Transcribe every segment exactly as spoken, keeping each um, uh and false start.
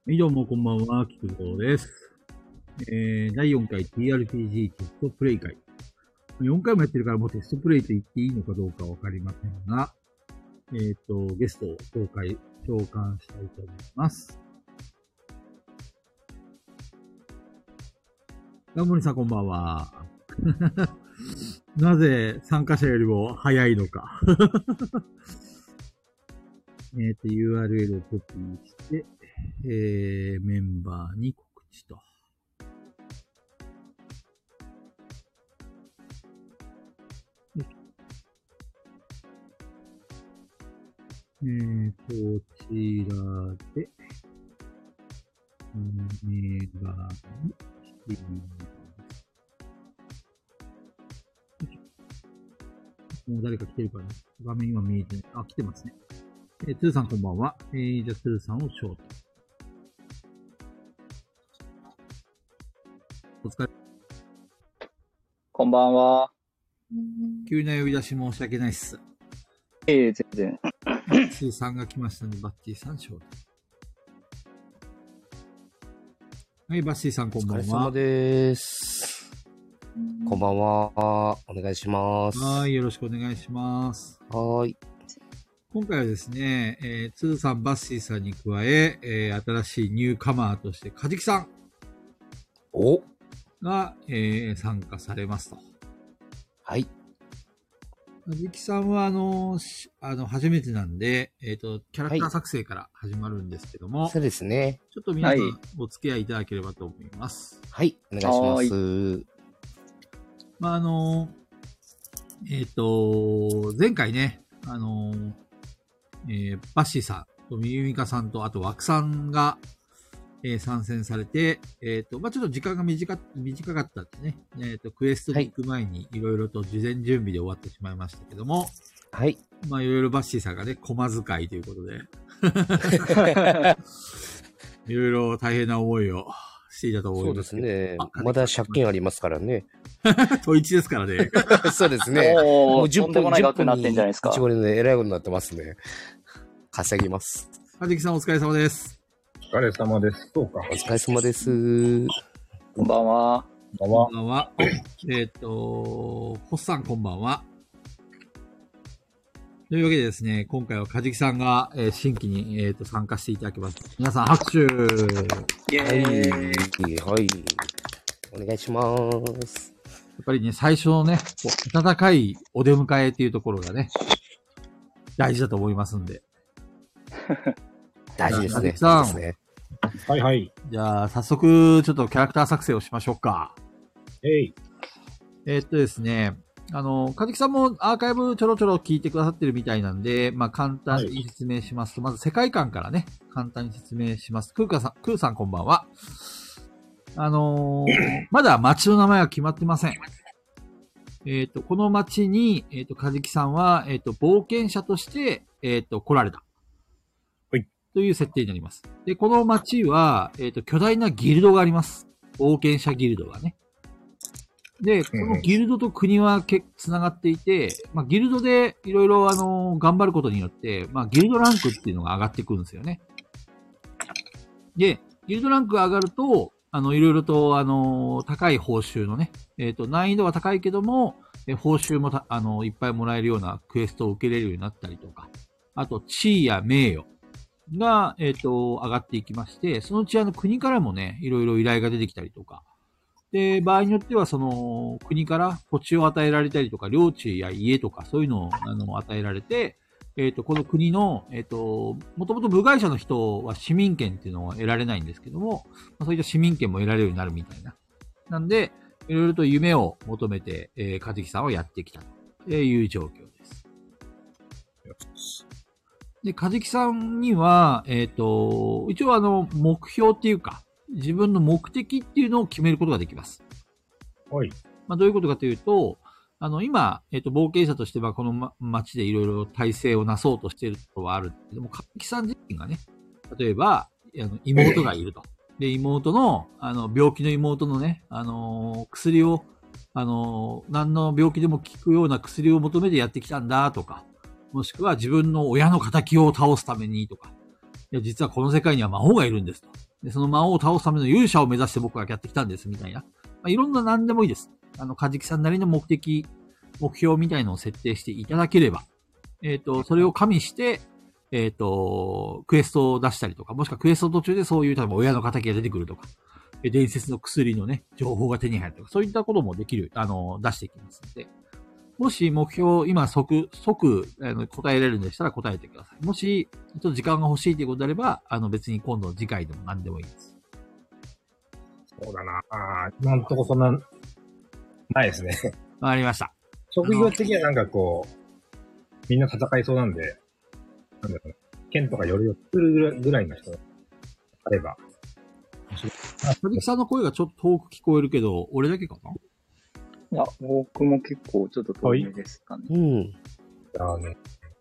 はい、どうもこんばんは、菊蔵です。えー、だいよんかい ティーアールピージー テストプレイ会。よんかいもやってるからもうテストプレイと言っていいのかどうかわかりませんが、えっ、ー、と、ゲストを紹介、召喚したいと思います。ガンモリさんこんばんは。なぜ参加者よりも早いのか。えっと、ユーアールエル をコピーして、えー、メンバーに告知と。えー、こちらで、メンバーにしてみます。もう誰か来てるかな？画面今見えてない。あ、来てますね。えー、トゥーさんこんばんは。えー、じゃあトゥーさんを招待。お疲れ。 こんばんは。 急な呼び出し申し訳ないっす。 ええ、全然。 バッチーさんが来ましたね。バッチーさん招待。はい、バッチーさんこんばんは。 お疲れ様です。こんばんは。お願いします。 はい、よろしくお願いします。 はい。 今回はですね、えー、ツーさん、バッシーさんに加え、えー、新しいニューカマーとして、カジキさんおが、えー、参加されますと。 はい。 カジキさんは、あの、あの、初めてなんで、えっと、キャラクター作成から始まるんですけども、 はい、そうですね。 ちょっと皆さん、お付き合いいただければと思います。 はい、お願いします。 まあ、あの、えっと、前回ね、あの、えー、バッシーさんとみゆみかさんと、あと、ワクさんが、えー、参戦されて、えっと、まあ、ちょっと時間が短、短かったんでね、えっと、クエストに行く前にいろいろと事前準備で終わってしまいましたけども、 はい。 まあ、いろいろバッシーさんがね、駒遣いということで、いろいろ大変な思いをしていたと思います。 そうですね。まだ借金ありますからね。 といちですからね。 そうですね。 もうじゅっぷん、とんでもない額になってんじゃないですか。 いちごねんで偉いことになってますね。稼ぎます。 カジキさんお疲れ様です。 お疲れ様です。そうか。 お疲れ様です。 こんばんは。 こんばんは。 こんばんは。えっと、ホッさんこんばんは。というわけでですね、今回はカジキさんが、えー、新規に、えー、と参加していただきます。皆さん拍手。イェーイ。はい。お願いします。 やっぱりね、最初のね、こう温かいお出迎えっていうところがね、大事だと思いますんで。 大事ですね。 さん。 はいはい。 じゃあ、早速、ちょっとキャラクター作成をしましょうか。 えい。 えー、っとですね、あの、かじきさんもアーカイブちょろちょろ聞いてくださってるみたいなんで、まあ、簡単に説明しますと、はい、まず世界観からね、簡単に説明します。クーカさん、クーさんこんばんは。あのー、まだ街の名前は決まってません。えっ、ー、と、この街に、えっ、ー、と、かじきさんは、えっ、ー、と、冒険者として、えっ、と、来られた。という設定になります。で、この街は、えっ、と、巨大なギルドがあります。冒険者ギルドがね。で、このギルドと国はけ繋がっていて、まあ、ギルドでいろいろあの、頑張ることによって、まあ、ギルドランクっていうのが上がってくるんですよね。で、ギルドランクが上がると、あの、いろいろとあの、高い報酬のね、えっ、と、難易度は高いけども、え報酬もた、あの、いっぱいもらえるようなクエストを受けれるようになったりとか、あと、地位や名誉が、えっ、と、上がっていきまして、そのうちあの、国からもね、いろいろ依頼が出てきたりとか、で、場合によっては、その、国から土地を与えられたりとか、領地や家とか、そういうのを、あの、与えられて、えっ、と、この国の、えっ、と、もともと部外者の人は市民権っていうのを得られないんですけども、まあ、そういった市民権も得られるようになるみたいな。なんで、いろいろと夢を求めて、えー、カジキさんはやってきたという状況です。で、カジキさんには、えっ、と、一応あの、目標っていうか、自分の目的っていうのを決めることができます。 はい。 まあ、どういうことかというと、あの、今、えっ、と、冒険者としては、この、ま、街でいろいろ体制をなそうとしているところはあるけども、カジキさん自身がね、例えば、あの妹がいると。で、妹の、あの、病気の妹のね、あのー、薬を、あのー、何の病気でも効くような薬を求めてやってきたんだとか、もしくは自分の親の仇を倒すためにとか、いや、実はこの世界には魔法がいるんですと。 で、その魔王を倒すための勇者を目指して僕はやってきたんです、みたいな。まあ、いろんな何でもいいです。あの、カジキさんなりの目的、目標みたいのを設定していただければ、えっと、それを加味して、えっと、クエストを出したりとか、もしくはクエスト途中でそういう、例えば親の仇が出てくるとか、伝説の薬のね、情報が手に入るとか、そういったこともできる、あの、出していきますので、もし目標、今即、即、あの、答えられるんでしたら答えてください。もし、ちょっと時間が欲しいということであれば、あの、別に今度次回でも何でもいいです。 そうだなあ今んとこそんな、ないですね。 わかりました。 職業的にはなんかこう、みんな戦いそうなんで、なんだろうな、剣とかよりを作るぐらいの人があれば。 鈴木さんの声がちょっと遠く聞こえるけど、俺だけかないや、僕も結構ちょっと遠いですかね。 うん。 じゃあね、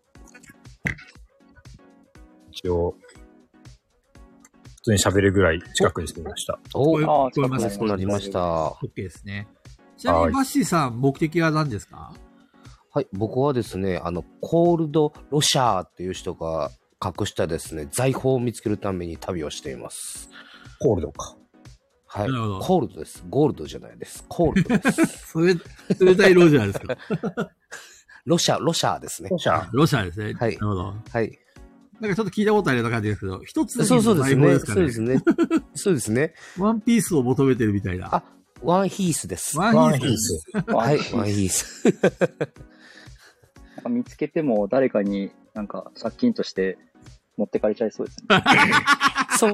一応、普通に喋るぐらい近くにしてみました。 お、 ああ、 聞こえますそうなりました。は OK ですね。ちなみにバッシーさん、目的は何ですか？ い、僕はですね、あの、コールド・ロシャーっていう人が隠したですね、財宝を見つけるために旅をしています。 コールドか。 はい。 なるほどコールドです。ゴールドじゃないです。コールドです。 それ、冷たいロジャーですか？ ロシャ、ロシャーですね。 ロシャー。 ロシャーですね。 はいなるほど。 はい。 なんかちょっと聞いたことあるような感じですけど、一つのそうそうですね。 財宝ですかね。 そうですね。そうですね。 ワンピースを求めてるみたいな。 あ、ワンヒースです。 ワンワンヒース。 ヒース。 はい、ワンヒース。 なんか見つけても誰かになんか借金として持ってかれちゃいそうですね。 そう。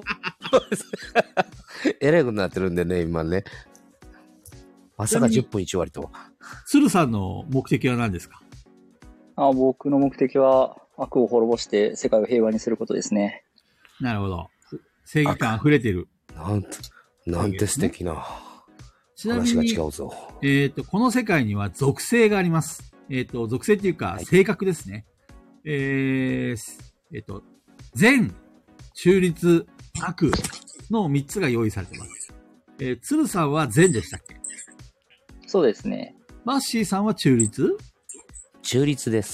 えらいことになってるんでね、今ね。まさかじゅっぷんいち割と。 鶴さんの目的は何ですか？ あ僕の目的は悪を滅ぼして世界を平和にすることですね。 なるほど。正義感溢れてる。 なんて、なんて素敵なちなみ話がに、 違うぞ。 えっと、この世界には属性があります。えっと、属性っていうか、 はい性格ですね。えー、えっと、善、中立、悪のみっつが用意されてます。えー、鶴さんは善でしたっけ？ そうですね。 バッシーさんは中立？ 中立です。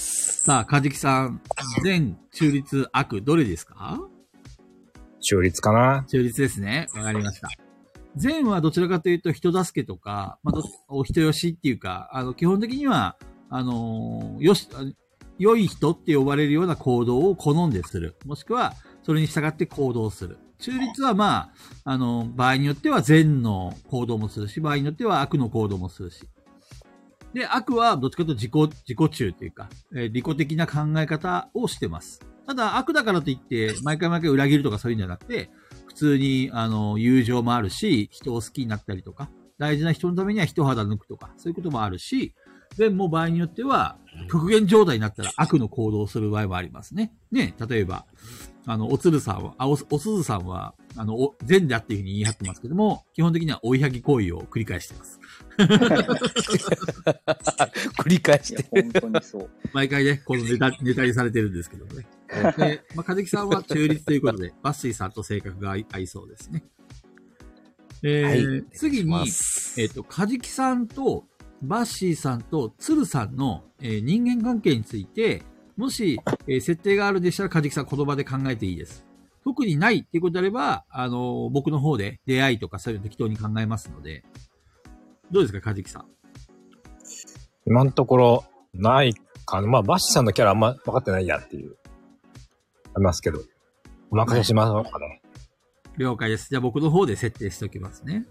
さあ、カジキさん、善、中立、悪、どれですか？ 中立かな。 中立ですね。わかりました。善はどちらかというと人助けとか、まあ、どお人よしっていうか、あの、基本的には、あのーよし、良い人って呼ばれるような行動を好んでする。もしくは、それに従って行動する。中立はまあ、あの、場合によっては善の行動もするし、場合によっては悪の行動もするし。で、悪はどっちかというと自己、自己中というか、えー利己的な考え方をしてます。ただ、悪だからといって、毎回毎回裏切るとかそういうんじゃなくて、普通に、あの、友情もあるし、人を好きになったりとか、大事な人のためには一肌抜くとか、そういうこともあるし、善も場合によっては、極限状態になったら悪の行動をする場合もありますね。ね、例えば、あの、おつるさんは、あ、お、おすずさんは、あの、お、善であっていうふうに言い張ってますけども、基本的には追いはぎ行為を繰り返してます。 繰り返いや、 して。 本当にそう。 毎回ね、このネタ、ネタにされてるんですけどもね。で、まあ、かじきさんは中立ということで、バッシーさんと性格が合い合いそうですね。えーはい次にお願いします、 えっ、と、かじきさんと、バッシーさんと、つるさんの、えー人間関係について、もし、えー設定があるでしたら、かじきさん言葉で考えていいです。特にないっていうことであれば、あのー僕の方で出会いとかそういうの適当に考えますので、どうですか、かじきさん。 今のところ、ないかな。まあ、バッシーさんのキャラあんま分かってないやっていう、ありますけど、お任せしましょうかね。 了解です。じゃあ僕の方で設定しておきますね。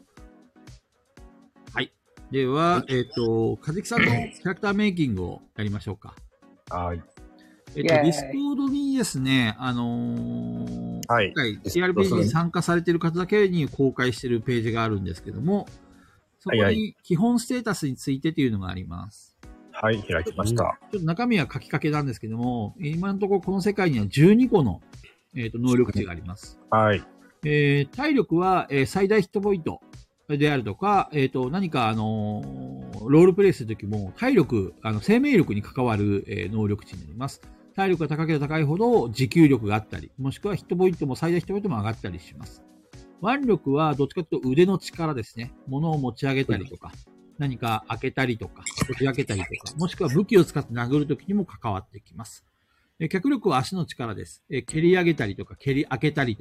はい。では、えっ、と、かじきさんのキャラクターメイキングをやりましょうか。 はい。 えっ、と、 イェーイディスコードにですね、あのーはい今回 ティーアールピージー に参加されている方だけに公開しているページがあるんですけども、そこはいはに基本ステータスについてというのがあります。 はい、開きました。 ちょっと中身は書きかけなんですけども、今のところこの世界にはじゅうにこの、えー、と能力値があります。 はい。 えー体力は、えー最大ヒットポイントであるとか、えっ、と、何か、あのーロールプレイするときも、体力、あの、生命力に関わる、えー能力値になります。体力が高ければ高いほど持久力があったり、もしくはヒットポイントも最大ヒットポイントも上がったりします。腕力はどっちかというと腕の力ですね。物を持ち上げたりとか、何か開けたりとか、こじ開けたりとか、もしくは武器を使って殴るときにも関わってきます。えー脚力は足の力です。えー蹴り上げたりとか、蹴り開けたりとか、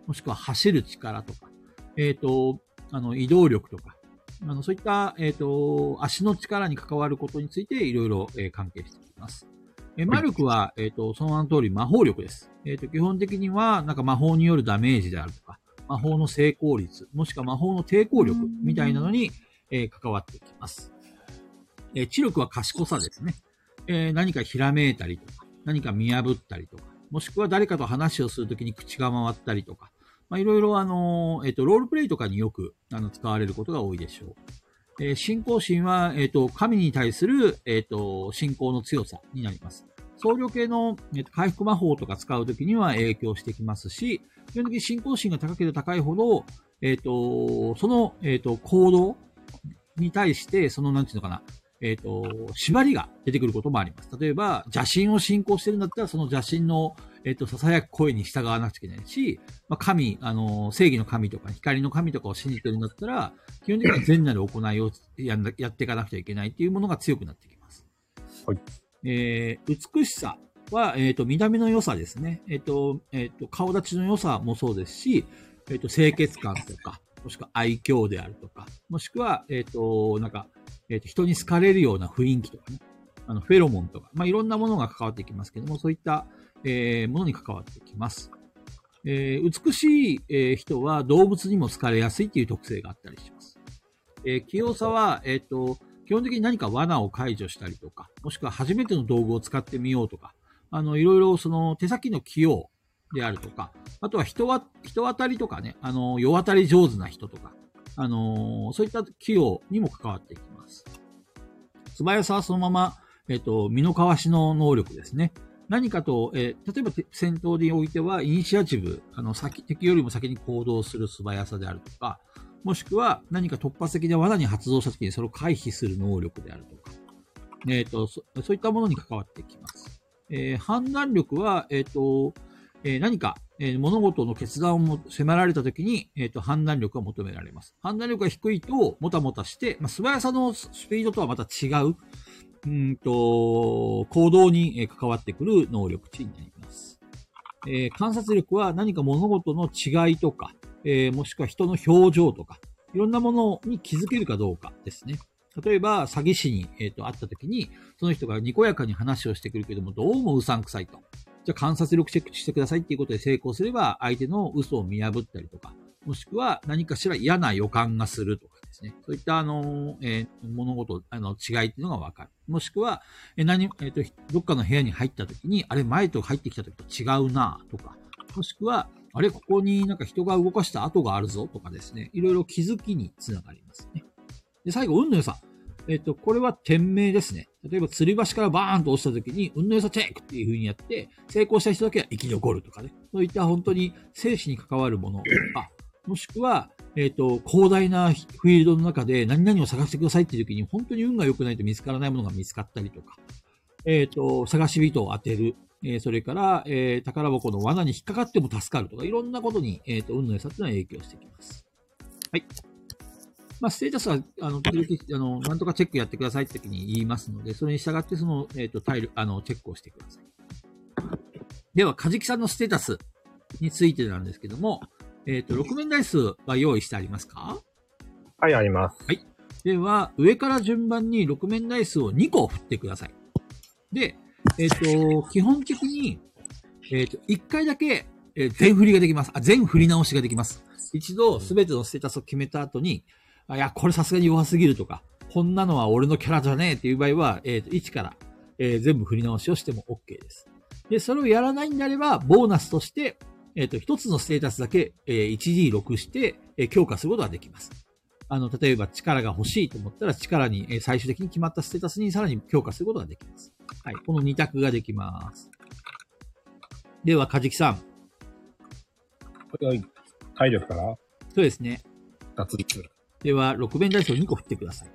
もしくは走る力とか、えっ、と、あの、移動力とか、あの、そういった、えっ、と、足の力に関わることについていろいろ、えー関係してきます。えー魔力は、えっ、と、その名の通り魔法力です。えっ、と、基本的には、なんか魔法によるダメージであるとか、魔法の成功率、もしくは魔法の抵抗力みたいなのに、えー関わってきます。えー知力は賢さですね。えー何かひらめいたりとか、何か見破ったりとか、もしくは誰かと話をするときに口が回ったりとか、まあ、いろいろあの、えっ、と、ロールプレイとかによく、あの、使われることが多いでしょう。えー信仰心は、えっ、と、神に対する、えっ、と、信仰の強さになります。僧侶系の、えーと回復魔法とか使うときには影響してきますし、基本的に信仰心が高ければ高いほど、えっ、と、その、えっ、と、行動に対して、その、なんていうのかな、えっ、と、縛りが出てくることもあります。例えば、邪神を信仰してるんだったら、その邪神の、えっ、と、囁く声に従わなくちゃいけないし、まあ、神、あの、正義の神とか、光の神とかを信じてるんだったら、基本的には善なる行いをやんだやっていかなくちゃいけないっていうものが強くなってきます。 はい。 えー、美しさは、えっ、と、見た目の良さですね。えっ、と、えっ、と、顔立ちの良さもそうですし、えっ、と、清潔感とか、もしくは愛嬌であるとか、もしくは、えっ、と、なんか、えっ、と、人に好かれるような雰囲気とかね、あの、フェロモンとか、まあ、いろんなものが関わってきますけども、そういった、えーものに関わってきます。えー美しい、えー人は動物にも好かれやすいっていう特性があったりします。えー器用さは、えっ、と、基本的に何か罠を解除したりとか、もしくは初めての道具を使ってみようとか、あの、いろいろその手先の器用であるとか、あとは人は、人当たりとかね、あの、世当たり上手な人とか、あのーそういった器用にも関わってきます。素早さはそのまま、えっ、と、身のかわしの能力ですね。何かと、えー例えばて戦闘においては、イニシアチブ、あの、先、敵よりも先に行動する素早さであるとか、もしくは何か突発的な罠に発動した時にそれを回避する能力であるとか、えっ、とそ、そういったものに関わってきます。えー判断力は、えっ、と、えー何か、えー物事の決断をも迫られた時に、えっ、と、判断力が求められます。判断力が低いと、もたもたして、まあ、素早さのスピードとはまた違う、うんと、行動にえー関わってくる能力値になります。えー観察力は何か物事の違いとか、えーもしくは人の表情とか、いろんなものに気づけるかどうかですね。例えば、詐欺師に、えーと会った時に、その人がにこやかに話をしてくるけども、どうもうさんくさいと。じゃあ観察力チェックしてくださいっていうことで成功すれば、相手の嘘を見破ったりとか、もしくは何かしら嫌な予感がするとかですね。そういった、あの、えー物事、あの、違いっていうのがわかる。もしくは、えー何、えっ、と、どっかの部屋に入った時に、あれ、前と入ってきた時と違うなとか、もしくは、あれ、ここになんか人が動かした跡があるぞとかですね。いろいろ気づきにつながりますね。で、最後、運の良さ。えっ、と、これは天命ですね。例えば、吊り橋からバーンと落ちた時に、運の良さチェックっていう風にやって、成功した人だけは生き残るとかね。そういった本当に生死に関わるものとか、もしくは、えっ、と、広大なフィールドの中で何々を探してくださいっていう時に、本当に運が良くないと見つからないものが見つかったりとか、えっ、と、探し人を当てる。えーそれから、えー宝箱の罠に引っかかっても助かるとか、いろんなことに、えっ、と、運の良さっていうのは影響してきます。はい。まあ、ステータスは、あの、時々、あの、なんとかチェックやってくださいって時に言いますので、それに従って、その、えっ、と、タイル、あの、チェックをしてください。では、カジキさんのステータスについてなんですけども、えっ、と、ろく面ダイスは用意してありますか？ はい、あります。 はい。では、上から順番にろく面ダイスをにこ振ってください。で、えっ、と、基本的に、えっ、と、いっかいだけ、えー全振りができます。あ、全振り直しができます。一度、すべてのステータスを決めた後に、あいや、これさすがに弱すぎるとか、こんなのは俺のキャラじゃねえっていう場合は、えっ、と、いちから、えー全部振り直しをしても OK です。で、それをやらないんであれば、ボーナスとして、えっ、と、一つのステータスだけ、えー、いちディーろく して、えー強化することができます。あの、例えば力が欲しいと思ったら、力に、えー最終的に決まったステータスにさらに強化することができます。はい。このに択ができます。では、カジキさん。 はい。体力からそうですね。 脱力。 では、ろく面ダイスをにこ振ってください。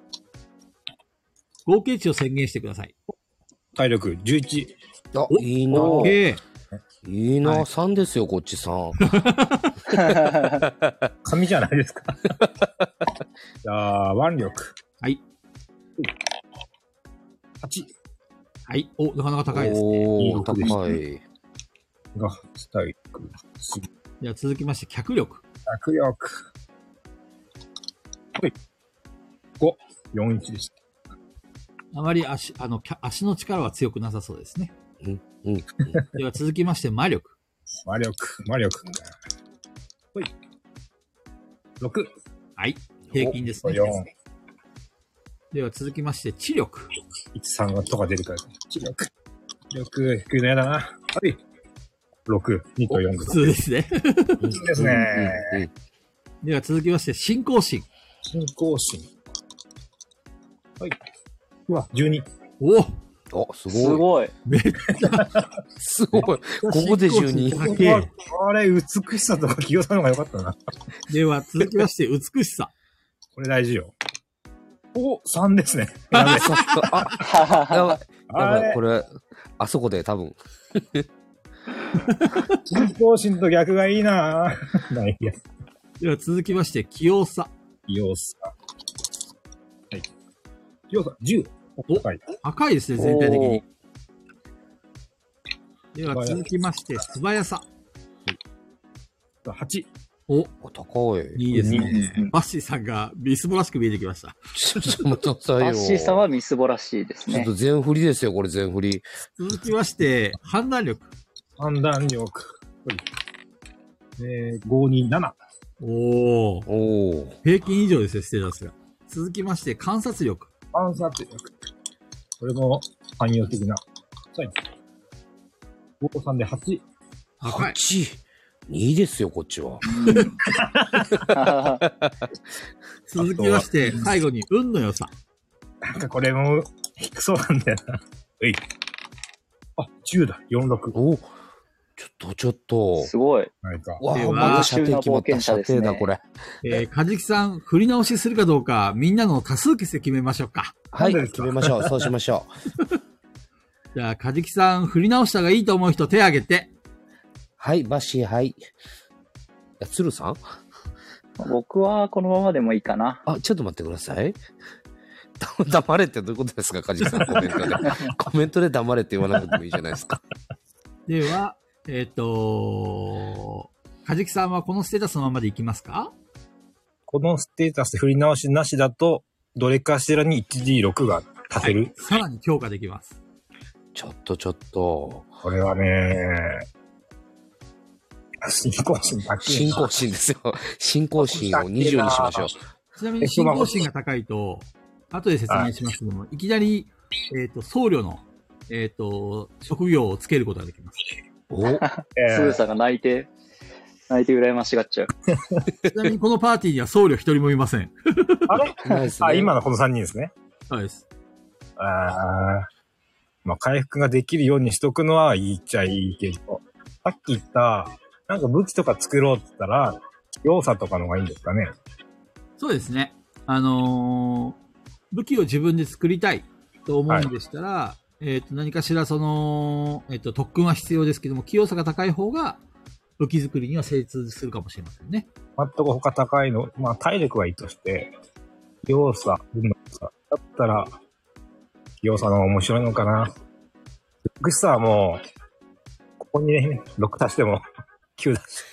合計値を宣言してください。 体力じゅういち。 あ、いいなオッケー。 いいな、 はいさんですよ、こっちさん。 神じゃないですか。じゃあ、腕力。 はい。 はち。 はい。お、なかなか高いですね。 おー、 いいですね高い。 がはち体力。 じでは続きまして、脚力。 脚力。はい。ご、よんいちでした。 あまり足、あの、足の力は強くなさそうですね。 うん。うん。 では続きまして、魔力。 魔力、魔力。ほい。ろく。 はい。平均ですね。 よん。 では続きまして、知力。 いち、さんがとか出るから、ね、知力。力、低いのやだな。はい。ろく、にとよんです。 普通ですね。 普通ですね。 では続きまして、信仰心。 信仰心。はい。うわ、じゅうに。 おおお、すごい。 すごい。 めっちゃ、 すごい。ここでじゅうに。 あれ、美しさとか清さの方が良かったな。 では続きまして、美しさ。 これ大事よ。お、さんですね。 やばい。やばい。やばい。これ、 れ、あそこで多分。 信仰心と逆がいいなぁ。ないや。 では続きまして、器用さ。 器用さ。はい。器用さ、じゅう。 お、 高い。 高いですね、全体的に。では続きまして、素早さ。 はち。 お、 お、高い。 いいですね。バッシーさんがミスボらしく見えてきました。 ちょっと待ってくださいよ。 バッシーさんはミスボらしいですね。 ちょっと全振りですよ、これ全振り。 続きまして、判断力。 判断力。えー、ごになな。 おー。 おー。 平均以上ですね、ステータスが。続きまして、観察力。 観察力。これも汎用的な。はい。ご、さんではち。 高い。 はち。にですよ、こっちは。 続きまして、最後に運の良さ。 なんかこれも低そうなんだよな。うい。あ、じゅうだ。よん、ろく。 お、ちょっと、ちょっと。 すごい。 ないか。 わあ、 ではまだ射程決まった射程だ、これ。 えー、かじきさん、振り直しするかどうか、みんなの多数決で決めましょうか。 はい、 なんでですか決めましょう。そうしましょじゃあ、かじきさん、振り直した方がいいと思う人手挙げて。 う。はい、バッシー、はい。や、鶴さん僕はこのままでもいいかな。 あ、ちょっと待ってください。黙れってどういうことですか、カジさん、コメントで。コメントで黙れって言わなくてもいいじゃないですか。 では、えっ、とかじきさんはこのステータスのままでいきますか？ このステータス振り直しなしだと、どれかしらに いちディーろく が足せる、 はい、さらに強化できます。 ちょっとちょっと。 これはね、信仰心だけ。 信仰心ですよ。信仰心をにじゅうにしましょう。 ちなみに信仰心が高いと、後で説明しますけども、いきなり、えっ、と、僧侶の、えっ、と、職業をつけることができます。 お、 えスーさんが泣いて、泣いて羨ましがっちゃう。 ちなみにこのパーティーには僧侶一人もいません。 あれないですね。 あ、今のこのさんにんですね。 そうです。 ああ、まあ、回復ができるようにしとくのはいいっちゃいいけど、さっき言った、なんか武器とか作ろうって言ったら、要素とかの方がいいんですかね。 そうですね。あのー武器を自分で作りたいと思うんでしたら、はい、えっ、と、何かしらその、えっ、と、特訓は必要ですけども、器用さが高い方が武器作りには精通するかもしれませんね。 全く他高いの、まあ体力はいいとして、要素、運のさ、だったら、要素の方が面白いのかな。美しさはもう、ここにね、ろく足してもきゅうだし。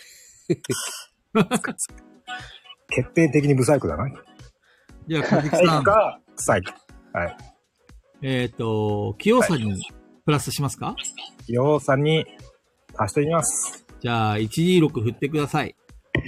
決定的にブサイクだな。 じゃあ、かじきさん。 か、ブサイク。はい。 えっ、と、器用さにプラスしますか？はい、 器用さに足してみます。 じゃあ、いちディーろく 振ってください。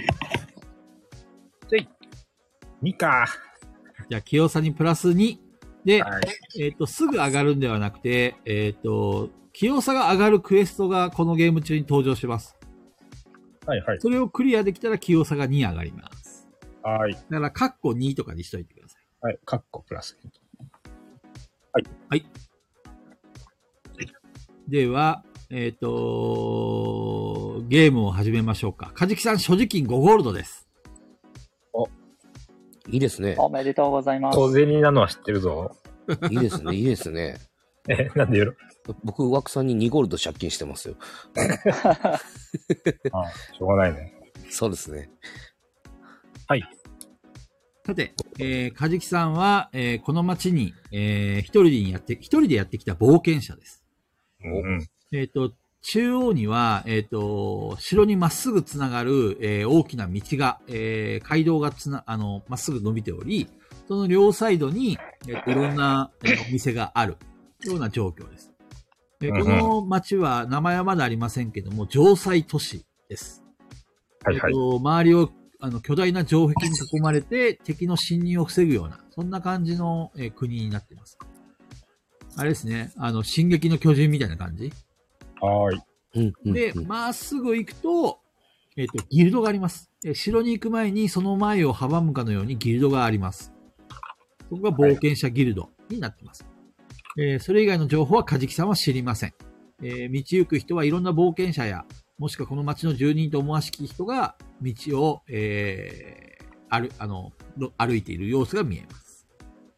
にか。 じゃあ、器用さにプラスに。で、 はい、 えっ、と、すぐ上がるんではなくて、えっ、と、器用さが上がるクエストがこのゲーム中に登場します。 はいはい。 それをクリアできたら器用さがに上がります。 はい。 だから、カッコにとかにしといてください。 はい。カッコプラス。 はい。はい。では、えっ、と、ゲームを始めましょうか。かじきさん、所持金ごゴールドです。 お、いいですね。 おめでとうございます。 小銭なのは知ってるぞ。 いいですね、いいですね。 え、なんで言うの？ 僕、枠さんににゴールド借金してますよ。 ああ、しょうがないね。 そうですね。 はい。 さて、えー、かじきさんは、えー、この町に、えー、一人でやって、一人でやってきた冒険者です。 うん。 えっ、と、 中央には、えっ、と、城にまっすぐつながる、えー大きな道が、えー街道がつな、あの、まっすぐ伸びており、その両サイドに、えーいろんな、えーお店があるような状況です。えーうんうんこの町は名前はまだありませんけども、城塞都市です。 はいはいえっ。と、周りをあの巨大な城壁に囲まれて敵の侵入を防ぐような、そんな感じの、えー国になっています。あれですね、あの、進撃の巨人みたいな感じ。 はーい。 うんうんで、 うんまっすぐ行くと、えっ、と、ギルドがあります。えー城に行く前にその前を阻むかのようにギルドがあります。そこが冒険者ギルドになっています。えーそれ以外の情報はカジキさんは知りません。えー道行く人はいろんな冒険者や、もしくはこの町の住人と思わしき人が道を、えー、歩、あの、ろ歩いている様子が見えます。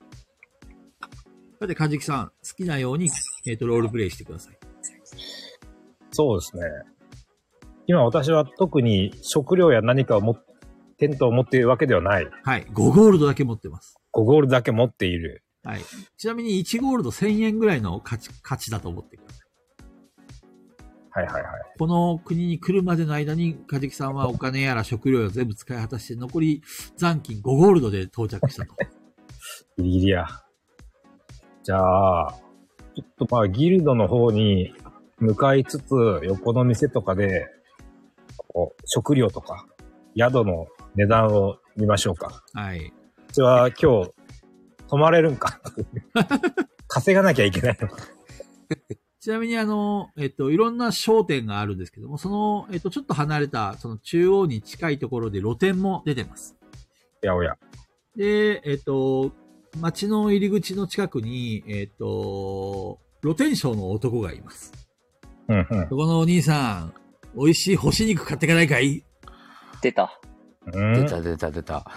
さて、カジキさん、好きなように、えっ、と、ロールプレイしてください。 そうですね。今私は特に食料や何かを持っテントを持っているわけではない。 はい。ごゴールドだけ持ってます。 ごゴールドだけ持っている。 はい。ちなみにいちゴールドせんえんぐらいの価値、価値だと思ってください。 はいはいはい。 この国に来るまでの間に、カジキさんはお金やら食料を全部使い果たして、残り残金ごゴールドで到着したと。 ギリギリや。じゃあ、ちょっとまあギルドの方に向かいつつ、横の店とかで、こう、食料とか、宿の値段を見ましょうか。 はい。 うちは今日、泊まれるんか稼がなきゃいけないのか。 ちなみにあの、えっと、いろんな商店があるんですけども、その、えっと、ちょっと離れた、その中央に近いところで露店も出てます。 やおや。 で、えっと、町の入り口の近くに、えっと、露天商の男がいます。 うんうんそこのお兄さん、美味しい干し肉買ってかないかい？ 出た。 うん。 出た出た出た。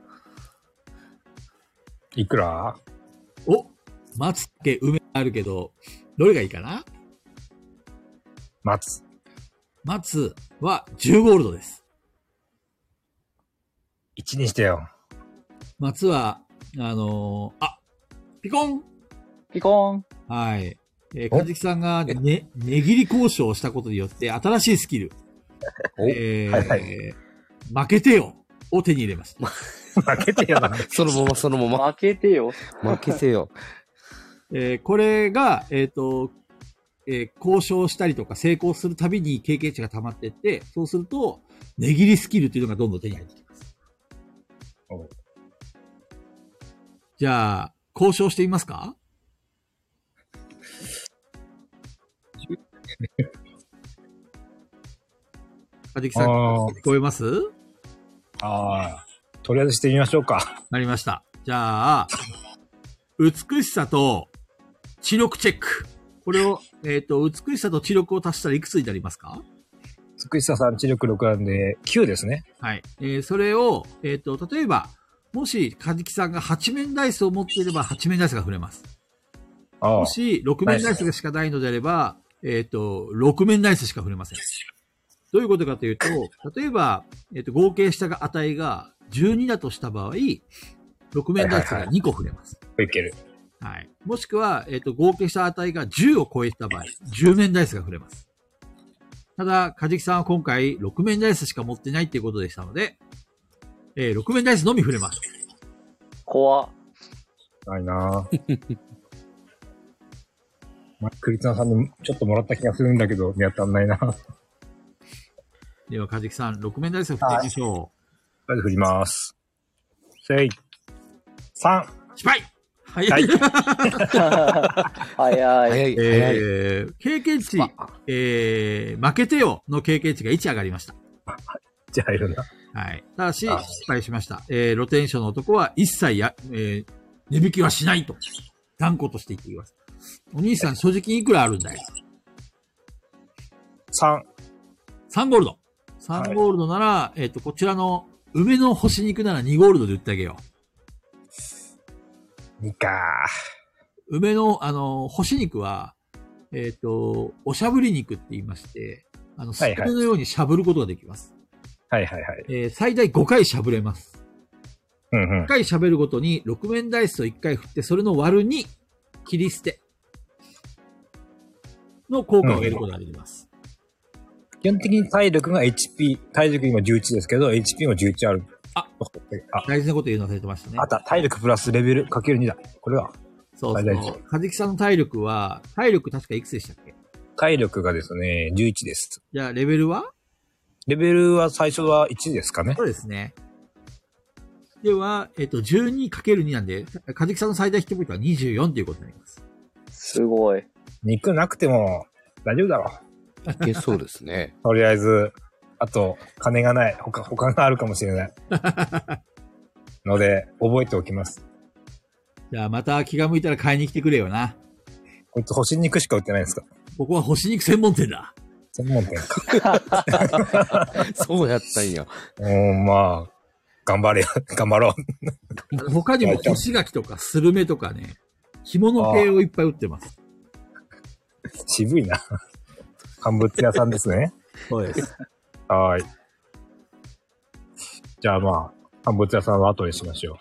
いくらお、松って梅あるけど、どれがいいかな？ 待つ。 松はじゅうゴールドです。 いちにしてよ。 松は、あのーあ、ピコンピコーン。 はい。えー、 おかじきさんがね、値切り交渉をしたことによって、新しいスキル、 おえーはいはい負けてよを手に入れました。 負けてよな。 そのままそのまま。 負けてよ。 負けてよ。 えーこれが、えっ、と、えー交渉したりとか成功するたびに経験値が溜まっていって、そうすると、値切りスキルっていうのがどんどん手に入ってきます。 おじゃあ、交渉してみますか？かじきさん、 あー聞こえます？ ああ、とりあえずしてみましょうか。 なりました。じゃあ、美しさと知力チェック。これを、えっ、と、美しさと知力を足したらいくつになりますか？ つくしささん知力ろくなんできゅうですね。 はい。えーそれを、えっ、と、例えば、もし、かじきさんがはち面ダイスを持っていればはち面ダイスが振れます。 ああも。し、ろく面ダイスがしかないのであれば、えっ、と、ろく面ダイスしか振れません。どういうことかというと、例えば、えっ、と、合計した値がじゅうにだとした場合、ろく面ダイスがにこ振れます。 いける。 はい。もしくは、えっ、と、合計した値がじゅうを超えた場合、じゅう面ダイスが振れます。ただ、かじきさんは今回、ろく面ダイスしか持ってないっていうことでしたので、えー、ろく面ダイスのみ振れます。 怖っ。 ないなぁ。まあ、クリツナさんにちょっともらった気がするんだけど、見当たんないな。とりでは、かじきさん、ろく面ダイスを振ってみましょあえず振ります。せい。さん。 う。失敗はい。 はい早い。 早い、早い。 えー、経験値、えー、負けてよの経験値がいち上がりました。 じゃあいるんだ。 はい。ただし、 あ失敗しました。えー、露天商の男は一切や、えー、値引きはしないと、断固として言っています。お兄さん、所持金いくらあるんだい？ さん。 さんゴールド。さんゴールドなら、えっ、と、こちらの梅の干し肉ならにゴールドで売ってあげよにかう。梅の、あの、干し肉は、えっ、と、おしゃぶり肉って言いまして、あの、スはいはいプーンのようにしゃぶることができます。 はいはいはい。 えー最大ごかいしゃぶれます。 うんうんいっ。かいしゃべるごとにろく面ダイスをいっかい振って、それの割るに切り捨ての効果を得ることができます。 基本的に体力が エイチピー、体力今じゅういちですけど、エイチピー もじゅういちある。 ああ、 大事なこと言うの忘れてましたね。 あった、体力プラスレベルかけるにだ。これは。 そう大事そう。かじきさんの体力は、体力確かいくつでしたっけ？ 体力がですね、じゅういちです。 じゃあ、レベルは？ レベルは最初はいちですかね。 そうですね。では、えっと、じゅうにかけるになんで、かじきさんの最大ヒットポイントはにじゅうよんということになります。 すごい。 肉なくても大丈夫だろう。 いけそうですね。 とりあえず、あと、金がない。他、他があるかもしれない。ので、覚えておきます。 じゃあ、また気が向いたら買いに来てくれよな。 こいつ干し肉しか売ってないんですか？ ここは干し肉専門店だ。 専門店か。 そうやったんや。 うん、まあ、頑張れよ。頑張ろう。 他にも干し柿とかスルメとかね、干物系をいっぱい売ってます。 渋いな。乾物屋さんですね。 そうです。 はーい。じゃあまあ、乾物屋さんは後にしましょう。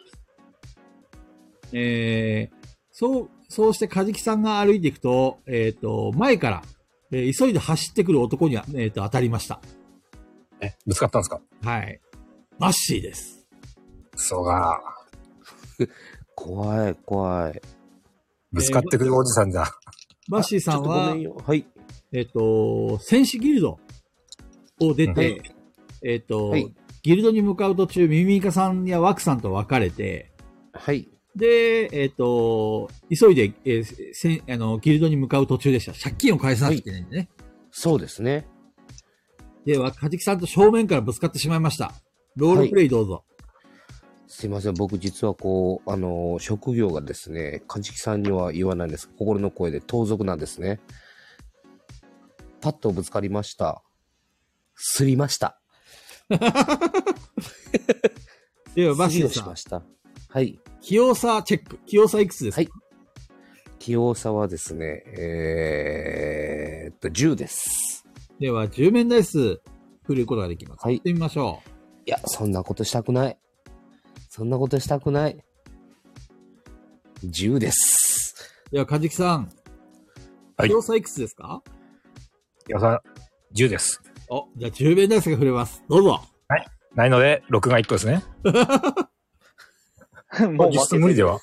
えー、そう、そうしてカジキさんが歩いていくと、えっ、と、前から、えー急いで走ってくる男には、えっ、と、当たりました。 え、ぶつかったんですか？ はい。マッシーです。 そうが、 怖い、怖い。 ぶつかってくるおじさんじゃ。 マッシーさんちょっとごはめん、よ。はい。 えっ、と、戦士ギルドを出て、 はいえっ、と、 はいギルドに向かう途中、ミミイカさんやワクさんと別れて、 はい。 で、えっ、と、急いで、えーせんあの、ギルドに向かう途中でした。借金を返さなきゃいけないんでね。 そうですね。 では、カジキさんと正面からぶつかってしまいました。ロールプレイどうぞ。 すいません。僕実はこう、あの、職業がですね、カジキさんには言わないんですが、心の声で盗賊なんですね。パッとぶつかりました。すりました。 では、マッすりをシーさん、 しました。はい。 器用さチェック。器用さいくつですか？ はい。器用さはですね、えーっと、じゅうです。 では、じゅう面ダイス振ることができます。 はいやってみましょいや、そんなことしたくない。そんなことしたくない。じゅうです。 う。では、カジキさん。 はい器用さいくつですか？ 予算じゅうです。 お、じゃあじゅう面ダイスが振れます。どうぞ。 ないので、ろくがいっこですね。 もう実質無理では。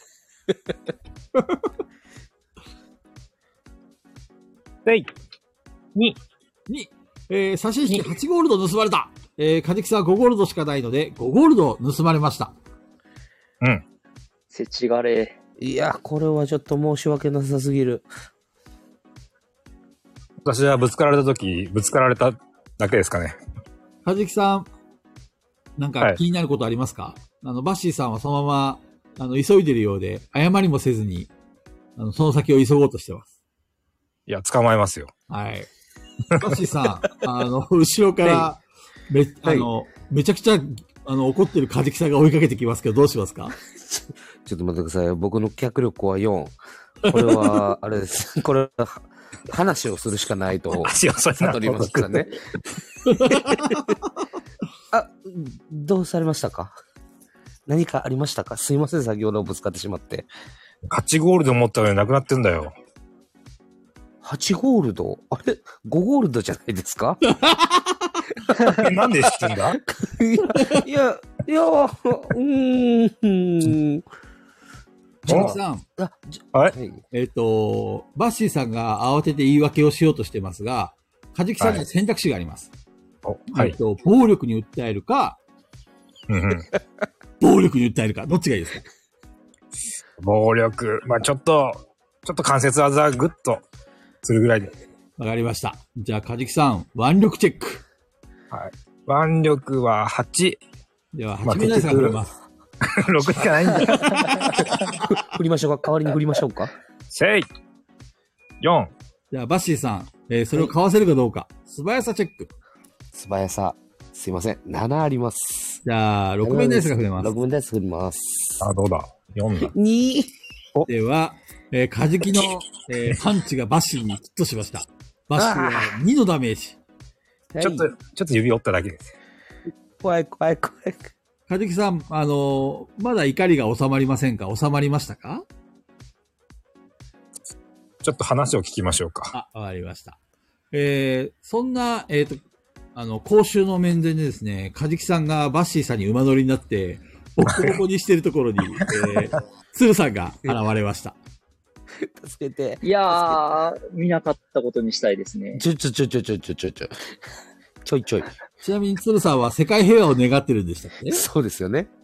でい、に、 に、えー、差し引きはちゴールド盗まれた。えー、カジキさんはごゴールドしかないので、ごゴールド盗まれました。 うん。 せちがれ。 いや、これはちょっと申し訳なさすぎる。 私はぶつかられたとき、ぶつかられただけですかね。 カジキさん、なんかはい気になることありますか？あの、バッシーさんはそのまま、あの、急いでるようで、謝りもせずに、あの、その先を急ごうとしてます。 いや、捕まえますよ。 はい。バッシーさん、あの、後ろから、め、あの、めちゃくちゃ、あの、怒ってるカジキさんが追いかけてきますけど、どうしますか？ ちょっと待ってください。僕の脚力はよん。これは、あれです。これは、話をするしかないと足をそれな悟りましたね。あ、どうされましたか？何かありましたか？すいません、先ほどぶつかってしまって。 はちゴールド持ったのになくなってんだよ。 はちゴールドあれ ?ご ゴールドじゃないですか？ えなんで知ってんだ？ いや、いや、うーん。 カジキさん、 あ、じあれはい。 えっ、と、バッシーさんが慌てて言い訳をしようとしてますが、カジキさんには選択肢があります。 おはいえっ。と、暴力に訴えるか、 うんうん。 暴力に訴えるか、どっちがいいですか？ 暴力。まあちょっと、ちょっと関節技グッとするぐらいで。 わかりました。じゃあ、カジキさん、腕力チェック。 はい。腕力ははち。 では、 まあはち名ダイスが振れます。 ろくしかないんだよ。 振りましょうか？代わりに振りましょうか？ せい !よん。 じゃあ、バッシーさん、えーそれをかわせるかどうか、素早さチェック。 素早さ。すいません。ななあります。 じゃあ、ろく名ダイスが振れますろ。くめんダイス振ります。 あ、どうだ ?よん だ。 にでは、えー、カジキの、えーパンチがバッシーにヒットしました。バッシーはにのダメージ。 ちょっと、ちょっと指折っただけです。 怖い怖い怖い。 カジキさん、あのーまだ怒りが収まりませんか？収まりましたか？ ちょっと話を聞きましょうか。 あ、わかりました。えー、そんな、えっ、と、 あの、公衆の面前でですね、カジキさんがバッシーさんに馬乗りになって、ボコボコにしてるところに、えー、鶴さんが現れました。 助けて。 いやー、見なかったことにしたいですね。 ちょちょちょちょちょちょちょちょ。ちょいちょい。 ちなみに鶴さんは世界平和を願ってるんでしたっけ？ そうですよね。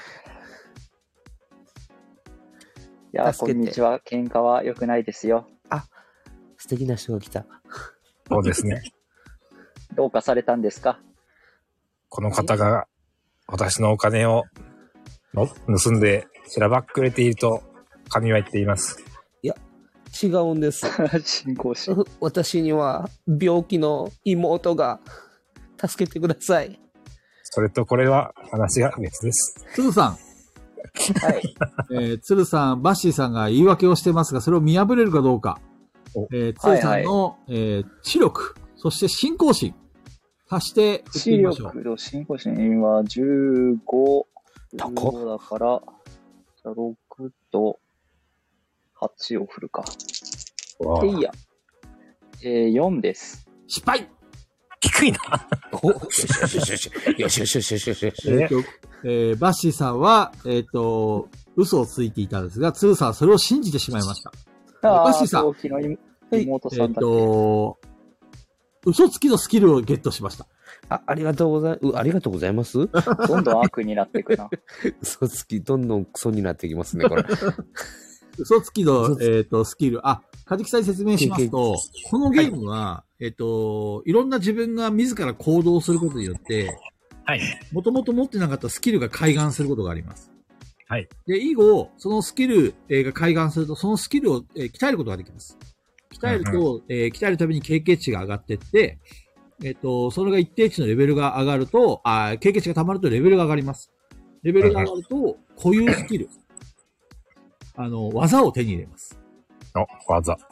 いやー、こんにちは。喧嘩は良くないですよ。 あ、素敵な人が来た。 そうですね。 どうかされたんですか？ この方が私のお金をの盗んでしらばっくれていると神は言っています。 いや、違うんです。 信仰心。 私には病気の妹が助けてください。 それとこれは話が別です。 鶴さん。 はい。 えー、鶴さん、バッシーさんが言い訳をしてますが、それを見破れるかどうか。えー、鶴さんの、はいはい、えー、知力、そして信仰心。足して打ってみましょう。 知力と信仰心はじゅうご。高だから、じゃあろくとはちを振るか。でいいや。えー、よんです。 失敗低いな。 およしよしよしよしよしよしよしよしよしよし。 えーえー、バッシーさんは、えっ、ー、と、嘘をついていたんですが、ツーさんはそれを信じてしまいました。バッシーさん。 妹さんだっけ、 えっ、ー、と、嘘つきのスキルをゲットしました。 あ、ありがとうございます。ありがとうございます。 どんどん悪になっていくな。 嘘つき、どんどんクソになっていきますね、これ。 嘘つきの、えっ、ー、と、スキル。あ、カジキさんに説明しますと、このゲームは、はい、えっ、ー、と、いろんな自分が自ら行動することによって、 はい。 もともと持ってなかったスキルが開眼することがあります。 はい。 で、以後、そのスキルが開眼すると、そのスキルを鍛えることができます。鍛えると、うんうん、えー、鍛えるために経験値が上がっていって、えっ、ー、と、それが一定値のレベルが上がると、あ経験値が溜まるとレベルが上がります。レベルが上がると、固有スキル。あの、技を手に入れます。 お、技。 はい。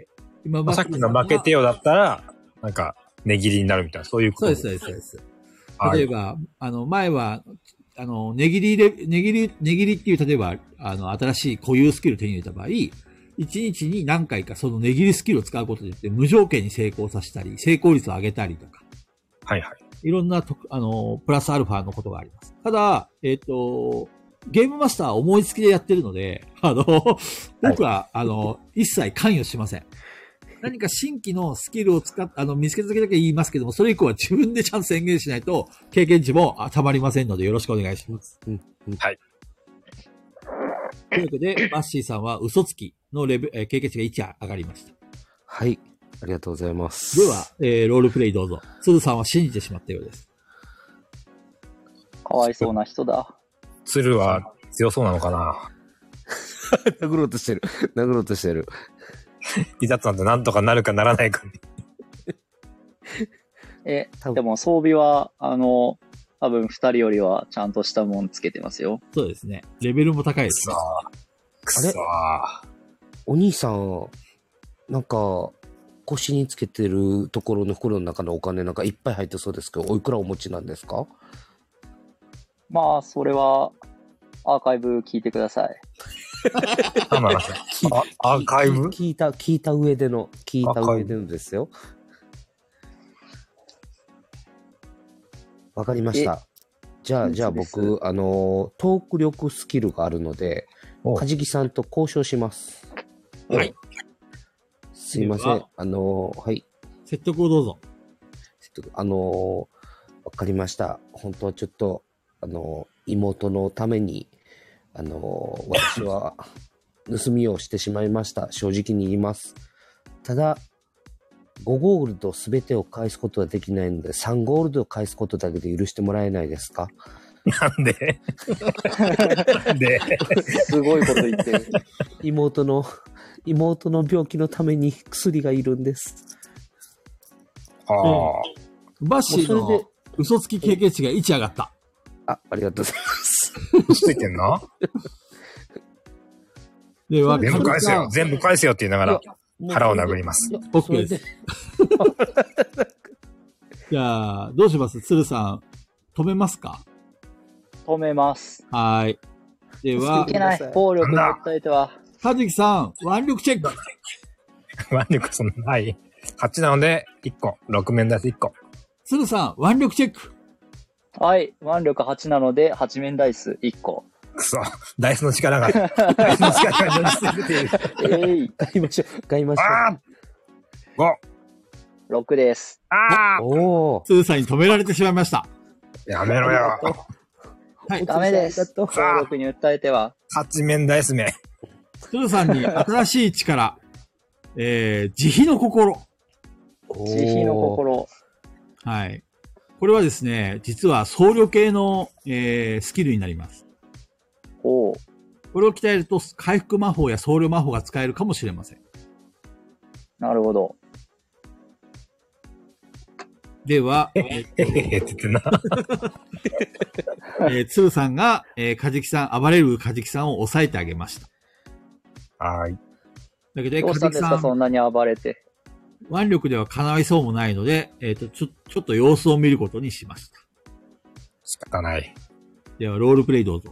今、 さっきの負けてよだったら、なんか、値切りになるみたいな、そういうことそうです、そうです、そうです。例えば、あの、前は、あの、値切りで、値切り、値切りっていう、例えば、あの、新しい固有スキルを手に入れた場合、一日に何回かその値切りスキルを使うことによって無条件に成功させたり、成功率を上げたりとか。 はいはい。 いろんなと、あの、プラスアルファのことがあります。ただ、えっ、ー、と、ゲームマスターは思いつきでやってるので、あの、僕は、はい、あの、一切関与しません。何か新規のスキルを使っ、あの、見つけた時だけ言いますけども、それ以降は自分でちゃんと宣言しないと、経験値もたまりませんので、よろしくお願いします。 うんうん、 はい。 というわけで、バッシーさんは嘘つきのレベル、えー、経験値がいち上がりました。 はい。ありがとうございます。 では、えー、ロールプレイどうぞ。鶴さんは信じてしまったようです。 かわいそうな人だ。 鶴は強そうなのかな殴ろうとしてる。殴ろうとしてる。 いざとなってなんとかなるかならないか。 え、でも装備は、あの、多分二人よりはちゃんとしたもんつけてますよ。 そうですね。レベルも高いですね。 くそー。くそー。 お兄さん、なんか、腰につけてるところの袋の中のお金なんかいっぱい入ってそうですけど、おいくらお持ちなんですか？ まあ、それは、アーカイブ聞いてください。 あ、アーカイブ聞いた、聞いた上での、聞いた上でのですよ。わかりました。じゃあ、じゃあ僕、あの、トーク力スキルがあるので、カジキさんと交渉します。 はい。 すいません。あの、はい。 説得をどうぞ。 あの、わかりました。本当はちょっと、あの、妹のために、あの、私は盗みをしてしまいました。正直に言います。ただ、ごゴールドすべてを返すことはできないので、さんゴールドを返すことだけで許してもらえないですか？ なんでなんですごいこと言ってる。 妹の、妹の病気のために薬がいるんです。 ああ、 うん。バッシーの嘘つき経験値がいち上がった。 あ、ありがとうございます。 ついてんのでは、 全部返せよ、全部返せよって言いながら腹を殴ります。 OK です。じゃあ、どうします？鶴さん、止めますか？ 止めます。 はい。では、 いけない。暴力の訴えては。 かじきさん、腕力チェック。 腕力そんなない。はちなので、いっこ。ろく面出すいっこ。 鶴さん、腕力チェック。 はい。腕力はちなので、はち面ダイスいっこ。 くそ。ダイスの力が、ダイスの力が乗り捨てている。 えい。 買いましょう。買いましょう。 あー !ご。 ろくです。 ああおー。 鶴さんに止められてしまいました。 やめろよ。 はい。 ダメです。登録に訴えては。 はち面ダイス目。 鶴さんに新しい力、えー、慈悲の心。 慈悲の心。 はい。これはですね、実は僧侶系の、えー、スキルになります。 おう。 これを鍛えると回復魔法や僧侶魔法が使えるかもしれません。 なるほど。 では、 えへへへって言ってんな。 えー、鶴さんが、えー、カジキさん、暴れるカジキさんを抑えてあげました。 はい。 だけど、 どうしたんですか、そんなに暴れて。 腕力では叶いそうもないので、えっ、ー、と、ちょ、ちょっと様子を見ることにしました。 仕方ない。 では、ロールプレイどうぞ。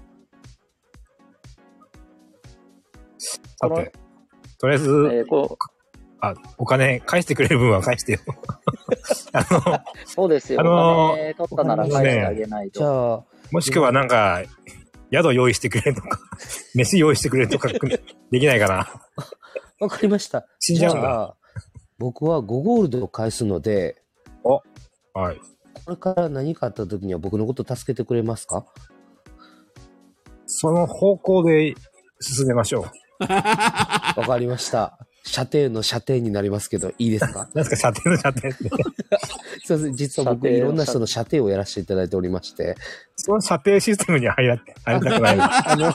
さて、とりあえず、 えー、こうあ、お金返してくれる分は返してよ。あの、 そうですよ。 あのー、 お金取ったなら返してあげないと。 じゃあ、 もしくはなんか、宿用意してくれとか、飯用意してくれとか、できないかな。 わかりました。 死んじゃうんだ。 じゃあ、僕はごゴールドを返すので、 お、はい。 これから何かあった時には僕のこと助けてくれますか？ その方向で進めましょう。 わかりました。射程の射程になりますけど、いいですか？ 何ですか、射程の射程って。 すいません。実は僕、いろんな人の射程をやらせていただいておりまして。 その射程システムに入ら、入りたくない。 あの、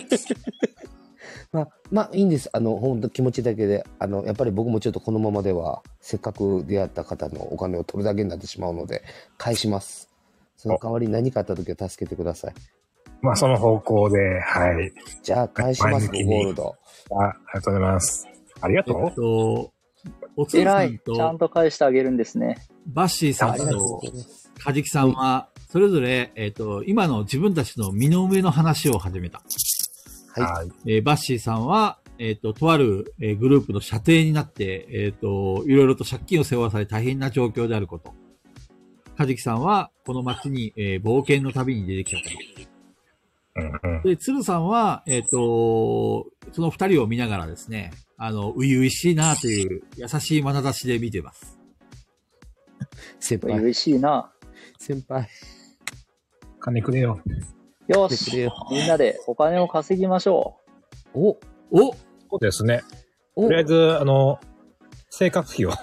まあ、まあ、いいんです。あの、本当気持ちだけで、あの、やっぱり僕もちょっとこのままでは、せっかく出会った方のお金を取るだけになってしまうので、返します。その代わり何かあった時は助けてください。 まあ、その方向で、はい。 じゃあ、返します、ゴールド。 あ、ありがとうございます。ありがとう。 えっと、おつるさ偉い。 んと、 ちゃんと返してあげるんですね。 バッシーさんと、カジキさんは、それぞれ、えっと、今の自分たちの身の上の話を始めた。 はい。 えー、バッシーさんは、えっと、とある、えー、グループの射程になって、えっと、いろいろと借金を背負わされ大変な状況であること。カジキさんは、この街に、えー、冒険の旅に出てきたこと。 うんうん、 で、鶴さんは、えっと、その二人を見ながらですね、あの、初々しいなという優しい眼差しで見てます。 先輩。 嬉しいな。 先輩。 金くれよ。 よし。みんなでお金を稼ぎましょう。おおそうですね。とりあえず、あの、生活費を。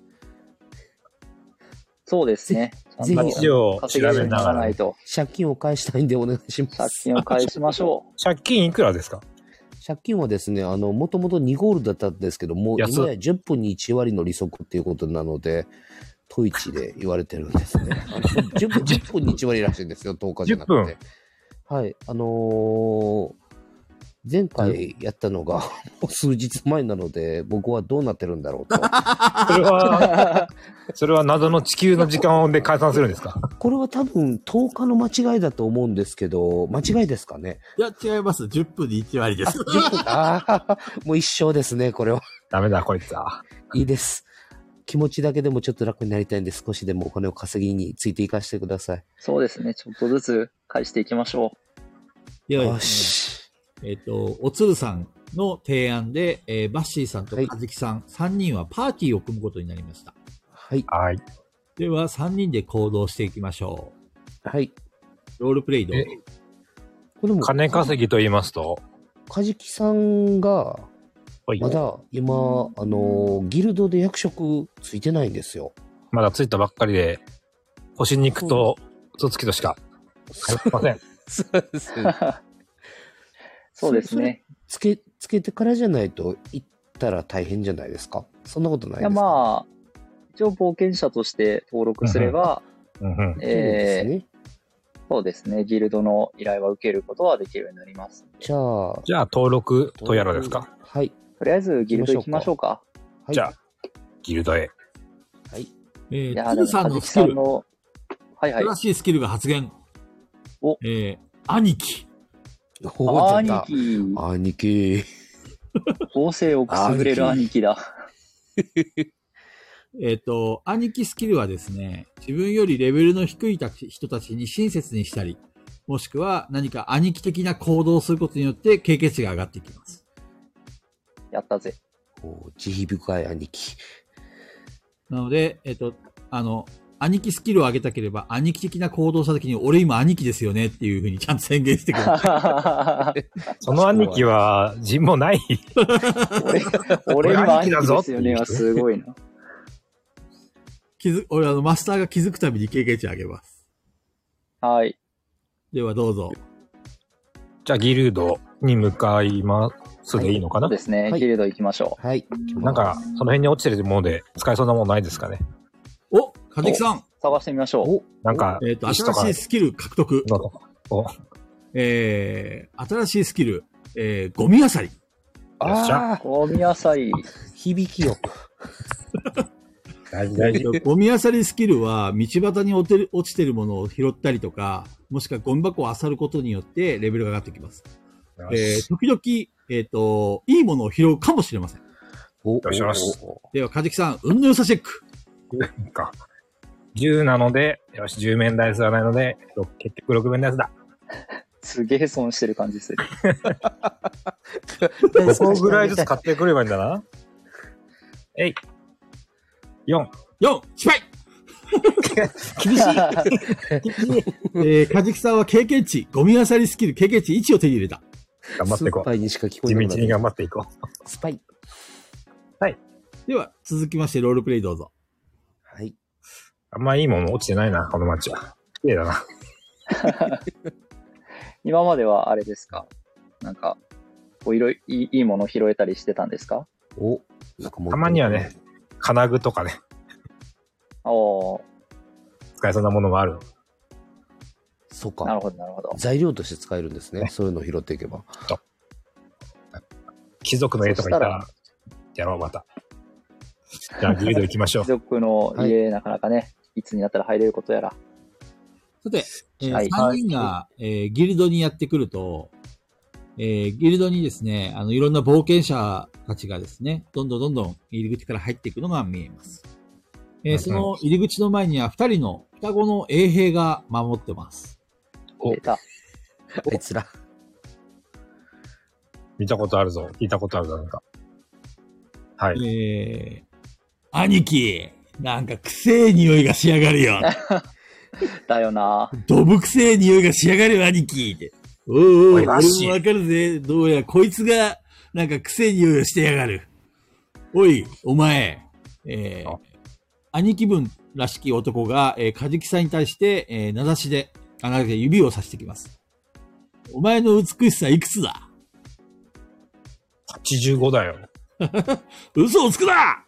そうですね。 ぜひ、を調べながら。 借金を返したいんでお願いします。 借金を返しましょう。借金いくらですか？ 借金はですね、あの、もともとにゴールだったんですけども、今やじゅっぷんにいち割の利息っていうことなので、トイチで言われてるんですね。あの 10, 分じゅっぷんにいち割らしいんですよ、とおかじゃなくて。はい。あのー、前回やったのがもう数日前なので、僕はどうなってるんだろうと。 それは、それは謎の地球の時間で計算するんですか？ これは多分とおかの間違いだと思うんですけど、間違いですかね？ いや、違います。じゅっぷんにいち割です。 じゅっぷん、ああ、もう一生ですね、これは。 ダメだ、こいつは。 いいです。気持ちだけでもちょっと楽になりたいんで、少しでもお金を稼ぎについていかせてください。 そうですね。ちょっとずつ返していきましょう。よし。えっと、おつるさんの提案で、えー、バッシーさんとカジキさん、はい、さんにんはパーティーを組むことになりました。 はい。 はい。 では、さんにんで行動していきましょう。はい。 ロールプレイどうぞ。 これも金稼ぎと言いますと、 カジキさんが、まだ今、あの、ギルドで役職ついてないんですよ。 まだついたばっかりで、星に行くと、嘘つきとしか通ってません。 そうですね。 そうですね。 つけ、つけてからじゃないと行ったら大変じゃないですか？そんなことないですか？ いや、まあ、一応冒険者として登録すれば、 うんうん、 えー、そうですね。ギルドの依頼は受けることはできるようになります。 じゃあ、 じゃあ登録とやらですか？ はい。 とりあえずギルド行きましょうか。 はい、 じゃあ、ギルドへ。 はい。 えー、いや、でも、さんのスキル。はいはい。新しいスキルが発現。 お、 えー、兄貴。 兄貴。 兄貴。 合成をくすぐれる兄貴だ。 えっ、と、兄貴スキルはですね、自分よりレベルの低いたち人たちに親切にしたり、もしくは何か兄貴的な行動をすることによって経験値が上がっていきます。 やったぜ。 お慈悲深い兄貴。 なので、えっ、と、あの、兄貴スキルを上げたければ、兄貴的な行動したときに、俺今兄貴ですよねっていうふうにちゃんと宣言してくる。 その兄貴は人もない。 俺、俺今兄貴ですよねはすごいな。 気づ、俺あの、マスターが気づくたびに経験値上げます。 はい。 ではどうぞ。 じゃあギルドに向かいますでいいのかな、 そうですね。 はいギルド行きましょはい。 なんか、その辺に落ちてるもので使えそうなものないですかね。 お、かじきさん。 う。探してみましょう。 お、 なんか、 えっ、と、新しいスキル獲得。 どうぞ。お、 えー、新しいスキル、えー、ゴミ漁り。 ああ、 ゴミ野菜。 響きよ。 大事大事。 ゴミ漁りスキルは、道端に落ちる落ちてるものを拾ったりとか、もしくはゴミ箱を漁ることによってレベルが上がってきます。えー、時々、えっ、と、いいものを拾うかもしれません。 お、 よしよしでは、かじきさん、運の良さチェック。 か。じゅうなので、よし、じゅう面ダイスはないので、結局ろく面ダイスだ。 すげえ損してる感じする。 ごこぐらいずつ買ってくればいいんだな。えい。よん。 よん、失敗厳しい。 えー、かじきさんは経験値、ゴミ漁りスキル経験値いちを手に入れた。 頑張っていこスパイにしか聞う。 こえない。 地道に頑張っていこう。 スパイ。 では、続きまして、ロールプレイどうぞ。 はい。 あんまいいもの落ちてないな、この街は。綺麗だな。 今まではあれですか？なんか、こういろいろいいいいもの拾えたりしてたんですか？ お、なんかもうたまにはね、金具とかね、 おー、 使えそうなものもある。 そうか。 なるほど、なるほど。 材料として使えるんですね。そういうのを拾っていけば。 貴族の家とか行ったら、やろう、また。じゃあ、ギルド行きましょう貴。族の家、なかなかね、いつになったら入れることやら。 さて、えーはいさんにんが、えーギルドにやってくると、えーギルドにですね、あの、いろんな冒険者たちがですね、どんどんどんどん入り口から入っていくのが見えます。えーその入り口の前には二人の双子の衛兵が守ってます。 お出た。 あいつら。 見たことあるぞ。聞いたことあるぞ、なんか。はい。 えー、兄貴、なんか臭い匂いがしやがるよ。 だよな。 どぶ臭い匂いがしやがるよ、兄貴って。おうおう、俺もおいマジわかるぜ。どうやらこいつが、なんか臭い匂いをしてやがる。おい、お前、えーあ、 兄貴分らしき男が、えー、カジキさんに対して、えー、名指しで、あ、なんか指をさしてきます。お前の美しさいくつだ？ はちじゅうごだよ。 嘘をつくな！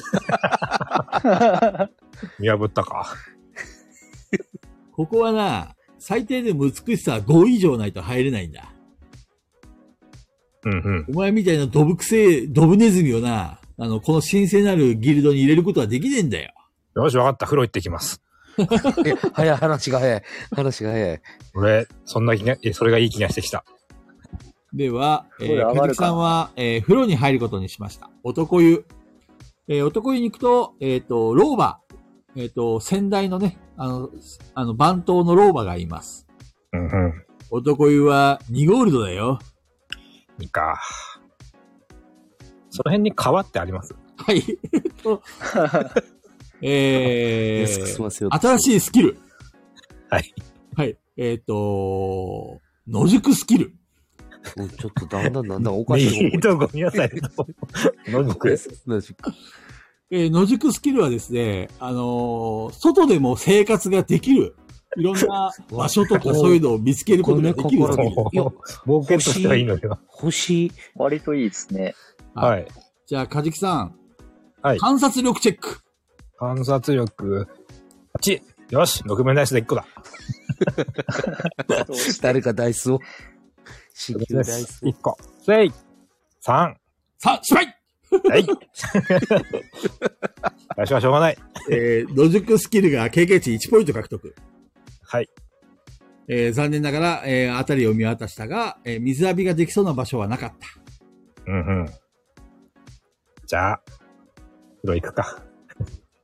見破ったか。 ここはな、最低でも美しさはご以上ないと入れないんだ。 うんうん。 お前みたいなドブくせえ、ドブネズミをな、あの、この神聖なるギルドに入れることはできねえんだよ。 よし、わかった。風呂行ってきます。 え、早い、話が早い。話が早い。 俺、そんな気が、え、それがいい気がしてきた。 では、えー、 これ上がるかかじきさんは、えー、風呂に入ることにしました。男湯。えー、男湯に行くと、えっ、と、老婆。えっ、と、先代のね、あの、あの、番頭の老婆がいます。 うんうん。 男湯はにゴールドだよ。 いいか。その辺に川ってあります？ はい。えっとえ安く済ませよー、 うと新しいスキル。 はい。 はい。えっ、と、野宿スキル。 もうちょっとだんだんだんだんおかしいミートゴミ野菜と、野宿。 野宿。 えー野宿スキルはですね、あのー外でも生活ができる。いろんな場所とかそういうのを見つけることができるスキル。 いや冒険としてはいいのよ。 星、 割といいですね。 はい。 じゃあ、かじきさん。 はい観察力チェック。 観察力、はち。よし、ろく面ダイスでいっこだ。 誰かダイスを。新旧ダイスをいっ。こ。せい。さん。 さあ、失敗はい。最初はしょうがない。 えー、野宿スキルが経験値いちポイント獲得。 はい。 えー残念ながら、えー、あたりを見渡したが、えー水浴びができそうな場所はなかった。 うんうん。じゃあ、風呂行くか。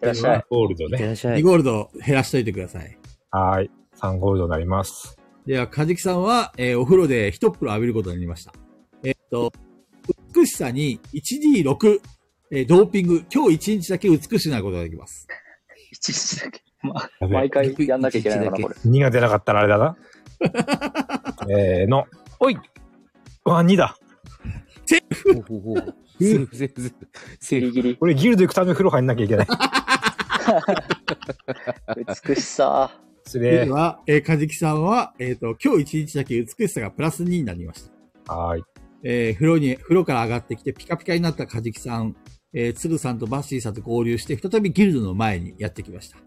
らっしゃい。 ゴールドね。 いってらっしゃい。 にゴールド減らしといてください。 はい。さんゴールドになります。 では、かじきさんは、えーお風呂で一風呂浴びることになりました。えーっと、美しさに いちディーろく、えードーピング、今日一日だけ美しくなることができます。 一日だけ。まあ、 やべえ毎回やんなきゃいけないのかな、これ。 にが出なかったらあれだな。せーの。おい。うわ、にだ。 ほうほうほう。セーフセーフセーフ。セーフ。 ギリギリ。 俺ギルド行くために風呂入んなきゃいけない。 美しさ。 失礼で。は、えー、かじきさんは、えーっと、今日一日だけ美しさがプラスにになりました。 はい。 えー風呂に、風呂から上がってきてピカピカになったかじきさん、えー、つるさんとバッシーさんと合流して、再びギルドの前にやってきました。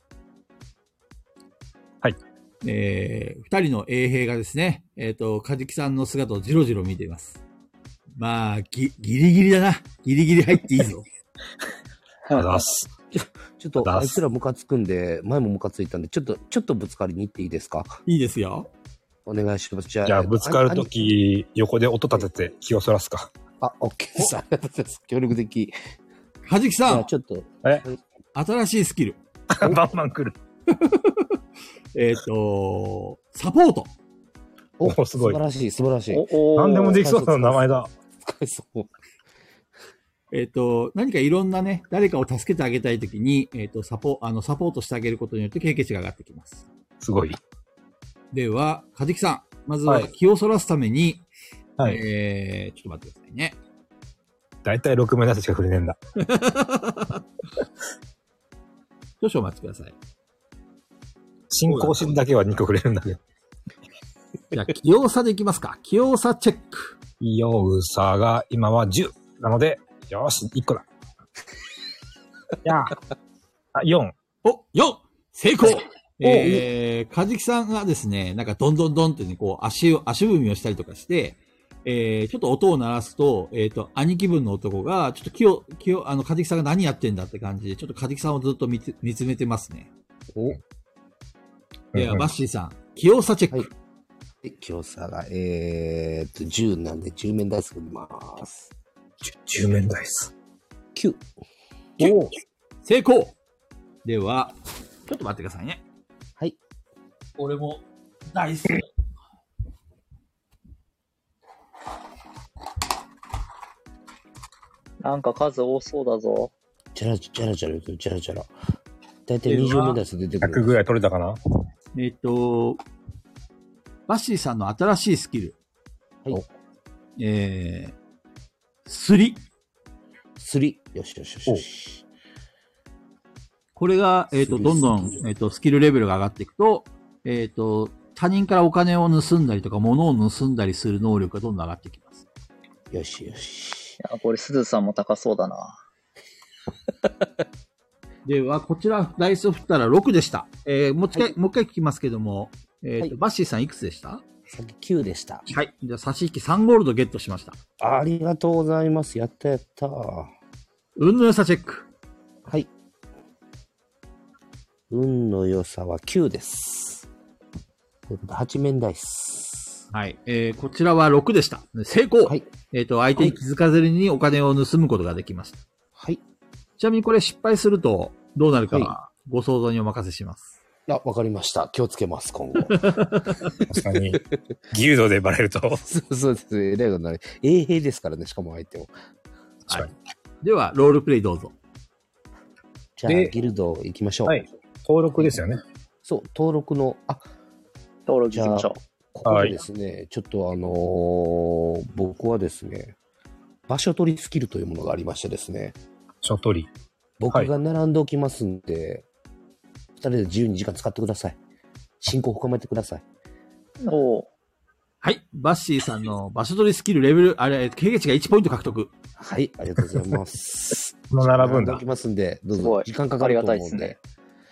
はい。 えー、二人の衛兵がですね、えっ、と、かじきさんの姿をじろじろ見ています。まあ、ぎ、ギリギリだな。ギリギリ入っていいぞ。 あざっす。 ちょっと、あいつらムカつくんで、前もムカついたんで、ちょっと、ちょっとぶつかりに行っていいですか？ いいですよ。 お願いします。じゃあ、 じゃあ、ぶつかるとあき、横で音立てて気をそらすか。 あ、オッケーです。ありがとうございます。協力的。 かじきじゃあ、 さん、 ちょっと、 え新しいスキル。 バンバン来る。 えっ、と、サポート。 お、 おすごい素晴らしい、素晴らしい。 おお。 何でもできそうな名前だ。 使えそう。 えっ、と、何かいろんなね、誰かを助けてあげたいときに、えっ、と、サポ、あの、サポートしてあげることによって経験値が上がってきます。 すごい。 では、かじきさん、まずははい気をそらすために、 はい。 えー、ちょっと待ってくださいね。 だいたいろく名しか触れねえんだ。 少々お待ちください。 進行心だけはにこ触れるんだけど。 じゃあ、器用さでいきますか。器用さチェック。 器用さが今はじゅう。なので、よし、いっこだ。やあ、よん。 お、よん! 成功えー、かじきさんがですね、なんかどんどんどんってね、こう足を、足踏みをしたりとかして、えー、ちょっと音を鳴らすと、えっ、と、兄貴分の男が、ちょっと気を、気を、あの、かじきさんが何やってんだって感じで、ちょっとかじきさんをずっと見つ見つめてますね。 お、 では、バッシーさん、器用さチェック。 はいで、強さが、えーっと、じゅうなんでじゅう面ダイス振ります。 じゅう面ダイス。 きゅう。 きゅう成功では、ちょっと待ってくださいね。 はい。 俺も、ダイス。 なんか数多そうだぞ。 じゃらじゃらじゃら、じゃらじゃら。だいたいにじゅう面ダイス出てくる。 ひゃくぐらい取れたかな？ えっ、と、バッシーさんの新しいスキル。 はい。 えー、スリ。 スリ。よしよしよしよし。 これが、えっ、と、 スリどんどん、えっ、と、スキルレベルが上がっていくと、えっ、と、他人からお金を盗んだりとか、物を盗んだりする能力がどんどん上がってきます。 よしよし。 いや、これ、すずさんも高そうだな。 では、こちら、ダイスを振ったらろくでした。えー、もう一回、はい、もう一回聞きますけども、えっ、と、はい、バッシーさんいくつでした？ さっききゅうでした。 はい。じゃあ、差し引きさんゴールドゲットしました。 ありがとうございます。やったやった。 運の良さチェック。 はい。運の良さはきゅうです。ということで、はち面ダイス。 はい。えー、こちらはろくでした。成功。はい。えっ、と、相手に気づかずにお金を盗むことができました。 はい。 ちなみにこれ失敗するとどうなるかはご想像にお任せします。 いや、わかりました。気をつけます、今後。 確かに。ギルドでバレると。 そうそうですね。えらいことになる。衛兵ですからね、しかも相手も。 はい。では、ロールプレイどうぞ。 じゃあ、ギルド行きましょう。 はい。登録ですよね。 そう、登録の、あ、 登録行きましょう。 ここでですね、はい、ちょっとあのー、僕はですね、場所取りスキルというものがありましてですね。 場所取り。 僕が並んでおきますんで、はい、二人で自由に時間使ってください。進行を深めてください。 おはい。バッシーさんの場所取りスキルレベル、あれ、経験値がいちポイント獲得。 はい。ありがとうございます。 もう並ぶんだ。 並んでおきますんで、どうぞ。時間かかると思うんで。ありがたいですね。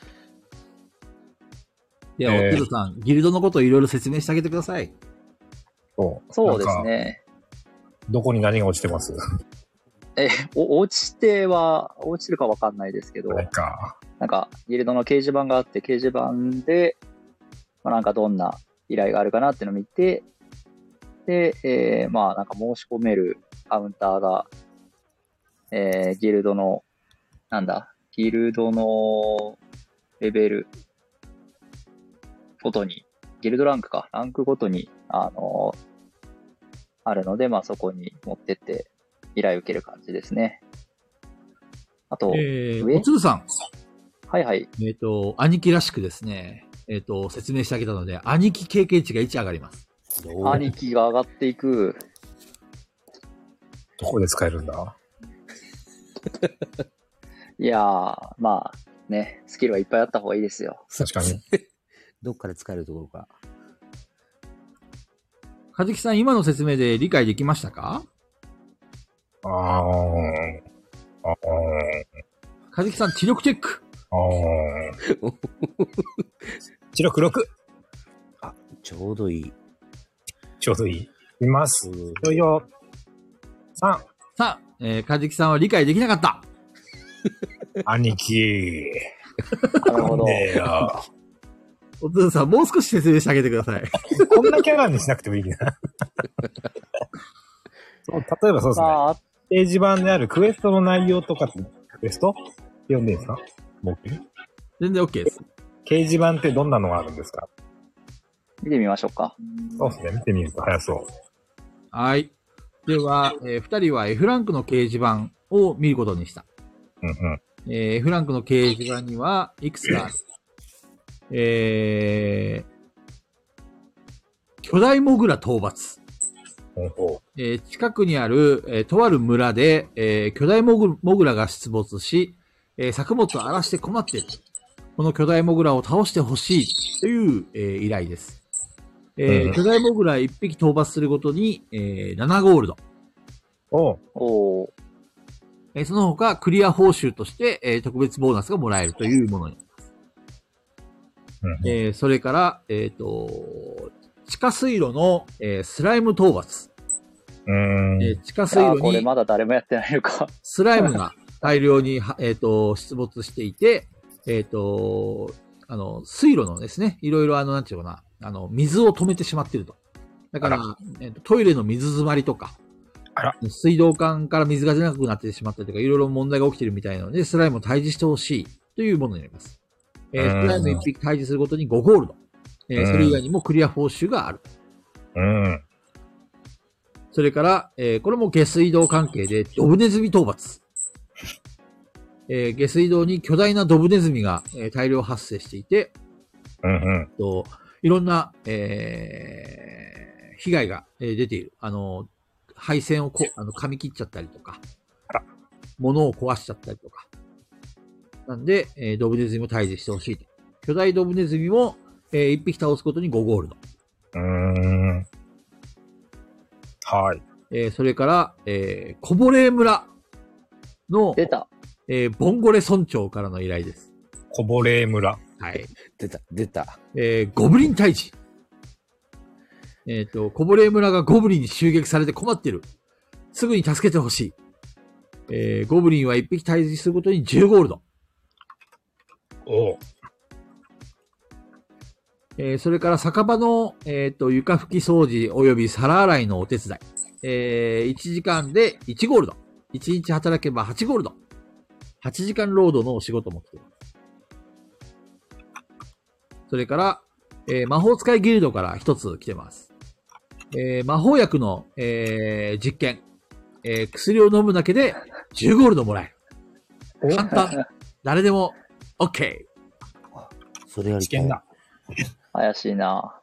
では、おてるさん、ギルドのことをいろいろ説明してあげてください。 そう。そうですね。 どこに何が落ちてます？ え、お、落ちては、落ちてるかわかんないですけど、 なんか、 なんか、ギルドの掲示板があって、掲示板で、まあ、なんかどんな依頼があるかなっていうのを見て、で、えー、まあ、なんか申し込めるカウンターが、えー、ギルドの、なんだ、 ギルドのレベルごとに、ギルドランクか、ランクごとに、あの、あるので、まあそこに持ってって依頼受ける感じですね。あと、 えー、 上おつるさん。 はいはい。 えっ、と、兄貴らしくですね、えっ、と、説明してあげたので、兄貴経験値がいち上がります。 兄貴が上がっていく。 どこで使えるんだ？ いやー、まあ、ね、スキルはいっぱいあった方がいいですよ。 確かに。 どっかで使えるところか。 かじきさん、今の説明で理解できましたか？ あー。あー。 かじきさん、知力チェック。 あー。知力ろく。 あ、ちょうどいい。 ちょうどいい。います。よいよ。さん。 さあ、えー、かじきさんは理解できなかった。 兄貴。 なるほど。 ねえよ。 おつるさん、もう少し説明してあげてください。 こんなキャラにしなくてもいいな。そう例えばそうですね。 まあ、 ページ版であるクエストの内容とかって、クエスト読んでいいですか？僕。 全然 OK です。 掲示板ってどんなのがあるんですか？ 見てみましょうか。 そうですね。見てみると早そう。 はい。では、えー、二人は F ランクの掲示板を見ることにした。 うんうん。 えー、F ランクの掲示板にはいくつかある。えー、巨大モグラ討伐。 ほうほえー近くにある、えーとある村で、えー巨大モグモグラが出没し、えー作物を荒らして困っている。この巨大モグラを倒してほしいという、えー依頼です。えーうん巨大モグラいっぴき討伐するごとに、えーななゴールド。 う。おう。 おー。 えーその他、クリア報酬として、えー特別ボーナスがもらえるというものに。 うんうんえーそれから、えっ、と、地下水路の、えースライム討伐。 うーん。 えー地下水路あー、これにまだ誰もやってないのか。 スライムが大量に、はえっ、と、出没していて、えっ、と、あの、水路のですね、いろいろあの、なんていうのかな、あの、水を止めてしまっていると。だからあ、 えーとトイレの水詰まりとか、 あら水道管から水が出なくなってしまったりとか、いろいろ問題が起きているみたいなので、スライムを退治してほしいというものになります。えーうんスライムいっぴき退治するごとにごゴールド。えーうんそれ以外にもクリア報酬がある。 うん。 それから、えーこれも下水道関係で、ドブネズミ討伐。えー下水道に巨大なドブネズミが、えー大量発生していて、 うんうん。 といろんな、えー被害が、えー出ている。あの、配線をこあの噛み切っちゃったりとかあら、 物を壊しちゃったりとか。なんで、えードブネズミも退治してほしいと。巨大ドブネズミも、えーいっぴき倒すことにごゴールド。 うーん。はい。 えーそれから、えー、コボレー村の、 出た。 えーボンゴレ村長からの依頼です。 こぼれ村。 はい。 出た、出た。 えーゴブリン退治。えっ、と、コボレー村がゴブリンに襲撃されて困ってる。すぐに助けてほしい。えーゴブリンはいっぴき退治することにじゅうゴールド。 おう。 えーそれから酒場の、えっ、と、床拭き掃除及び皿洗いのお手伝い。えーいちじかんでいちゴールド。いちにち働けばはちゴールド。はちじかん労働のお仕事も来ています。それから、えー魔法使いギルドから一つ来てます。えー魔法薬の、えー実験。えー薬を飲むだけでじゅうゴールドもらえる。簡単。誰でも OK。 それやりたい。 危険だ。 怪しいな。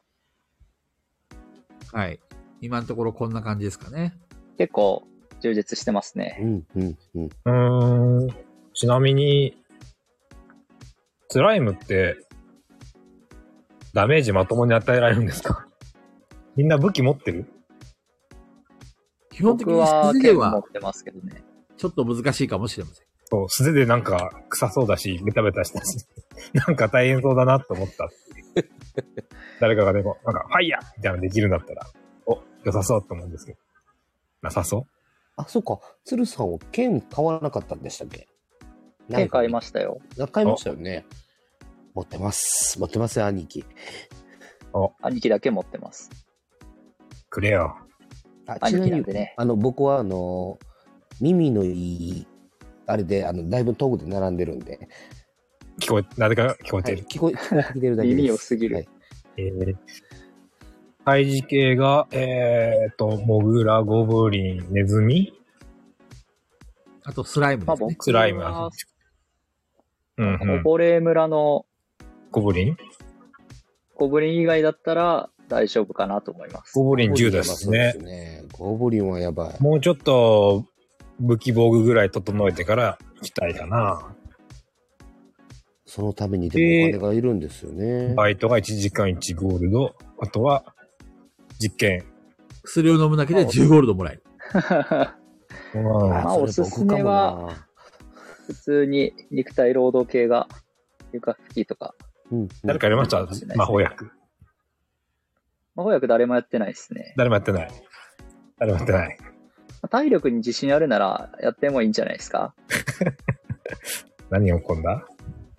はい。今のところこんな感じですかね。 結構充実してますうね。 ん、うん、うん。 うーん。ちなみに、スライムって、ダメージまともに与えられるんですか？みんな武器持ってる？ 基本的に僕は素手では剣持ってますけどね。 ちょっと難しいかもしれません。 そう、素手でなんか臭そうだし、ベタベタしたし、なんか大変そうだなと思った。誰かがでも、なんか、ファイヤーみたいなのできるんだったら、お、良さそうと思うんですけど。なさそう？ あ、そっか。鶴さんは剣買わなかったんでしたっけ？ 剣買いまししたよ。 た。買いましたよね。持ってます。持ってますよ、兄貴。 兄貴だけ持ってます。 くれよ。 あ、ちなみに兄貴なんで、ね。 あの、僕は、あの、耳のいいあれで、あの、だいぶ遠くで並んでるんで。 聞こえ、なぜか聞こえてる。 はい、聞こえ、聞こえてるだけです。 耳をすぎる。はい、 えー、胎児系が、えーと、モグラ、ゴブリン、ネズミあとスライムですね。 スライム。 うん、うん。コボレ村のゴブリンゴブリン以外だったら大丈夫かなと思います。 ゴブリンじゅうですね。 そうですね。ゴブリンはやばい。 もうちょっと武器防具ぐらい整えてから行きたいかな。 そのためにでもお金がいるんですよね。 バイトがいちじかんいちゴールド。あとは実験。 薬を飲むだけでじゅうゴールドもらえる。 うん、まあおすすめは普通に肉体労働系が床拭きとか。 うんうん、 誰かやりました、ね、魔法薬。 魔法薬誰もやってないですね。 誰もやってない。誰もやってない。 体力に自信あるならやってもいいんじゃないですか。 何が起こんだ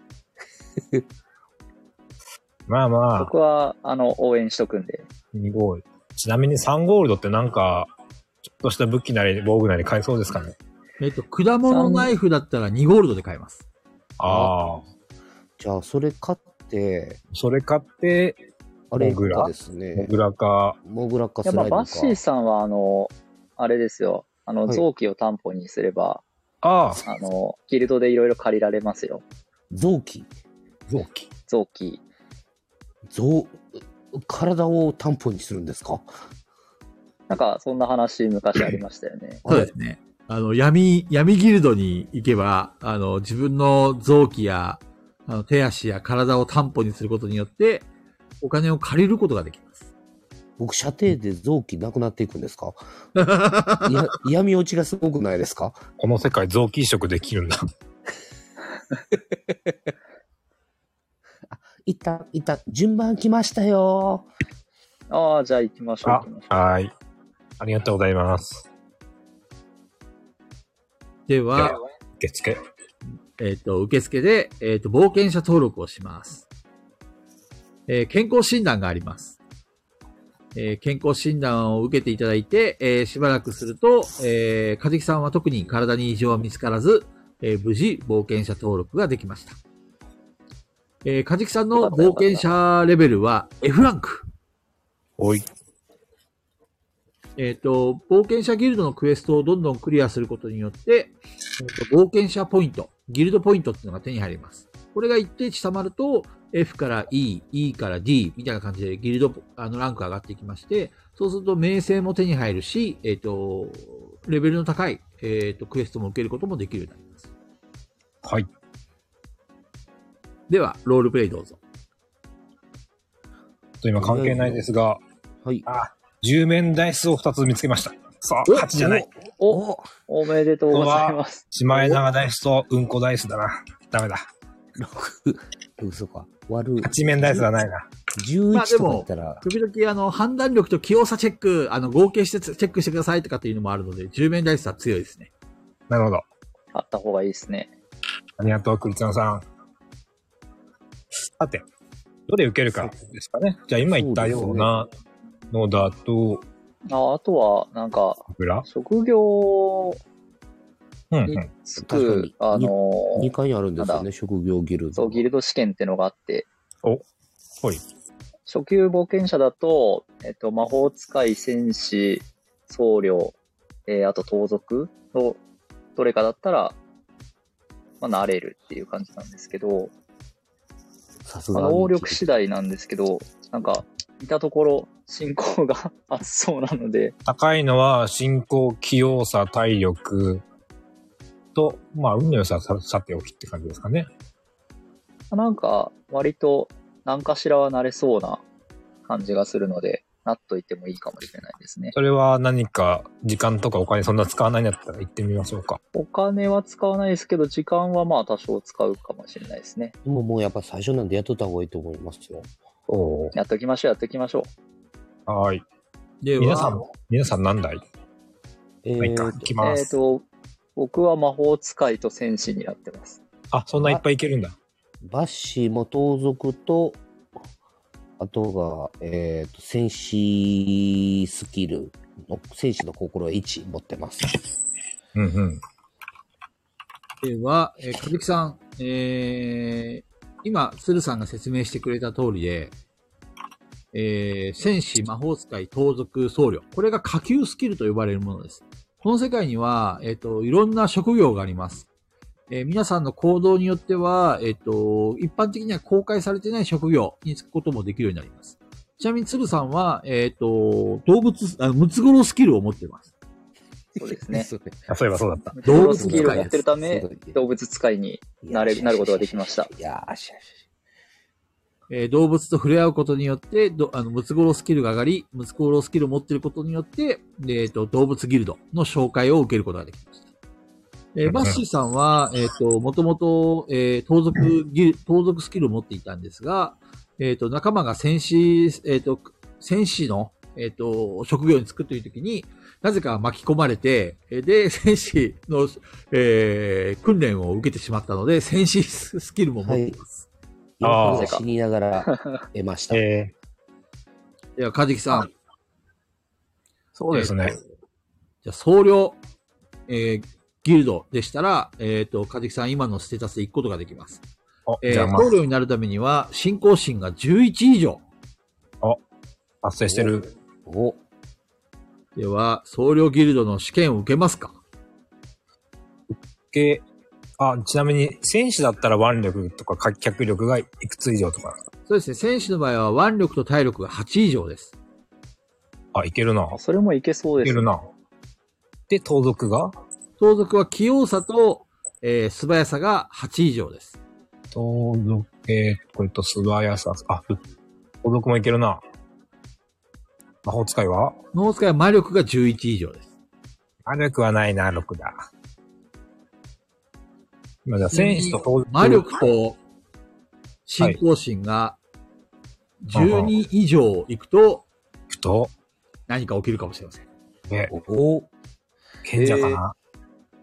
まあまあ。 僕はあの応援しとくんで。 にゴールド。ちなみにさんゴールドってなんか、ちょっとした武器なり防具なり買えそうですかね。 えっと、果物ナイフだったらにゴールドで買えます。 ああ。 じゃあ、それ買って、 それ買って、 あれかですね。 モグラか。 モグラかスライムか。 いや、まあ、バッシーさんは、あの、あれですよ。あの、臓器を担保にすれば、 ああ。あの、ギルドでいろいろ借りられますよ。 臓器臓器臓器。 臓、体を担保にするんですか？ なんか、そんな話昔ありましたよね。 そうですね。あの、闇、闇ギルドに行けば、あの、自分の臓器や、あの、手足や体を担保にすることによって、お金を借りることができます。 僕、射程で臓器なくなっていくんですか？いや、闇落ちがすごくないですか？ この世界臓器移植できるんだ。 あ、いったいった順番来ましたよ。 ああ、じゃあ行きましょう。行きましょう。 はい。ありがとうございます。 では、 受付。 えっ、ー、と、受付で、えっ、ー、と、冒険者登録をします。えー、健康診断があります。えー、健康診断を受けていただいて、えー、しばらくすると、えー、かじきさんは特に体に異常は見つからず、えー、無事冒険者登録ができました。えー、かじきさんの冒険者レベルは F ランク。 おい。 えっ、ー、と、冒険者ギルドのクエストをどんどんクリアすることによって、えーと、冒険者ポイント、ギルドポイントっていうのが手に入ります。これが一定値溜まると、F から E、E から D みたいな感じでギルド、あの、ランク上がっていきまして、そうすると名声も手に入るし、えっ、ー、と、レベルの高い、えっ、ー、と、クエストも受けることもできるようになります。 はい。では、ロールプレイどうぞ。 と今関係ないですが、 はい。 あ、じゅう面ダイスをふたつ見つけました。さあ、はちじゃない。 お、お、おめでとうございます。 シマエナガダイスとうんこダイスだな。ダメだ。 ろく、嘘か。割る。 はち面ダイスがないな。 じゅういちとかだったら。まあ、 時々あの、判断力と器用さチェック、あの、合計してチェックしてくださいとかっていうのもあるので、じゅう面ダイスは強いですね。 なるほど。 あった方がいいですね。 ありがとう、クリツナさん。さて、どれ受けるかですかね。じゃあ今言ったようなのだと、 あ, あとは、なんか、職業につく、うんうん、あのー、 にかいあるんですよね、職業ギルド。 そう、ギルド試験ってのがあって。 お、ほい。 初級冒険者だと、えっと、魔法使い、戦士、僧侶、えー、あと盗賊のどれかだったら、まあ、なれるっていう感じなんですけど、 さすがに能力次第なんですけど、なんか、見たところ、進行があそうなので。 高いのは、進行、器用さ、体力と、まあ、運の良さ、さ、さておきって感じですかね。 なんか、割と、何かしらはなれそうな感じがするので、なっといてもいいかもしれないですね。 それは何か、時間とかお金そんな使わないんだったら行ってみましょうか。 お金は使わないですけど、時間はまあ多少使うかもしれないですね。 でももうやっぱ最初なんでやっとった方がいいと思いますよ。 おやっときましょう、やっときましょう。はい。では、皆さん、皆さん何台？ えー、 行きます。 えっと、僕は魔法使いと戦士になってます。 あ、そんないっぱいいけるんだ。 バッシーも盗賊と、あとが、えっと、戦士スキルの、戦士の心はいち持ってます。 うんうん。 では、えー、かじきさん、えー、今、鶴さんが説明してくれた通りで、えー、戦士、魔法使い、盗賊、僧侶。これが下級スキルと呼ばれるものです。この世界には、えっと、いろんな職業があります。えー、皆さんの行動によっては、えっと、一般的には公開されてない職業に就くこともできるようになります。ちなみに鶴さんは、えっと、動物、あの、ムツゴロウスキルを持っています。 そうですね。 あ、そういえばそうだった。 動物スキルを持ってるため、動物使いになれ、なることができました。 いやーしゃしえー、動物と触れ合うことによって、どあの、ムツゴロウスキルが上がり、ムツゴロウスキルを持っていることによって、えっと、動物ギルドの紹介を受けることができました。えー、バッシーさんは、えっと、もともと、えー、盗賊ギル、盗賊スキルを持っていたんですが、えっと、仲間が戦士、えっと、戦士の、えっと、職業に就くというときに、なぜか巻き込まれて、で、戦士の、えー、訓練を受けてしまったので、戦士スキルも持っています。 ああ。死にながら得ました。 えー、では、かじきさん。 そうですね。 えー、じゃあ、僧侶、えー、ギルドでしたら、えっと、かじきさん今のステータスで行くことができます。えー、僧侶になるためには、信仰心がじゅういち以上。 あ、達成してる。 お。 では、僧侶ギルドの試験を受けますか？ 受け、あ、ちなみに、戦士だったら腕力とか脚力がいくつ以上とか？ そうですね。戦士の場合は腕力と体力がはち以上です。 あ、いけるな。 それもいけそうです、 ね。いけるな。で、盗賊が？ 盗賊は器用さと、えー、素早さがはち以上です。 盗賊、えー、これと素早さ、あ、盗賊もいけるな。魔法使いは？ 魔法使いは魔力がじゅういち以上です。 魔力はないな、ろくだ。今じゃあ戦士と盗賊。 魔力と信仰心がじゅうに以上いくと、 いくと何か起きるかもしれません。 ね、お賢者かな、 えー、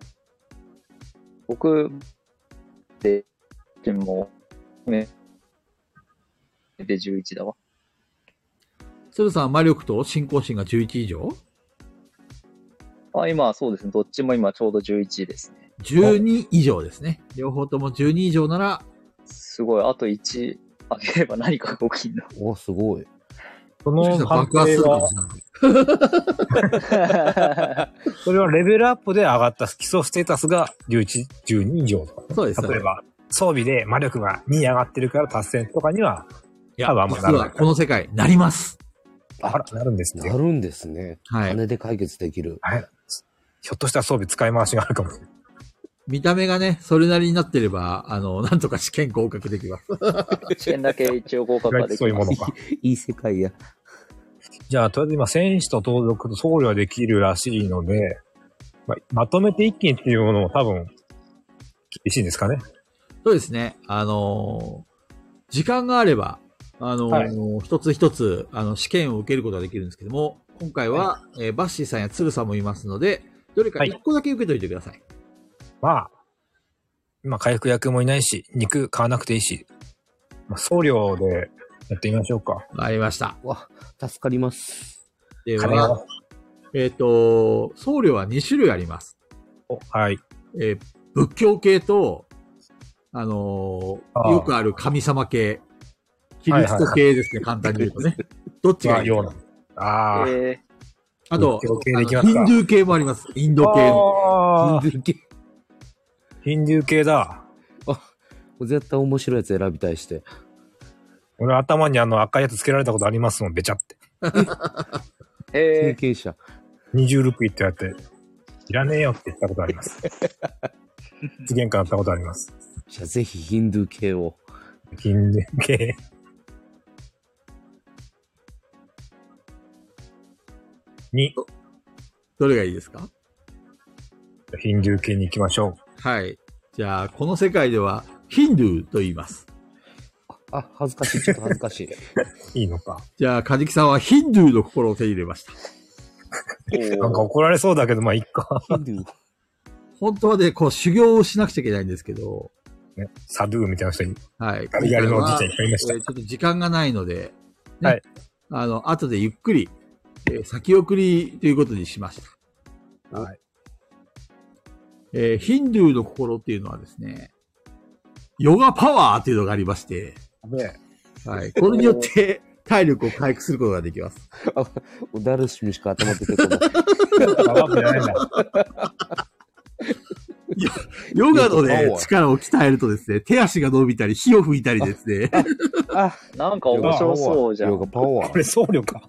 僕で、でも、ね、でじゅういちだわ。 鶴さんは魔力と信仰心がじゅういち以上？ あ、今そうですね。どっちも今ちょうどじゅういちですね。 じゅうに以上ですね。両方ともじゅうに以上なら。 すごい。あといち上げれば何かが起きんの。 お、すごい。 その爆発するかもしれない。それはレベルアップで上がった基礎ステータスがじゅういち、じゅうに以上とか。 そうです。 例えば、装備で魔力がに上がってるから達成とかには、 いや、多分あんまならない。この世界、なります。 あら、なるんですね。 なるんですね。 はい。 金で解決できる。 はい。ひょっとしたら装備使い回しがあるかもしれない。 見た目がね、それなりになってれば、あの、なんとか試験合格できます。 試験だけ一応合格ができます。 そういうものか。 いい世界や。 じゃあ、とりあえず今、戦士と盗賊と僧侶はできるらしいので、まあ、まとめて一気にっていうものも多分、厳しいんですかね。 そうですね。あのー、時間があれば、あのーはい、一つ一つ、あの、試験を受けることができるんですけども、今回は、はい、えー、バッシーさんや鶴さんもいますので、どれか一個だけ受けといてください。はい、 まあ、今、回復役もいないし、肉買わなくていいし、まあ、送料でやってみましょうか。 わかりました。 わ、助かります。 では、えっと、僧侶はに種類あります。 お、はい。 えー、仏教系と、あのー、よくある神様系、キリスト系ですね、はいはいはい、簡単に言うとね。どっちがいいですか？ ああ。 えー、あと、 ヒンドゥー系もあります。インド系の。 ヒンドゥー系。 ヒンドゥー系だ。 あ、絶対面白いやつ選びたいして。 俺頭にあの赤いやつつけられたことありますもん、べちゃって。 経験者。 二重ルピーってやって、いらねえよって言ったことあります。発言会あったことあります。 じゃあぜひヒンドゥー系を。 ヒンドゥー系。に。 どれがいいですか？ ヒンドゥー系に行きましょう。はい。じゃあ、この世界では、ヒンドゥーと言います。 あ、恥ずかしい。ちょっと恥ずかしい。いいのか。 じゃあ、カジキさんはヒンドゥーの心を手に入れました。 なんか怒られそうだけど、まあ、いっか。ヒンドゥー。 本当はね、こう、修行をしなくちゃいけないんですけど。 ね、サドゥーみたいな人に。 はい。 ガリガリのおじいちゃんいっぱいいました。 えー、ちょっと時間がないので、 ね、はい。 あの、後でゆっくり、えー、先送りということにしました。 はい。 えー、ヒンドゥーの心っていうのはですね、ヨガパワーっていうのがありまして、 ね、 はい。これによって体力を回復することができます。 あ、ダルシムしか頭出てこない。 ヨガのね、力を鍛えるとですね、手足が伸びたり、火を吹いたりですね。 あ、なんか面白そうじゃん。 ヨガパワー。 これ僧侶か。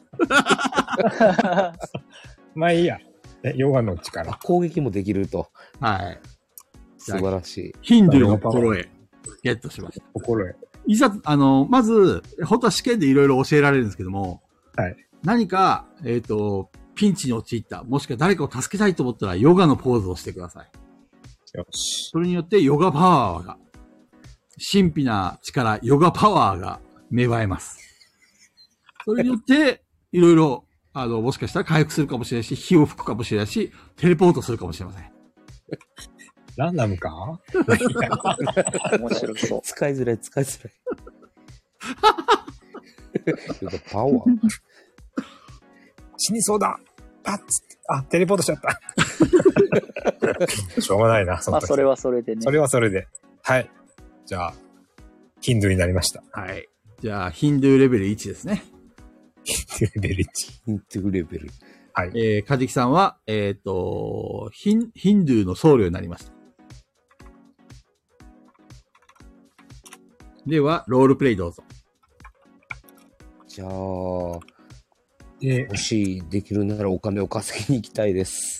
まあいいや。え、ヨガの力。 攻撃もできると。 はい。 素晴らしい。 ヒンドゥーの心得、ゲットしました。 心得。 いざ、あの、まず、本当は試験でいろいろ教えられるんですけども、 はい。 何か、えっと、ピンチに陥った、もしくは誰かを助けたいと思ったら、ヨガのポーズをしてください。 よし。 それによって、ヨガパワーが、神秘な力、ヨガパワーが芽生えます。それによって、いろいろ、あの、もしかしたら回復するかもしれないし、火を吹くかもしれないし、テレポートするかもしれません。 ランダムか面白そう。 使いづらい、使いづらい。ヨガパワー。 死にそうだあっつって、あ、テレポートしちゃった。しょうがないな、 そまあ、それはそれでね。 それはそれで。はい。じゃあ、ヒンドゥーになりました。 はい。じゃあ、ヒンドゥーレベルいちですね。 ヒンドゥーレベルいち。 ヒンドゥーレベル。 はい。えー、カジキさんは、えっ、ー、と、ヒン、ヒンドゥーの僧侶になりました。では、ロールプレイどうぞ。 じゃあ、 えもしできるならお金を稼ぎに行きたいです。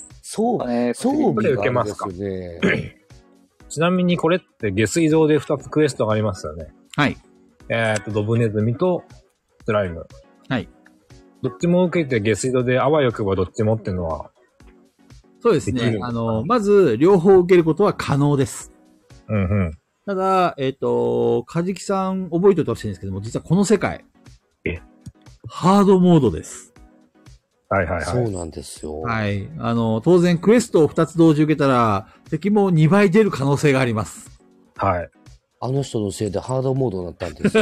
そう、 ね、 装備が受けますか。 ね、 ちなみにこれって下水道でふたつクエストがありますよね。 はい。 えっと、ドブネズミとスライム。 はい。 どっちも受けて下水道であわよくばどっちもっていうのは。 そうですね。あの、まず、両方受けることは可能です。 うんうん。 ただ、えっ、ー、と、カジキさん覚えておいてほしいんですけども、実はこの世界、 えハードモードです。 はいはいはい。 そうなんですよ。 はい。あの、当然クエストをふたつ同時受けたら、敵もにばい出る可能性があります。 はい。 あの人のせいでハードモードになったんですよ。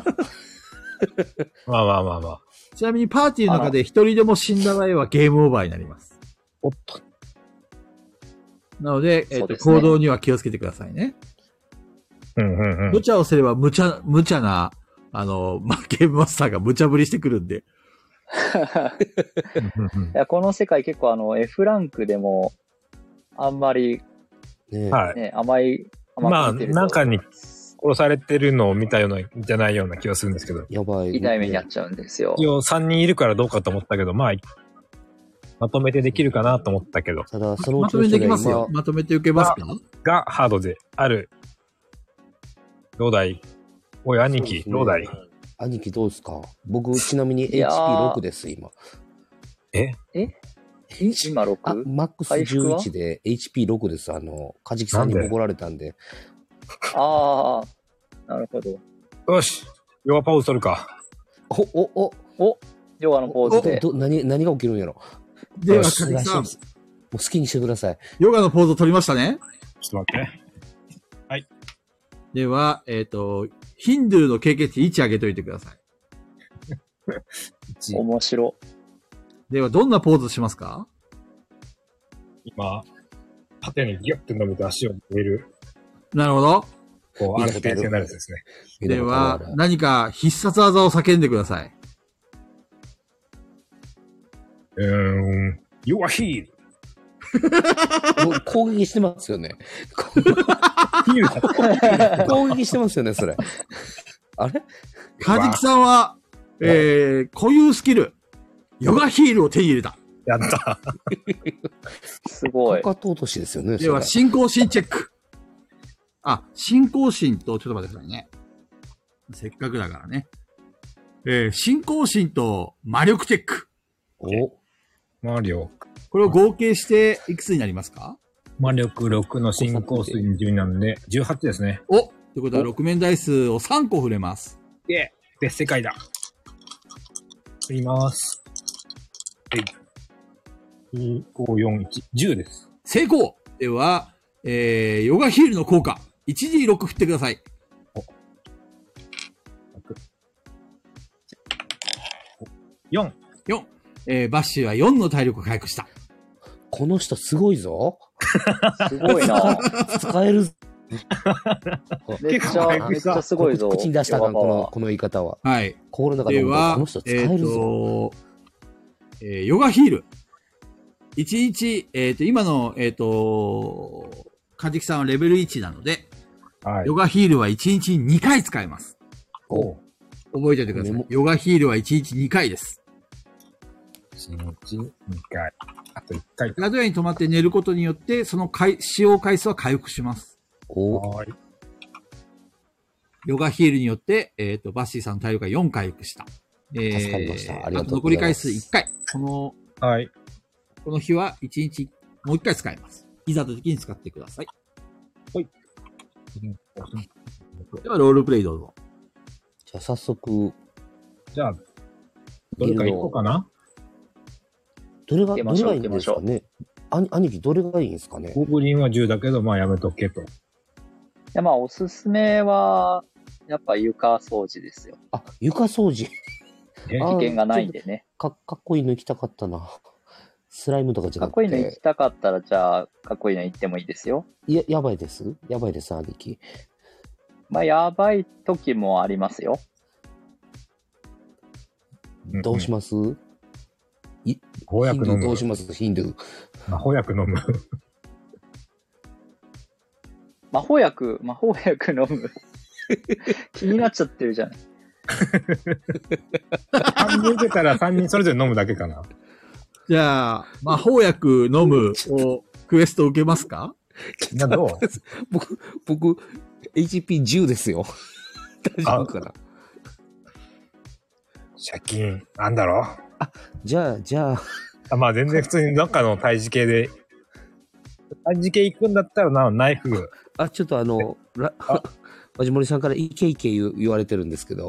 まあまあまあまあ。 ちなみにパーティーの中で一人でも死んだ場合はゲームオーバーになります。 おっと。 なので、えっ、ー、と、ね、行動には気をつけてくださいね。 うんうんうん。 無茶をすれば無茶、無茶な、あの、ま、ゲームマスターが無茶ぶりしてくるんで。 いや、この世界結構あの F ランクでもあんまり、 ね、 はい、ね、甘い、 甘く見てるとまあ、中に殺されてるのを見たような、じゃないような気がするんですけど。 やばい。 痛い目になっちゃうんですよ。 一応さんにんいるからどうかと思ったけど、まあ、まとめてできるかなと思ったけど。 ただ、そのまとめてできますよ。まとめて受けますかがハードである。ローダイ。おい、兄貴、ね、ローダイ。 兄貴どうですか？僕、ちなみに エイチピーろく です、今。 ええ今 ろく？ あ、マックスじゅういちで エイチピーろく です。あの、カジキさんに怒られたんで。 ああ、なるほど。 よし、ヨガパウズ取るか。 お、お、お、 お、ヨガのポーズで。 ど、何、何が起きるんやろ。 では、カジキさん。もう好きにしてください。 ヨガのポーズを取りましたね。 ちょっと待って。はい。 では、えっ、ー、と、ヒンドゥーの経験値いち上げといてください。面白。 では、どんなポーズしますか？ 今、縦にギュッて伸びて足を入れる。 なるほど。 こう、安定性になるやつですね。 では、何か必殺技を叫んでください。 うーん、You are healed! 攻撃してますよね。攻撃してますよね、それ。あれカジキさんは、えー、固有スキル、ヨガヒールを手に入れた。 やった。 すごい。 かかと落としですよね。 では、信仰心チェック。あ、信仰心と、ちょっと待ってくださいね。せっかくだからね。えー、信仰心と魔力チェック。 お魔力。 これを合計していくつになりますか？ 魔力ろくの信仰心じゅうになんで、じゅうはちですね。 おということはろく面台数をさんこ振れます。 で、別世界だ。振ります。はい。に、ご、よん、いち、じゅうです。 成功！では、えー、ヨガヒールの効果。いちディーろく 振ってください。 よん。 よん。えー、バッシュはよんの体力を回復した。 この人すごいぞ。 すごいな。 使える。 めっちゃ、めっちゃすごいぞ。 口に出したらあかん、この、この言い方は。 はい。 心の中ででは、 この人使えっ、 えるぞ。 と、えー、ヨガヒール。いちにち、えっ、と、今の、えっ、と、かじきさんはレベルいちなので、 はい。 ヨガヒールはいちにちににかい使えます。 お覚えておいてください。ヨガヒールはいちにちにかいです。 いちにちにかい。あといっかい。 宿屋に泊まって寝ることによって、その回使用回数は回復します。 おはい。 ヨガヒールによって、えっ、と、バッシーさんの体力がよん回復した。えー、 助かりましたありがとうございますあと残り回数いっかい。この、 はい。 この日はいちにちもういっかい使えます。いざと時に使ってください。では、ロールプレイどうぞ。 じゃあ早速、 じゃあ、どれか行こうかな。 どれが、どれ行きましょうがいいんですかね。兄兄貴、どれがいいんですかね。 ゴブリンはじゅうだけど、まあやめとけと。 いや、まあ、おすすめは、やっぱ床掃除ですよ。 あ、床掃除。 えあ危険がないんでね。 か、かっこいいの行きたかったな。スライムとかじゃなくて。 かっこいいの行きたかったら、じゃあ、かっこいいの行ってもいいですよ。 いや、やばいです。やばいです、兄貴。 まあ、やばい時もありますよ。 どうします、い翻訳飲むヒンドゥーどうしますヒンドゥー。 魔法薬飲む。 魔法薬、魔法薬飲む。気になっちゃってるじゃない。 さんにん出たらさんにんそれぞれ飲むだけかな。 じゃあ、魔法薬飲むをクエスト受けますか？ などう僕、僕、エイチピーじゅう ですよ。大丈夫かな。 借金、なんだろう。 じゃあ、じゃあ、 あ、まあ全然普通にどっかの胎児系で、胎児系行くんだったらな、ナイフ。 あ、ちょっとあの、らあマジモリさんからイケイケ言う言われてるんですけど。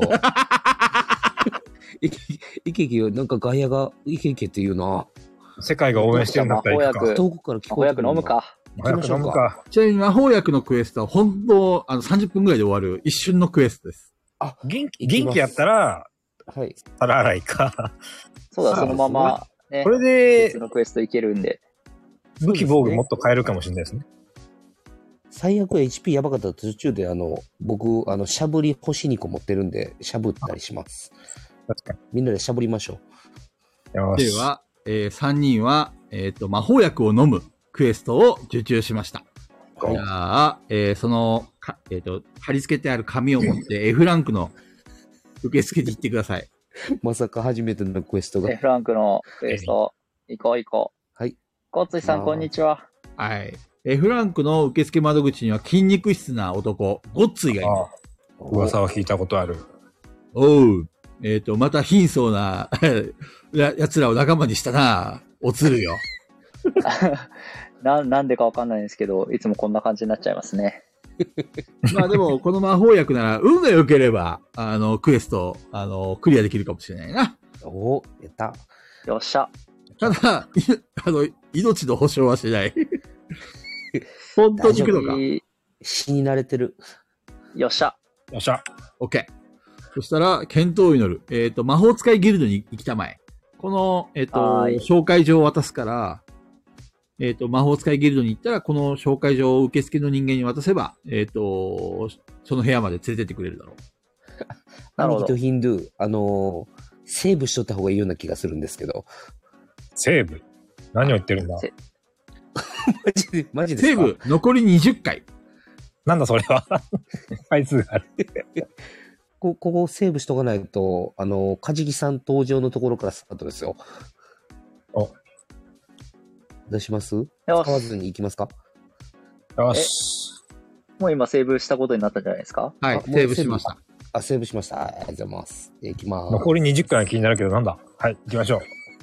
イケイケイケ、なんか外野がイケイケって言うな。 世界が応援してるんだったら行くか。 遠くから聞魔法こえてくるな。 薬飲むか。 行きましょうか。 ちなみに魔法薬のクエストは本当、あの、さんじゅっぷんぐらいで終わる一瞬のクエストです。 あ、 元気、元気やったら、 はい。 皿洗いか。 そうだ、そのまま、ねこ、れで別、のクエストいけるんで。 武器防具もっと変えるかもしれないですね。 最悪 エイチピー やばかったら途中であの、僕、あの、しゃぶり干し肉持ってるんで、しゃぶったりします。 確かみんなでしゃぶりましょに。よし。 では、えー、さんにんは、えっ、と、魔法薬を飲むクエストを受注しました。 う。 じゃあ、えー、その、かえっ、と、貼り付けてある紙を持って F ランクの受付に行ってください。 まさか初めてのクエストが。 フランクのクエスト、行こう行こう。 はい。 こついさん、こんにちは。 はい。F ランクの受付窓口には筋肉質な男、ゴッツイがいまああ噂を聞いたことある。 す。おう。えっ、と、また貧相なや奴らを仲間にしたな。おつるよ。 な、なんでかわかんないんですけど、いつもこんな感じになっちゃいますね。 まあでも、この魔法薬なら、運が良ければ、あの、クエスト、あの、クリアできるかもしれないな。 おー、やった。 よっしゃ。 ただ、いあの、命の保証はしない。本当に行くのか。 いい死に慣れてる。 よっしゃ。 よっしゃ。 OK。そしたら、健闘を祈る。えっ、と、魔法使いギルドに行きたまえ。この、えっ、と、 はーい紹介状を渡すから、えっ、と、魔法使いギルドに行ったら、この紹介状を受付の人間に渡せば、えっ、と、その部屋まで連れてってくれるだろう。 なるほど兄貴とヒンドゥー、あのー、セーブしとった方がいいような気がするんですけど。 セーブ。何を言ってるんだ。 セマジで、マジですかセーブ、残りにじゅっかい。 なんだそれは。回数がある。 こここセーブしとかないと、あのー、カジキさん登場のところからスタートですよ。 お。 どうしますよ使わし。 ずに行きますか？ よし。 もう今セーブしたことになったんじゃないですか？ はい、 あもうセーブしました。 あ、セーブしました。ありがとうございます。行きます。 残りにじゅっかいが気になるけどなんだ。はい、行きましょう。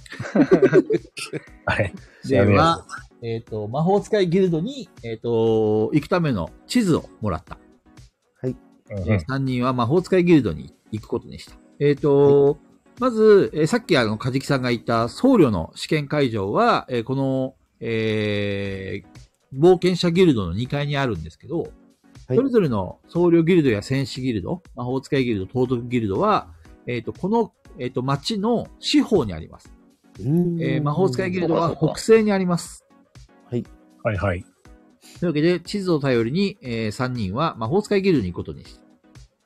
はい。 では、えっ、と、魔法使いギルドに、えっ、と、行くための地図をもらった。 うんえーさんにんは魔法使いギルドに行くことにした。えっ、と、まず、えーさっきあの、カジキさんが言った僧侶の試験会場は、えーこの、えー冒険者ギルドのにかいにあるんですけど、 はいそれぞれの僧侶ギルドや戦士ギルド、魔法使いギルド、盗賊ギルドは、えっ、と、この、えっ、と、町の四方にあります。 うーんえー魔法使いギルドはそうかそうか北西にあります。 はい。 はいはい。 というわけで、地図を頼りに、えー、さんにんは魔法使いギルドに行くことにした。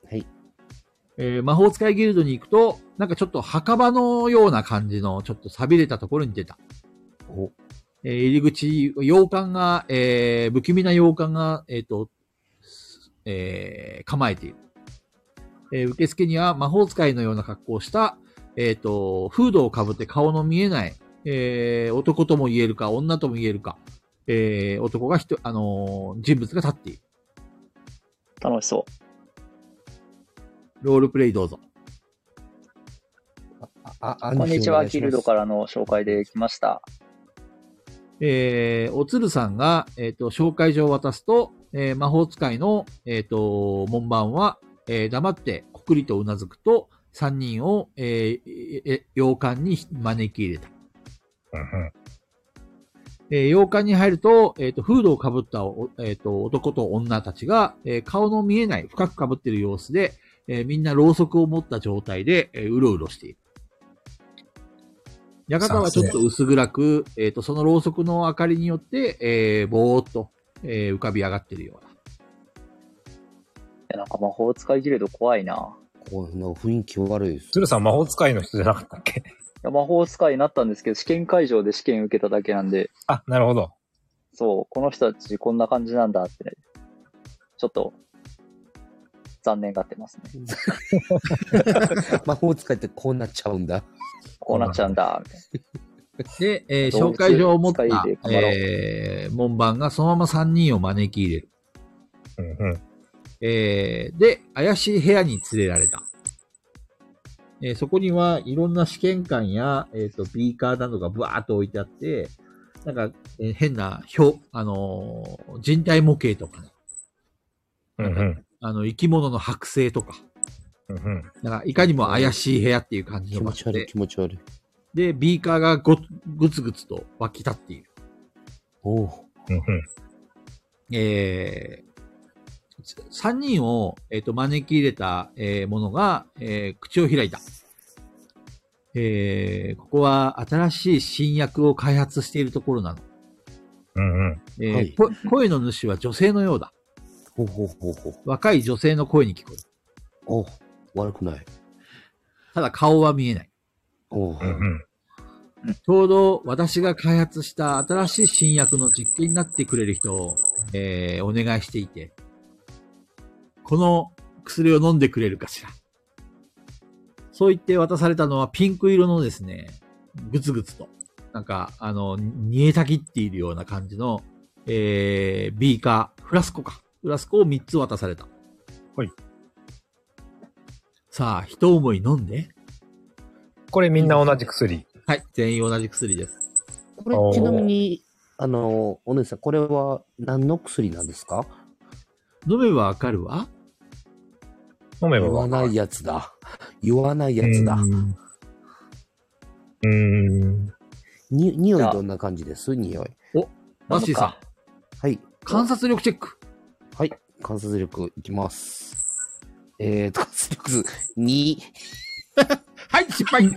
はい。 えー、魔法使いギルドに行くと、なんかちょっと墓場のような感じの、ちょっと錆びれたところに出た。 おえー、入り口、洋館が、えー、不気味な洋館が、えっ、ー、と、えー、構えている。えー、受付には魔法使いのような格好をした、えっ、ー、と、フードをかぶって顔の見えない、えー、男とも言えるか、女とも言えるか、えー、男がひと、あのー、人物が立っている。 楽しそう。 ロールプレイどうぞ。 あ、あ、こんにちは、ギルドからの紹介で来ました。 えー、おつるさんが、えっ、ー、と、紹介状を渡すと、えー、魔法使いの、えっ、ー、と、門番は、えー、黙ってこくりとうなずくと、三人を、えー、え洋館に招き入れた。 うんうんえー、洋館に入ると、えっ、ー、と、フードをかぶったお、えっ、ー、と、男と女たちが、えー、顔の見えない、深くかぶっている様子で、えー、みんなろうそくを持った状態で、えー、うろうろしている。館はちょっと薄暗く、えっ、ー、と、そのろうそくの明かりによって、えー、ぼーっと、えー、浮かび上がっているような。いや、なんか魔法使いギルド怖いな。 こんな雰囲気悪いです。 鶴さん魔法使いの人じゃなかったっけ？いや、魔法使いになったんですけど、試験会場で試験受けただけなんで。 あ、なるほど。 そう、この人たちこんな感じなんだって、ね、ちょっと、残念がってますね。 魔法使いってこうなっちゃうんだ。 こうなっちゃうんだ、みたいな。 で、えー、紹介状を持った、えー、門番がそのままさんにんを招き入れる。 うんうん、 えー、で、怪しい部屋に連れられた。えー、そこにはいろんな試験管や、えっ、ー、と、ビーカーなどがブワーっと置いてあって、なんか、えー、変な表、あのー、人体模型とかね。 うんうん、 あの、生き物の剥製とか。 うんうん、 なんか、いかにも怪しい部屋っていう感じの場所で。気持ち悪い、気持ち悪い。 で、ビーカーがご、ぐつぐつと湧き立っている。 おう。 うんうん、 えー、さんにんを、えっ、ー、と、招き入れた、えー、ものが、えー、口を開いた。えー、ここは新しい新薬を開発しているところなの。 うんうん。 えーはい、 声の主は女性のようだ。 ほうほうほうほう。 若い女性の声に聞こえる。 おう、悪くない。 ただ顔は見えない。 おう、 うんうん。 ちょうど私が開発した新しい新薬の実験になってくれる人を、えー、お願いしていて、この薬を飲んでくれるかしら。そう言って渡されたのはピンク色のですね、ぐつぐつと、なんか、あの、煮えたぎっているような感じの、えー、ビーカー、フラスコか。フラスコをみっつ渡された。 はい。 さあ、一思い飲んで。 これみんな同じ薬。 はい、全員同じ薬です。 これ、ちなみに、あの、お姉さん、これは何の薬なんですか？ 飲めばわかるわ。 飲めば言わないやつだ。言わないやつだ。 うーん。 に、匂いどんな感じです？匂い。 お、バッシーさん。 はい。 観察力チェック。 はい。観察力いきます。えーと、観察力に。 はい、失敗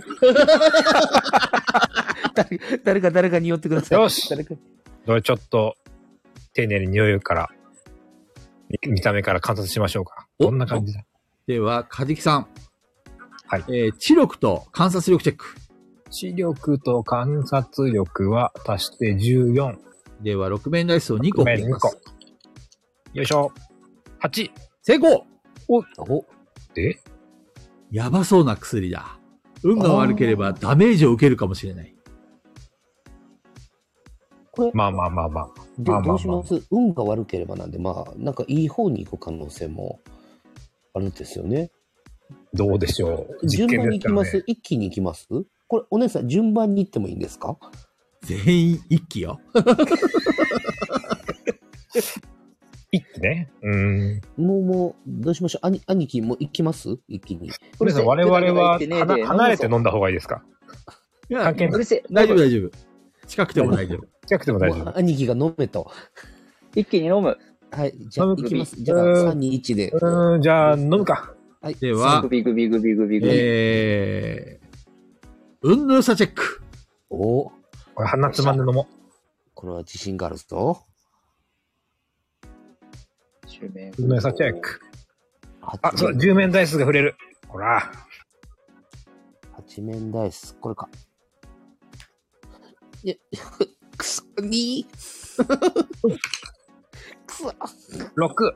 誰, 誰か誰か匂ってください。 よし。 誰かこれちょっと、丁寧に匂いから、見た目から観察しましょうか。どんな感じだ。 では、カジキさん。 はい。 えー、知力と観察力チェック。 知力と観察力は足してじゅうよん。 では、ろく面ダイスをにこ振ります。 にこ。よいしょ。はち。 成功。 お、お、 でやばそうな薬だ。運が悪ければダメージを受けるかもしれない。 これ、 まあまあまあまあ。 で、 まあまあまあどうします？運が悪ければなんで、まあ、なんかいい方に行く可能性もあるんですよね。 どうでしょう。 順番に行きま実験ですからね。 す？一気に行きます？これ、お姉さん、順番に行ってもいいんですか？ 全員一気よ。 一気ね。うーん。 もう、もう、どうしましょう。兄、兄貴も行きます？一気に。 これさ、我々はうるせえ離離れて飲んだ方がいいですか？ いや、 関係ない。 うるせえ。 大丈夫大丈夫。近くても大丈夫。 近くても大丈夫。 もう兄貴が飲めと。 一気に飲む。 はい。じゃあ、 飲む行きます。じゃあ、 うんさん、に、いちで。 うーん、じゃあ、飲むか。 はい。 ではグビグビグビグビグビ。 えー、運の良さチェック。 お、 これ鼻つまんで飲もう。 これは自信があるぞ。 じゅうめん。 ごめんなさい、チェック。 ああ、そう、じゅうめんダイスが触れる。ほら。 はち面ダイス。これか。いや、くそ、にくそ。 ろく。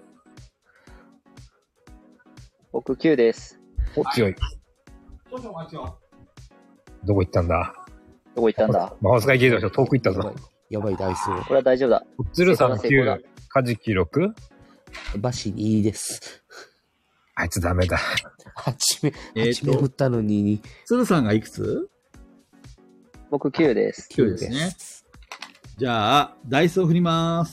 僕きゅうです。 お、強い。 少々お待ちを。 どこ行ったんだ。 どこ行ったんだ。 魔法使いゲートの人遠く行ったぞやばい。。やばいダイス。 これは大丈夫だ。 つるさんきゅ成功だう、カジキろく。 バシにです。 あいつダメだ。 はち面、 えーとはち面振ったのに、 鶴さんがいくつ？ 僕きゅうです。 きゅうですね。じゃあ、ダイスを振ります。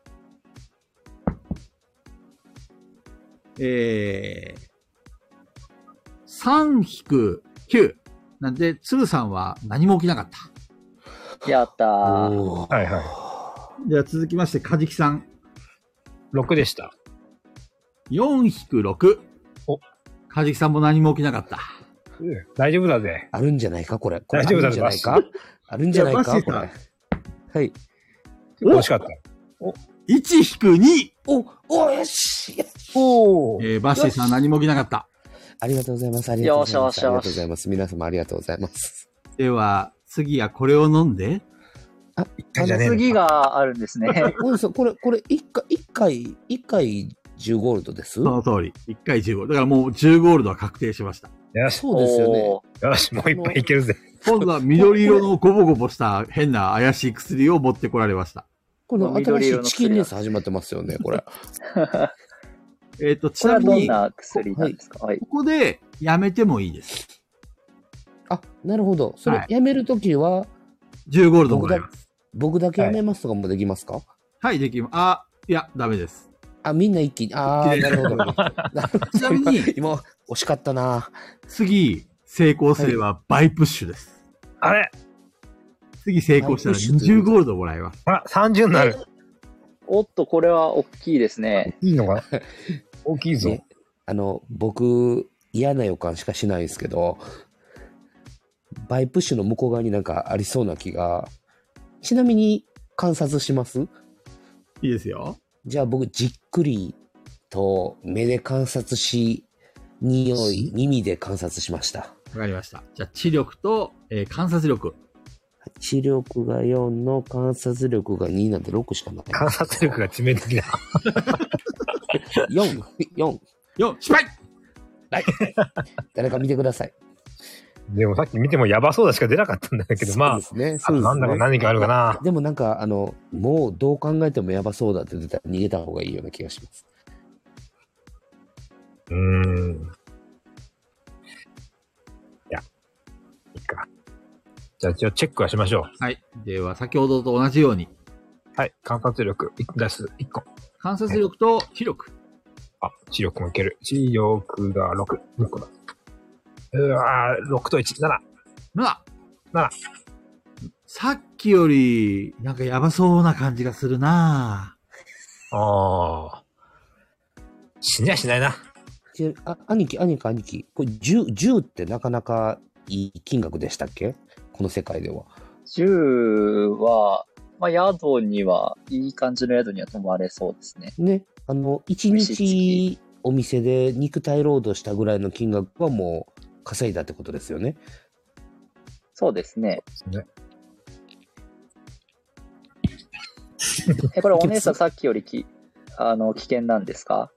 えー、さん引くきゅう。なんで、鶴さんは何も起きなかった。 やったー。 おーはいはじゃあ続きまして、カジキさん。 ろくでした。 よん引くろく。 おカジキさんも何も起きなかった。 うん大丈夫だぜ。 あるんじゃないかこれ。これ大丈夫だあるんじゃないかあるんじゃないいやかこバッシーさんれ。はい。 惜しかった。 いち引くに。 お、お、よしおえー、バッシーさん何も起きなかった。 ありがとうございます。ありがとうございます。 よしよしよしありがとうございます。皆様ありがとうございます。 では、次はこれを飲んで。 あ、 じゃねえの次があるんですね。 ごめんなさいこれ、これ、一回、一回、一回じゅうゴールドですその通り。いっかいじゅうゴールド。だからもうじゅうゴールドは確定しました。 よし、 そうですよね。 おーよし、もう一杯いけるぜ。 今度は緑色のゴボゴボした変な怪しい薬を持ってこられました。 この新し緑色のいチキンレース始まってますよね、これ。 えっ、と、ちこれはなみに、 どんな薬なんですか？はい。 ここでやめてもいいです。 あ、なるほど。それ、 はいやめるときは、 じゅうゴールドもらえます。 僕だけやめますとかもできますか、 はい、できます。あ、いや、ダメです。 あ、みんな一気に。ああ、 一気になるほど。なるほどちなみに今、惜しかったな。 次、成功すれば倍プッシュです。 あれ次成功したら倍プッシュということにじゅうゴールドもらえます。 あ、さんじゅうになる。 おっと、これは大きいですね。 いいのか大きいぞ。 ね、あの、僕、嫌な予感しかしないんですけど、バイプッシュの向こう側になんかありそうな気が。ちなみに観察します？ いいですよ。 じゃあ僕、じっくりと目で観察し、匂い、耳で観察しました。 わかりました。じゃあ、知力と、えー観察力。 知力がよんの観察力がになんてろくしかない。 観察力が致命的だ。 よん、よん。 よ、失敗誰か見てください。 でもさっき見てもやばそうだしか出なかったんだけど、まあ、 そうですね。 あそうですね。 なんだか何かあるかな。 でもなんか、あの、もうどう考えてもやばそうだって出たら逃げた方がいいような気がします。 うーん。いや、いいか。じゃあ一応チェックはしましょはい。では、先ほどと同じように、 う。はい。観察力、出すいっこ。 観察力と知力。 あ、知力もいける。知力がろく、にこだ。うわー、ろくといち、なな。 ななさっきより、なんかやばそうな感じがするなあー。死にはしないな。 ちあ、兄貴、兄貴、兄貴。これじゅう、じゅうってなかなかいい金額でしたっけこの世界では。 じゅうは、まあ、宿には、いい感じの宿には泊まれそうですね。 ね。あの、一日お店で肉体労働したぐらいの金額はもう稼いだってことですよね。 そうですね。 ねえ、これお姉さんさっきよりき、あの、危険なんですか？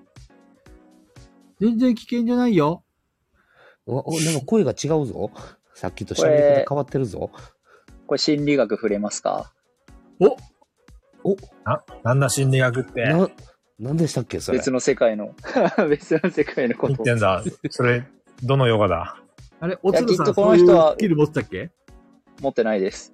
全然危険じゃないよ。 お、おなんか声が違うぞ。さっきと喋り方変わってるぞ。 これ心理学触れますか？ おお、 な、なんだ心理学って。 な、なんでしたっけそれ。 別の世界の、別の世界のこと言ってんだ。それ、どのヨガだ。 あれ、おつるさん、 いやきっとこそういの人はうスキル持ってたっけ？ 持ってないです。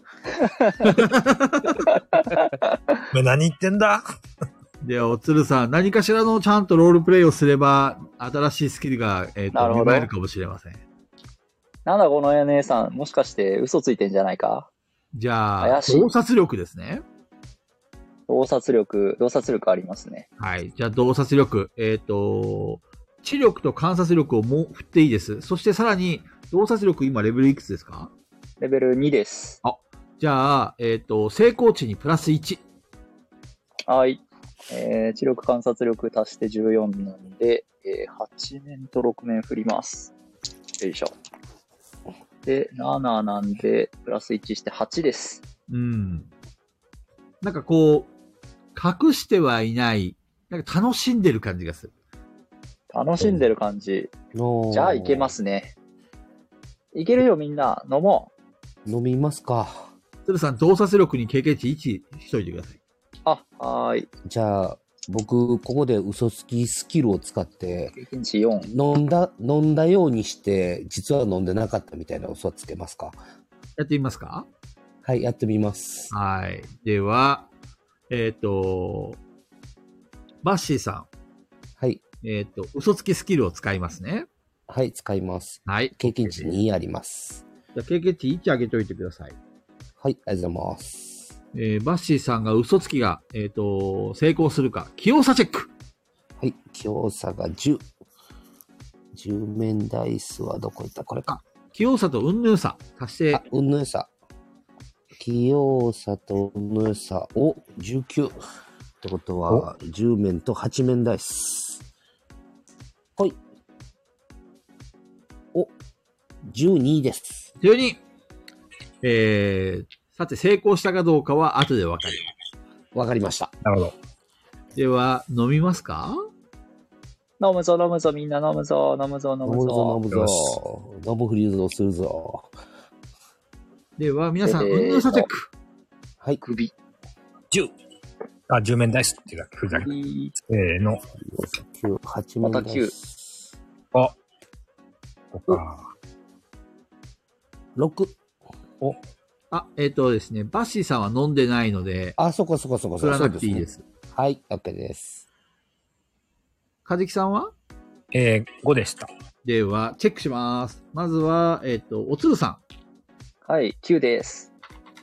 お前何言ってんだ。 では、おつるさん、何かしらのちゃんとロールプレイをすれば、新しいスキルが、えっ、と、 なるほど芽生えるかもしれません。 なんだこのお姉さん、もしかして嘘ついてんじゃないか？ じゃあ、 怪しい洞察力ですね。 洞察力、洞察力ありますね。 はい。じゃあ、洞察力。えっ、と、知力と観察力をもう振っていいです。そしてさらに、洞察力今レベルいくつですか？ レベルにです。 じゃあ、えっ、と、成功値にプラスいち。 はい。 えー、知力観察力足してじゅうよんなんで、えー、はち面とろく面振ります。よいしょ。で、なななんで、プラスいちしてはちです。 うん。なんかこう、隠してはいない、なんか楽しんでる感じがする。 楽しんでる感じ。じゃあ、いけますね。いけるよ、みんな。飲もう。飲みますか。 鶴さん、動作力に経験値いちしといてください。 あ、はーい。 じゃあ、僕、ここで嘘つきスキルを使って、 経験値よん。 飲んだ、飲んだようにして、実は飲んでなかったみたいな嘘はつけますか？ やってみますか？ はい、やってみます。 はい。では、えっ、ー、と、バッシーさん。 はい。 えっ、ー、と、嘘つきスキルを使いますね。 はい、使います。 はい。 経験値にあります。 じゃあ、経験値いち上げといてください。 はい、ありがとうございます。 えー、バッシーさんが嘘つきが、えっ、ー、と、成功するか、器用さチェック。 はい、器用さがじゅう。じゅう面ダイスはどこ行った？これか。 器用さと運の良さ足して。 あ、運の良さ。器用さと運の良さをじゅうきゅう。ってことは、じゅう面とはち面ダイス。はい。お、じゅうにです。 じゅうに。えー、さて、成功したかどうかは後でわかります。 わかりました。 なるほど。 では、飲みますか？ 飲むぞ、飲むぞ、みんな飲むぞ、飲むぞ、飲むぞ。 飲むぞ、飲むぞ。飲むフリーズをするぞ。 では、皆さん、運の良さチェック。 はい。 首。 じゅう。あ、じゅう面ダイスっていうだけ、振るだけ。せーの。 きゅう、はち面ダイス。 またきゅう。 あ。ここか。 ろく。 お。 あ、えっ、ー、とですね、バッシーさんは飲んでないので。 あ、そこそこそこそこ。 振らなくていいです。 はい、OK です。 かじきさんはえー、ごでした。 では、チェックします。まずは、えっ、ー、と、おつるさん。 はい、きゅうです。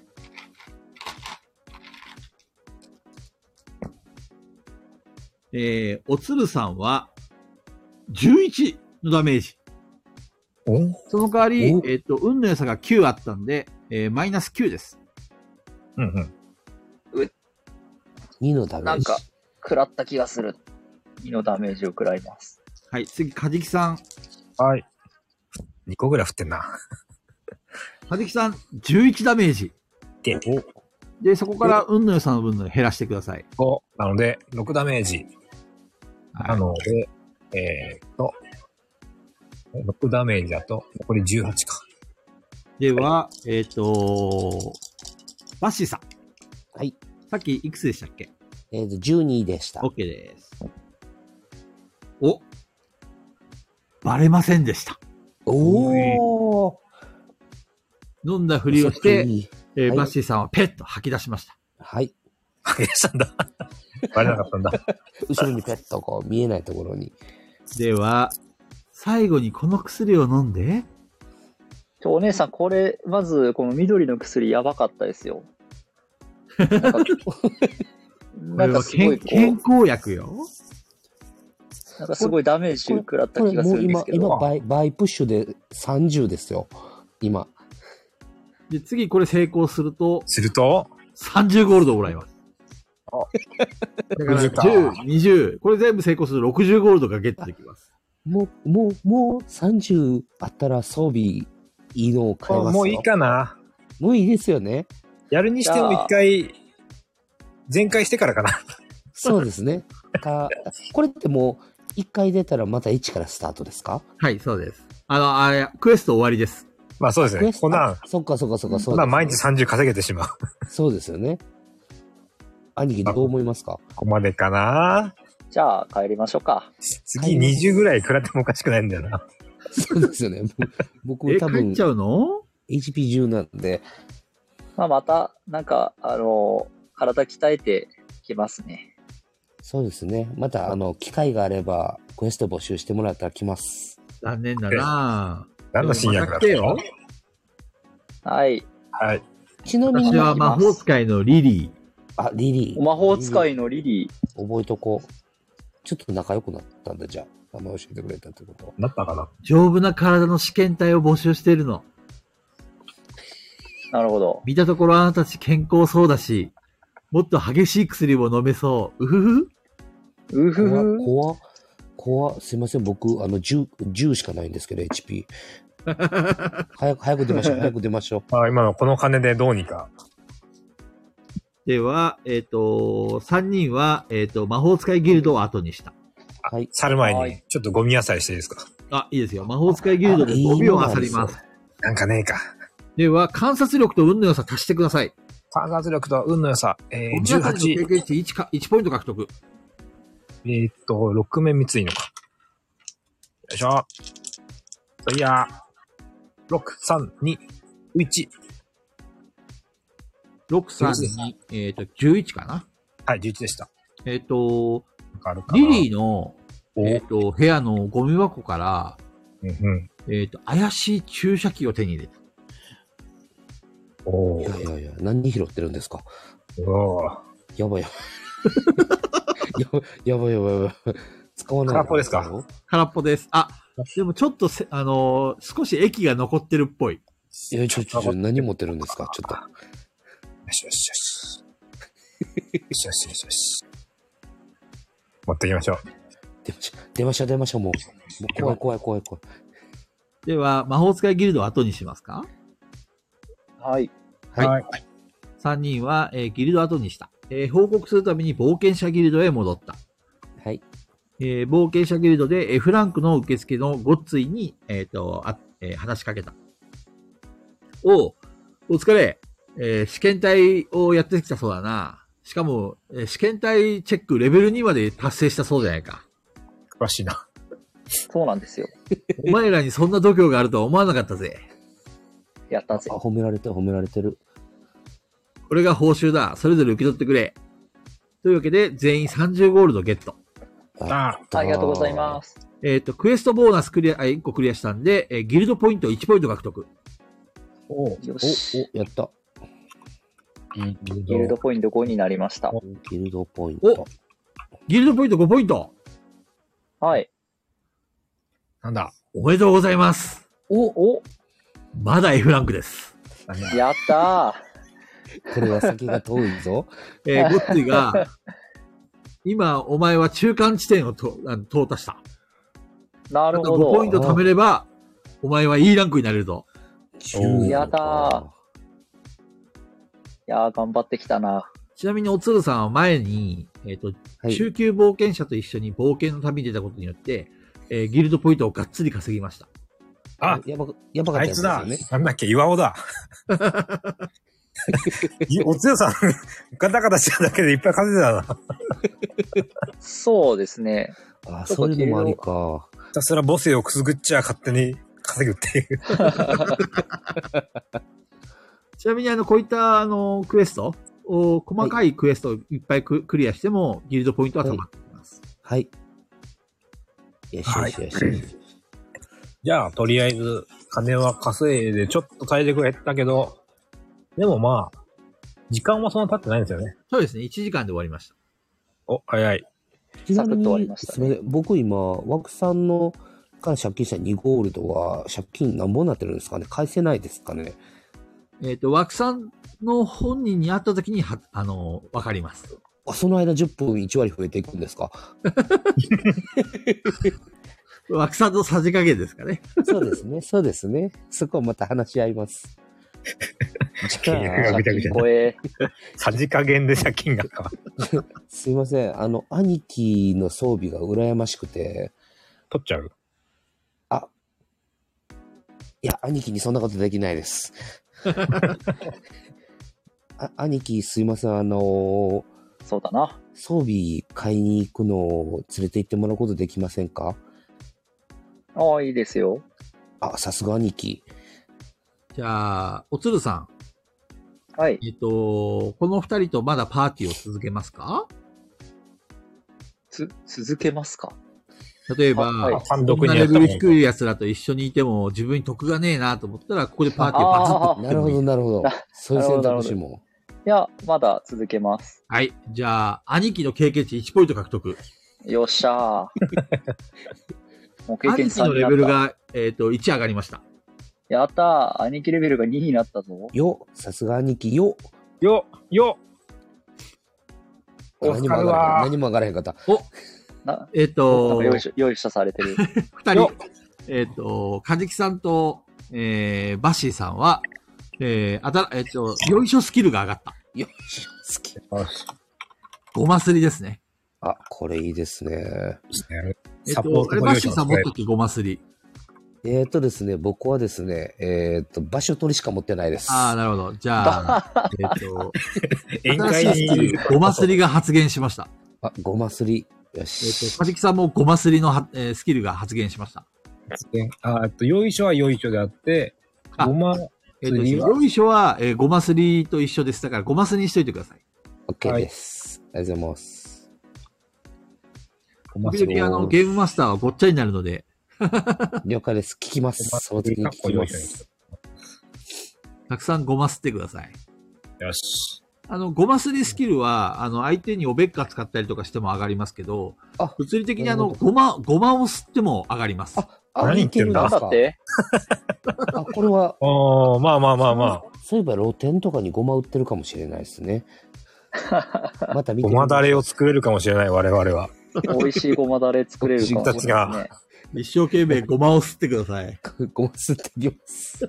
えー、おつるさんは、じゅういちのダメージ。 おその代わり、えっ、ー、と、運の良さがきゅうあったんで、えー、マイナスきゅうです。 うんうん。 うにのダメージ。 なんか、食らった気がする。にのダメージを食らいます。 はい、次、かじきさん。 はい。にこぐらい振ってんな。 かじきさん、じゅういちダメージ。 で、 で、そこから運の良さの分の減らしてください。 ご。なので、ろくダメージ。 はい、 なので、えー、っと、ろくダメージだと、残りじゅうはちか。 では、はい、えっ、ー、と、バッシーさん。 はい。 さっきいくつでしたっけ？ えっ、ー、と、じゅうにでした。 OK です。お、バレませんでした。 おー。 飲んだふりをして、えーはい、バッシーさんはペッと吐き出しました。 はい。 吐き出したんだ。バレなかったんだ。 後ろにペッとこう見えないところに。 では、最後にこの薬を飲んで。 ちょ、お姉さん、これ、まず、この緑の薬やばかったですよ。なんか、 なんかすごい健康薬よ。 なんかすごいダメージ食らった気がするんですけど。 今、今バイ、バイプッシュでさんじゅうですよ。今。 で、次これ成功すると。 するとさんじゅうゴールドもらいます。 あ。 だからじゅう、にじゅう。これ全部成功するとろくじゅうゴールドがゲットできます。 もう、もう、もうさんじゅうあったら装備いいのを買えますよ。 もういいかな。 もういいですよね。 やるにしても一回、全開してからかな。 そうですね。か、これってもう、一回出たらまたいちからスタートですか？ はい、そうです。あの、あれ、クエスト終わりです。 まあそうですね。こんなん。 そっかそっかそっか、 そうですね。こんなん毎日さんじゅう稼げてしまう。 そうですよね。兄貴どう思いますか？ここまでかな。 じゃあ帰りましょうか。 次にじゅうぐらい食らってもおかしくないんだよな。 そうですよね。僕多分。 え、帰っちゃうの？ エイチピーじゅう なんで。 まあまた、なんか、あの、体鍛えてきますね。 そうですね。また、あの、機会があれば、クエスト募集してもらったら来ます。 残念だなぁ。 何の新薬だったの？ はい。 はい。 ちなみに。 私は魔法使いのリリー。 あ、リリー。 魔法使いのリリー。覚えとこう。ちょっと仲良くなったんだ、じゃあ。名前教えてくれたってこと。 なったかな？ 丈夫な体の試験体を募集しているの。 なるほど。 見たところあなたたち健康そうだし、 もっと激しい薬も飲めそう。うふふ。 うふ怖、 ふ。 怖、怖、すいません、僕、あの、じゅう、じゅうしかないんですけど、エイチピー。早く、早く出ましょう、早く出ましょう。 あ今のこの金でどうにか。 では、えっ、と、さんにんは、えっ、と、魔法使いギルドを後にした。 はい。 去る前にはい、 ちょっとゴミ野菜していいですか？ あ、いいですよ。魔法使いギルドでゴミを漁ります。 なんかねえか。 では、観察力と運の良さ足してください。 観察力と運の良さ、えー、じゅうはち。 経験値 1, かいちポイント獲得。 えーっと、ろく面三ついのか。よいしょ。いやー。ろく、さん、に、いち。 ろく、さん、に、えっ、と、じゅういちかな。 はい、じゅういちでした。 えっ、と、 わかるかな。 リリーの、 おえっ、と、部屋のゴミ箱から、 うんうん。 えっ、と、怪しい注射器を手に入れた。 おいやいやいや、何拾ってるんですか？ おー。 やばいやばい。やばいやばいやばいやばい。使わない。 空っぽですか？ 空っぽです。あ、でもちょっとせ、あのー少し液が残ってるっぽい。 いや、ちょ、ちょ、ちょ、何持ってるんですか？ちょっと。 よしよしよし。よしよしよしよし。持っていきましょう。 出ました、出ました、出ました、もう。もう怖い怖い怖い怖い。 では、魔法使いギルドを後にしますか？ はい。 はい。 はい。 さんにんは、えーギルドを後にした。えー報告するために冒険者ギルドへ戻った。 はい。 えー冒険者ギルドで F ランクの受付のゴッツイに、えっ、と、あ、えー話しかけた。おう、お疲れ。えー試験体をやってきたそうだな。しかも、えー試験体チェックレベルにまで達成したそうじゃないか。 詳しいな。 そうなんですよ。 お前らにそんな度胸があるとは思わなかったぜ。 やったぜあ、。褒められてる、褒められてる。 これが報酬だ。それぞれ受け取ってくれ。というわけで、全員さんじゅうゴールドゲット。 あありがとうございます。 えっ、と、クエストボーナスクリア、あ、いっこクリアしたんで、えーギルドポイントいちポイント獲得。 およお、 し。 お、やった。 ギルドポイントごになりました。 ギルドポインおト。 ギルドポイントごポイント。 はい。 なんだ。 おめでとうございます。 お、お、 まだ F ランクです。 なんだ。 やったこれは先が遠いぞ。 えー、ゴッツイが、今、お前は中間地点をとあの到達した。 ー。なあとるほごポインど。 ト貯めれば、お前は E ランクになれるぞ。 じゅうやだいやー、頑張ってきたな。 ちなみにおつるさんは前に、えっ、と、 はい。 中級冒険者と一緒に冒険の旅に出たことによって、えーギルドポイントをがっつり稼ぎました。 あ、 やば、やばかったやつあいつだ。 ですよね。 なんだっけ、岩尾だ。いおつよさん、ガタガタしただけでいっぱい稼いだな。 そうですね。 あ、そういうのもありか。 ひたすら母性をくすぐっちゃ勝手に稼ぐっていう。 ちなみにあの、こういったあの、クエストを、細かいクエストをいっぱいク,、クリアしても、ギルドポイントは溜まってきます。 はい。よしよしよしよし。 じゃあ、とりあえず、金は稼いで、ちょっと体力が減ったけど、でもまあ、時間はそんな経ってないんですよね。 そうですね。いちじかんで終わりました。 お、早い。 ちなみサクッと終わりに、 ましたねすみません。僕今、枠さんのから借金したにゴールドは、借金何本になってるんですかね？返せないですかね？ えっ、と、枠さんの本人に会った時には、あの、わかります。 あ、その間じゅっぷんいち割増えていくんですか？ 枠さんのさじ加減ですかね。 そうですね。そうですね。そこはまた話し合います。じゃあ、 ぐちゃぐちゃこれ、 さじ加減で借金が。 すいません。あの、兄貴の装備が羨ましくて、 取っちゃう。 あ、いや、兄貴にそんなことできないです。あ、兄貴、すいません。あのそうだな。 装備買いに行くのを連れて行ってもらうことできませんか？ ああ、いいですよ。 あ、さすが兄貴。 じゃあ、おつるさん。 はい。 えっ、と、この二人とまだパーティーを続けますか？ つ、続けますか？ 例えば、 あはいこんなレベル低い奴らと一緒にいても自分に得がねえなと思ったら、ここでパーティーをバズッとあなるほど、なるほどな。 そういう選択肢も。 いや、まだ続けます。 はい。じゃあ、兄貴の経験値いちポイント獲得。 よっしゃー。もう経験値兄貴のさんになった。 レベルが、えっ、と、いち上がりました。 やったー。兄貴レベルがにになったぞ。 よ、さすが兄貴よ。 よ、よ、 何も上がらへん。何も上がらへんかった。 おなえっ、ー、と用意し、用意書されてる。 二人。えっ、ー、と、かじきさんと、えー、バッシーさんは、えー、あた、えっ、ー、と、よいしょスキルが上がった。 よいしょスキル。 ごますりですね。 あ、これいいですね。 えっ、ー、と、あれバッシーさん持ったっけ、ごますり。 えーとですね、僕はですね、えーと、場所取りしか持ってないです。 ああ、なるほど。じゃあ、えっと、新しいスキル、ごますりが発現しました。 あ、ごますり。よし。 えっと、かじきさんもごますりのは、えー、スキルが発現しました。 ああと、よいしょはよいしょであって、ごま、 えっと、よいしょは、えー、ごますりと一緒です。だから、ごますりにしといてください。 OK です。はい、ありがとうございます。 時々、あの、ゲームマスターはごっちゃになるので、 了解です。聞きます。その時に聞きます。 たくさんごますってください。 よし。 あの、ごますりスキルは、あの、相手におべっか使ったりとかしても上がりますけど、あ物理的にあの、ごま、ごまを吸っても上がります。 あ、あ何言ってるんだって。 あ、これは。 ああ、まあまあまあまあ。 そういえば露店とかにごま売ってるかもしれないですね。 また見てみましょう。ごまだれを作れるかもしれない、我々は。 美味しいごまだれ作れるかもしれないですね。 私たちが。 一生懸命ごまを吸ってください。 ごま吸ってきます。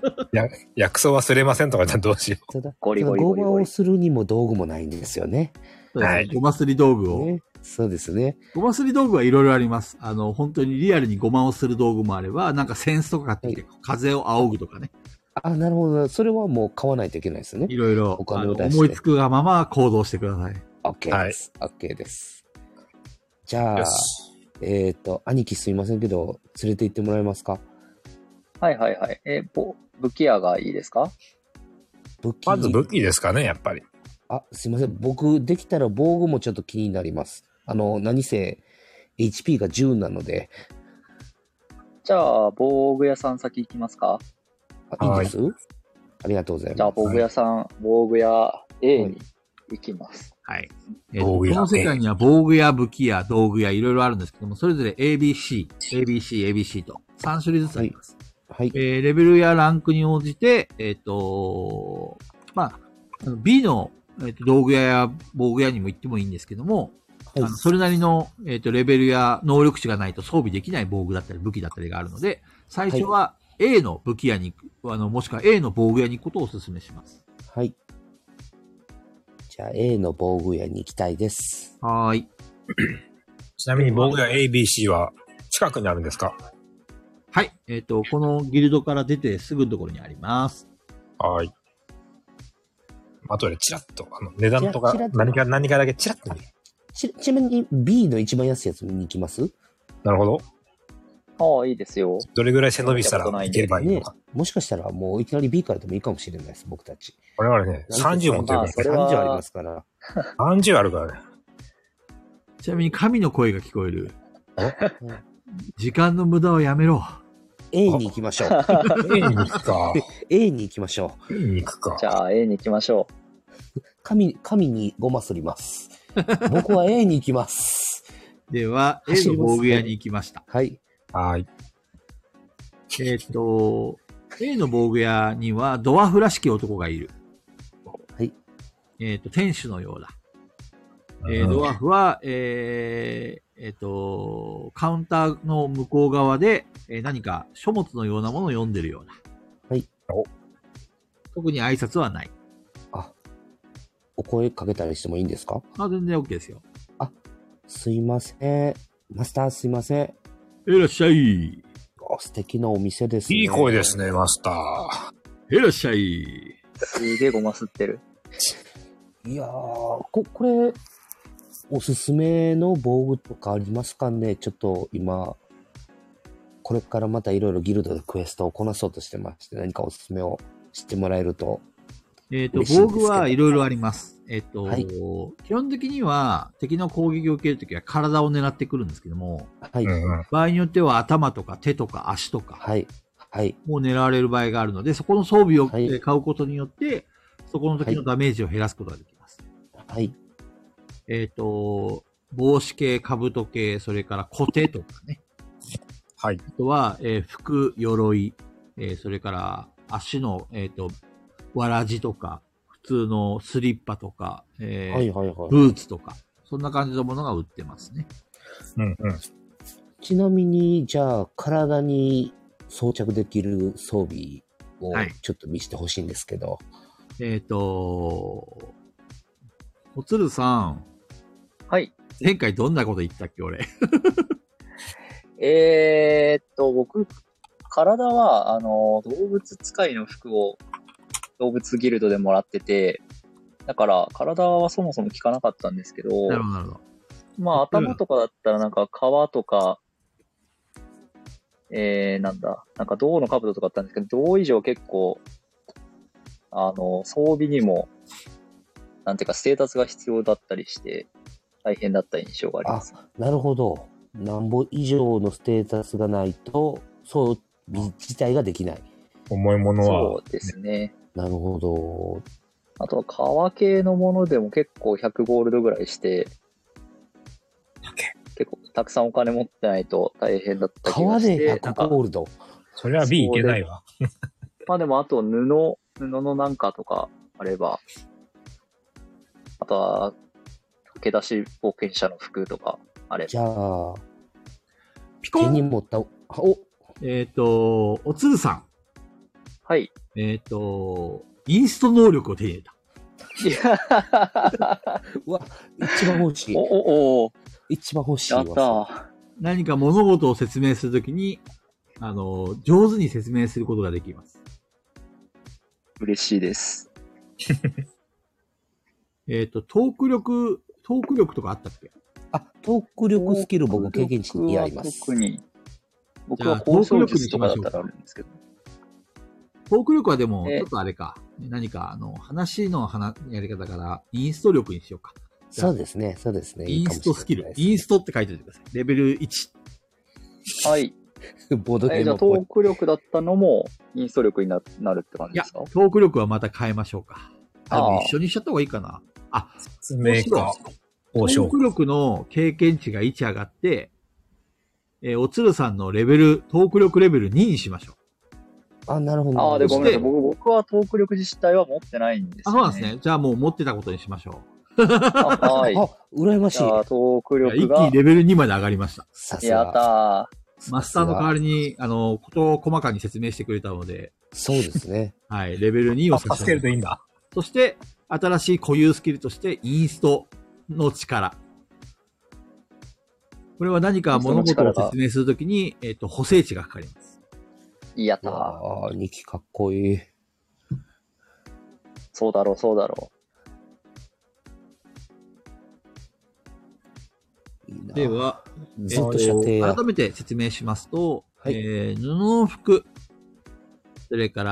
や、薬草忘れませんとかじゃどうしよう。 ゴリゴリゴリゴリ。ごまをするにも道具もないんですよね。 はい。ごますり道具を。 ね、そうですね。 ごますり道具はいろいろあります。あの、本当にリアルにごまをする道具もあれば、なんかセンスとか買ってきて、はい、風を仰ぐとかね。 あ、なるほど。それはもう買わないといけないですよね。 いろいろ。お金を出して思いつくがまま行動してください。 OK です。はい、OK です。じゃあ、えっ、ー、と、兄貴すいませんけど、連れて行ってもらえますか？ はいはいはい。えー、ぼ武器屋がいいですか？ 武器。まず武器ですかね、やっぱり。 あ、すいません。僕、できたら防具もちょっと気になります。あの、何せ、エイチピー がじゅうなので。 じゃあ、防具屋さん先行きますか？ あ、いいです？ありがとうございます。 じゃあ、防具屋さん、はい、防具屋 A に行きます。 はい。えー、この世界には防具や武器や道具やいろいろあるんですけども、それぞれ エービーシー、エービーシー、エービーシー とさん種類ずつあります。はい。はい、えー、レベルやランクに応じて、えっ、ー、と、まあ、B の、えー、と道具屋や防具屋にも行ってもいいんですけども、はい、あのそれなりの、えー、とレベルや能力値がないと装備できない防具だったり武器だったりがあるので、最初は A の武器屋に行く、あの、もしくは A の防具屋に行くことをお勧めします。 はい。じゃあ A の防具屋に行きたいです。 はーい。 ちなみに防具屋 エービーシー は近くにあるんですか？ はい。えっ、ー、と、このギルドから出てすぐのところにあります。 はい。あとでチラッと、あの、値段とか何か、何かだけチラッと見る。 ち、ちなみに B の一番安いやつ見に行きます？ なるほど。 ああ、いいですよ。 どれぐらい背伸びしたらいければいいのか、 ね。もしかしたらもういきなり B からでもいいかもしれないです、僕たち。 我々ね、さんじゅう持ってるから、ね。 さんじゅうありますから。 さんじゅうあるからね。 ちなみに神の声が聞こえる。時間の無駄をやめろ。 A に行きましょう。 A に行くか。 A に行きましょう。A に行くか。 じゃあ A に行きましょう。神、神にごますります。僕は A に行きます。 では、A の防具屋に行きました。 はい。 はい。 えっと、A の防具屋にはドワーフらしき男がいる。 はい。 えっと、天使のようだ。えー、ドワーフは、えー、えっと、カウンターの向こう側で、えー、何か書物のようなものを読んでるようだ。 はい。 特に挨拶はない。 あ、お声かけたりしてもいいんですか？ あ、全然 OK ですよ。 あ、すいません。マスターすいません。 いらっしゃい。 素敵なお店ですね。 いい声ですね、マスター。いらっしゃい。 すげえごますってる。 いやー、こ、これ、おすすめの防具とかありますかね？ちょっと今、これからまたいろいろギルドでクエストをこなそうとしてまして、何かおすすめを知ってもらえると。 えっと、防具はいろいろあります。えっと、はい、基本的には敵の攻撃を受けるときは体を狙ってくるんですけども、 はい、 場合によっては頭とか手とか足とか、 はい、はい、 もう狙われる場合があるので、そこの装備を買うことによって、はい、そこの時のダメージを減らすことができます。 はい。 えっと、帽子系、兜系、それからコテとかね。 はい。 あとは、えー、服、鎧、えー、それから足の、えっと、わらじとか、普通のスリッパとか、えーはいはいはい、 ブーツとか、 そんな感じのものが売ってますね。 うんうん。 ちなみに、じゃあ、体に装着できる装備をはいちょっと見せてほしいんですけど。 えっ、ー、と、おつるさん。 はい。 前回どんなこと言ったっけ、俺。 えーっと、僕、体は、あの、動物使いの服を動物ギルドでもらってて、だから、体はそもそも効かなかったんですけど、 なるほど、なるほど。 まあ、頭とかだったら、なんか、皮とか、えー、なんだ、なんか銅の兜とかあったんですけど、銅以上結構、あの、装備にも、なんていうか、ステータスが必要だったりして、大変だった印象があります。 あ、なるほど。なんぼ以上のステータスがないと、装備自体ができない。 重いものは。 そうですね。 なるほど。 あとは、革系のものでも結構ひゃくゴールドぐらいして、結構たくさんお金持ってないと大変だった気がして。 革でひゃくゴールド。 それは B いけないわ。 まあでもあと布、布のなんかとかあれば、あとは、駆け出し冒険者の服とかあれば。 じゃあ、 ピコン手に持った、お、 えっ、ー、と、おつるさん。 はい。 えっ、ー、と、インスト能力を手に入れた。 いやうわ、一番欲しい。 おおお一番欲しいわ。 やったー。 何か物事を説明するときに、あの、上手に説明することができます。 嬉しいです。 えっと、トーク力、トーク力とかあったっけ？ あ、トーク力スキル僕経験値にあります。 特に。僕は交渉術とかだったらあるんですけど。 トーク力はでも、ちょっとあれか。何か、あの、話の話、やり方から、インスト力にしようか。 そうですね、そうですね。 インストスキル。インストって書いておいてください。レベルいち。 はい。 ボードゲームえ、じゃあトーク力だったのも、インスト力になるって感じですか？ いや、トーク力はまた変えましょうか。あ、でも一緒にしちゃった方がいいかな。あ、 説明か。 トーク力の経験値がいち上がって、えー、おつるさんのレベル、トーク力レベルににしましょう。 あ、なるほど。 ああ、で、ごめんなさい。僕、僕はトーク力自体は持ってないんですよ、ね。 あ、そうなんですね。じゃあもう持ってたことにしましょう。あ、はい。 あ、羨ましい。 じゃあ、トーク力が。 一気にレベルにまで上がりました。 さすが。 やったー。マスターの代わりに、あの、ことを細かに説明してくれたので。 そうですね。 はい。レベルにを差し上げるといいんだ。 そして、新しい固有スキルとして、インストの力。これは何か物事を説明するときに、えっと、補正値がかかります。 やったー。 ああ、にきかっこいい。 そうだろう、そうだろう。いいな。 では、 ずっと射程や。 改めて説明しますと、 はい、 えー、布の服、それから、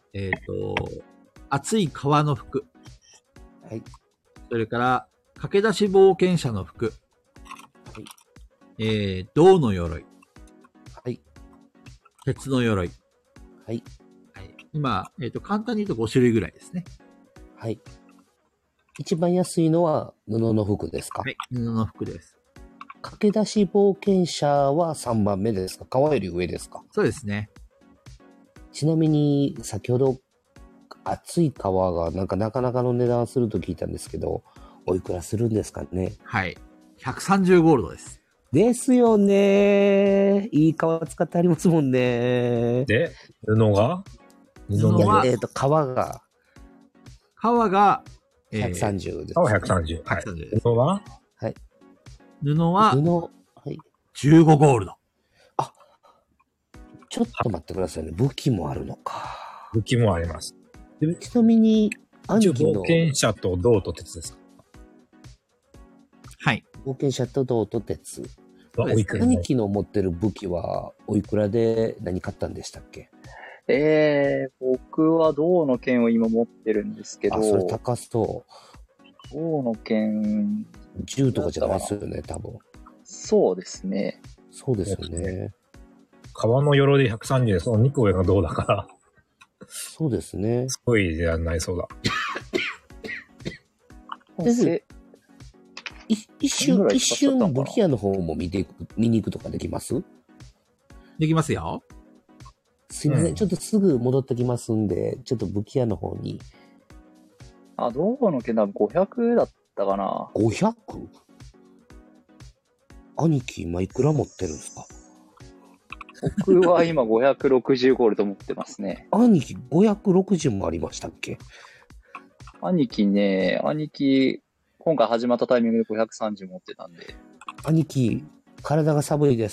えっと、厚い革の服。 はい。 それから、駆け出し冒険者の服。 はい。 えー、銅の鎧。 はい。 鉄の鎧。 はい。 はい。今、えっと、簡単に言うとご種類ぐらいですね。 はい。一番安いのは布の服ですか？ はい。布の服です。 駆け出し冒険者はさんばんめですか？革より上ですか？ そうですね。ちなみに、先ほど、厚い革がなんかなかなかの値段すると聞いたんですけど、おいくらするんですかね？ はい。ひゃくさんじゅうゴールドです。 ですよね。いい革使ってありますもんね。 で、布が布は、 えっ、ー、と、革が。 革が、 えー、ひゃくさんじゅうです。 革ひゃくさんじゅう。はい。布ははい。 布は、 布、はい。 じゅうごゴールド。 あ、ちょっと待ってくださいね。武器もあるのか。 武器もあります。 ちなみに、 兄貴の。冒険者と銅と鉄ですか？ はい。 冒険者と銅と鉄。 おいくら？ 兄貴の持ってる武器は、おいくらで何買ったんでしたっけ？ えー、僕は銅の剣を今持ってるんですけど。 あ、それ高そう。 銅の剣。 銃とかじゃないですよね、多分。 そうですね。 そうですよね。 革の鎧でひゃくさんじゅうで、そのにこ上が銅だから。 そうですね。 すごい値段になりそうだ。 で一瞬、一瞬、武器屋の方も見ていく、見に行くとかできます？ できますよ。 すいません、うん、ちょっとすぐ戻ってきますんで、ちょっと武器屋の方に。 あ、銅の剣はごひゃくだったかな。 ごひゃく？ 兄貴今いくら持ってるんですか？ 僕は今ごひゃくろくじゅうゴールド持ってますね。 兄貴ごひゃくろくじゅうもありましたっけ？ 兄貴ね、兄貴、今回始まったタイミングでごひゃくさんじゅう持ってたんで。 兄貴、体が寒いです。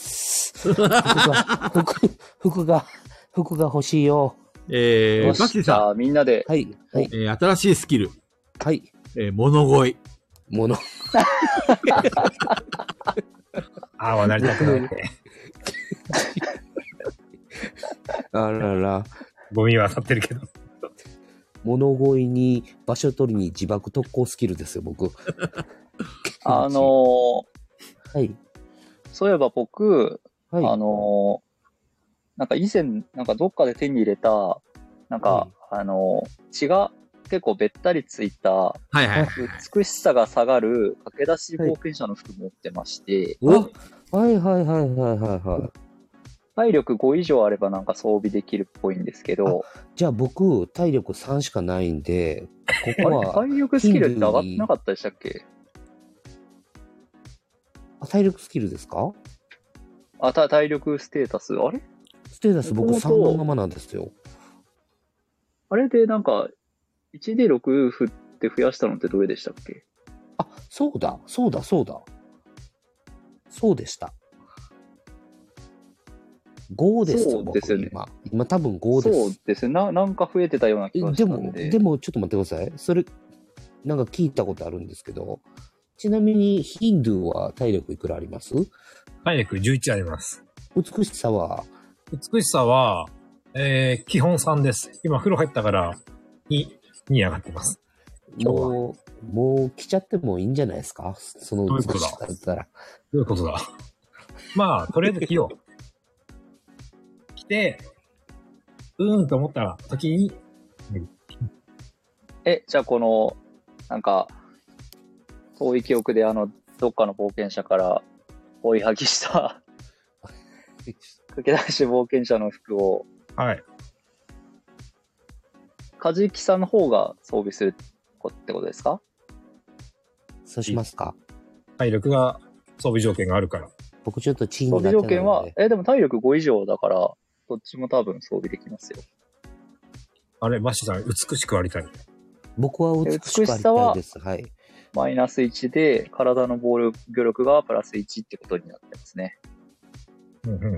服が、服、服が、服が欲しいよ。 えー、バッシーさん。みんなで。 はい、はい。 えー、新しいスキル。 はい。 えー、物乞い。 物。 ああ、なりたくない。 あらら。 ゴミは当たってるけど。 物乞いに場所取りに自爆特攻スキルですよ、僕。 あのー、 はい。 そういえば僕、 はい、 あのー、なんか以前、なんかどっかで手に入れた、なんか、はい、あのー、血が結構べったりついた、 はいはい。 美しさが下がる駆け出し冒険者の服持ってまして、 はい、はいはいはいはいはい。 体力ご以上あればなんか装備できるっぽいんですけど。 じゃあ僕、体力さんしかないんで、ここは。 体力スキルって上がってなかったでしたっけ？ あ、体力スキルですか？ あ、た体力ステータス、あれステータス僕さんのままなんですよ。 あれでなんか、いちディーろく 振って増やしたのってどれでしたっけ？ あ、そうだ、そうだ、そうだ。そうでした。ごですよ、 そうですよね。 今。今多分ごです。 そうですね。な、なんか増えてたような気がしたんで。 でも、でもちょっと待ってください。それ、なんか聞いたことあるんですけど、ちなみにヒンドゥーは体力いくらあります？ 体力じゅういちあります。 美しさは？ 美しさは、えー、基本さんです。今風呂入ったからに、に上がってます。 もう、もう来ちゃってもいいんじゃないですか？その美しさだったら。 どういうことだ？まあ、とりあえず着よう。着て、うーんと思った時に、うん、 え、じゃあこの、なんか、遠い記憶であの、どっかの冒険者から追いはぎした、駆け出し冒険者の服を、 はい。 カジキさんの方が装備するってことですか？ そうしますか。 体力が装備条件があるから。 僕ちょっとチームになっちゃうので。 装備条件は、え、でも体力ご以上だから、どっちも多分装備できますよ。 あれ、マッシュさん、美しくありたい。 僕は美しくありたいです。はい。 マイナスいちで、体の防御力がプラスいちってことになってますね。 うんうん。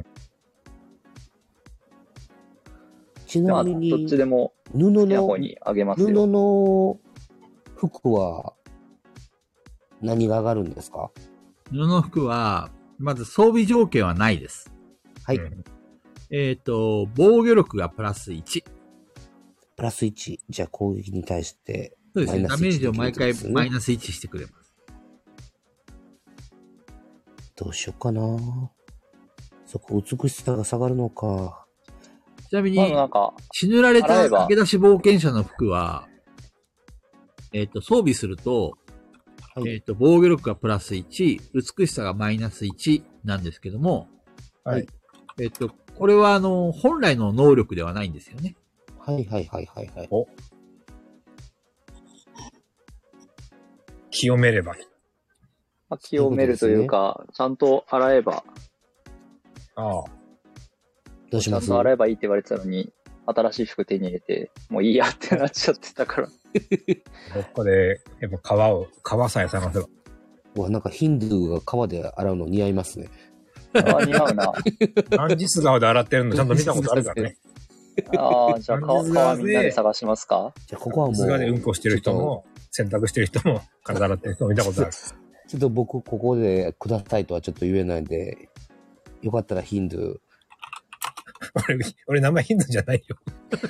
ちなみに、 まあ、どっちでも布の方にあげますよ。 布の服は何が上がるんですか？ 布の服は、まず装備条件はないです。 はい。 えっと、防御力がプラスいち。 プラスいち。じゃあ攻撃に対して、 そうですね。ダメージを毎回マイナスいちしてくれます。 どうしようかな。そこ、美しさが下がるのか。 ちなみに、 なんか血塗られた駆け出し冒険者の服は、えっと、装備すると、はい、えっと、防御力がプラスいち、美しさがマイナスいちなんですけども、 はい。 えっと、これはあの、本来の能力ではないんですよね。 はいはいはいはいはい。 お。清めればいい。 清めるというか、ううね、ちゃんと洗えば。 ああ。 どうします？ ちゃんと洗えばいいって言われてたのに、新しい服手に入れて、もういいやってなっちゃってたから。 どっかで、やっぱ皮を、皮さえ探せば。 うわ、なんかヒンドゥーが皮で洗うの似合いますね。 ああ、似合うな。 ガンジス川で洗ってるのちゃんと見たことあるからね。 ああ、じゃあ皮、皮みんなで探しますか？ じゃあここはもう。 ガンジス川でうんこしてる人も、洗濯してる人も、体洗ってる人も見たことある。 ちょっと僕、ここでくださいとはちょっと言えないんで、よかったらヒンドゥー。 俺、俺名前ヒンドゥーじゃないよ。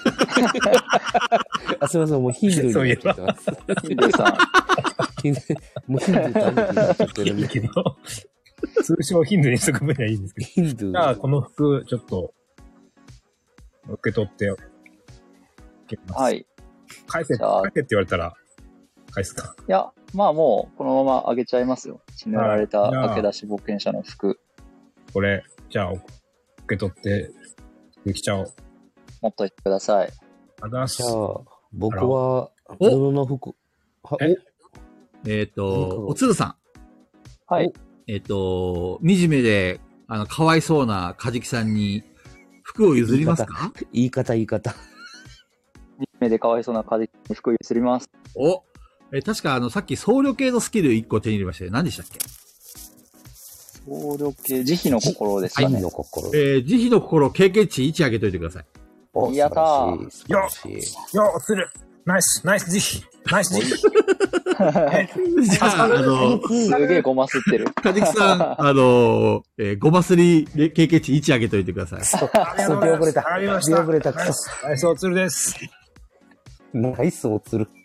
あ、すみません、もうヒンドゥーにそういえば。 ヒンドゥーさん。 ヒンドゥー、もうヒンドゥーと兄貴になっちゃってるんだけど。通称ヒンドゥーにしとく分にはいいんですけど。 ヒンドゥー。 じゃあ、この服、ちょっと、受け取って、 はい。 返せ、返せって言われたら、返すか。 いや、まあもう、このままあげちゃいますよ。血塗られた駆け出し冒険者の服。 これ、じゃあ、受け取って、できちゃおう。 持っといてください。 あざす。 じゃあ、僕は、布の服。 はえっ、ー、と、おつるさん。 はい。 えっと、惨めで、あの、かわいそうなカジキさんに服を譲りますか？ 言い方、言い方。 惨めでかわいそうなカジキに服を譲ります。 お、え、確かあの、さっき僧侶系のスキルいっこ手に入れましたよ。何でしたっけ？ 僧侶系、慈悲の心ですかね。 慈悲の心。 えー、慈悲の心経験値いち上げといてください。 お、 やったー素晴らしい。 よっ、する。ナイス、ナイス慈悲。ナイス慈じゃあ、あの、 すげえごますってる。 カジキさん、あの、えー、ごますり経験値いち上げといてください。 そう、 悲。ありがとうございます。 出遅れた。 上がりました。 出遅れた。 ナイス、ナイスおつるです。 ナイスおつる。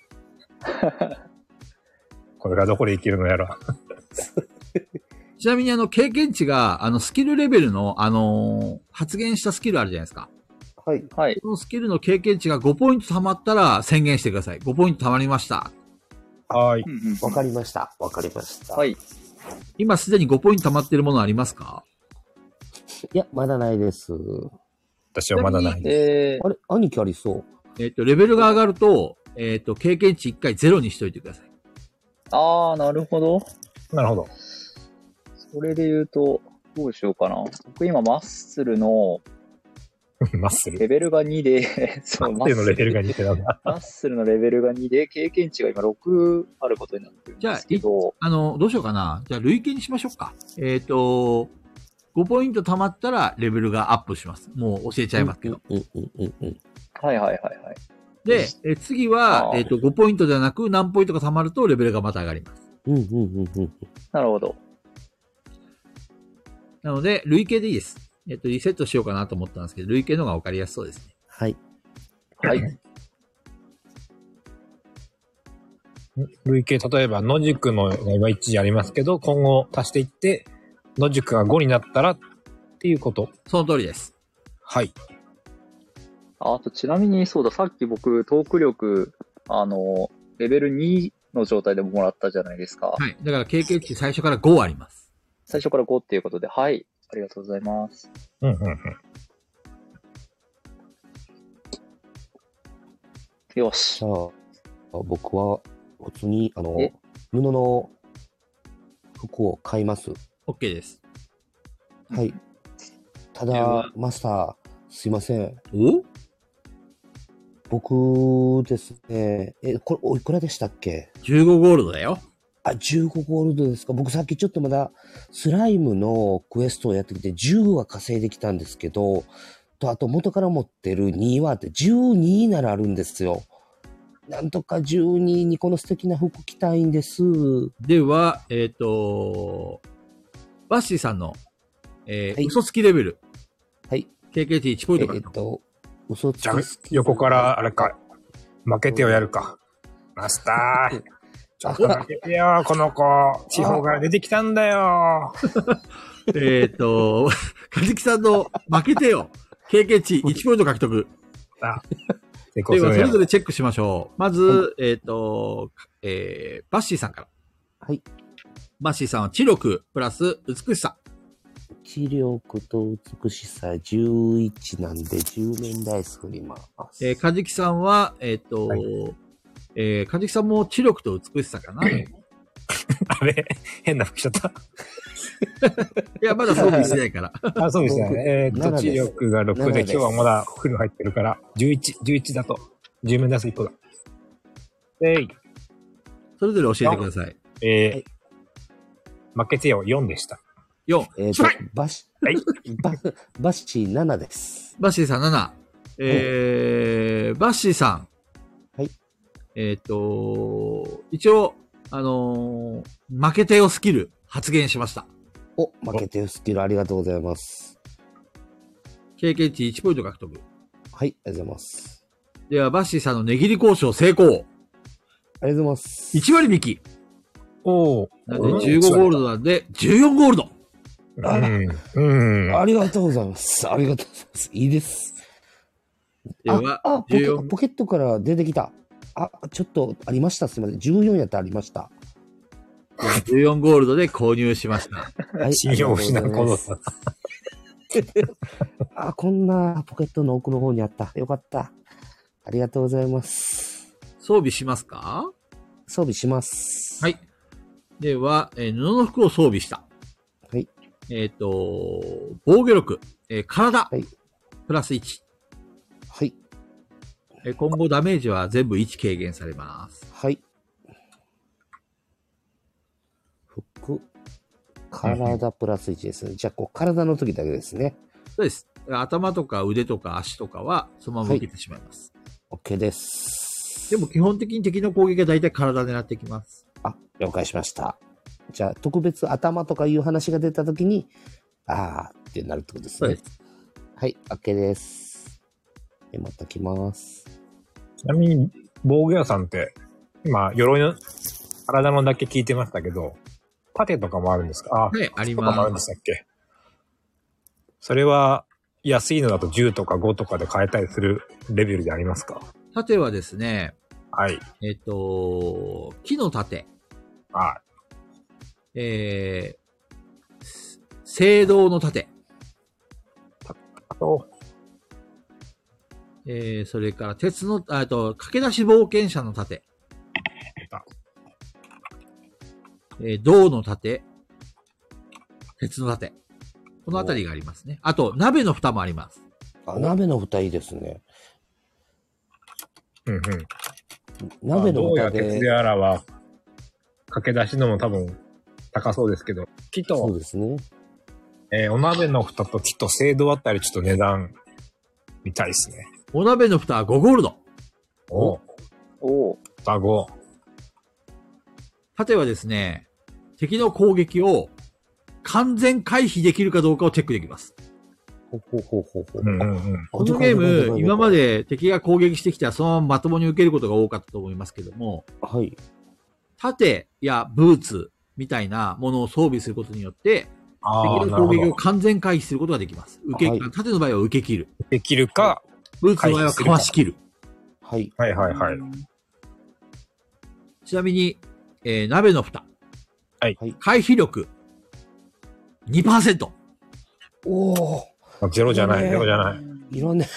これがどこで生きるのやろ。 ちなみにあの、経験値が、あの、スキルレベルの、あのー発言したスキルあるじゃないですか。 はい。 はい。 そのスキルの経験値がごポイント貯まったら宣言してください。ごポイント貯まりました。 はい。 わかりました。わかりました。 はい。 今すでにごポイント貯まってるものありますか？ いや、まだないです。 私はまだない。 えー、 あれ、兄貴ありそう。 えっ、と、レベルが上がると、えっ、と、経験値いっかいゼロにしといてください。 あー、なるほど。 なるほど。 それで言うと、どうしようかな。僕今マッスルのマッスル。 レベルがにで、そう、 マッスルのレベルが似てたんだ。 マッスルのレベルがにで、経験値が今ろくあることになってるんですけど、 あの、どうしようかな。じゃあ、累計にしましょうか。えっ、と、ごポイント貯まったらレベルがアップします。もう教えちゃいますけど。 うんうんうんうん。 はいはいはいはい。 で、え次は、 あーえっ、と、ごポイントではなく何ポイントか貯まるとレベルがまた上がります。 うんうんうんうん。 なるほど。 なので、累計でいいです。えっ、と、リセットしようかなと思ったんですけど、累計の方が分かりやすそうですね。 はい。 はい。 累計、例えば、野宿の今いちありますけど、今後足していって、野宿がごになったらっていうこと。 その通りです。 はい。 あと、ちなみにそうだ、さっき僕、トーク力、あの、レベルにの状態でもらったじゃないですか。 はい。だから経験値最初からごあります。 最初からごっていうことで、はい。ありがとうございます。 うんうんうん。 よしじゃ。あ、僕は、普通に、あのえ、 布の服を買います。 OK です。 はい。たではだ、マスター、すいません。 お僕ですね、え、これ、おいくらでしたっけ？ じゅうご ゴールドだよ。 あ、じゅうごゴールドですか。僕さっきちょっとまだスライムのクエストをやってきてじゅうは稼いできたんですけど、と、あと元から持ってるにはってじゅうにならあるんですよ。なんとかじゅうににこの素敵な服着たいんです。 では、えっ、と、バッシーさんの、えーはい嘘つきレベル。 はい。 経験値いちポインえト獲得。 っと、嘘つきじゃあ、横から、あれか、負けてをやるか。マスター。ちょっと負けてよ、この子。地方から出てきたんだよ。 えっと、カジキさんの負けてよ。経験値いちポイント獲得。 あ、成功ですは、 るやんそれぞれチェックしましょう。まず、えっ、と、えー、バッシーさんから。 はい。 バッシーさんは知力プラス美しさ。 知力と美しさじゅういちなんでじゅう面ダイス振ります。 えー、カジキさんは、えっ、と、 はいえー、カジキさんも知力と美しさかな。いあれ変な服しちゃった。 や、まだ装備してないから。 あ、そうですね。えーっと、 ななです知力がろくで、 ななです今日はまだフル入ってるから、じゅういち、じゅういちだと、じゅう面出すいっこだ。えい、 それぞれ教えてください。 えーはい負けてよ、よんでした。 よん。 えっ、とストライ、 バシ、 はい。 バ、バッシーななです。 バッシーさんなな。えー、バッシーさん。 はい。 えっ、と、一応、あのー負けてよスキル発言しました。 お、負けてるスキルありがとうございます。 経験値いちポイント獲得。 はい、ありがとうございます。 では、バッシーさんの値切り交渉成功。 ありがとうございます。 いち割引き。 おー。 なんでじゅうごゴールドなんでじゅうよんゴールド。 うん。うん。 ありがとうございます。ありがとうございます。いいです。 では、 あ、あポケじゅうよんポケットから出てきた。あ、ちょっとありました。すみません。じゅうよんやったらありました。 じゅうよんゴールドで購入しました。 はい。 信用を失うこありがとうごとざいますあ、こんなポケットの奥の方にあった。よかった。ありがとうございます。 装備しますか？ 装備します。 はい。では、えー布の服を装備した。 えっ、と、防御力、えー体、 はいプラスいち。 はい。 えー今後ダメージは全部いち軽減されます。 はい。服、体プラスいちですね。じゃあ、こう、体の時だけですね。 そうです。頭とか腕とか足とかはそのまま受けてしまいます。 OK です。 でも基本的に敵の攻撃は大体体狙ってきます。 あ、了解しました。じゃあ、特別頭とかいう話が出たときに、あーってなるってことですね。 そうです。 はい、OK です。え、また来ます。 ちなみに、防御屋さんって、今、鎧の体のだけ聞いてましたけど、盾とかもあるんですか？あ、 はい、ありとかもあるんま。 ですしたっけ？それは、安いのだとじゅうとかごとかで買えたりするレベルでありますか？ 盾はですね、 はい。 えっ、と、木の盾、 はえー、青銅の盾、 い。あと、 えー、それから鉄の、あと、駆け出し冒険者の盾、えー、銅の盾、鉄の盾。このあたりがありますね。あと、鍋の蓋もあります。 あ、鍋の蓋いいですね。 うんうん。 鍋のどうや蓋で。 鉄であらは、駆け出しのも多分高そうですけど、木と、 そうですね。 えーお鍋の蓋と木と青銅あたりちょっと値段見たいですね。 お鍋の蓋はごゴールド。 おおー。 双子。 盾はですね、敵の攻撃を完全回避できるかどうかをチェックできます。 ほほほほほ。 うんうんうん。 このゲーム、今ま。で敵が攻撃してきたらそのまままともに受けることが多かったと思いますけども、 はい。 盾やブーツみたいなものを装備することによって、 ああ、 敵の攻撃をなるほど。 完全回避することができます。受け、 はい盾の場合は受け切る。 できるか、 ブーツの場合はかわし切る。 はい。 はいはいはい。 ちなみに、えー、鍋の蓋。 はいはい。 回避力。にパーセント。 おー。 あゼロじゃない、 ねゼロじゃない。 いろんな。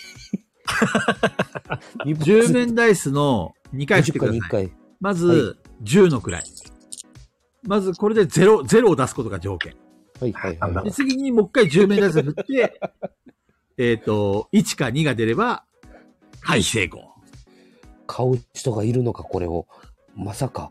じゅう面ダイスのにかい振ってくだにさい。 回。 まず、 はじゅうの位。まず、これでゼロ、ゼロを出すことが条件。 はいはいはいはいで、。次にもう一回じゅう面ダイス振って、えっと、いちかにが出れば、回避成功。 買う人がいるのか、これを。まさか。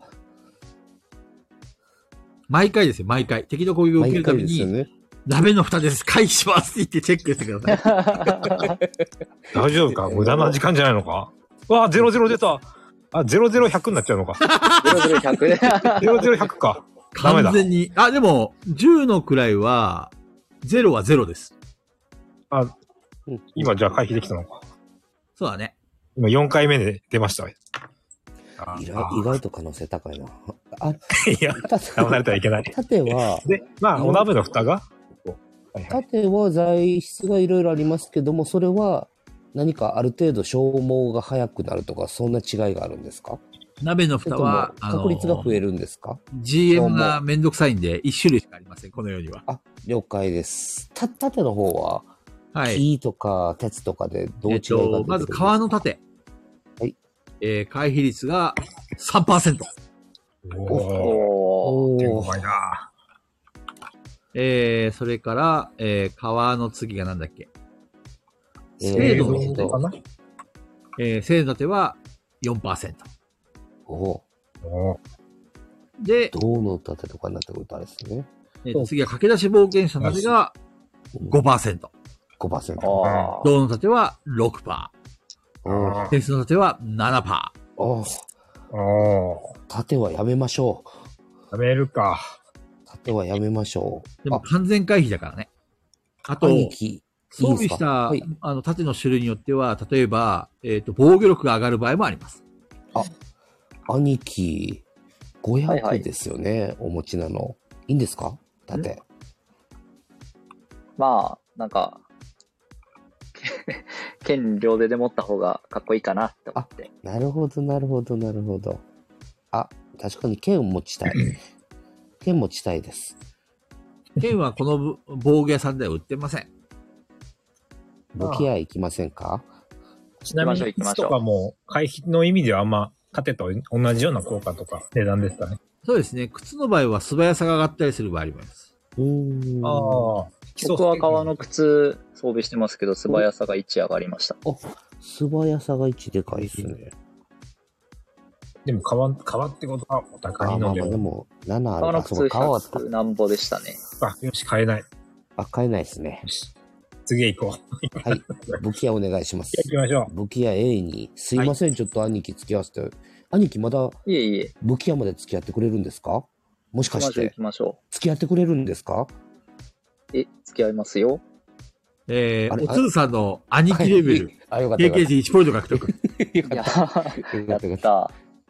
毎回ですよ、毎回。敵の攻撃を受けるために、 毎回ですよね。 鍋の蓋です。回避しますって言ってチェックしてください。 大丈夫か無駄な時間じゃないのかうわあ、ゼロゼロ出た。あ、ゼロゼロひゃくになっちゃうのか。 ゼロゼロひゃくゼロゼロひゃくか。ダメだ完。全に。あ、でも、じゅうの位は、ゼロはゼロです。 あ、 うん今じゃあ回避できたのか。 そうだね。 今よんかいめで出ました。あ意外意外と可能性高いな。あ、 いや、 た騙されてはいけない。 盾は、 で、まあ、お鍋の蓋がはいはい。 盾は材質がいろいろありますけども、それは何かある程度消耗が早くなるとか、そんな違いがあるんですか？ 鍋のそれとも蓋は、あの確率が増えるんですか？ ジーエム がめんどくさいんで、一種類しかありません、この世には。 あ、了解です。た、盾の方は、 はい。 木とか鉄とかでどう違いが出えってと、 くるんですか？ まず革の盾。 はい。 えー、回避率が さんパーセント。 おー。 おー。 おー。 うまいな。 えー、それから、えー、革の次がなんだっけ。 えー精度の盾えーとかなえー、精度の盾は よんパーセント。 おー。 おーで、 銅の盾とかになってくるとあれですね。 えーと次は駆け出し冒険者の盾が ごパーセント。 ごパーセント。 あー。 銅の盾は ろくパおー。 ーセント。鉄の盾は ななパー。 おー。 おー。 盾はやめましょう。 やめるか。 盾はやめましょう。 でも完全回避だからね。あと、 兄貴。 装備した、 はいあの、盾の種類によっては、例えば、えっ、と、防御力が上がる場合もあります。 兄貴、 はいはごひゃくいですよね、お持ちなの。いいんですか？盾。 まあ、なんか、剣両手で持った方がかっこいいかなって思って。 なるほど、なるほど、なるほど。あ、確かに剣を持ちたい。剣持ちたいです。 剣はこの防御屋さんでは売ってません。 武器屋行きませんか？ ちなみに、 行きましょうとかも、回避の意味ではあんま、盾と同じような効果とか値段ですかね。 そうですね。靴の場合は素早さが上がったりする場合あります。 うーん。 ああ。 僕は革の靴装備してますけど、素早さがいち上がりました。 あ、素早さがいちでかいですね。 でも革、革ってことはお高いので。 あ、まあ、でも、ななある革の靴ひゃくなんぼでしたね。 あ、よし、買えない。 あ、買えないですね。 よし。次へ行こう。はい。武器屋お願いします。 行きましょう。武器屋 A に、すいません、はい、ちょっと兄貴付き合わせて。兄貴まだ、 いえいえ。 武器屋まで付き合ってくれるんですか？もしかして。 行きましょう、行きましょう。 付き合ってくれるんですか？ え、付き合いますよ。 えー、おつるさんの兄貴レベル。 あ、よかった。 経験値いちポイント獲得。 よかった。やった。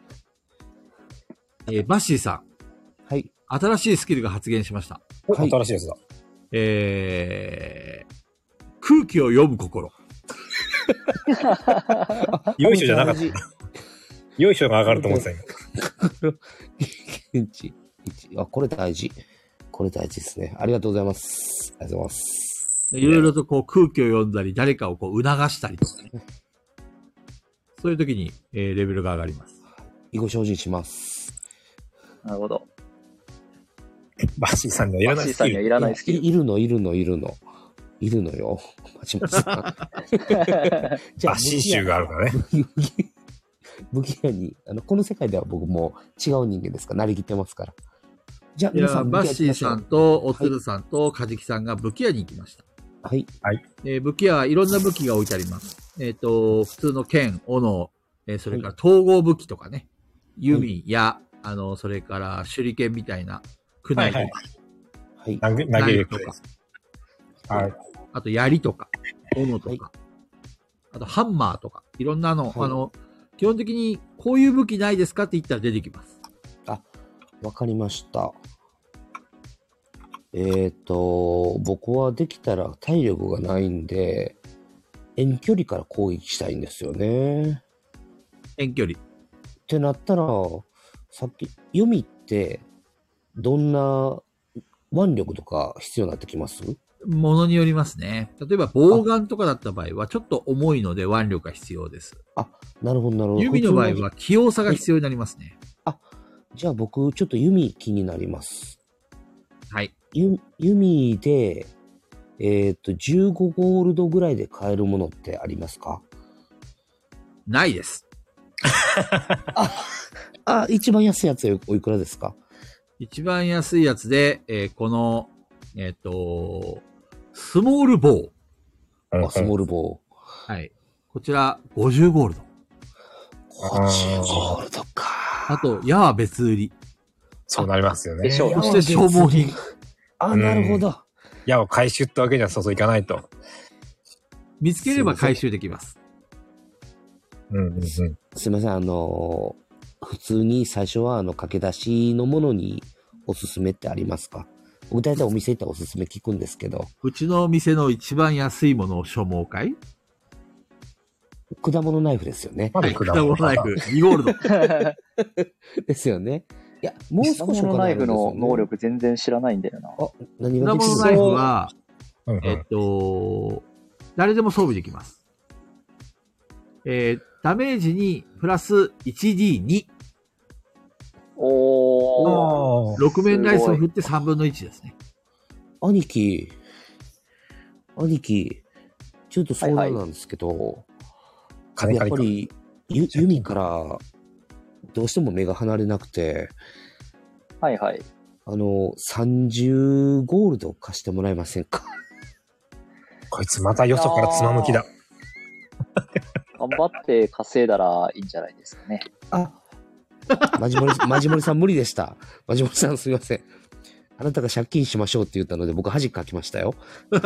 えー、バッシーさん。 はい。 新しいスキルが発現しました。 はい、新しいやつだ。 えー、空気を読む心。 よいしょじゃなかった。よいしょが上がると思ってた今。 経験値いち。あ、これ大事。これ大事ですね。ありがとうございます。ありがとうございます。 いろいろとこう空気を読んだり、誰かをこう促したりとかね。そういう時に、えー、レベルが上がります。 囲碁精進します。 なるほど。 バッシーさんにはいらないスキル。バッシーさんにはいらないスキル。 いるの、いるの、いるの。いるのよ。松本さん。 じゃあ、バッシー集があるからね。 武器屋に、あの、この世界では僕も違う人間ですから、なりきってますから。 じゃあ、皆さん、バッシーさんと、おつるさんと、カジキさんが武器屋に行きました。 はい。 はい。 えー、武器屋はいろんな武器が置いてあります。えっ、ー、と、普通の剣、斧、えー、それから統合武器とかね、弓や、あの、それから手裏剣みたいな、クナイとか。 はい。 投げ、投げるとか。 はい。あと、槍とか、斧とか、はい、あと、ハンマーとか、いろんなの、はい、あの、基本的に、こういう武器ないですかって言ったら出てきます。 あ、わかりました。えっと、僕はできたら体力がないんで、遠距離から攻撃したいんですよね。 遠距離。 ってなったら、さっき、弓って、どんな腕力とか必要になってきます？ ものによりますね。例えば、ボウガンとかだった場合は、ちょっと重いので腕力が必要です。 あ、なるほど、なるほど。 弓の場合は、器用さが必要になりますね。 あ、じゃあ僕、ちょっと弓気になります。 はい。 ゆ弓で、えっと、じゅうごゴールドぐらいで買えるものってありますか？ ないです。 あ、あ、一番安いやつはおいくらですか？ 一番安いやつで、えー、この、えっ、ー、と、スモールボウ。 あ、スモールボウ。 はい。こちら、ごじゅうゴールド。 ごじゅうゴールドか。 あと、矢は別売り。 そうなりますよね。 そして消耗品。 あ、なるほど。 矢を回収ってわけにはそうそういかないと。 見つければ回収できます。 うんうんうん。 すいません、あのー、普通に最初はあの駆け出しのものにおすすめってありますか？僕大体お店行ったらおすすめ聞くんですけど。 うちの店の一番安いものを所望かい？ 果物ナイフですよね。 はい、果物ナイフ。にゴールド。 ですよね。いや、もう少し果物ナイフの能力全然知らないんだよな。 あ、何ができるの？果物ナイフは、 うんうん、 えっと、誰でも装備できます。えー、ダメージにプラス いちディーに。 おー。 ろく面ダイスを振ってさんぶんのいちですね。 兄貴、兄貴、ちょっと相談なんですけど、はいはい、やっぱりゆ弓からどうしても目が離れなくて、 はいはい。 あの、さんじゅうゴールド貸してもらえませんか？ こいつまたよそからつまむきだ。 頑張って稼いだらいいんじゃないですかね。 あ、マジモリ、マジモリさん無理でした。マジモリさんすみません。あなたが借金しましょうって言ったので僕恥かきましたよ。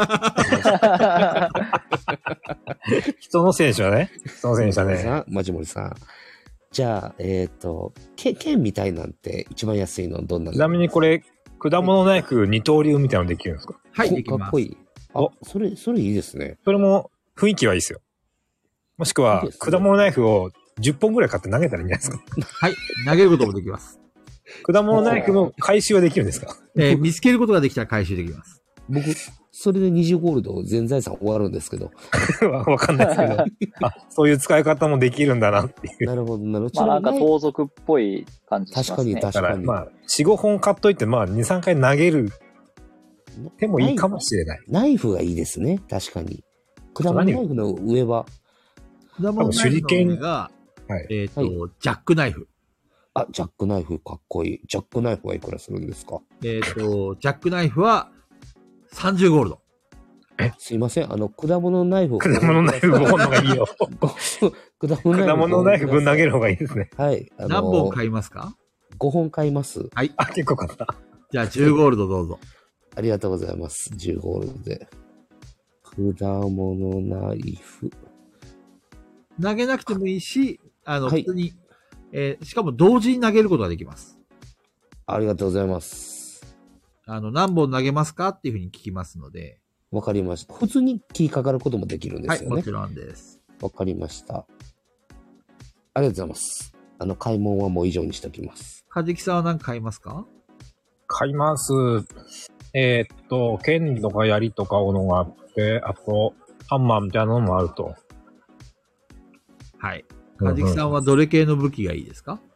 人の選手はね。人の選手はね。 マジモリさん。じゃあ、えっ、ー、と、剣みたいなんて一番安いのどんなの？ ちなみにこれ、果物ナイフ二刀流みたいなのできるんですか？ はい、できます。 かっこいい。あ、それ、それいいですね。 それも雰囲気はいいですよ。もしくは、いいですね、果物ナイフをじゅっぽんぐらい買って投げたらいいんじゃないですか？ はい、投げることもできます。 果物ナイフの回収はできるんですか？ えー、見つけることができたら回収できます。 僕、それでにじゅうゴールド全財産終わるんですけど。 わかんないですけど。あ、そういう使い方もできるんだなっていう。 なるほど、なるほど。 まあなんか盗賊っぽい感じしますね。 確かに確かに。 まあ、よん、ごほん買っといて、まあ、に、さんかい投げる手もいいかもしれない。 ナイフがいいですね。確かに。果物ナイフの上は。 果物ナイフの上が、 はい、 えっ、ー、と、 はい、 ジャックナイフ。 あ、ジャックナイフかっこいい。ジャックナイフはいくらするんですか？ えっ、ー、と、ジャックナイフはさんじゅうゴールド。 え、すいません。あの、果物ナイフ。 果物ナイフごほんの方がいいよ。果物ナイフぶん投げる方がいいですね。 はい。 あのー、何本買いますか？ ごほん買います。 はい。 あ、結構買った。 じゃあじゅうゴールドどうぞ。 ありがとうございます。じゅうゴールドで。果物ナイフ。 投げなくてもいいし、あの、 はい、 普通に、えー、しかも同時に投げることができます。 ありがとうございます。 あの、何本投げますかっていうふうに聞きますので。 わかりました。普通に切りかかることもできるんですよね。 はい、もちろんです。 わかりました。ありがとうございます。あの、買い物はもう以上にしておきます。 かじきさんは何か買いますか？ 買います。えー、っと、剣とか槍とか斧があって、あと、ハンマーみたいなのもあると。 はい。かじきさんはどれ系の武器がいいですか？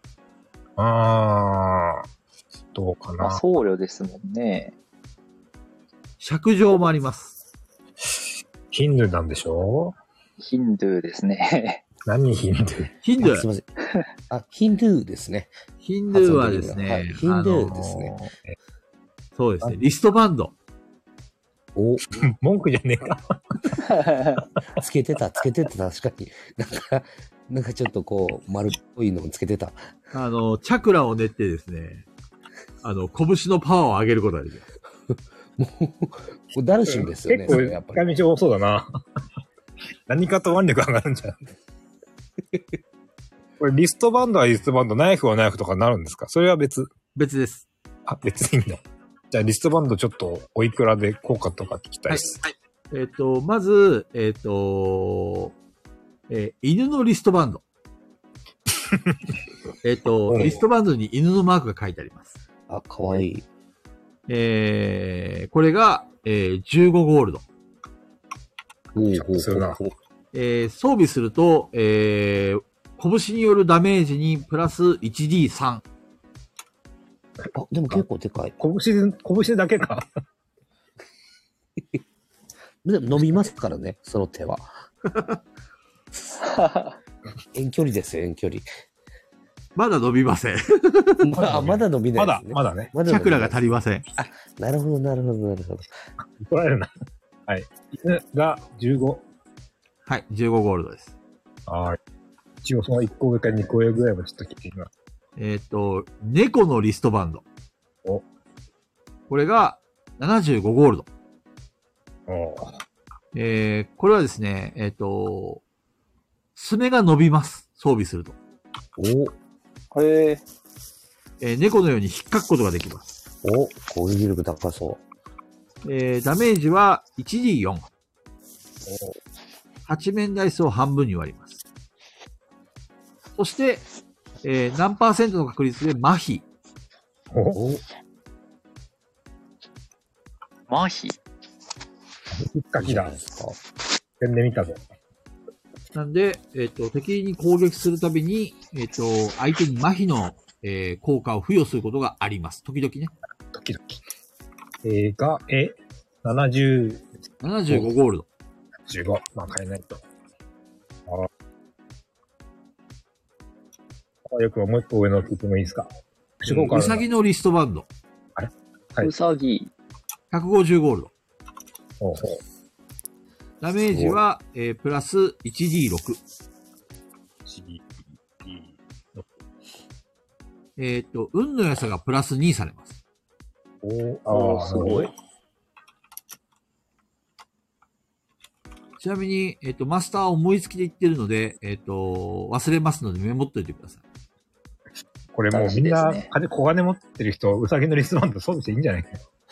あー、どうかな。 まあ、僧侶ですもんね。 尺状もあります。 ヒンドゥーなんでしょ？ ヒンドゥーですね。 何ヒンドゥー？ ヒンドゥー。 すいません。あ、ヒンドゥーですね。 ヒンドゥーはですね、はい、 ヒンドゥーですね、 あのー。そうですね。リストバンド。 お、 文句じゃねえか。 つけてた、つけてた、確かに。なんか、なんかちょっとこう、丸っぽいのをつけてた。 あの、チャクラを練ってですね、あの、拳のパワーを上げることができます。 もう、もうダルシムですよね。 結構、やっぱり。使い道多そうだな。何かと腕力上がるんじゃん。これ、リストバンドはリストバンド、ナイフはナイフとかなるんですか？それは別。 別です。 あ、別にいいんだ。じゃあ、リストバンドちょっと、おいくらで効果とか聞きたいです。 はい。はい、えっ、ー、と、まず、えっ、ー、と、えー、犬のリストバンド。えっと、リストバンドに犬のマークが書いてあります。 あ、かわいい。 えー、これが、えー、じゅうごゴールド。 おお、 するな。 えー、装備すると、えー、拳によるダメージにプラス いちディースリー。 あ、でも結構でかい。 拳、拳だけか。 でも伸びますからね、その手は。遠距離ですよ、遠距離。 まだ伸びません。 まだ、まだ伸びないですね。 まだ、まだね。 まだチャクラが足りません。 あ、なるほど、なるほど、なるほど。 怒られるな。はい。犬がじゅうご。 はい、じゅうごゴールドです。 はい。一応そのいっこ上かにこ上ぐらいはちょっと聞いてみます。 えっ、ー、と、猫のリストバンド。 お。 これがななじゅうごゴールド。 お。 えー、これはですね、えっ、ー、と、爪が伸びます。装備すると。 お。 へー。 えー、猫のように引っかくことができます。 お、攻撃力高そう。 えー、ダメージは いちディーよん。はち面ダイスを半分に割ります。そして、えー、何パーセントの確率で麻痺。 お。 麻痺。 引っかきだ。点で見たぞ。 なんで、えっ、ー、と、敵に攻撃するたびに、えっ、ー、と、相手に麻痺の、えー、効果を付与することがあります。時々ね。 時々。えー、が、え、ななじゅう。 ななじゅうごゴールド。 じゅうご。まあ、変えないと。ああ。よくもう一個上の聞いてもいいですか？ うさぎのリストバンド。 あれはい。 うさぎ。 ひゃくごじゅうゴールド。 ほうほう。 ダメージは、えー、プラス いちディーろく。 いちディーろく。 えっ、ー、と、運の良さがプラスにされます。 おああ、すごい。 ちなみに、えっ、ー、と、マスターは思いつきで言ってるので、えっ、ー、と、忘れますのでメモっといてください。 これもうみんな、金、小金持ってる人、うさぎのリストバンド装備していいんじゃないか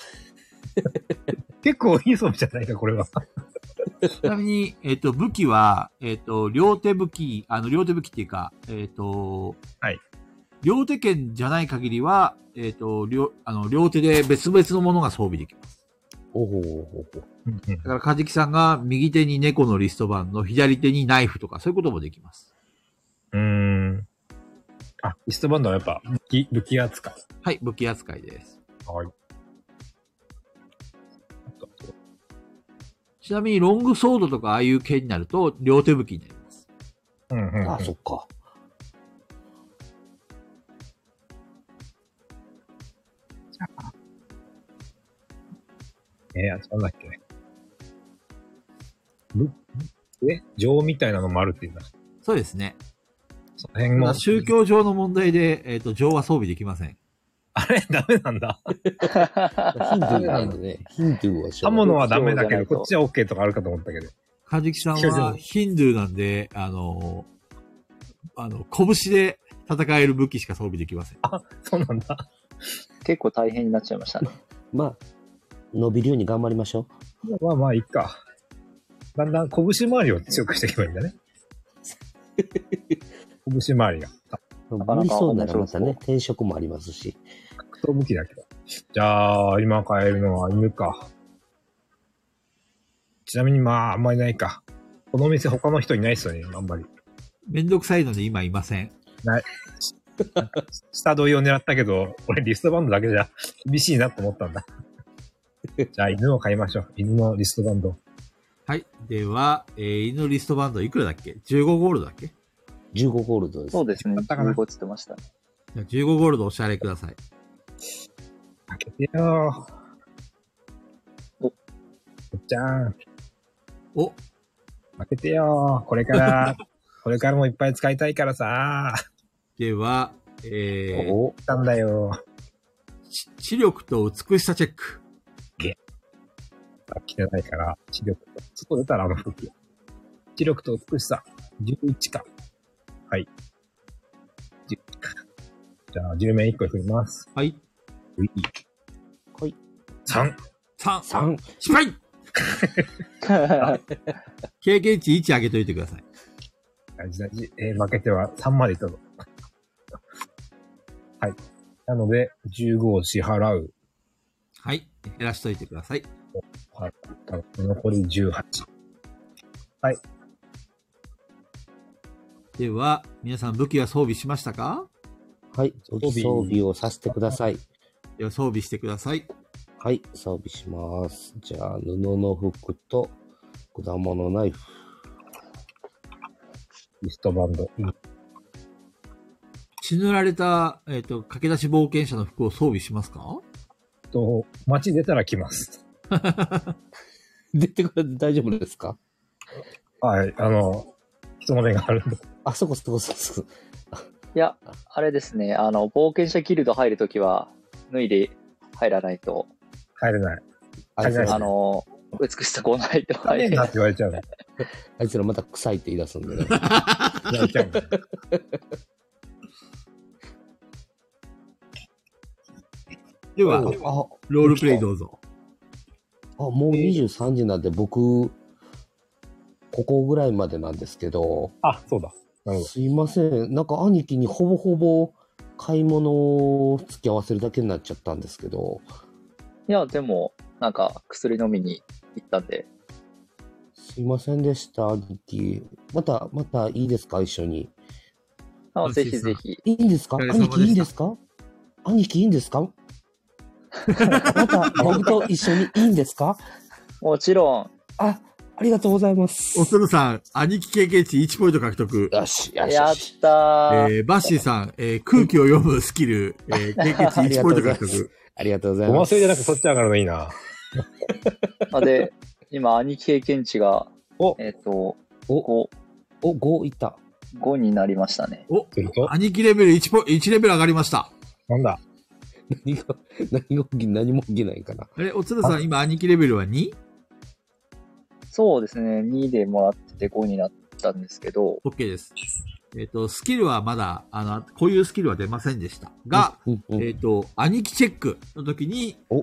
結構いい装備じゃないか、これは。 ちなみに、えっ、ー、と、武器は、えっ、ー、と、両手武器、あの、両手武器っていうか、えっ、ー、と、 はい。 両手剣じゃない限りは、えっ、と、両、あの、両手で別々のものが装備できます。 おほほほ。 だから、カジキさんが右手に猫のリストバンド、左手にナイフとか、そういうこともできます。 うーん。あ、リストバンドはやっぱ武器、武器扱い。 はい、武器扱いです。 はい。 ちなみにロングソードとかああいう系になると両手武器になります。 うんうん、うん。 あ、そっか。 えー、なんだっけ。ぶえ情みたいなのもあるって言うんだ。 そうですね。 その辺も。 宗教上の問題で、えっ、ー、と、情は装備できません。 あれダメなんだ。 ヒンドゥーなんでね。ヒンドゥーは刃物はダメだけど、こっちは OK とかあるかと思ったけど。 カジキさんはヒンドゥーなんで、あの、あの、拳で戦える武器しか装備できません。 あ、そうなんだ。 結構大変になっちゃいましたね。 まあ、伸びるように頑張りましょう。まあまあ、いいか。だんだん拳周りを強くしていけばいいんだね。拳周りが。 無理そうならまたね、転職もありますし。 格闘武器だけど。じゃあ、今買えるのは犬か。ちなみにまあ、あんまりないか。この店他の人いないっすよね、あんまり。めんどくさいので今いません。 ない。下取りを狙ったけど、俺リストバンドだけじゃ厳しいなと思ったんだ。じゃあ犬を買いましょう。犬のリストバンド。 はい。では、えー、犬のリストバンドいくらだっけ ?じゅうご ゴールドだっけ ? じゅうご ゴールドです。 そうですね。じゅうごつってましたね。 じゃあじゅうごゴールドお支払いください。 開けてよー。お。おっちゃん。 お。 開けてよー。これから、これからもいっぱい使いたいからさー。では、えー。 お、来たんだよー。 知力と美しさチェック。 げ。来てないから、知力と、外出たらあの服。知力と美しさ、じゅういちか。はい。じゅういちか。じゃあ、じゅうめんいっこ振ります。 はい。 うい。 はい。 さん。 さん。 さん。 失敗経験値いち上げといてください。 大事大事。えー、負けてはさんまでいったぞ。はい。なので、じゅうごを支払う。 はい。減らしといてください。 はい。残りじゅうはち。はい。 では、皆さん武器は装備しましたか？ はい。装備をさせてください。 では装備してください。 はい。装備します。じゃあ、布の服と果物ナイフ。 リストバンド。うん、 血塗られた、えっ、ー、と、駆け出し冒険者の服を装備しますか？ と、街出たら来ます。 出てくれて大丈夫ですか？ はい。あの、人の目があるんで。 あ、そこそこそこそこ。 いや、あれですね。あの、冒険者ギルド入るときは、脱いで入らないと。 入れない。 入れない、ね。あの、美しさこうないと入れない。なって言われちゃうの。 あいつらまた臭いって言い出すんでね。 言われちゃうの。 では、ロールプレイどうぞ。 あ、もうにじゅうさんじなんで僕、ここぐらいまでなんですけど。 あ、そうだ。なるほど。 すいません。なんか兄貴にほぼほぼ買い物を付き合わせるだけになっちゃったんですけど。 いや、でも、なんか薬飲みに行ったんで。 すいませんでした、兄貴。また、またいいですか、一緒に。 あ、ぜひぜひ。 いいんですか？兄貴いいんですか？兄貴いいんですか？また僕と一緒にいいんですか？ もちろん。 あ、ありがとうございます。 おつるさん、兄貴経験値いちポイント獲得。 よし、よし。 やったー。 えー、バッシーさん、えー、空気を読むスキル、えー、経験値いちポイント獲得。 ありがとうございます。 ごますりじゃなくてそっち上がるのいいな。 あで、今、兄貴経験値が、 おえっ、ー、と、 お、ご。お、ごいった。 ごになりましたね。 お、兄貴レベルいちポ、いちレベル上がりました。 なんだ何が、何が、何も起きないかな。 え、おつるさん、今、兄貴レベルは に？ そうですね。にでもらっててごになったんですけど。 OK です。えっ、ー、と、スキルはまだ、あの、こういうスキルは出ませんでしたが、うんうんうん、えっ、ー、と、兄貴チェックの時に、 お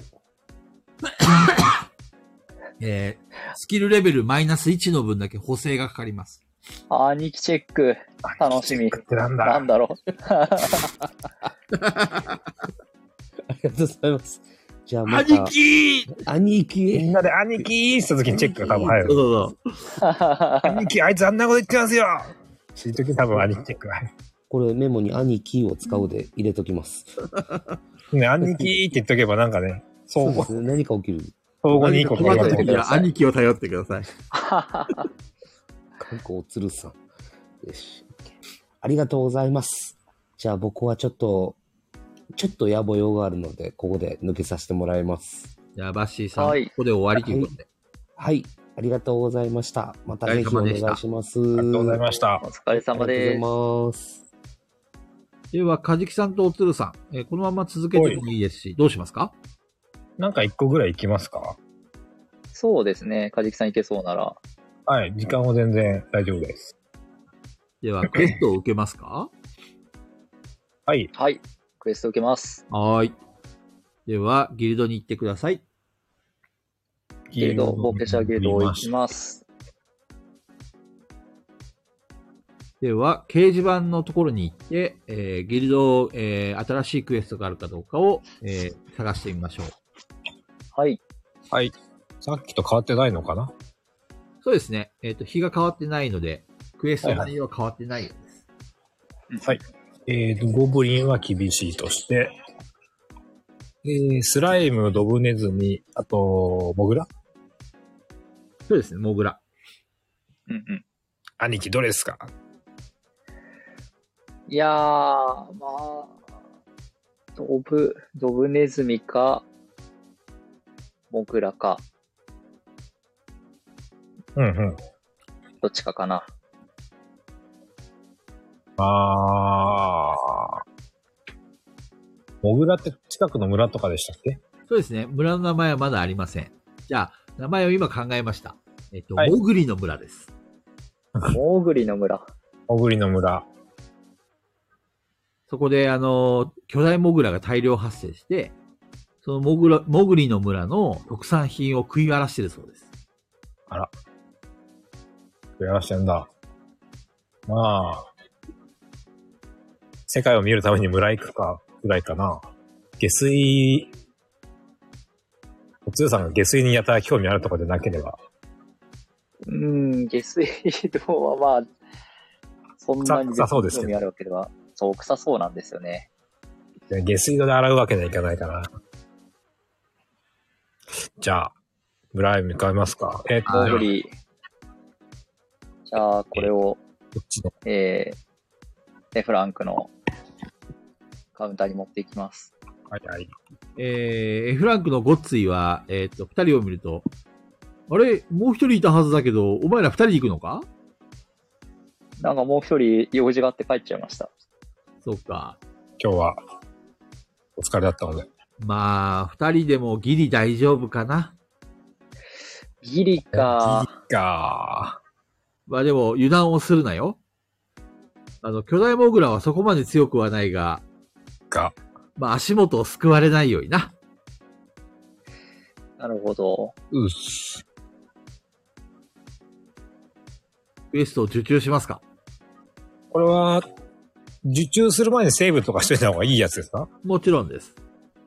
えー、スキルレベルマイナスいちの分だけ補正がかかります。 兄貴チェック、楽しみ。 ってなんだなんだろう。 ありがとうございます。じゃあまた。兄貴兄貴みんなで兄貴って時にチェックが多分入る。 そうそうそう。兄貴、あいつあんなこと言ってますよそういう時に多分兄貴チェックが入る。 これメモに兄貴を使うで入れときます。 ね、兄貴って言っとけばなんかね、 そうですね。何か起きる。 相互にいいこと困った言われてる。 時は兄貴を頼ってください。 観光鶴さん。よし。ありがとうございます。じゃあ僕はちょっと、ちょっと野暮用があるので、ここで抜けさせてもらいます。 じゃあ、バッシーさん、 はいここで終わりということで。 はい。はい、ありがとうございました。またぜひお願いします。 ありがとうございましたお。疲れ様です。 ありがとうございます。 では、カジキさんとおつるさん、えーこのまま続けてもいいですし、どうしますか？ なんか一個ぐらい行きますか？ そうですね。カジキさんいけそうなら。 はい。時間は全然大丈夫です。 では、クエストを受けますか？ はい。 はい。クエスト受けます。 はーい。では、ギルドに行ってください。 ギルド、ボーケシャギルドを行きます。 では、掲示板のところに行って、えーギルド、えー新しいクエストがあるかどうかを、えー探してみましょう。 はい。 はい。さっきと変わってないのかな？ そうですね。えっ、と、日が変わってないので、クエスト内容は変わってないようです。 はい。えーと、ゴブリンは厳しいとして、えー、スライム、ドブネズミ、あと、モグラ？ そうですね、モグラ。 うんうん。 兄貴どれですか？ いやー、まあ、ドブ、ドブネズミか、モグラか、 うんうん。 どっちかかな。 あー。モグラって近くの村とかでしたっけ？ そうですね、村の名前はまだありません。じゃあ、名前を今考えました。えっ、と、 はいモグリの村です。 モーグリの村。 モグリの村。 そこで、あの、巨大モグラが大量発生して、そのモグラ、モグリの村の特産品を食い荒らしてるそうです。 あら。やらしてんだ。まあ。世界を見るために村行くか、ぐらいかな。下水、おつゆさんが下水にやたら興味あるとかでなければ。 うーん、下水道はまあ、そんなに臭そうですけど興味あるわけでは、そう、臭そうなんですよね。 下水道で洗うわけにはいかないかな。じゃあ、村へ向かいますか。えっ、と、 モーグリ。じゃあ、これを、 こっちの。 えー、F フランクのカウンターに持っていきます。 はいはい。 えー、F ランクのゴッツイは、えっ、と、二人を見ると、あれもう一人いたはずだけど、お前ら二人行くのか？ なんかもう一人用事があって帰っちゃいました。 そうか。 今日は、お疲れだったので。 まあ、二人でもギリ大丈夫かな。 ギリか。 ギリか。 まあでも、油断をするなよ。あの、巨大モグラはそこまで強くはないが、 か。 まあ足元を救われないようにな。 なるほど。 うっす。 クエストを受注しますか？ これは、受注する前にセーブとかしといた方がいいやつですか？ もちろんです。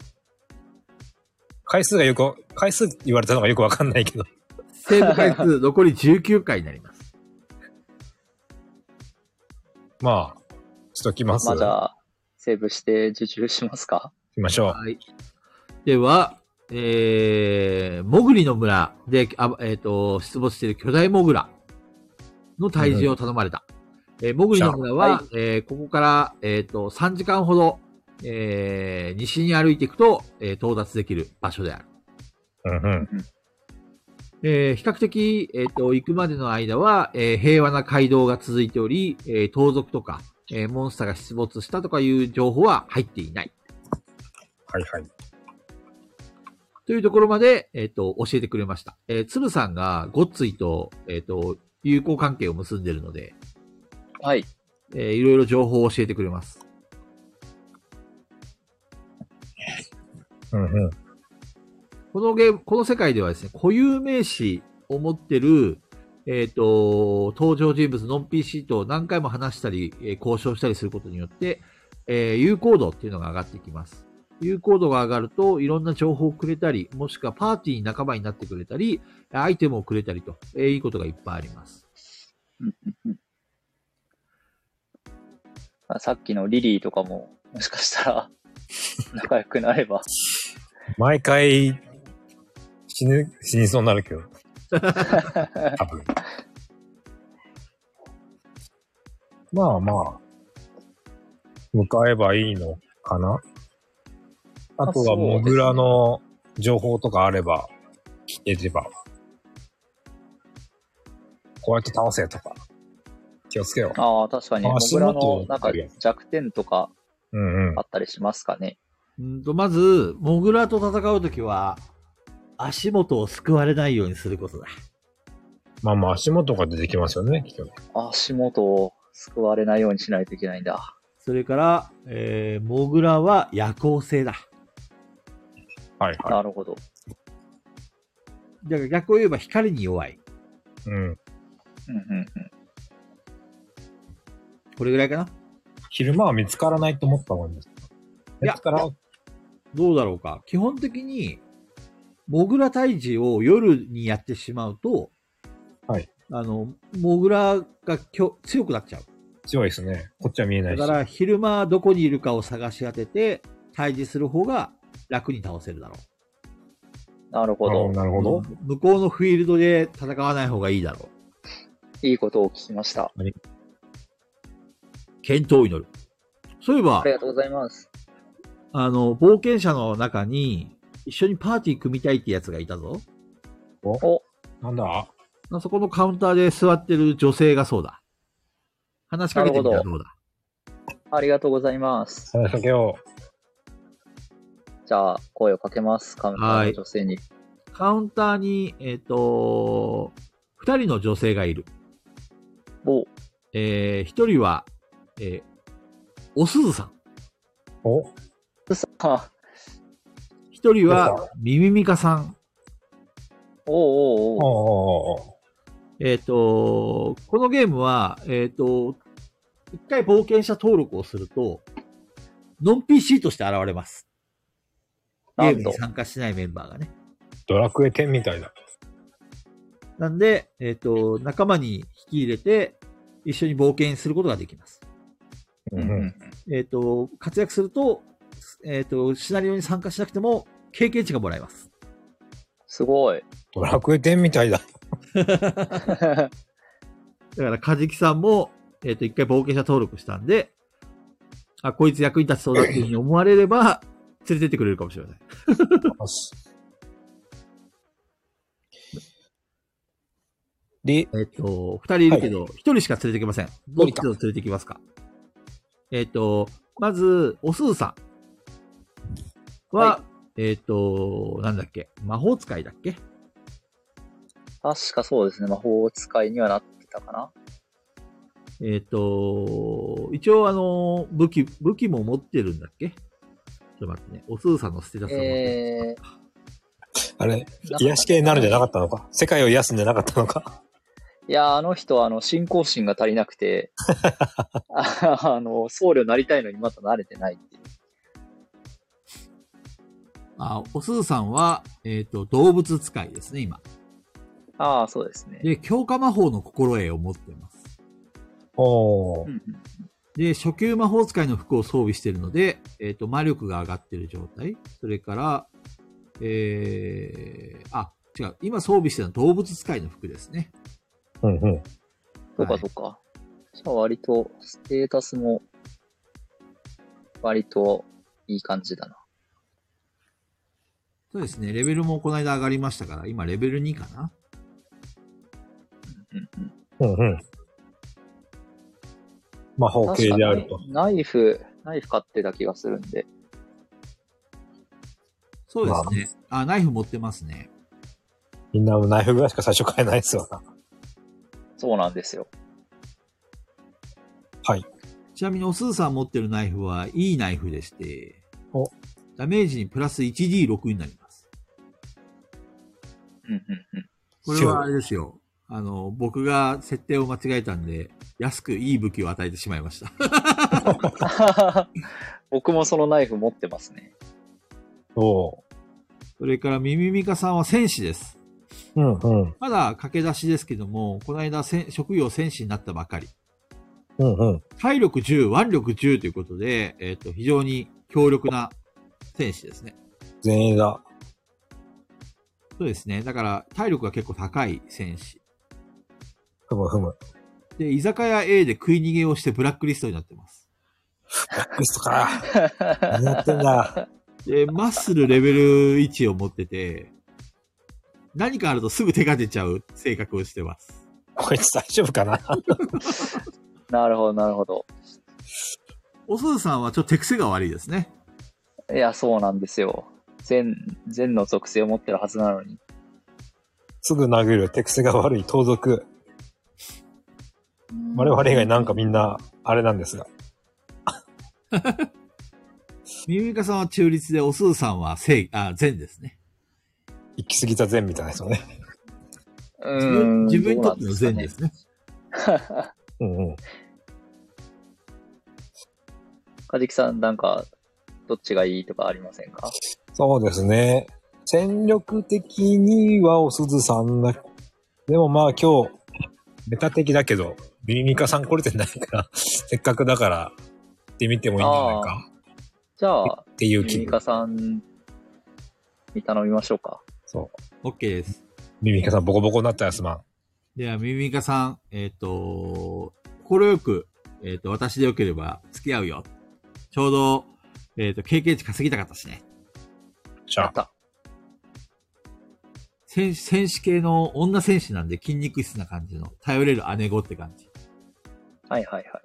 回数がよく、回数言われたのがよくわかんないけど。 セーブ回数残りじゅうきゅうかいになります。 まあ、しときます。 まあじゃあ、セーブして受注しますか？ 行きましょう。 はい。では、えー、モグリの村で、あえっ、と、出没している巨大モグラの退治を頼まれた。えーモグリの村は、 はいえーここから、えっ、と、さんじかんほど、えー西に歩いていくと、えー到達できる場所である。 うんうん。 えー比較的、えっ、と、行くまでの間は、えー平和な街道が続いており、えー盗賊とか、えーモンスターが出没したとかいう情報は入っていない。 はいはい。 というところまで、えっ、と、教えてくれました。えー、つぶさんがゴッツイと、えっ、と、友好関係を結んでいるので、 はい。 えーいろいろ情報を教えてくれます。 うんうん。 このゲーム、この世界ではですね、固有名詞を持ってる、えっ、と、登場人物、ノン ピーシー と何回も話したり、えー交渉したりすることによって、えー有効度っていうのが上がってきます。有効度が上がると、いろんな情報をくれたり、もしくはパーティーに仲間になってくれたり、アイテムをくれたりと、えーいいことがいっぱいあります。 さっきのリリーとかも、もしかしたら、仲良くなれば。 毎回、 死ぬ、死にそうになるけど。多分。まあまあ、向かえばいいのかな。あとは、モグラの情報とかあれば、聞ければ。こうやって倒せとか。気をつけよう。 ああ、確かに。モグラの、なんか弱点とか、あったりしますかね。 うんうん、んと、まず、モグラと戦うときは、足元を救われないようにすることだ。 まあまあ、足元が出てきますよね、きっと。 足元を救われないようにしないといけないんだ。 それから、えー、モグラは夜行性だ。 はいはい。 なるほど。 だから逆を言えば光に弱い。 うん。うんうんうん。 これぐらいかな。 昼間は見つからないと思ったもんです。 いや、どうだろうか。基本的に、モグラ退治を夜にやってしまうと、 はい。 あの、モグラがきょ強くなっちゃう。 強いですね。こっちは見えないし。 だから昼間どこにいるかを探し当てて、退治する方が楽に倒せるだろう。なるほど。 なるほど。 向こうのフィールドで戦わない方がいいだろう。いいことを聞きました。 健闘を祈る。そういえば、 ありがとうございます。 あの、冒険者の中に、一緒にパーティー組みたいってやつがいたぞ。 おおなんだそこのカウンターで座ってる女性がそうだ。話しかけてみたらどうだ。 ありがとうございます。 話しかけよう。 じゃあ、声をかけます。カウンターの女性に。 カウンターに、えっと、二人の女性がいる。 おえー、一人は、えー、おすずさん。 おさあ。 一人は、みみみかさん。 おおおおおえっ、ー、と、このゲームは、えっ、ー、と、一回冒険者登録をすると、ノン ピーシー として現れます。ゲームに参加しないメンバーがね。 ドラクエテンみたいだ。 なんで、えっ、ー、と、仲間に引き入れて、一緒に冒険することができます。 うんうん、 えっ、と、活躍すると、えっ、と、シナリオに参加しなくても、経験値がもらえます。 すごい。 ドラクエテンみたいだ。 だから、カジキさんも、えっ、と、一回冒険者登録したんで、あ、こいつ役に立ちそうだっていうふうに思われれば、連れてってくれるかもしれません。で、えっ、と、二人いるけど、一、はい、人しか連れてきません。どっちを連れてきますか？えっ、と、まず、おすずさんは、はい、えっ、と、なんだっけ、魔法使いだっけ？ 確かそうですね。魔法使いにはなってたかな。 えっ、と、一応あの、武器、武器も持ってるんだっけ？ちょっと待ってね。おすずさんのステータスを持ってる。えー、あれ、癒し系になるんじゃなかったのか？世界を癒すんじゃなかったのか？ いや、あの人は、あの、信仰心が足りなくて、あの、僧侶になりたいのにまだ慣れてないっていう。 あ、おすずさんは、えっ、と、動物使いですね、今。 ああ、そうですね。 で、強化魔法の心得を持っています。 おー。 で、初級魔法使いの服を装備しているので、えっ、と、魔力が上がっている状態。それから、えー、あ、違う。今装備してるのは動物使いの服ですね。 うんうん。 そうかそうか。はい、じゃあ割と、ステータスも、割といい感じだな。 そうですね。レベルもこの間上がりましたから、今レベルにかな。 うんうん。うんうん。魔法系であると。 ナイフ、ナイフ買ってた気がするんで。 そうですね。まあ、あ、ナイフ持ってますね。 みんなナイフぐらいしか最初買えないですよな。 そうなんですよ。 はい。 ちなみにおすずさん持ってるナイフはいいナイフでして、 おダメージにプラス いちディーろく になります。 うんうんうん。 これはあれですよ。あの、僕が設定を間違えたんで、安くいい武器を与えてしまいました。 僕もそのナイフ持ってますね。 おそれからミミミカさんは戦士です。 うんうん。 まだ駆け出しですけども、この間職業戦士になったばかり。 うんうん。 体力じゅう、腕力じゅうということで、えっと、非常に強力な戦士ですね。 全員だ。 そうですね。だから、体力が結構高い戦士。 ふむふむ。 で、居酒屋 A で食い逃げをしてブラックリストになってます。 ブラックリストか。何やってんだ。 で、マッスルレベルいちを持ってて、何かあるとすぐ手が出ちゃう性格をしてます。 こいつ大丈夫かな。 なるほど、なるほど。 おすずさんはちょっと手癖が悪いですね。 いや、そうなんですよ。善、善の属性を持ってるはずなのに。 すぐ殴る手癖が悪い盗賊。我々以外なんかみんな、あれなんですが。 ミミカさんは中立で、おすずさんは正、あ、善ですね。 行き過ぎた善みたいな人ね。 う自分、 ん自分にとっての善ですね。 うんうん。 かじきさん、なんか、どっちがいいとかありませんか？ そうですね。戦力的にはおすずさんだ。でもまあ今日、メタ的だけど、ミミミカさん来れてないから、せっかくだから、行ってみてもいいんじゃないか。 じゃあ、 っていう気分。 ミミカさんに頼みましょうか。 そう。 OK です。 ミミミカさんボコボコになったやつまん。 では、ミミカさん、えっ、と、心よく、えっ、と、私でよければ付き合うよ。ちょうど、えっ、と、経験値稼ぎたかったしね。 じゃあ。 やった。 戦士、戦士系の女戦士なんで筋肉質な感じの、頼れる姉子って感じ。 はいはいはい。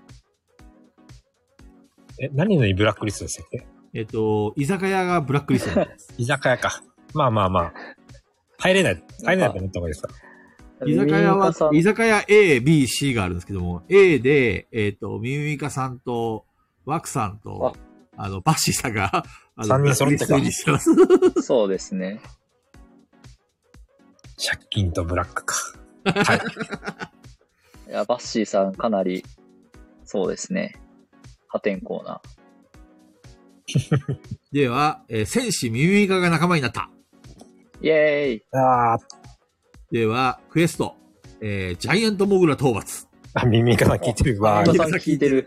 え、何のブラックリストでしたっけ？ えっ、と、居酒屋がブラックリストになってます。 居酒屋か。まあまあまあ。入れない、入れないと思った方がいいですか？ 居酒屋は、居酒屋 A、B、C があるんですけども、A で、えっ、と、ミミミカさんと、ワクさんと、あの、バッシーさんが、あの、 三人揃ってか。 にしてます。 そうですね。 借金とブラックか。はい。 いや、バッシーさんかなり、そうですね。破天荒な。 では、えー戦士ミミミカが仲間になった。 イェーイ。 あでは、クエスト、えー、ジャイアントモグラ討伐。 あ、ミミミカさん聞いてるわ。 ミミカさん聞いてる。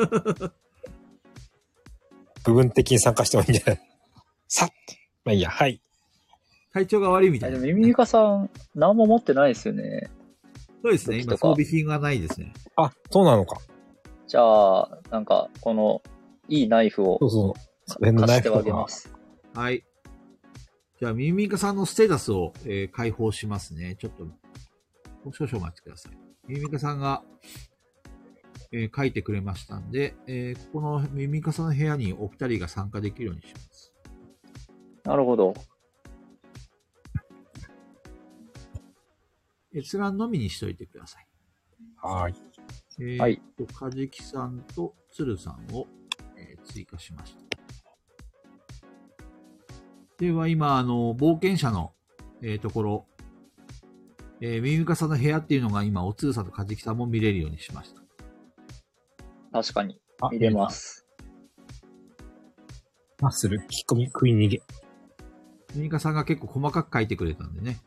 部分的に参加してもいいんじゃない？さっまあいいや、はい。 体調が悪いみたいな。 ミミミカさん、何も持ってないですよね。 そうですね。今装備品がないですね。 あ、そうなのか。 じゃあ、なんか、この、いいナイフをそうそう。それのナ貸してイフとかあげます。 はい。じゃあ、ミミミカさんのステータスを、えー解放しますね。ちょっと、少々お待ちください。ミミミカさんが、えー書いてくれましたんで、えーここのミミミカさんの部屋にお二人が参加できるようにします。 なるほど。 閲覧のみにしといてください。 はい。 えー、 はいと、かじきさんとつるさんを、えー追加しました。では、今、あの、冒険者の、えーところ、えー、ミミミカさんの部屋っていうのが今、おつるさんとかじきさんも見れるようにしました。 確かに。 あ見れます。 マッスル、引っ込み、食い逃げ。 ミミミカさんが結構細かく書いてくれたんでね。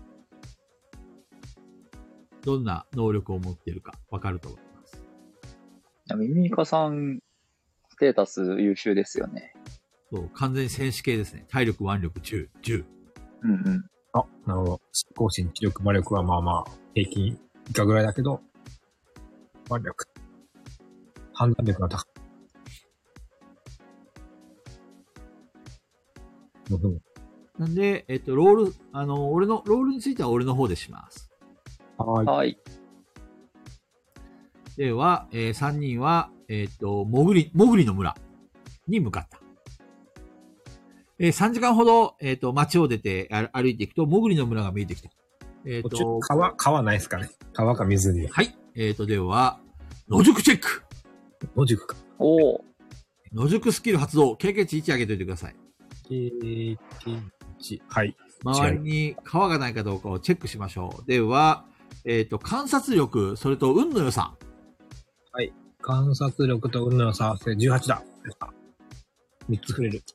どんな能力を持っているかわかると思います。 ミミミカさん、ステータス優秀ですよね。 そう、完全に戦士系ですね。体力、腕力じゅう、じゅう。 うんうん。 あ、なるほど。執行心、気力、魔力はまあまあ、平均以下ぐらいだけど、魔力。判断力が高い。うんなんで、えっと、ロール、あの、俺の、ロールについては俺の方でします。 はい。 はい。 では、えー、さんにんは、えっと、もぐり、もぐりの村に向かった。えー、さんじかんほど、えっと、街を出てあ歩いていくと、もぐりの村が見えてきた。えっ途中と、 川、川ないですかね。川か湖。 はい。えっと、では、野宿チェック野宿か。 おー。 野宿スキル発動、経験値いち上げといてください。 経験値。はい。 周りに川がないかどうかをチェックしましょう。では、えっと、観察力、それと運の良さ。 観察力と運の良さ、じゅうはちだ。みっつ触れる。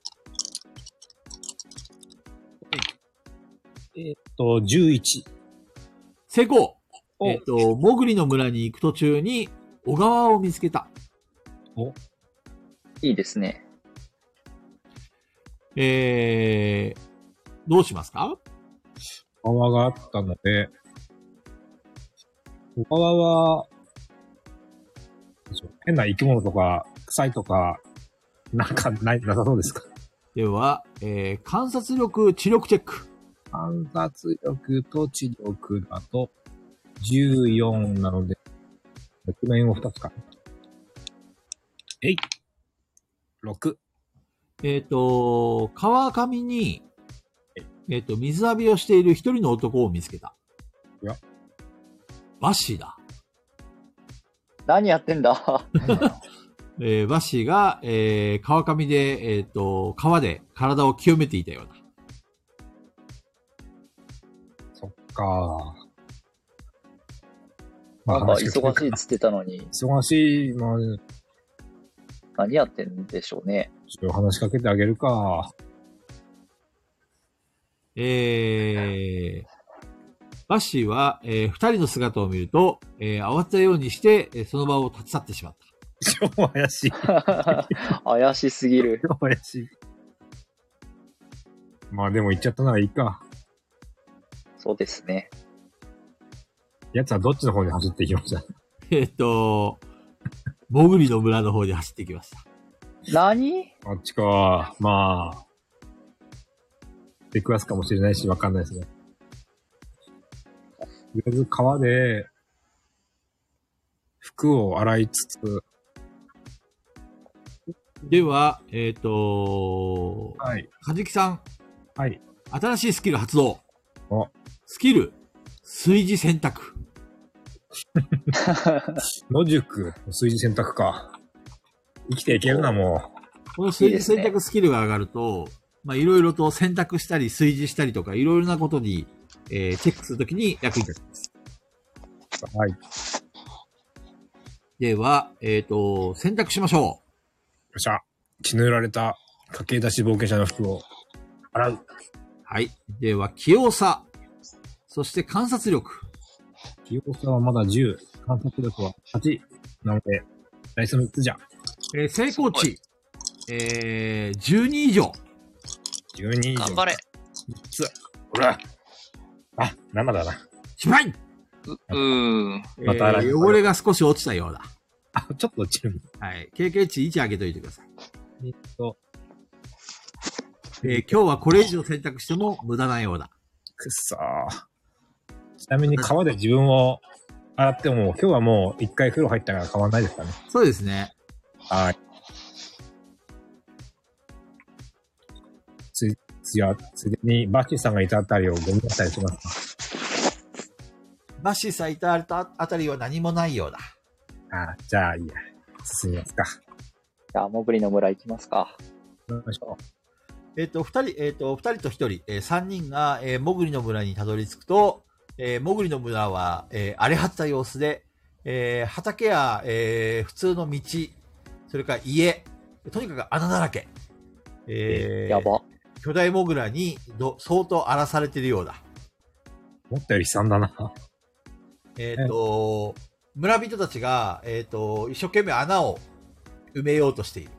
えーっと、じゅういち。 成功おえっと、もぐりの村に行く途中に、小川を見つけた。 いいですね。 えー、どうしますか？ 小川があったので、小川は、変な生き物とか、臭いとか、なんかない、なさそうですか？ では、えー、観察力、知力チェック。 観察力と知力だと、じゅうよんなので、ろく面をふたつか。えい !ろく。 えっ、と、川上に、えっ、と、水浴びをしている一人の男を見つけた。 いや。 バッシーだ。 何やってんだえー、バッシーが、えー、川上で、えっ、と、川で体を清めていたようだ。 そっか。 なんか忙しいっつってたのに。 忙しい、まあ、 何やってんでしょうね。 ちょっと話しかけてあげるか。 えー、バッシーは、えー、二人の姿を見ると、えー、慌てたようにして、えー、その場を立ち去ってしまった。 超怪しい。 怪しすぎる。 超怪しい。まあでも行っちゃったならいいか。 そうですね。 奴はどっちの方に走っていきました？ えっと、モグリの村の方に走ってきました。 何？ あっちか。まあ。出くわすかもしれないし、わかんないですね。とりあえず川で、服を洗いつつ。 では、えっ、ー、とはい。 かじきさん。 はい。 新しいスキル発動。 お。 スキル、炊事選択。 野宿、炊事選択か。生きていけるな、もう。この炊事選択スキルが上がると、まあ、いろいろと選択したり、炊事したりとか、いろいろなことに、えー、チェックするときに役に立ちます。 はい。 では、えっ、ー、と、選択しましょう。よっしゃ。血塗られた駆け出し冒険者の服を洗う。 はい。では、器用さ。そして観察力。 器用さはまだじゅう。観察力ははち。なので、ダイスみっつじゃ。 えー、成功値。えー、じゅうに以上。 じゅうに以上。 頑張れ。 みっつ。ほら。あ、ななだな。 失敗。 う、うーん。 また、えー、汚れが少し落ちたようだ。 あ、ちょっと落ちる。 はい。経験値いち上げといてください。 えっと。 えー、今日はこれ以上選択しても無駄なようだ。 くっそー。ちなみに川で自分を洗っても、今日はもう一回風呂入ったから変わんないですかね。 そうですね。 はい。つ、つや、ついでにバッシーさんがいたあたりをごみ出したりしますか？ バッシーさんいたあたりは何もないようだ。 ああ、じゃあいいや。進みますか。 じゃあ、モグリの村行きますか。 行きましょう。えっ、ー、と、二人、えっ、ー、と、二人と一人、えー、三人が、えー、モグリの村にたどり着くと、えー、モグリの村は、えー、荒れ果てた様子で、えー、畑や、えー、普通の道、それから家、とにかく穴だらけ。えー、 やば。 巨大モグラにど相当荒らされてるようだ。 思ったより悲惨だな。 えっ、ー、と、村人たちが、えっ、ー、と、一生懸命穴を埋めようとしている。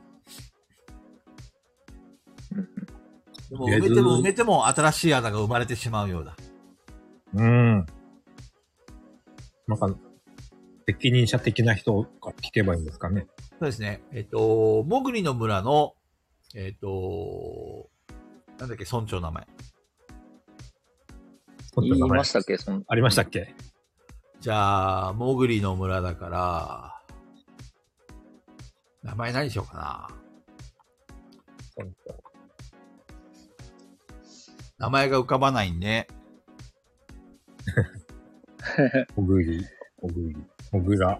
でも埋めても埋めても新しい穴が生まれてしまうようだ。 うん。なんか、責任者的な人から聞けばいいんですかね。 そうですね。えっ、ー、と、モグリの村の、えっ、ー、と、なんだっけ、村長の名前。 言いましたっけ？そのありましたっけ？ じゃあ、モグリの村だから、名前何しようかな。 村長。 名前が浮かばないんで。 モグリ、モグリ、モグラ。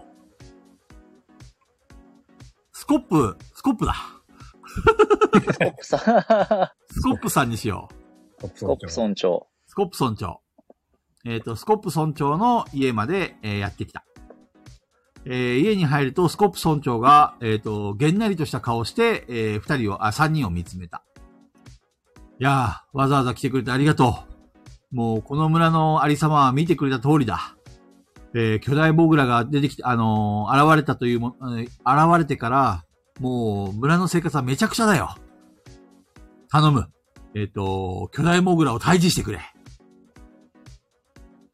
スコップ、スコップだ。 スコップさん。 スコップさんにしよう。スコップ村長。 スコップ村長。えっ、ー、と、スコップ村長の家まで、えー、やってきた。えー、家に入ると、スコップ村長が、えっ、ー、と、げんなりとした顔して、えー、二人を、あ、三人を見つめた。いやー、わざわざ来てくれてありがとう。もう、この村のありさまは見てくれた通りだ。えー、巨大モグラが出てきて、あのー、現れたというも、現れてから、もう、村の生活はめちゃくちゃだよ。頼む。えっ、ー、と、巨大モグラを退治してくれ。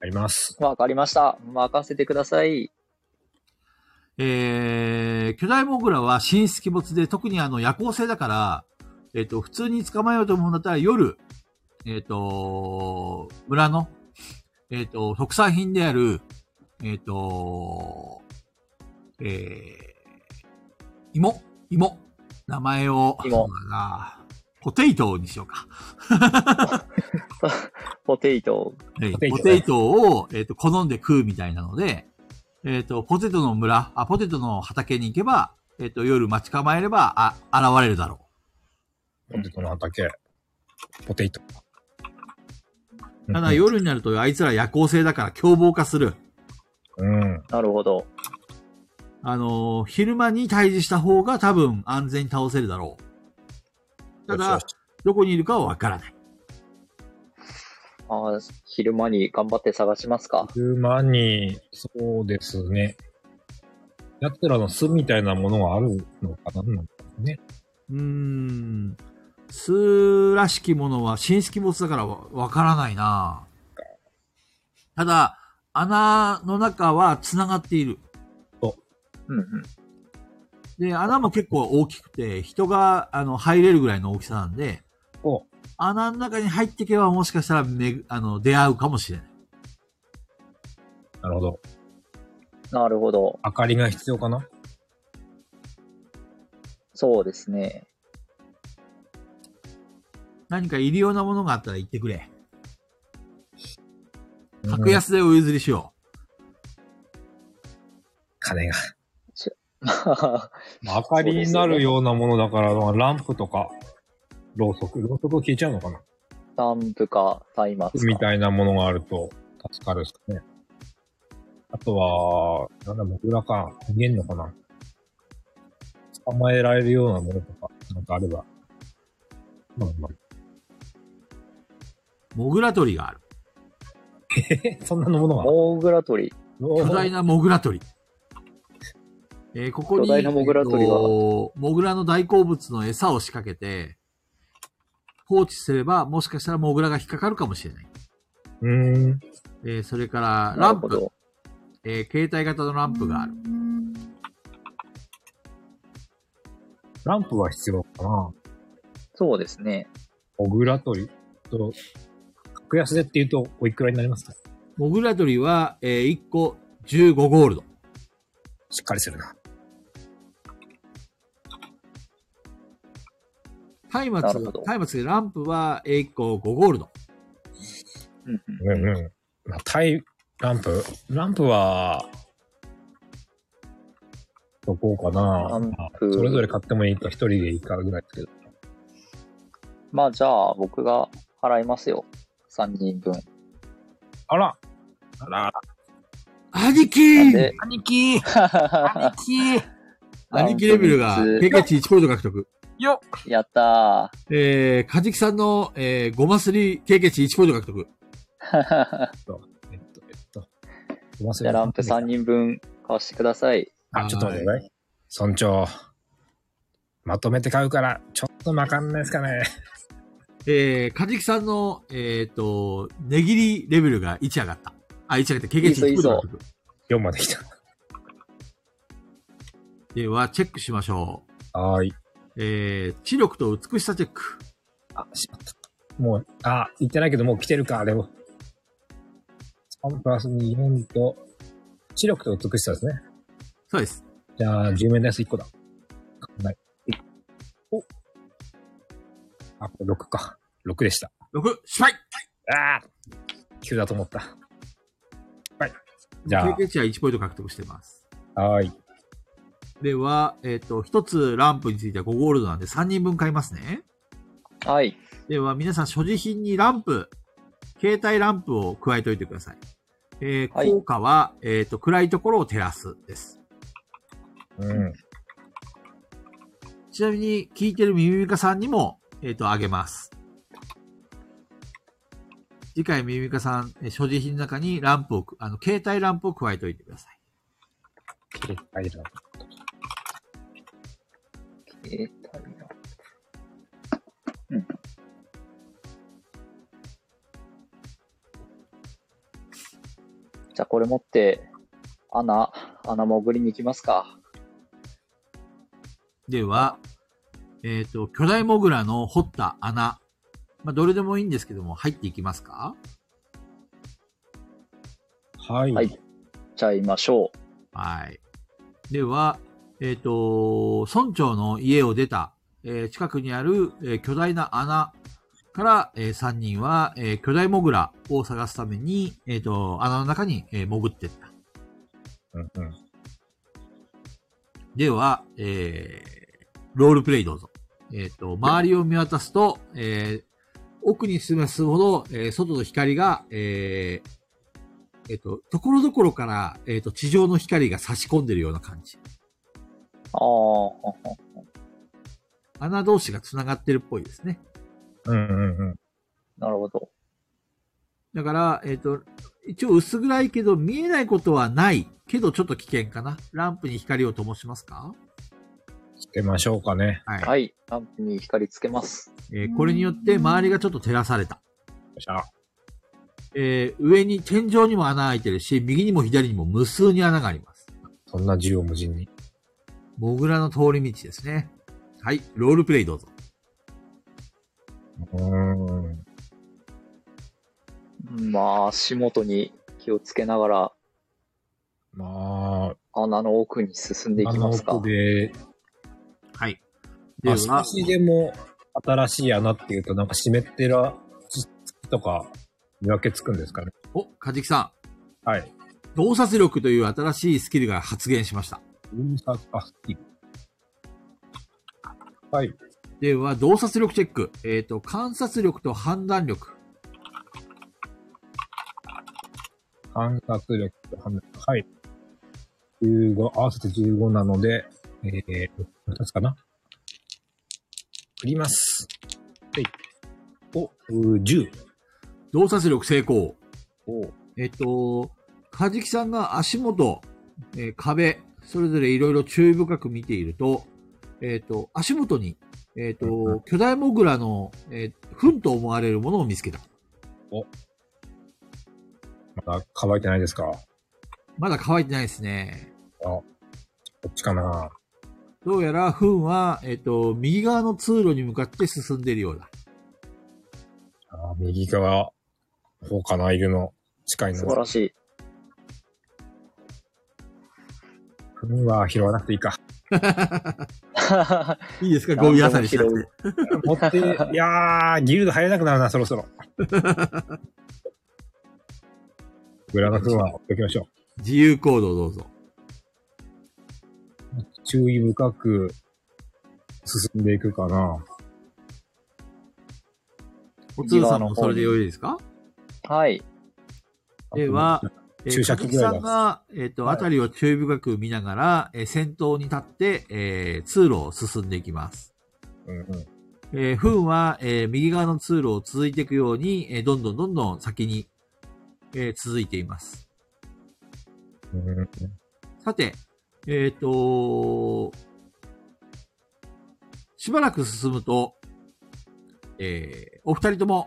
あります。 わかりました。任せてください。 えー、巨大モグラは神出鬼没で、特にあの夜行性だから、えっ、と、普通に捕まえようと思うんだったら夜、えっ、と、村の、えっ、と、特産品である、えっ、と、えー、芋、芋、名前を、 芋そうだな、ポテイトにしようか。 ポテイト。 はいポテイトねポテイトを、えっ、と、好んで食うみたいなので、えっ、と、ポテトの村、あ、ポテトの畑に行けば、えっ、と、夜待ち構えれば、あ、現れるだろポテトの畑。ポテイト。 う。ただ、夜になると、あいつら夜行性だから凶暴化する。 うん。 なるほど。 あのー昼間に退治した方が多分安全に倒せるだろう。ただよしよし、 どこにいるかはわからない。 あー昼間に頑張って探しますか。 昼間に、そうですね。奴らの巣みたいなものがあるのかななんかね。 うーん。巣らしきものは神出鬼没だからわわからないな。ただ、穴の中は繋がっている。 うんうん。 で、穴も結構大きくて、人が、あの、入れるぐらいの大きさなんで、 お、 穴の中に入っていけばもしかしたらめぐ、あの、出会うかもしれない。 なるほど。 なるほど。 明かりが必要かな？ そうですね。 何かいるようなものがあったら言ってくれ。 うん格安でお譲りしよ金が。 まあ明かりになるようなものだから、ランプとか、ろうそく、ろうそく消えちゃうのかなランプか、松明か。 みたいなものがあると助かるっすね。あとは、なんだ、モグラか、逃げんのかな捕まえられるようなものとか、なんかあれば。まあまあ、 う。モグラ鳥がある。 えそんなのものが。 モグラ鳥。 巨大なモグラ鳥。えーここに、 巨大なモグラ鳥がえっとモグラの大好物の餌を仕掛けて、放置すれば、もしかしたらモグラが引っかかるかもしれない。 うーん。 えーそれから、 なランプ。 るほど。 えー携帯型のランプがある。 ランプは必要かな。 そうですね。 モグラ鳥と、格安でって言うと、おいくらになりますか？ モグラ鳥は、えーいっこじゅうごゴールド。 しっかりするな。 松なるほど明、松明でランプは、えーいっこごゴールド。 うんうんうんうん。まあ、タイ、ランプランプは、どこうかな。 ランまあプそれぞれ買ってもいいか、一人でいいかぐらいですけど。 まあじゃあ僕が払いますよ。さんにんぶん。 あらあら兄貴なんで兄貴兄貴兄貴レベルがランプみっつ経験値いちポイント獲得。 よやったえー、カジキさんの、えー、ゴマスリ経験値いちポイント獲得。 ー。 えっと、えっと、忘れじゃあランプさんにんぶん買わしてください。 あ、ちょっと待ってください。村長。まとめて買うから、ちょっとわかんないですかね。 えー、カジキさんの、えっ、と、値切りレベルがいち上がった。あ、いち上がって経験値いちポイント獲得。 よんまで来た。 では、チェックしましょう。 はーい。 えー、知力と美しさチェック。 あ、しまった。もう、あ、言ってないけど、もう来てるか、あれを。さんプラスに、よんと、知力と美しさですね。 そうです。 じゃあ、じゅうめんのやついっこだ。ない。おあ、これろくか。ろくでした。 ろく、失敗ああ !きゅうだと思った。はい。じゃ経験値はいちポイント獲得してます。 あ、はーい。 では、えっ、と、一つランプについてはごゴールドなんでさんにんぶん買いますね。 はい。 では、皆さん所持品にランプ、携帯ランプを加えておいてください。えーはい効果は、えっ、と、暗いところを照らすです。 うん。 ちなみに、聞いてるミミミカさんにも、えっ、と、あげます。次回ミミミカさん、えー所持品の中にランプを、あの、携帯ランプを加えておいてください。 携帯だ。 携帯ランプ。うん。 じゃあこれ持って、穴、穴潜りに行きますか。 では、えっ、と、巨大モグラの掘った穴。まあ、どれでもいいんですけども、入っていきますか？ はい。 はい。じゃあ行きましょう。 はい。では、えっ、と、村長の家を出た、えー近くにある、えー巨大な穴から、えーさんにんは、えー巨大モグラを探すために、えっ、と、穴の中に、えー潜っていった。 うんうん。 では、えー、ロールプレイどうぞ。えっ、と、周りを見渡すと、えー、奥に進めば進むほど、えー、外の光が、えー、えっ、と、ところどころから、えっ、と、地上の光が差し込んでるような感じ。 ああ、 穴同士が繋がってるっぽいですね。 うんうんうん。 なるほど。 だから、えっ、と、一応薄暗いけど見えないことはないけどちょっと危険かな。ランプに光を灯しますか？ つけましょうかね。 はい。 はい。ランプに光つけます。 えーこれによって周りがちょっと照らされた。 よっしゃ。 えー上に天井にも穴開いてるし、右にも左にも無数に穴があります。 そんな縦横無尽に。 モグラの通り道ですね。はい。ロールプレイどうぞ。 うーん。 まあ、足元に気をつけながら、 ま穴の奥に進んでいあ、あきますかの奥。で、 はい。でまあ、 は少、しでも新しい穴っていうと、なんか湿ってる土とか見分けつくんですかね。 お、カジキさん。 はい。 洞察力という新しいスキルが発現しました。 うんさあ、スキル。はい。 では、洞察力チェック。えっ、と、観察力と判断力。 観察力と判断。はい。じゅうご、合わせてじゅうごなので、えー、ふたつかな。振ります。はい。お、うじゅう。 洞察力成功。 おえっ、と、カジキさんが足元、えー壁、それぞれいろいろ注意深く見ていると、えっ、と、足元に、えっ、と、巨大モグラの、えー、糞と思われるものを見つけた。 まだ乾いてないですか？あ、 まだ乾いてないですね。 こっちかな。 どうやら糞は、えっ、と、右側の通路に向かって進んでいるようだ。 あ、右側、方かな、いるの。近いの。 素晴らしい。 糞は拾わなくていいか。 いいですか、ゴミ漁りしなくて。 持って、いやー、ギルド入れなくなるな、そろそろ。裏の糞は置いときましょ自由行動どうぞ。 う。注意深く進んでいくかな。 おつるさんもそれでよいですか？ はい。 では、えー、 注射器ぐらいだカジキさんが、えっ、と、 はいあたりを注意深く見ながら、えー先頭に立って、えー通路を進んでいきます。 うんうん。 えー、フンは、えー右側の通路を続いていくように、えーどんどんどんどん先に、えー続いています。 うんさて、えっ、としばらく進むと、えーお二人とも、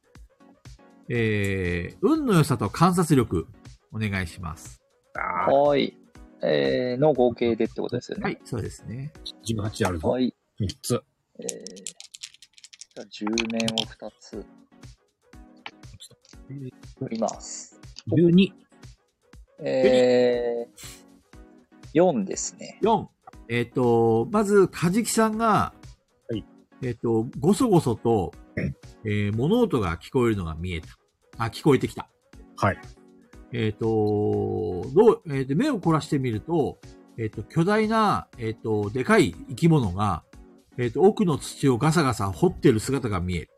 えー運の良さと観察力、お願いします。 あー、 はい。えー、の合計でってことですよね。 はい、そうですね。 じゅうはちあるぞ。 はい。 みっつ。 えー、じゃあじゅう面をふたつ振ります。 じゅうに。 えー、よんですね。 よん。えっ、と、まず、カジキさんが、 はいえっ、と、ごそごそと、えー物音が聞こえるのが見えた。あ、聞こえてきた。 はい。 えっ、と、どう、えーと、目を凝らしてみると、えっ、と、巨大な、えっ、と、でかい生き物が、えっ、と、奥の土をガサガサ掘ってる姿が見える。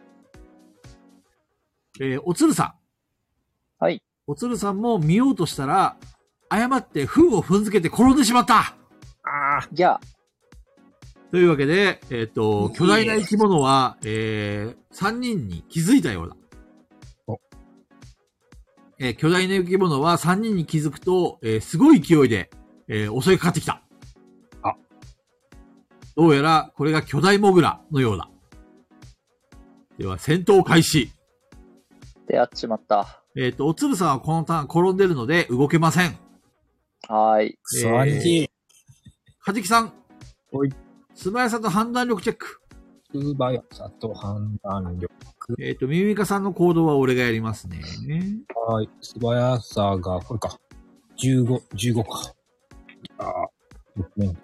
えーおつるさん。 はい。 おつるさんも見ようとしたら、誤って糞を踏んづけて転んでしまったあー、 じゃあ、 というわけで、えっ、と、巨大な生き物は、えー、さんにんに気づいたようだ。 おえー巨大な生き物はさんにんに気づくと、えーすごい勢いで、えー襲いかかってきた。 あ。 どうやら、これが巨大モグラのようだ。では、戦闘開始。 で、やっちまった。 えっ、と、おつるさんはこのターン転んでるので動けません。 はーい。 素晴らしい。 かじきさん。 おい。 素早さと判断力チェック。 素早さと判断力。 えっ、と、ミミカさんの行動は俺がやりますね。 はい。素早さが、これか。じゅうご、じゅうごか。ああ、ろくめんだ。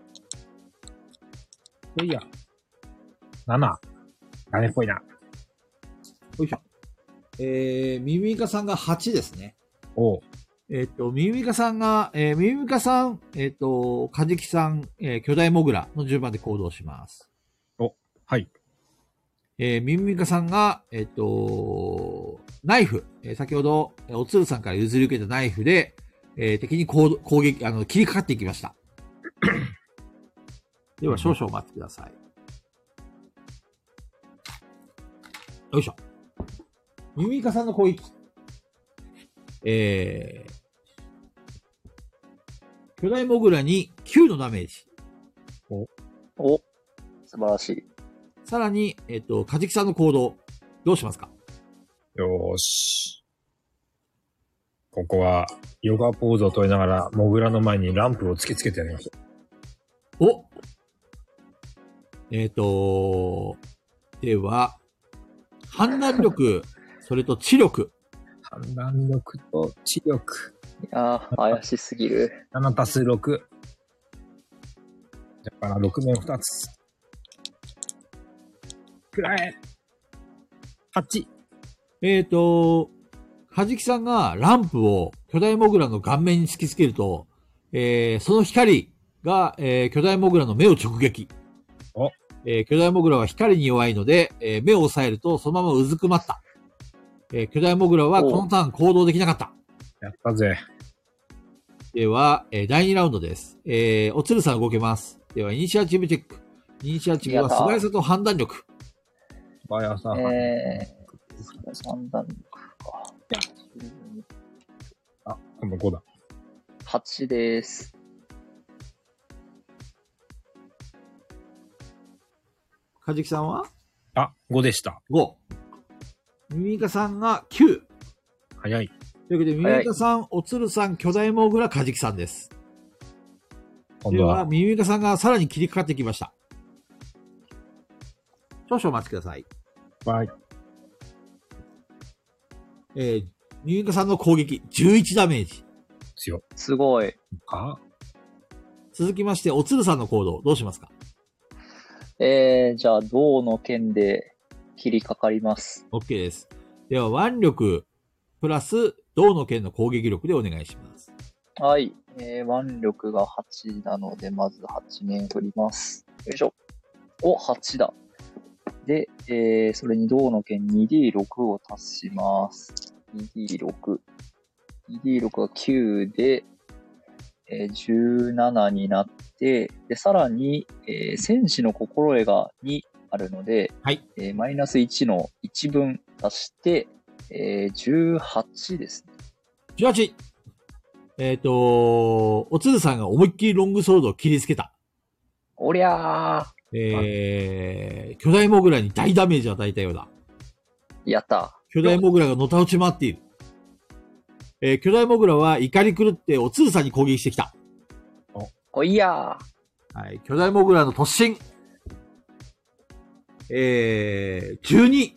いいや。なな。ダメっぽいな。 よいしょ。えー、ミミカさんがはちですね。 おう。 えっ、と、ミミカさんが、えー、ミミカさん、えっ、と、カジキさん、えー、巨大モグラの順番で行動します。 お、はい。 えー、ミミカさんが、えっ、と、ナイフ、えー、先ほど、おつるさんから譲り受けたナイフで、えー、敵に攻攻撃、あの、切りかかっていきました。では、少々お待ちください。よいしょ。ミミカさんの攻撃。えー、巨大モグラにきゅうのダメージ。 お、素晴らしい。 さらに、えっ、と、カジキさんの行動、どうしますか？ よーし。ここは、ヨガポーズを取りながら、モグラの前にランプを突きつけてやりましょおえっ、と、では、判断力、それと知力。 う。判断力と知力。 いやー、怪しすぎる。 ななたすろく。だからろくめんふたつ。くらえ。はち。 えっ、と、カジキさんがランプを巨大モグラの顔面に突きつけると、えー、その光が、えー、巨大モグラの目を直撃。 おえー、巨大モグラは光に弱いので、えー、目を押さえるとそのままうずくまった。えー、巨大モグラはこのターン行動できなかった。 やったぜ。 では、えー、だいにラウンドです。えー、おつるさん動けます。では、イニシアチブチェック。イニシアチブは素早さと判断力。 素早さ。 えー、判断力か。 あ、今度ごだ。 はちです。 カジキさんはあ、ごでした。 ご。ミミカさんがきゅう。 早い。 というわけで、ミミカさん、おつるさん、巨大モグラ、カジキさんです。では、 今度は、 ミミカさんがさらに切りかかってきました。少々お待ちください。 はい。 えー、ミミカさんの攻撃、じゅういちダメージ。 強。 すごい。 か続きまして、おつるさんの行動、どうしますか？ えー、じゃあ、銅の剣で切りかかります。 OK です。では、腕力、プラス、銅の剣の攻撃力でお願いします。 はい。えー、腕力がはちなので、まずはち面振ります。よいしょ。お、はちだ。で、えー、それに銅の剣 にディーろく を足します。にディーろく。にディーろく がきゅうで、えー、じゅうななになって、で、さらに、えー、戦士の心得がにあるので、 はい。 えー、マイナスいちのいちぶん足して、えー、じゅうはちですね。 じゅうはち。えっ、ー、と、おつるさんが思いっきりロングソードを切りつけた。 おりゃー。 えー、巨大モグラに大ダメージを与えたようだ。 やった。 巨大モグラがのたうち回っている。えー、巨大モグラは怒り狂っておつるさんに攻撃してきた。 おいやー。はい、巨大モグラの突進。えー、じゅうに。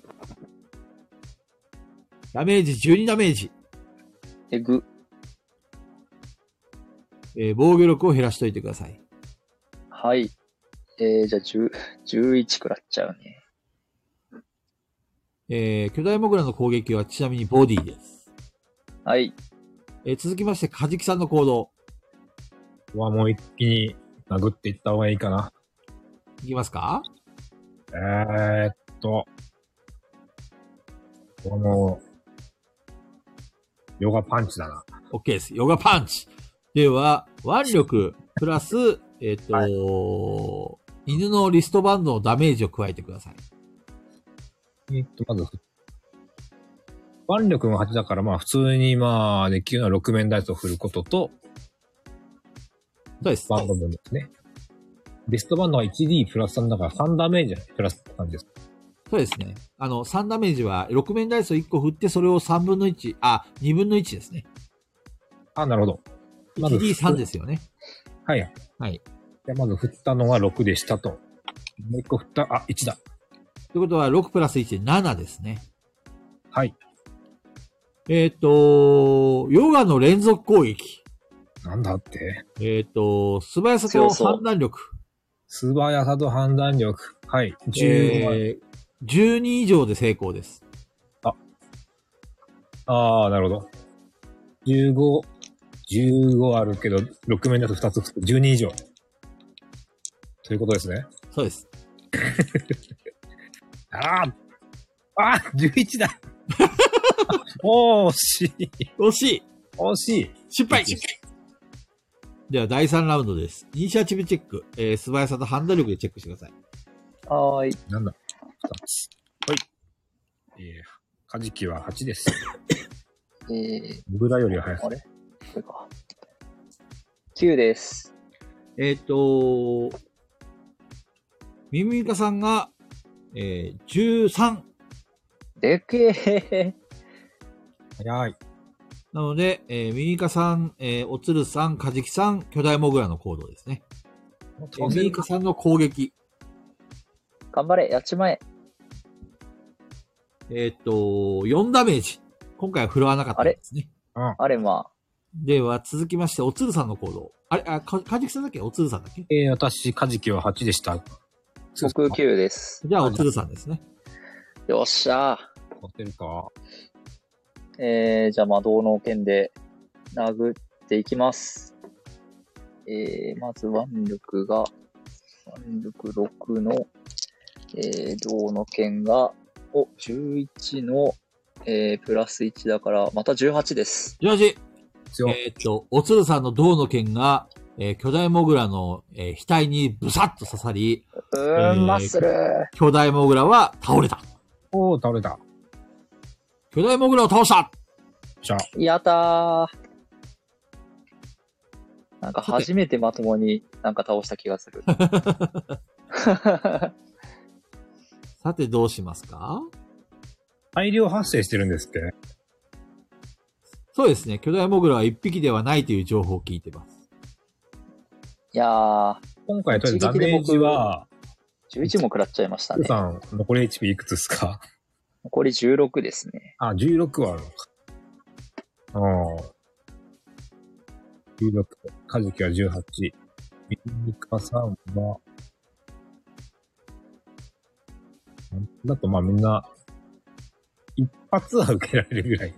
ダメージじゅうにダメージ。 えぐ。 えー、防御力を減らしといてください。 はい。えー、じゃあじゅう、じゅういちくらっちゃうね。 えー、巨大モグラの攻撃はちなみにボディです。 はい。 えー、続きまして、カジキさんの行動。 はもう一気に殴っていった方がいいかな。 いきますか？ えーっと、この、ヨガパンチだな。 OK です。ヨガパンチ。では、腕力、プラス、えっ、と、はい、犬のリストバンドのダメージを加えてください。 えっと、まず、腕力がはちだから、まあ普通にまあできるのはろく面ダイスを振ることと、 そうです。 バンド分ですね。リストバンドが いちディー プラスさんだからさんダメージプラスさんです。 そうですね。あの、さんダメージはろく面ダイスをいっこ振って、それをさんぶんのいち、あ、にぶんのいちですね。 あ、なるほど。 いちディースリー ですよね。 はい。 はい。 じゃあまず振ったのがろくでしたと。もういっこ振った、あ、いちだ。 ということは、ろくプラスいちでななですね。 はい。 えっ、ー、と、ヨガの連続攻撃。 なんだって。 えっ、ー、と、素早さと判断力。 素早さと判断力。はい。 じゅう、えー、じゅうに以上で成功です。 あ。ああ、なるほど。じゅうご、じゅうごあるけど、ろく面だとふたつ振ってじゅうに以上。ということですね。 そうです。 ああああ !じゅういち だ惜しい惜しい惜しい失敗ではだいさんラウンドです。イニシアチブチェック。えー、素早さと判断力でチェックしてください。 はーい。 なんだふたつ。はい。えー、カジキははちです。 えー、 ブラよりは早い。 あれこれか。きゅうです。 えっ、ー、と、ミミミカさんが、えー、じゅうさん。 でけえ。 早い。 なので、えー、ミミカさん、えー、おつるさん、カジキさん、巨大モグラの行動ですね。えー、ミミカさんの攻撃。 頑張れ、やっちまえ。 えっ、ー、と、よんダメージ。今回は振るわなかったですね。 あれ、あれまあ。 では、続きまして、おつるさんの行動。あれ、あ、か、カジキさんだっけおつるさんだっけえー、私、カジキははちでした。 僕きゅうです。 じゃあ、おつるさんですね。 よっしゃー。 持ってるかえー、じゃあ魔導の剣で殴っていきます。えー、まず腕力が、腕力ろくの、えー、銅の剣が、お、じゅういちの、えー、プラスいちだから、またじゅうはちです。 じゅうはち! えっと、おつるさんの銅の剣が、えー、巨大モグラの、えー、額にブサッと刺さり、 うーん、えー、マッスル巨大モグラは倒れた。 おー、倒れた。 巨大モグラを倒したじゃあ。 やったー。なんか初めてまともになんか倒した気がする。 さてどうしますか？ 大量発生してるんですって？ そうですね。巨大モグラはいっぴきではないという情報を聞いてます。 いやー。 今回とりあえずダメージは、 じゅういちも食らっちゃいましたね。 さん、残り エイチピー いくつですか？ 残りじゅうろくですね。 あ、じゅうろくはあるのか。ああ。じゅうろく。カジキはじゅうはち。ミミカさんは、だとまあみんな、一発は受けられるぐらい。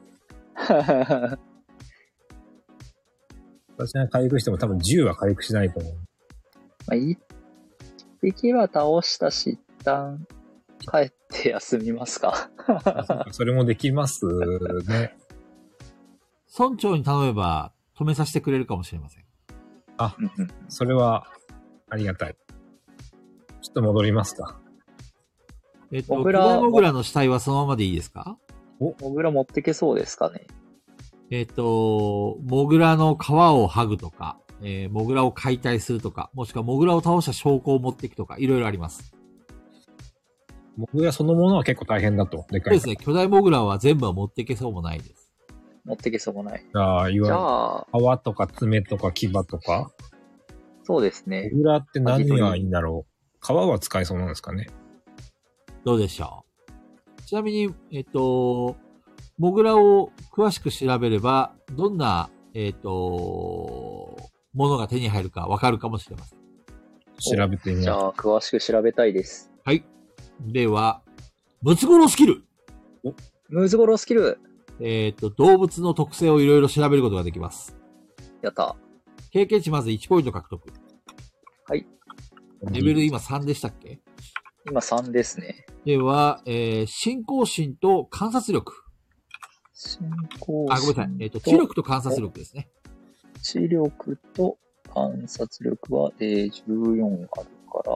私が回復しても多分じゅうは回復しないと思う。 まあ、一匹は倒したし、一旦帰って休みますか。 それもできますね。 村長に頼めば止めさせてくれるかもしれません。 あ、それはありがたい。ちょっと戻りますか。 えっと、巨大モグラの死体はそのままでいいですか？ お、モグラ持ってけそうですかね。 えっと、モグラの皮を剥ぐとか、えー、モグラを解体するとか、もしくはモグラを倒した証拠を持っていくとか、いろいろあります。 モグラそのものは結構大変だと。でかい。 そうですね。巨大モグラは全部は持っていけそうもないです。 持ってけそうもない。 ああ、いわゆる皮とか爪とか牙とか。 そうですね。 モグラって何がいいんだろう。皮は使えそうなんですかね。 どうでしょう。ちなみに、えっと、モグラを詳しく調べれば、どんな、えっと、ものが手に入るかわかるかもしれません。 調べてみます。 じゃあ、詳しく調べたいです。 はい。では、ムツゴロウスキル。 お、ムツゴロウスキル。 えっと、動物の特性をいろいろ調べることができます。 やった。 経験値まずいちポイント獲得。 はい。 レベル今さんでしたっけ？ 今さんですね。 では、えー、信仰心と観察力。 信仰心。 あ、ごめんなさい。えっと、知力と観察力ですね。 知力と観察力は、えー、じゅうよんあるから。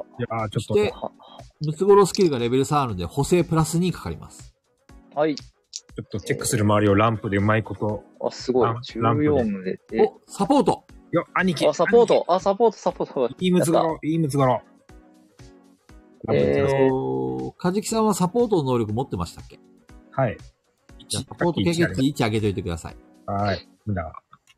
いやー、ちょっと。 そして、ムツゴロウスキルがレベルさんあるので、補正プラスにかかります。 はい。 ちょっとチェックする周りをランプでうまいこと。 あ、すごい。じゅうよんで。でお、サポート。 よ、兄貴。 あ、サポート。あ、サポート、サポート。 いいムツゴロウ、いいムツゴロウ。 えー、 かじきさんはサポートの能力持ってましたっけ？ はい。 じゃあサポート経験値いち上げといてください。 はい。だ。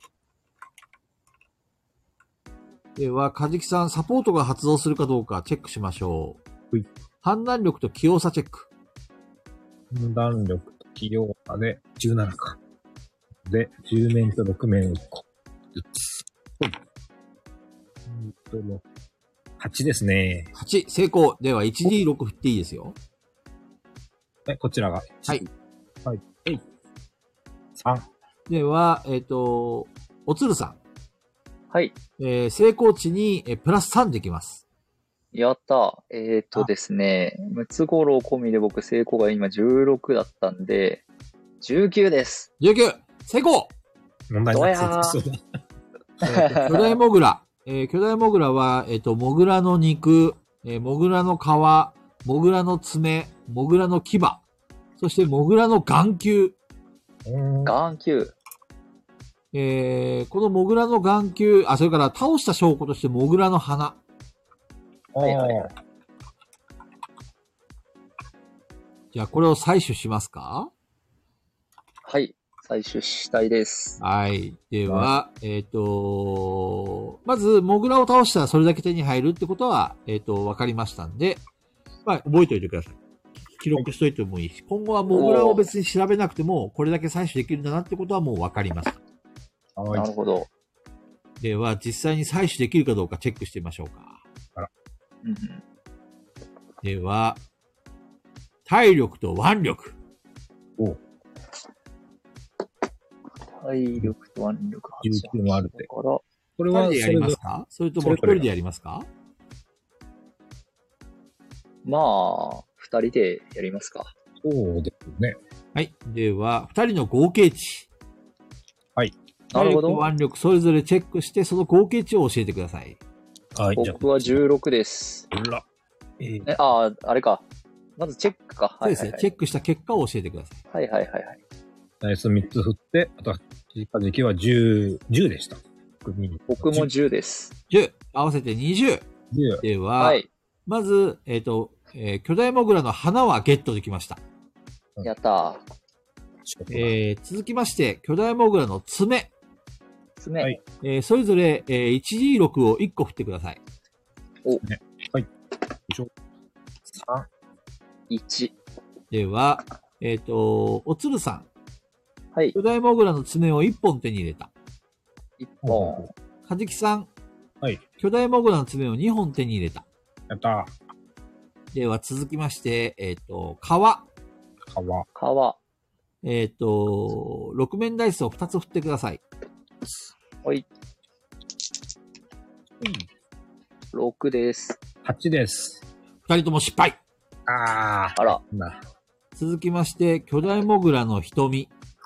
では、かじきさん、サポートが発動するかどうかチェックしましょう。 はい。 判断力と器用さチェック。 判断力と器用さでじゅうななか。で、じゅう面とろく面をいっこ。うんと、はちですね。 はち、成功。では、いちディーろく 振っていいですよ。 え、こちらが。 はい。 はい。はい。さん。 では、えっ、と、おつるさん。 はい。 えー、成功値に、えー、プラスさんできます。 やったー。えっ、ー、とですね、ムツゴロウ込みで僕成功が今じゅうろくだったんで、じゅうきゅうです。 じゅうきゅう! 成功問題なくそうだ。 えー、巨大モグラ。えー、巨大モグラは、えっ、ー、と、モグラの肉、えー、モグラの皮、モグラの爪、モグラの牙、そしてモグラの眼球。 眼球。 えー、このモグラの眼球、あ、それから倒した証拠としてモグラの鼻。 はいはいはい。 じゃあ、これを採取しますか？ はい。採取したいです。 はい。では、えっ、ー、と、まず、モグラを倒したらそれだけ手に入るってことは、えっ、ー、と、わかりましたんで、まあ、覚えておいてください。記録しといてもいいし、今後はモグラを別に調べなくても、これだけ採取できるんだなってことはもうわかりました。 なるほど。 では、実際に採取できるかどうかチェックしてみましょうか。 あら。うん、 では、体力と腕力。 お体力と腕力。 じゅうきゅうもあるって。 これは、やりますか？それとも一人でやりますか？ まあ、二人でやりますか。 そうですね。 はい。では、二人の合計値。 はい。 なるほど。 体力と腕力、それぞれチェックして、その合計値を教えてください。 はい。 僕はじゅうろくです。 あら。 えー、え、ああ、あれか。まずチェックか。 そうですね。チェックした結果を教えてください。 はいはいはいはい。 ダイスみっつ振って、あとは、かじきはじゅう、じゅうでした。 僕もじゅうです。 じゅう。合わせてにじゅう。 じゅう。 では、 はい、 まず、えっ、ー、と、えー、巨大モグラの花はゲットできました。 やったー。えー、続きまして、巨大モグラの爪。 爪。はい、 えー、それぞれ、えー、いちディーろく をいっこ振ってください。 お。 ね、はい。さん。 いち。 では、えっ、ー、と、おつるさん。 はい。 巨大モグラの爪をいっぽん手に入れた。 いっぽん。 かじきさん。 はい。 巨大モグラの爪をにほん手に入れた。 やったー。では続きまして、えっ、ー、と、皮。 皮。 皮。 えっ、ー、と、ろく面ダイスをふたつ振ってください。 はい。ろくです。 はちです。 ふたりとも失敗。 ああ。あら。 続きまして、巨大モグラの瞳。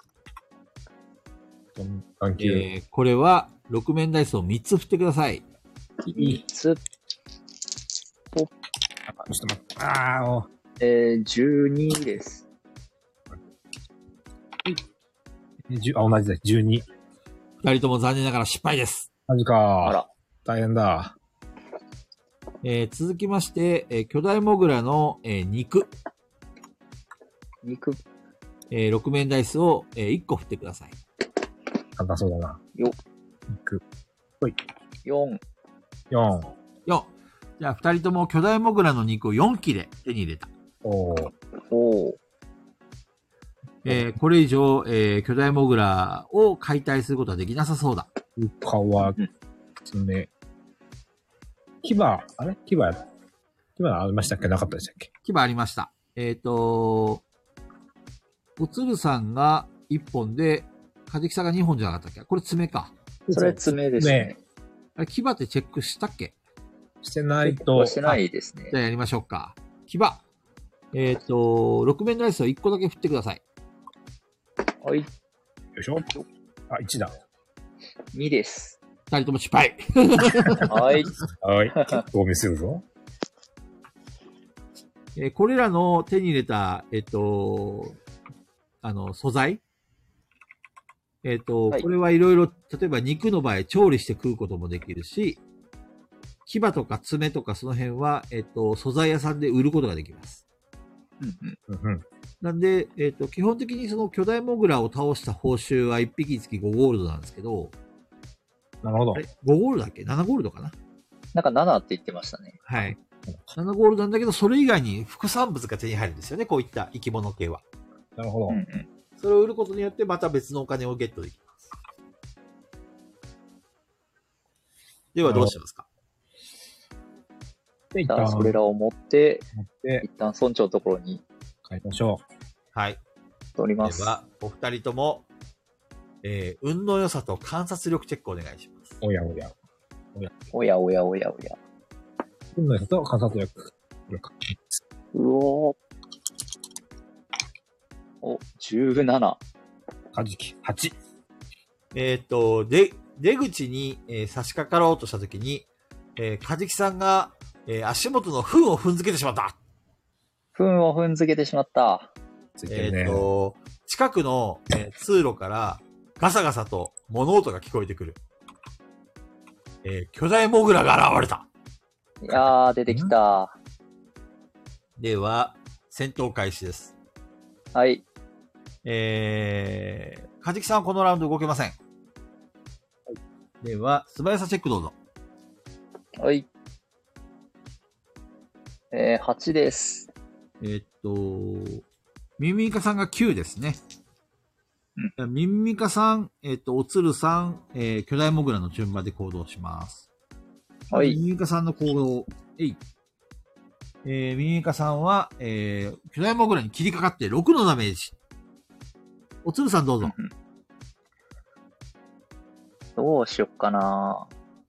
眼球。 えー、これは、ろく面ダイスをみっつ振ってください。 みっつ。 お。ちょっと待って。ああ。 えー、じゅうにです。 あ、同じです。じゅうに。 二人とも残念ながら失敗です。 マジか。 あら。 大変だ。 えー、続きまして、えー、巨大モグラの、えー、肉。 肉。 えー、ろく面ダイスを、えー、いっこ振ってください。 簡単そうだな。 よ。 肉。ほい。 よん。 よん。 よん。じゃあ、二人とも巨大モグラの肉をよんきで手に入れた。 おー。 おー。 えー、これ以上、えー、巨大モグラを解体することはできなさそうだ。 皮、爪。牙、あれ牙、牙ありましたっけなかったでしたっけ牙ありました。えっ、ー、と、おつるさんがいっぽんで、かじきさんがにほんじゃなかったっけ？これ爪か。 それ爪ですね。 あれ、牙ってチェックしたっけ？ してないと。 してないですね。 じゃあやりましょうか。牙。えっ、ー、と、ろく面ダイスをいっこだけ振ってください。 はい。よいしょ。あ、いちだ。 にです。 二人とも失敗。 はい。 はい。結構ミスるぞ。 えー、これらの手に入れた、えっ、ー、と、あの、素材。えっ、ー、と、はい、これはいろいろ、例えば肉の場合、調理して食うこともできるし、牙とか爪とかその辺は、えっ、と、素材屋さんで売ることができます。 うんうんうん。 なんで、えっ、と、基本的にその巨大モグラを倒した報酬はいっぴきにつきごゴールドなんですけど、 なるほどあ。れ ?ご ゴールドだっけ ?なな ゴールドかな。 なんかななって言ってましたね。 はい。ななゴールドなんだけど、それ以外に副産物が手に入るんですよね、こういった生き物系は。 なるほど。 うんうん。 それを売ることによってまた別のお金をゲットできます。ではどうしますか？ で、一じゃあ、 旦それらを持って、 持って一旦村長のところに帰りましょはい。 取ります。 では、お二人とも、えー、運の良さと観察力チェックお願いします。 う。おやおや。 おやおやおやおや。 運の良さと観察力。 うおー。お、じゅうなな。 カジキ、はち。 えっ、と、で、出口に、えー差し掛かろうとしたときに、えー、カジキさんが、えー足元の糞を踏んづけてしまった。 糞を踏んづけてしまった。 えっ、 ついてるね。 と、近くの、えー通路からガサガサと物音が聞こえてくる。えー巨大モグラが現れた。 いやー、出てきた。 では、戦闘開始です。 はい。 えー、カジキさんはこのラウンド動けません。では、素早さチェックどうぞ。 はい。えー、はちです。 えーっと、ミミミカさんがきゅうですね。ミミミカさん、えーっと、おつるさん、えー巨大モグラの順番で行動します。 はいミミミカさんの行動、えい。えー、ミミミカさんは、えー、巨大モグラに切りかかってろくのダメージ。おつるさんどうぞ。 どうしよっかな。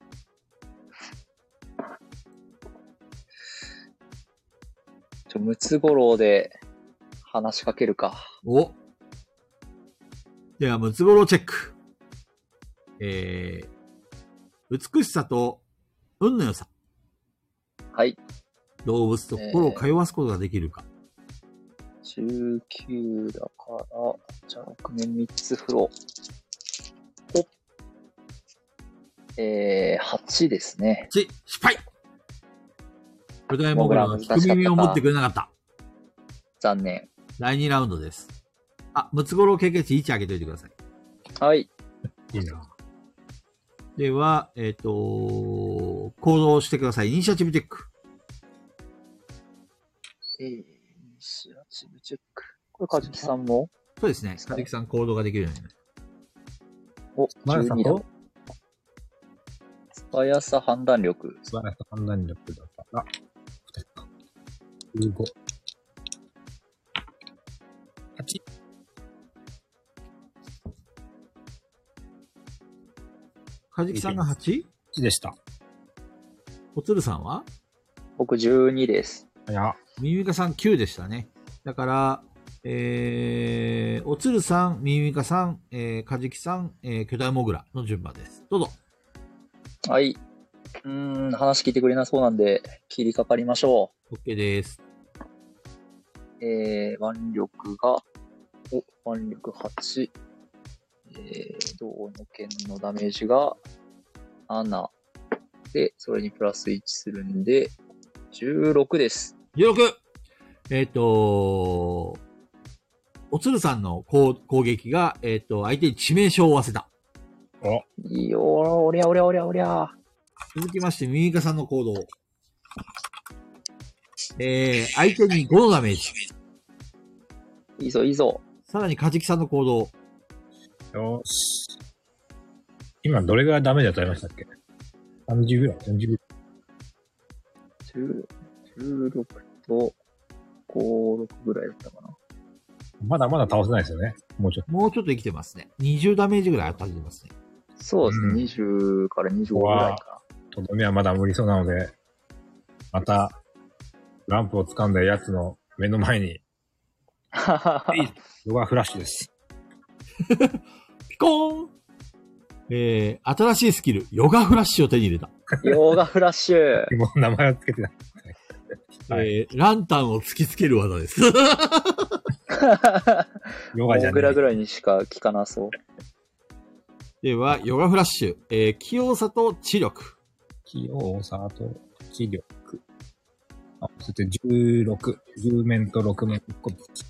ちょ、ムツゴロウで話しかけるか。 お。では、ムツゴロウチェック。えー、美しさと運の良さ。 はい。 動物と心を通わすことができるか。 じゅうきゅうだから、じゃあろくねんみっつフロー。お。えー、はちですね。 ち、失敗。巨大モグラは聞く耳を持ってくれなかった。 残念。 だいにラウンドです。あ、ムツゴロウ経験値いち上げといてください。 はい。 いいな。 では、えっ、と、行動してください。イニシアチブチェック。 えー、イニシアチブチェック。これ、カジキさんもそうですね。カジキさん行動ができるようになりましお、 マヤさんじゅうにだと。 素早さ判断力。 素晴らしさ判断力だから、ふたりか。じゅうご。はち。 カジキさんが はち？ はちでした。 おつるさんは僕じゅうにです。 いや、 ミミミカさんきゅうでしたね。だから、えー、おつるさん、ミミミカさん、えー、カジキさん、えー、巨大モグラの順番です。どうぞ。 はい。うーん、話聞いてくれなそうなんで、切りかかりましょ OK です。 う。えー、腕力が、お、腕力はち。えー、銅の剣のダメージがなな。で、それにプラスいちするんで、じゅうろくです。 じゅうろく! えっ、とおつるさんの攻攻撃が、えっ、と、相手に致命傷を負わせた。 お、 いいよー、おりゃおりゃおりゃおりゃ。 続きまして、ミミカさんの行動。えー、相手にごのダメージ。 いいぞいいぞ。 さらにカジキさんの行動。 よーし。今どれぐらいダメージ与えましたっけ ?さんじゅう ぐらい ?さんじゅう ぐらい。 じゅう、じゅうろくとご、ろくぐらいだったかな。 まだまだ倒せないですよね。もうちょっと。 もうちょっと生きてますね。にじゅうダメージぐらい当たってますね。 そうですね、 うんにじゅうからにじゅうごぐらいかとどめはまだ無理そうなので、また、ランプを掴んだやつの目の前に、 な。 ヨガフラッシュです。 ピコーンえー、新しいスキル、ヨガフラッシュを手に入れた。 ヨガフラッシュ。 もう名前をつけてない。はいえー、ランタンを突きつける技です。 ヨガじゃねモグラぐらいにしか効かなそう。 では、ヨガフラッシュ、えー、器用さと知力。 器用さと知力。 あ、そしてじゅうろく。じゅう面とろく面いっこずつ。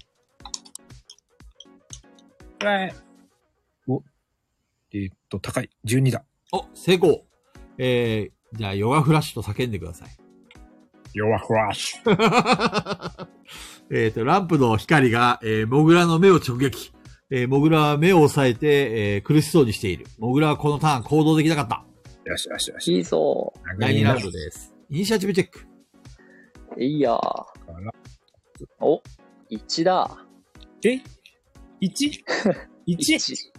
はい。お、えーっと、高い。じゅうにだ。 お、成功。えー、じゃあ、ヨガフラッシュと叫んでください。 ヨガフラッシュ。 えっと、ランプの光が、えー、モグラの目を直撃。えー、モグラは目を押さえて、えー、苦しそうにしている。モグラはこのターン行動できなかった。 よしよしよし。 いいぞ。 だいにラウンドです。イニシアチブチェック。 えいやー。お、いちだ。 え ?いち? いち?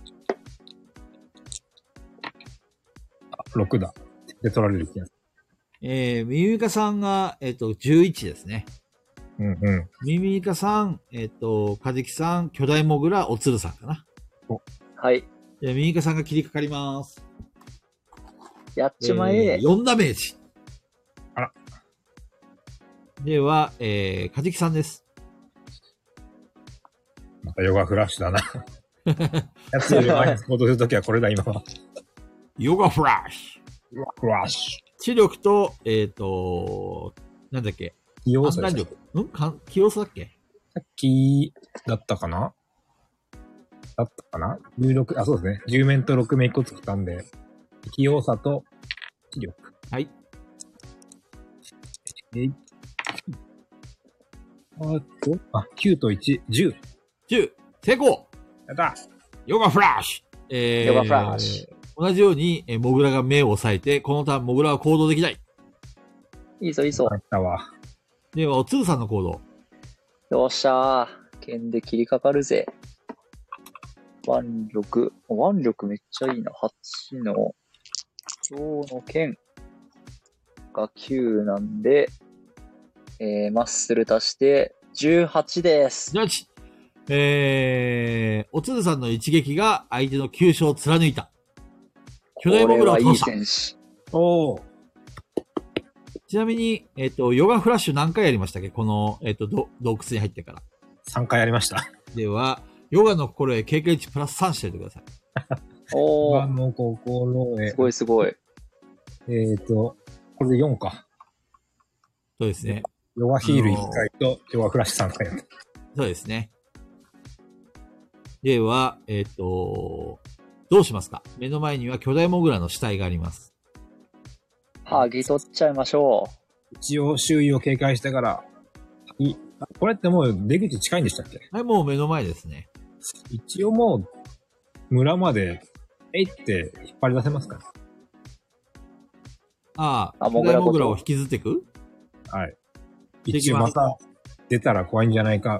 ろくだ。で、取られる気がすえー、ミミミカさんが、えっと、じゅういちですね。 る。うんうん。 ミミミカさん、えっと、カジキさん、巨大モグラ、おつるさんかな。 はい。 じゃあ、ミミミカさんが切りかかります。 やっちまえ。 えー、よんダメージ。 あら。 では、えー、カジキさんです。 またヨガフラッシュだな。やつより前に行動するときはこれだ、今は。 ヨガフラッシュ。 ヨガフラッシュ。 知力と、えっ、ー、と、なんだっけ。 器用さ判断力。んか器用さだっけ。 さっきだったかなだったかな ?じゅうろく、あ、そうですね。じゅう面とろく面いっこ作ったんで、器用さと知力。 はい。 えい。あと、あ、きゅうといち、じゅう。 じゅう。成功。 やったヨガフラッシュ。えー、 ヨガフラッシュ。 同じように、えー、モグラが目を押さえて、このターンモグラは行動できない。 いいぞいいぞ。 やったわ。 では、おつるさんの行動。 よっしゃー。剣で切りかかるぜ。腕力。腕力めっちゃいいな。はちの、今日の剣がきゅうなんで、えー、マッスル足してじゅうはちです。 じゅうはち。えー、おつるさんの一撃が相手の急所を貫いた。巨大モグラを倒した。 これはいい戦士。 おー。 ちなみに、えっ、と、ヨガフラッシュ何回やりましたっけこの、えっ、と、洞窟に入ってから。 さんかいやりました。 では、ヨガの心へ経験値プラスさんしておいてください。 おー。 ヨガの心へ。 すごいすごい。 えっと、これでよんか。 そうですね。 ヨガヒールいっかいと、ヨガフラッシュさんかいやった。 そうですね。では、えっ、と、どうしますか？目の前には巨大モグラの死体があります。 剥ぎ取っちゃいましょう。一応周囲を警戒してから、い、これってもう出口近いんでしたっけ？ はい、もう目の前ですね。 一応もう、村まで、えいって引っ張り出せますか？ ああ、 あ巨大モグラを引きずっていく？ はい。一応また出たら怖いんじゃないか。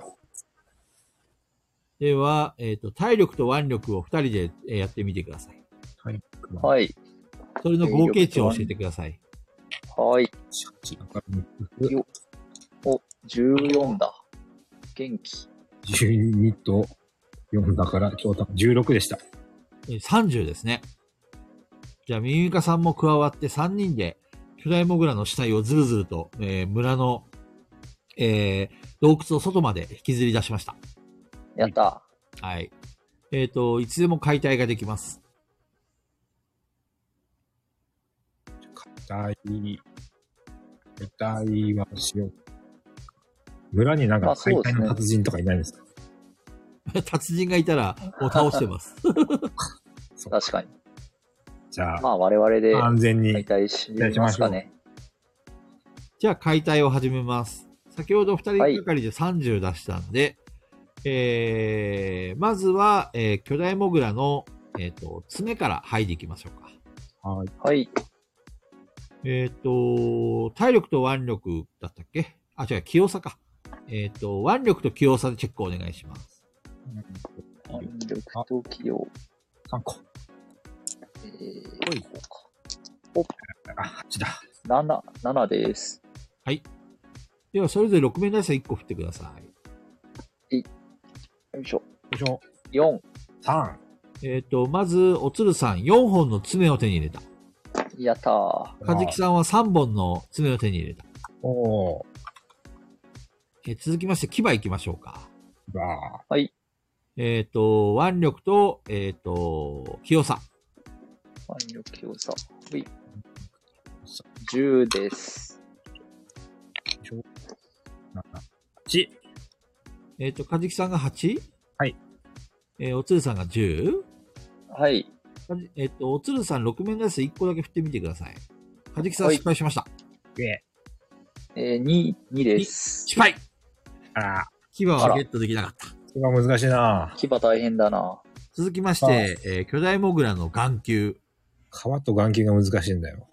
では、えっ、と、体力と腕力を二人でえーやってみてください。 はい。 う。はい。 それの合計値を教えてください。 はい。よ、お、じゅうよんだ。元気。 じゅうにとよんだから、今日じゅうろくでした。 えー、さんじゅうですね。じゃあ、ミミミカさんも加わってさんにんで、巨大モグラの死体をずるずると、えー、村の、えー、洞窟の外まで引きずり出しました。 やった。 はい。えっ、と、いつでも解体ができます。 解体、解体はしよう。村になんか解体の達人とかいないんですか？ まあ、達人がいたら、もう倒してます。 確かに。 じゃあ、 まあ我々で安全に解体しますかね。 じゃあ解体を始めます。先ほどふたりがかりでさんじゅう出したんで、はい、えー、まずは、えー、巨大モグラの、えっ、ー、と、爪から剥いでいきましょうか。はい。 はい。 えっ、ー、と、体力と腕力だったっけ？あ、違う、器用さか。えっ、ー、と、腕力と器用さでチェックをお願いします。 腕力と器用。 さんこ。 えー、 おっ。あ、はちだ。 なな、ななです。 はい。では、それぞれろく面ダイスいっこ振ってください。よいしょ。 よいしょ。 よん。 さん。えっ、ー、と、まず、おつるさん、よんほんの爪を手に入れた。 やったー。 かじきさんはさんぼんの爪を手に入れた。 おー。 えー、続きまして、牙行きましょうか。 はい。 えっ、ー、と、腕力と、えっ、ー、と、器用さ。 腕力、器用さ。はい。じゅうです。 なな、はち。 えっ、と、かじきさんが はち？ はい。 えーおつるさんが じゅう？ はい。 かじえっ、と、おつるさんろく面ダイスいっこだけ振ってみてください。かじきさんはい失敗しました。 ええー、に、にです。 失敗あら、 牙はゲットできなかった。 これが難しいな。 牙大変だな。 続きまして、えー巨大モグラの眼球。 皮と眼球が難しいんだよ。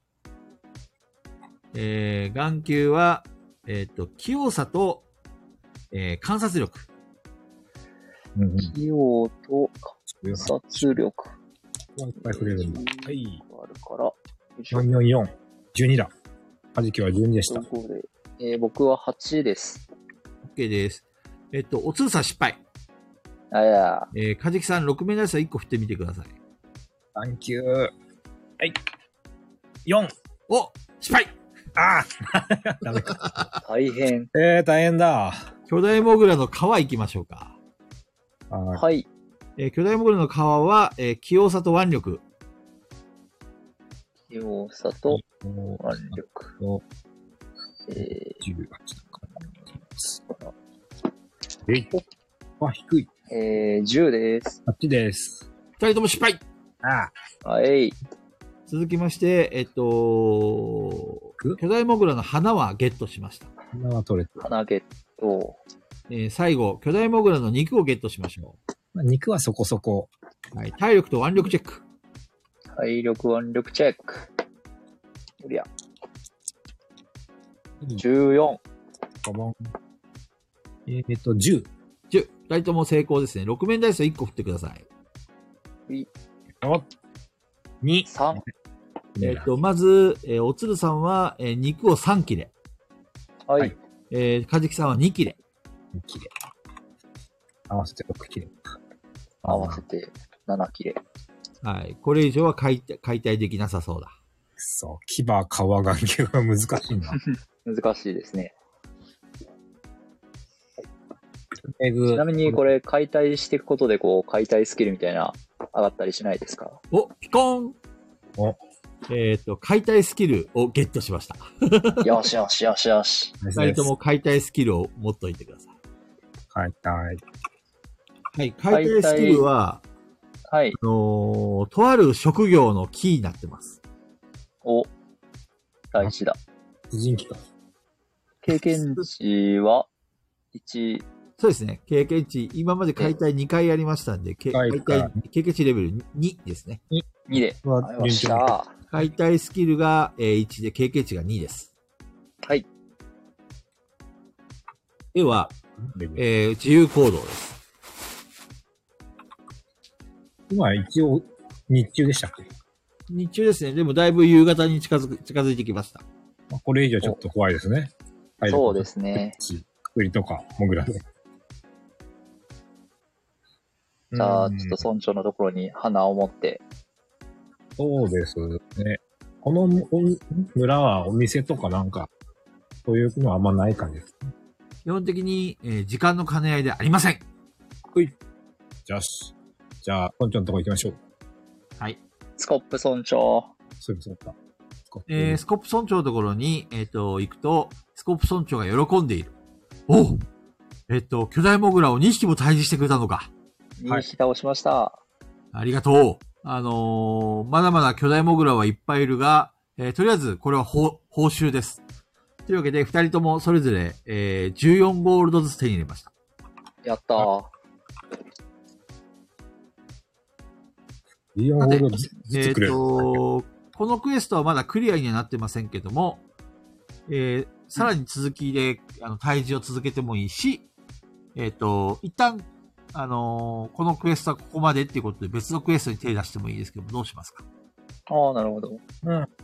えー、眼球は、えっ、と、器用さと、えー観察力。 うんうん。 器用と観察力。 いっぱい触れるんだ。はい。 あるから。よいしょよんよんよん。じゅうにだ。カジキはじゅうにでした。 どこでえー、僕ははちです。 OK です。えっ、と、おつるさん失敗。 あやえー、かじきさんろく面ダイスはいっこ振ってみてください。 眼球。はい。よん。 お失敗ああダメか。 ー、大変。 えー、大変だ。 巨大モグラの皮行きましょうか。 あーはい。 えー巨大モグラの皮は、えー器用さと腕力。 器用さとも腕力。 う、 えじゅうはちだから。えい。あ、低い。 ー、えー、じゅうです。 はちです。 二人とも失敗ああ。 はい。 続きまして、えっとく、 巨大モグラの花はゲットしました。 鼻は取れてる。 鼻ゲット。 えー最後、巨大モグラの肉をゲットしましょまあ、肉はそこそこ。 う。はい、体力と腕力チェック。 体力腕力チェック。おりゃ。じゅうよん。 ボボン。えーっと、じゅう。 じゅう。二人とも成功ですね。ろく面ダイスをいっこ振ってください。 おに。 さん。 えっと、まず、えーおつるさんは、えー肉をさん切れ。 はい。 はいえー、かじきさんはに切れ。 切れ。合わせてろく切れ。 合わせてなな切れ。 はい。これ以上は解体解体できなさそうだ。 そう。牙、皮、眼球が難しいな。 難しいですね。 えぐちなみにこれ解体していくことでこう解体スキルみたいな上がったりしないですか？ お、ピコーンおえっ、と、解体スキルをゲットしました。 よしよしよしよし。 二人とも解体スキルを持っといてください。 解体。 はい。解体スキルは、 はい。 あのーとある職業のキーになってます。 お、大事だ。 人気か。 経験値はいち、 そうですね。経験値、今まで解体にかいやりましたんで、けはい解体、経験値レベルにですね。 にで。 ははいよっしゃ解体スキルがえーいちで、経験値がにです。 はい。 では、 レベルえー自由行動です。 今一応日中でしたっけ？ 日中ですね。でもだいぶ夕方に近づく、近づいてきました。 まあ、これ以上ちょっと怖いですね。 そうですね。 す。くくりとか、モグラで。 じゃあ、 うんちょっと村長のところに花を持って。 そうですね。このお村はお店とかなんか、そういうのはあんまない感じです。 基本的に、えー時間の兼ね合いでありません。 じゃあし、じゃあ、村長のとこ行きましょう。 はい。 スコップ村長。 そういうそうか。 えースコップ村長のところに、えっ、と、行くと、スコップ村長が喜んでいる。おうえっ、と、巨大モグラをにひきも退治してくれたのか。 にひき倒しました。 ありがとう。あのーまだまだ巨大モグラはいっぱいいるが、えーとりあえずこれは報報酬です。というわけで、二人ともそれぞれ、えーじゅうよんゴールドずつ手に入れました。 やったー。 リオンゴールドずえっ、 つくれる。 と、このクエストはまだクリアにはなってませんけども、えーさらに続きで、あの、退治を続けてもいいし、えっ、と、一旦、あのーこのクエストはここまでっていうことで別のクエストに手出してもいいですけども、どうしますか？ ああ、なるほど。 うん。こ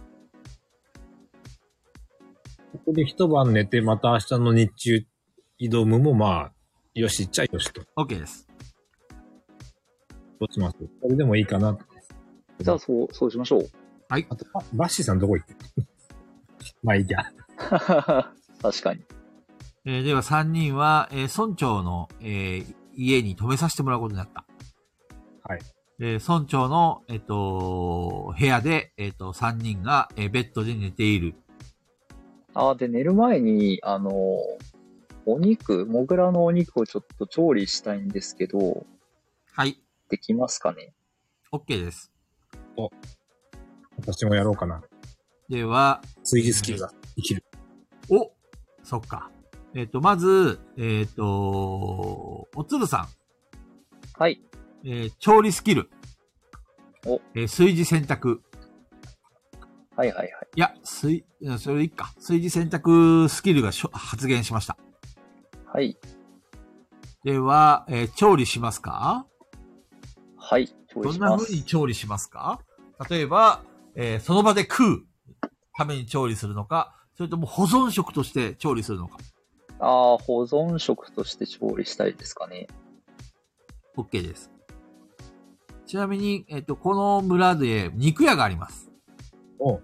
こで一晩寝て、また明日の日中挑むも、まあ、よしっちゃよしと。 OK です。 どうしますそれでもいいかな。 じゃあ、そう、そうしましょう。 あと、あバッシーさんどこ行ってまあいいや。 確かに。 えーではさんにんは、えー村長の、えー家に泊めさせてもらうことになった。 はい。 えー村長の、えっ、と、部屋で、えっ、と、さんにんが、えーベッドで寝ている。 あ、で、寝る前に、あの、お肉、モグラのお肉をちょっと調理したいんですけど、 はい。 できますかね？ OK です。 お、私もやろうかな。 では、 炊事スキルが生きる。 お、そっか。えっ、と、まず、えっ、と、おつるさん。 はい。 えー調理スキル。 お、 えー炊事選択。 はいはいはい。 いや、炊、うんそれでいいか。炊事選択スキルがしょ発現しました。 はい。 では、えー調理しますか？ はい。調理どんします。 な風に調理しますか？例えば、えーその場で食うために調理するのか、それとも保存食として調理するのか。 ああ、保存食として調理したいですかね。 OK です。ちなみに、えっ、と、この村で肉屋があります。 お、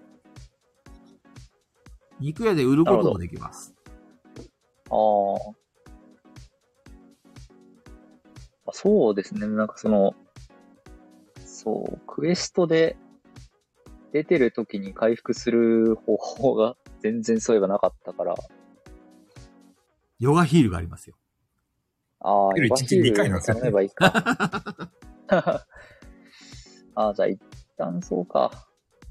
肉屋で売ることもできます。 あーあ、そうですね。なんかその、そう、クエストで出てる時に回復する方法が全然そういえばなかったから、 ヨガヒールがありますよ。 ああ、 ヒールヨガヒー一日二回なんルですよね頼めばいいか。ああ、じゃあ一旦そうか。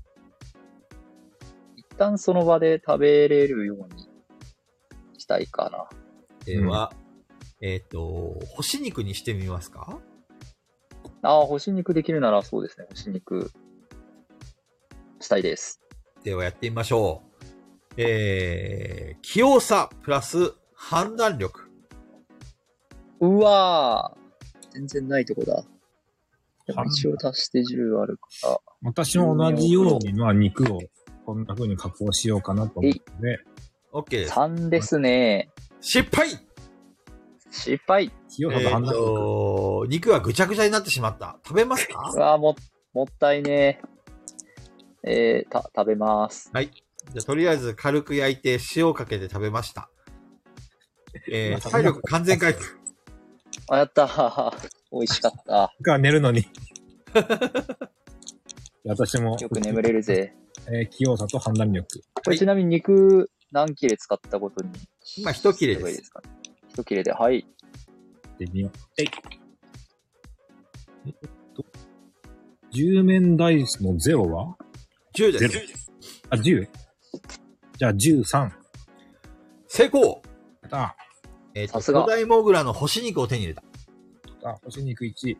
一旦その場で食べれるようにしたいかな。 では、えっ、と、干し肉にしてみますか？ ああ、干し肉できるならそうですね。干し肉したいです。 ではやってみましょう。えー、器用さプラス判断力。 うわー全然ないとこだ。でも一応足してじゅうあるから。 私も同じように、まあ肉をこんな風に加工しようかなと思ってね。 OK です。 さんですね。 失敗。 失敗。 えっ、 清さと判断力。 と、肉がぐちゃぐちゃになってしまった。食べますか？ うわーも、もったいねえ。えー、た、食べます。 はい。じゃあ、とりあえず軽く焼いて塩をかけて食べました。えー、体力完全回復。 あ、やったー。美味しかった。 が寝るのに。私も。 よく眠れるぜ。 えー、器用さと判断力。 これちなみに肉何切れ使ったことに。 今一切れです。 すればいいですかね。一切れで、はい。 でみよう。えい。えっと、じゅう面ダイスのゼロはじゅうです。 ゼロあ、じゅう? じゃあじゅうさん。 成功。 やったえっ、と、 さすが巨大モグラの干し肉を手に入れた。 あ、干し肉いち。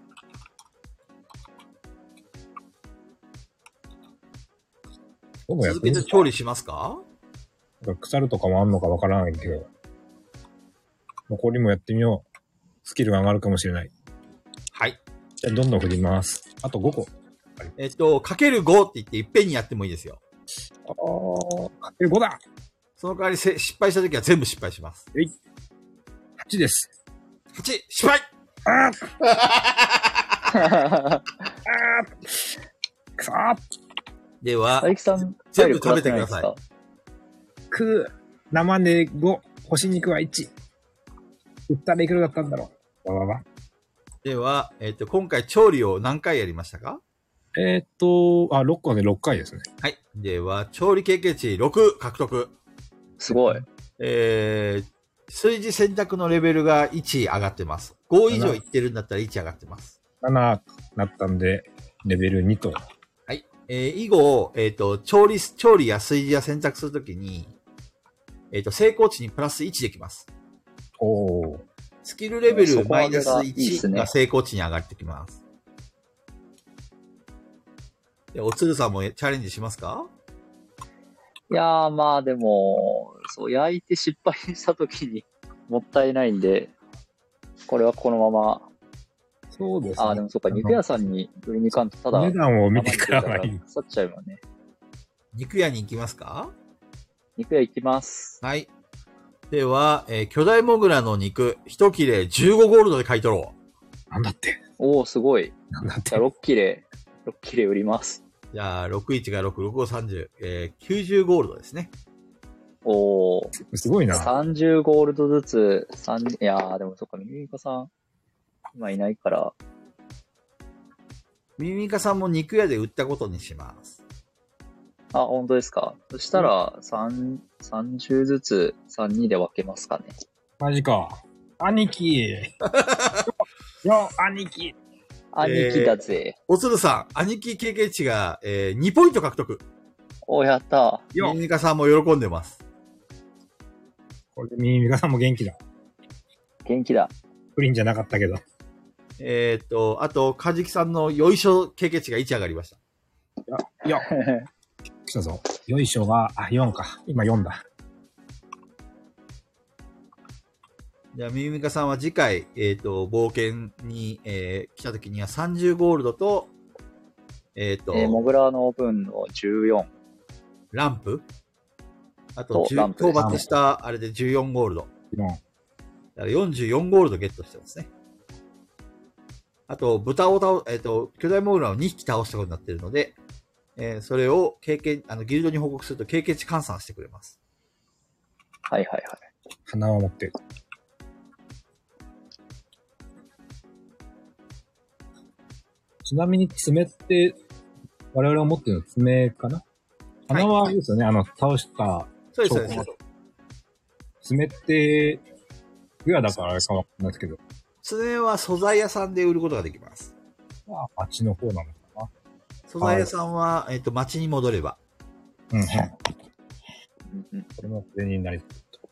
どうもやってみるか続けて調理しますか？ なんか腐るとかもあんのかわからないけど。残りもやってみよう。スキルが上がるかもしれない。 はい。 じゃあどんどん振ります。あとごこ。 えっ、と、かけるごって言っていっぺんにやってもいいですよ。 あー、かけるごだ ! その代わりせ失敗したときは全部失敗します。 はちです。 はち、失敗。 あーあーくそーでは、 佐伯さん、 全部食べてください体力食らってないですか？ く、生でご、干し肉はいち。売ったらいくらだったんだろう。わわわ。 では、えっ、と、今回調理を何回やりましたか？ えーっと、あ、ろっこでろっかいですね。 はい。では、調理経験値ろく獲得。 すごい。 えー、炊事選択のレベルがいち上がってます。ご以上いってるんだったらいち上がってます。 なななったんで、レベルにと。 はい。えー、以後、えっ、と、調理、調理や炊事や選択するときに、えっ、と、成功値にプラスいちできます。 おー。 スキルレベルそこマイナス上げがいいっすいちねが成功値に上がってきます。で、おつるさんもチャレンジしますか？ いやー、まあでも、そう、焼いて失敗したときにもったいないんで、これはこのまま、 そうですね。 ああ、でもそっか、肉屋さんに売りに行かんと、ただ、 値段を見てからはいい。 腐っちゃうもんね。 肉屋に行きますか？ 肉屋行きます。 はい。では、えー巨大モグラの肉、一切れじゅうごゴールドで買い取ろう。 なんだって。 おー、すごい。 なんだってじゃあ、。ろっ切れ、ろっ切れ売ります。 じゃあ、ろくいちがろく、ろくごさんじゅう、えー、きゅうじゅうゴールドですね。 おー、 すごいな。 さんじゅうゴールドずつ、さんいやー、でもそっか、ミミミカさん、今いないから、 ミミミカさんも肉屋で売ったことにします。 あ、本当ですか。そしたら、三、さん周ずつさん、にで分けますかね。 マジか。兄貴。よ、兄貴。 兄貴だぜ。 おつるさん、兄貴経験値が、えー、にポイント獲得。 お、やったミミミカさんも喜んでます。 これ、ミミミカさんも元気だ。 元気だ。 プリンじゃなかったけど。 えーっと、あと、カジキさんのよいしょ経験値がいち上がりました。 いや、いや。来たぞ。よいしょが、あ、よんか。今よんだ。 じゃあ、ミミミカさんは次回、えーっと、冒険に、えー、来た時にはさんじゅうゴールドと、えーっと、 えー、モグラの分のじゅうよん。 ランプあと、 とランプ討伐したあれでじゅうよんゴールド。 よん。 だからよんじゅうよんゴールドゲットしてますね。あと、豚を倒、えっ、と、巨大モグラをにひき倒したことになっているので、えー、それを経験、あの、ギルドに報告すると経験値換算してくれます。 はいはいはい。 鼻を持ってる。ちなみに爪って、我々が持ってるの爪かな？鼻はあれですよね、あの、倒した。 そうです、そうです。 爪って、グアだからあれかわかんないですけど。 爪は素材屋さんで売ることができます。 まあ、町の方なのかな。 素材屋さんは、えっ、と、町に戻れば。 うん、うん。 うんうん、 これもプレになりそうと。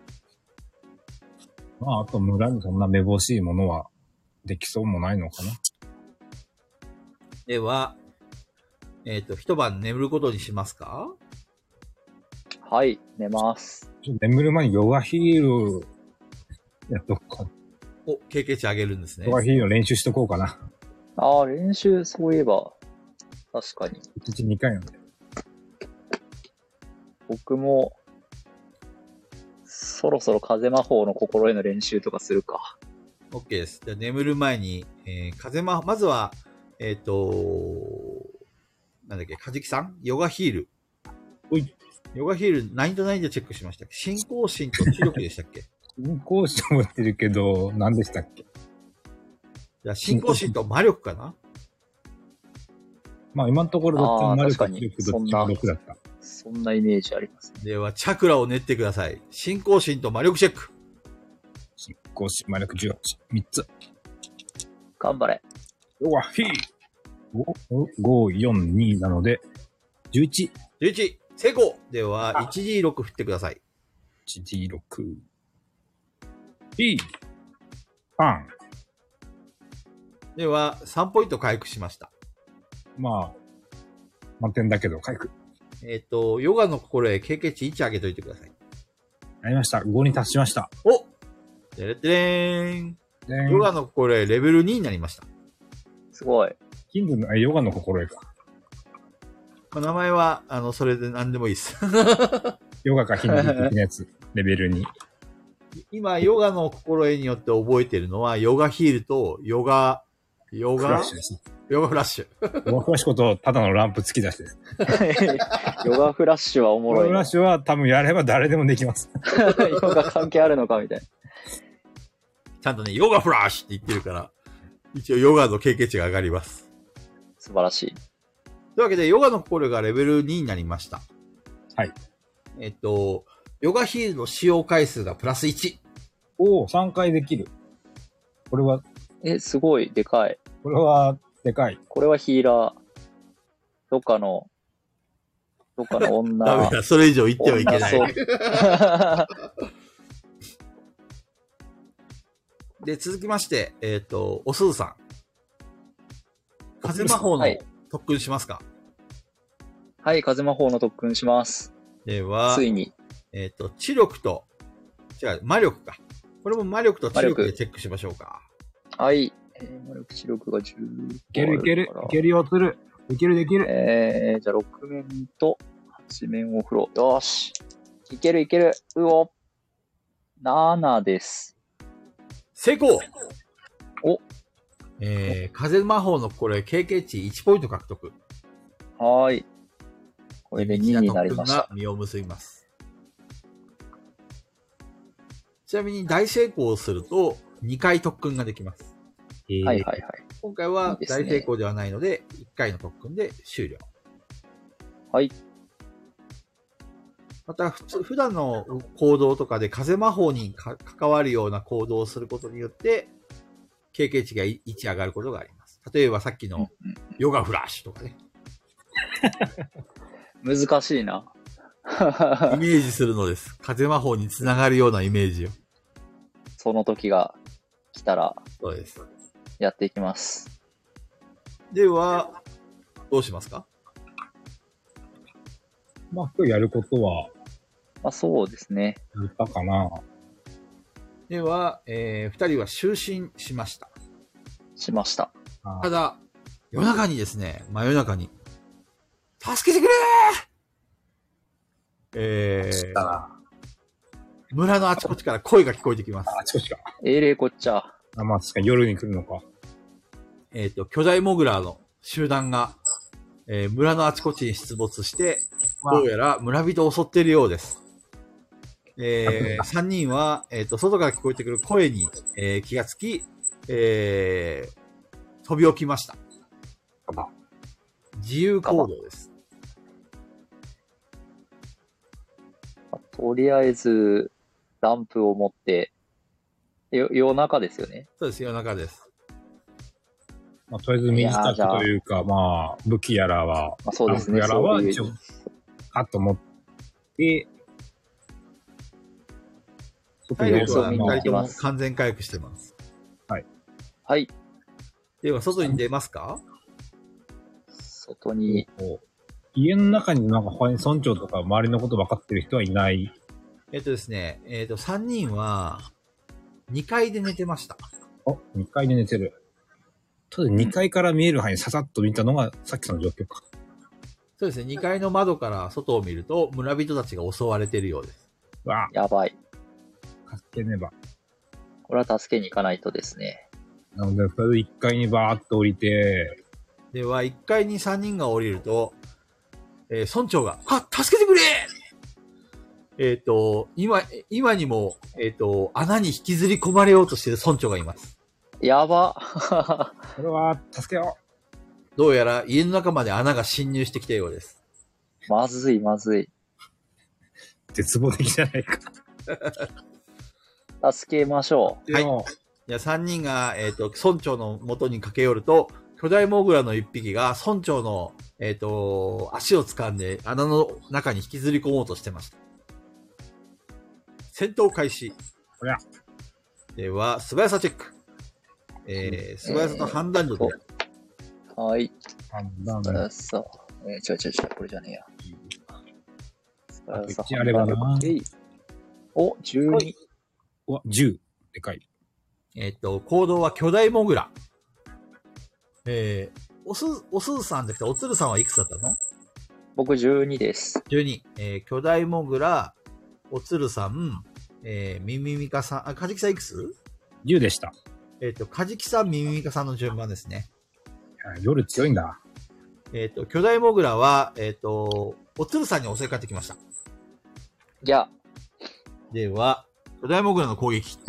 まあ、あと村にそんなめぼしいものはできそうもないのかな。 では、えっ、と、一晩眠ることにしますか？ はい、寝ます。 眠る前にヨガヒールやっとこうか。 お、経験値上げるんですね。 ヨガヒールの練習しとこうかな。 ああ、練習、そういえば、確かに。 いちにちにかいなんで。 僕も、そろそろ風魔法の心得の練習とかするか。 OK です。じゃあ眠る前に、えー、風魔、まずは、えっ、と、なんだっけ、カジキさんヨガヒール。 おい。 ヨガヒール何と何でチェックしましたっけ？信仰心と知力でしたっけ？ 信仰心持ってるけど、何でしたっけ？ じゃあ信仰心と魔力かな？ まあ今のところどっちも魔力あー確かにと知力どっちもろくだった。 そんなイメージありますね。 では、チャクラを練ってください。信仰心と魔力チェック。 信仰心、魔力じゅうはち。みっつ。 頑張れ。 ヨガヒールご、よん、になので、じゅういち。 じゅういち、成功。では、いちディーろく 振ってください。 いちディーろく。い、さん。 では、さんポイント回復しました。 まあ、満点だけど回復。 えっ、と、ヨガの心得経験値いち上げといてください。 やりました。ごに達しました。 おてれてれーん。 でヨガの心得レベルにになりました。 すごい。 キングの、ヨガの心得か。 まあ、名前は、あの、それで何でもいいです。 ヨガかヒンドゥー的なやつ、レベルに。 今、ヨガの心得によって覚えてるのは、ヨガヒールと、ヨガ、ヨフラガッシュです。 ヨガフラッシュ。 ヨガフラッシュこと、ただのランプ突き出しです。 ヨガフラッシュはおもろいな。 ヨガフラッシュは多分やれば誰でもできます。 ヨガ関係あるのかみたいな。 ちゃんとね、ヨガフラッシュって言ってるから、一応ヨガの経験値が上がります。 素晴らしい。 というわけで、ヨガの心得がレベルにになりました。 はい。 えっと、ヨガヒールの使用回数がプラスいち。 おお、さんかいできる。これは、 え、すごい、でかい。 これは、でかい。 これはヒーラー。どっかの、どっかの女。 ダメだ、それ以上言ってはいけない。 女そうで、続きまして、えっ、と、おすずさん。風魔法のはい特訓しますか？ はい、風魔法の特訓します。 では、 ついに。 えっ、と、知力と、違う、魔力か。これも魔力と知力でチェックしましょうか。 はい。えー、魔力、知力がじゅう。 いけるいける。いけるよ、つる。いけるできる。 えー、じゃあろく面とはち面を振ろう。よーし。いけるいける。うお。ななです。 成功。 お。 えー、風魔法のこれ経験値いちポイント獲得。 はーい。これでにになりました。 地道な特訓が実を結びます。ちなみに大成功するとにかい特訓ができます。 はいはいはい。 今回は大成功ではないので、いっかいの特訓で終了。 はい。 また普通、普段の行動とかで風魔法にか関わるような行動をすることによって、経験値がいち上がることがあります。例えばさっきのヨガフラッシュとかね。 難しいな。 イメージするのです。風魔法につながるようなイメージを。 その時が来たら、 そうです。 やっていきます。 では、どうしますか？ まあ、今日やることは、 まあそうですね。 やったかな。 では、えー、二人は就寝しました。 しました。 ただ、夜中にですね、真夜中に、助けてくれーえー、村のあちこちから声が聞こえてきます。 あちこちか。 えれこっちゃ。 あ、まあ確かに夜に来るのか。 えっと、巨大モグラの集団が、えー、村のあちこちに出没して、どうやら村人を襲っているようです。えー、三人は、えっと、外から聞こえてくる声に、えー、気がつき、えー、飛び起きました。自由行動です。 とりあえず、ランプを持って、よ夜中ですよね。 そうです、夜中です。 まあ、とりあえず身支度というか、まあ、武器やらは、 まあ、そうですね。 やらは一応、カッと持って、 体力は二人とも完全回復してます。 はい。 はい。 では、外に出ますか？ 外に。 家の中になんか他に村長とか周りのこと分かってる人はいない。 えっとですね、えっと、三人は、にかいで寝てました。 あ、にかいで寝てる。ただにかいから見える範囲ささっと見たのがさっきの状況か。 そうですね、にかいの窓から外を見ると、村人たちが襲われているようです。 わやばい。 助けねば。 これは助けに行かないとですね。 なので、とりあえずいっかいにバーッと降りて、 では、いっかいにさんにんが降りると、えー、村長が、あ、助けてくれえっ、ー、と、今、今にも、えっ、ー、と、穴に引きずり込まれようとしている村長がいます。 やば。 これは、助けよう。 どうやら家の中まで穴が侵入してきたようです。 まずい、まずい。 絶望的じゃないか。 助けましょう。はい。じゃあさんにんが、えっ、ー、と、村長の元に駆け寄ると、巨大モグラのいっぴきが村長の、えっ、ー、と、足を掴んで穴の中に引きずり込もうとしてました。戦闘開始。 こりゃ。 では、素早さチェック。えー、素早さと判断力で。 えー、はい。 判断力。素早さ。えー、ちょいちょいちょい、これじゃねえや。素早さ、 判断力。 お、じゅうに。 うわ、じゅう。でかい。 えっ、ー、と、行動は巨大モグラ。えー、おす、おすずさんできたおつるさんはいくつだったの？ 僕じゅうにです。 じゅうに。えー、巨大モグラ、おつるさん、えー、みみみかさん、あ、かじきさんいくつ？ じゅう でした。 えっ、ー、と、かじきさん、みみみかさんの順番ですね。 夜強いんだ。 えっ、ー、と、巨大モグラは、えっ、ー、と、おつるさんに襲いかかってきました。 じゃあ。 では、巨大モグラの攻撃。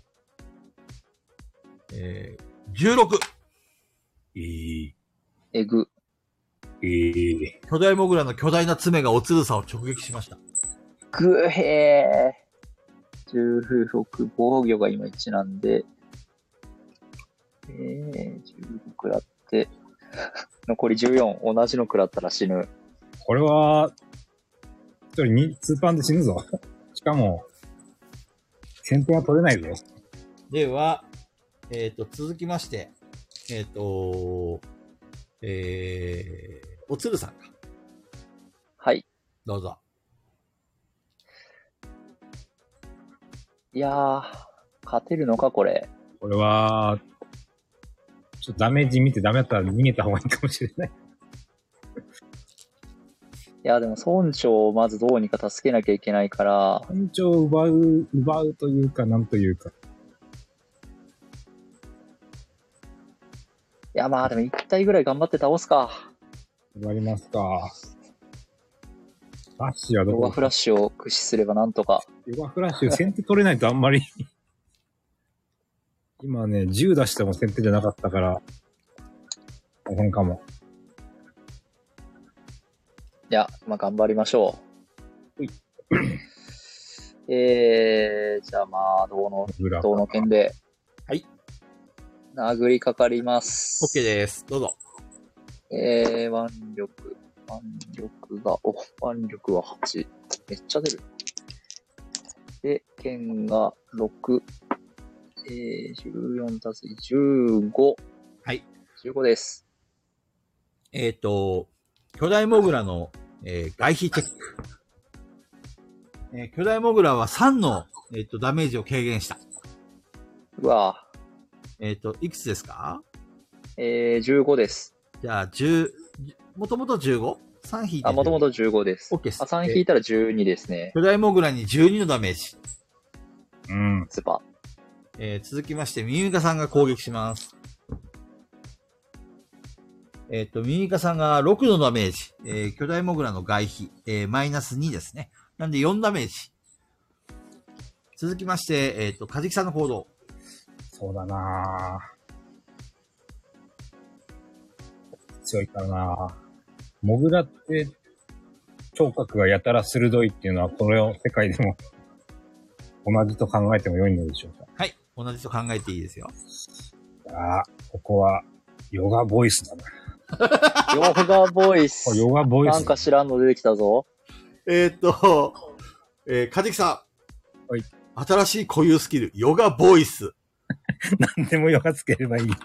えー、じゅうろく。 えー、 えぐ。 えー、 巨大モグラの巨大な爪がおつるさんを直撃しました。 ぐへー。じゅうろく、防御が今いちなんで、えー、じゅうろくらって、残りじゅうよん、同じの食らったら死ぬ。 これは、一人に、ツーパンで死ぬぞ。しかも、先手は取れないぞ。 では、えっ、ー、と、続きまして、えっ、ー、と、えー、おつるさんか。 はい。 どうぞ。 いやー、勝てるのか、これ。 これは、ちょっとダメージ見てダメだったら逃げた方がいいかもしれない。 いや、でも村長をまずどうにか助けなきゃいけないから。 村長を奪う、奪うというか、なんというか。 いや、まあでも一体ぐらい頑張って倒すか。 終わりますか。フラッシュはどこ？ ヨガフラッシュを駆使すればなんとか。 ヨガフラッシュ先手取れないとあんまり。今ね、じゅう出しても先手じゃなかったから、大変かも。 いや、まあ頑張りましょう。 えー、じゃあまあ、銅の、銅の剣で。 はい。 殴りかかります。 OK です。どうぞ。 えー、腕力。腕力が、お、腕力ははち。めっちゃ出る。で、剣がろく。えー、じゅうよんたすじゅうご。 はい。 じゅうごです。 えっ、ー、と、巨大モグラの、えー、外皮チェック。えー、巨大モグラはさんの、えー、とダメージを軽減した。 うわぁ。 えっ、ー、と、いくつですか？ えー、じゅうごです。 じゃあ、じゅう、もともと じゅうご？ さん 引いて。 あ、もともとじゅうごです。 OK です。 あ、さん引いたらじゅうにですね。 巨大モグラにじゅうにのダメージ。 うん。 スーパー。 えー、続きまして、ミミカさんが攻撃します。えっ、ー、と、ミミカさんがろくのダメージ。えー、巨大モグラの外皮。えー、マイナスにですね。なんでよんダメージ。続きまして、えっ、ー、と、カジキさんの行動。 そうだなぁ。強いからなぁ。モグラって、聴覚がやたら鋭いっていうのは、これを世界でも同じと考えても良いのでしょうか。 はい。同じと考えていいですよ。 ああ、ここは、ヨガボイスだな。 ヨガボイス。 ヨガボイス。 なんか知らんの出てきたぞ。 えー、っと、えー、カジキさん。はい。 新しい固有スキル、ヨガボイス。 何でもヨガつければいい。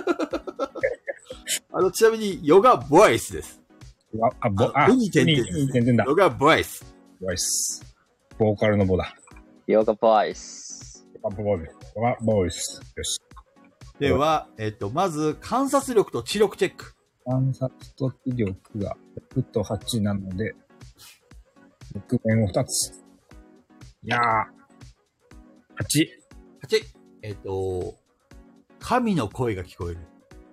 あの、ちなみに、ヨガボイスです。 あ、あ、ボ、あ、 にてんてんてんだ。 ヨガボイス。 ボイス。ボーカルのボだ。 ヨガボイス。 ヨガボイス。ヨガボイス。よし。 では、えっと、まず、観察力と知力チェック。 観察と知力がろくとはちなので、ろく面をふたつ。いやー。はち。 はち。えっと、神の声が聞こえる。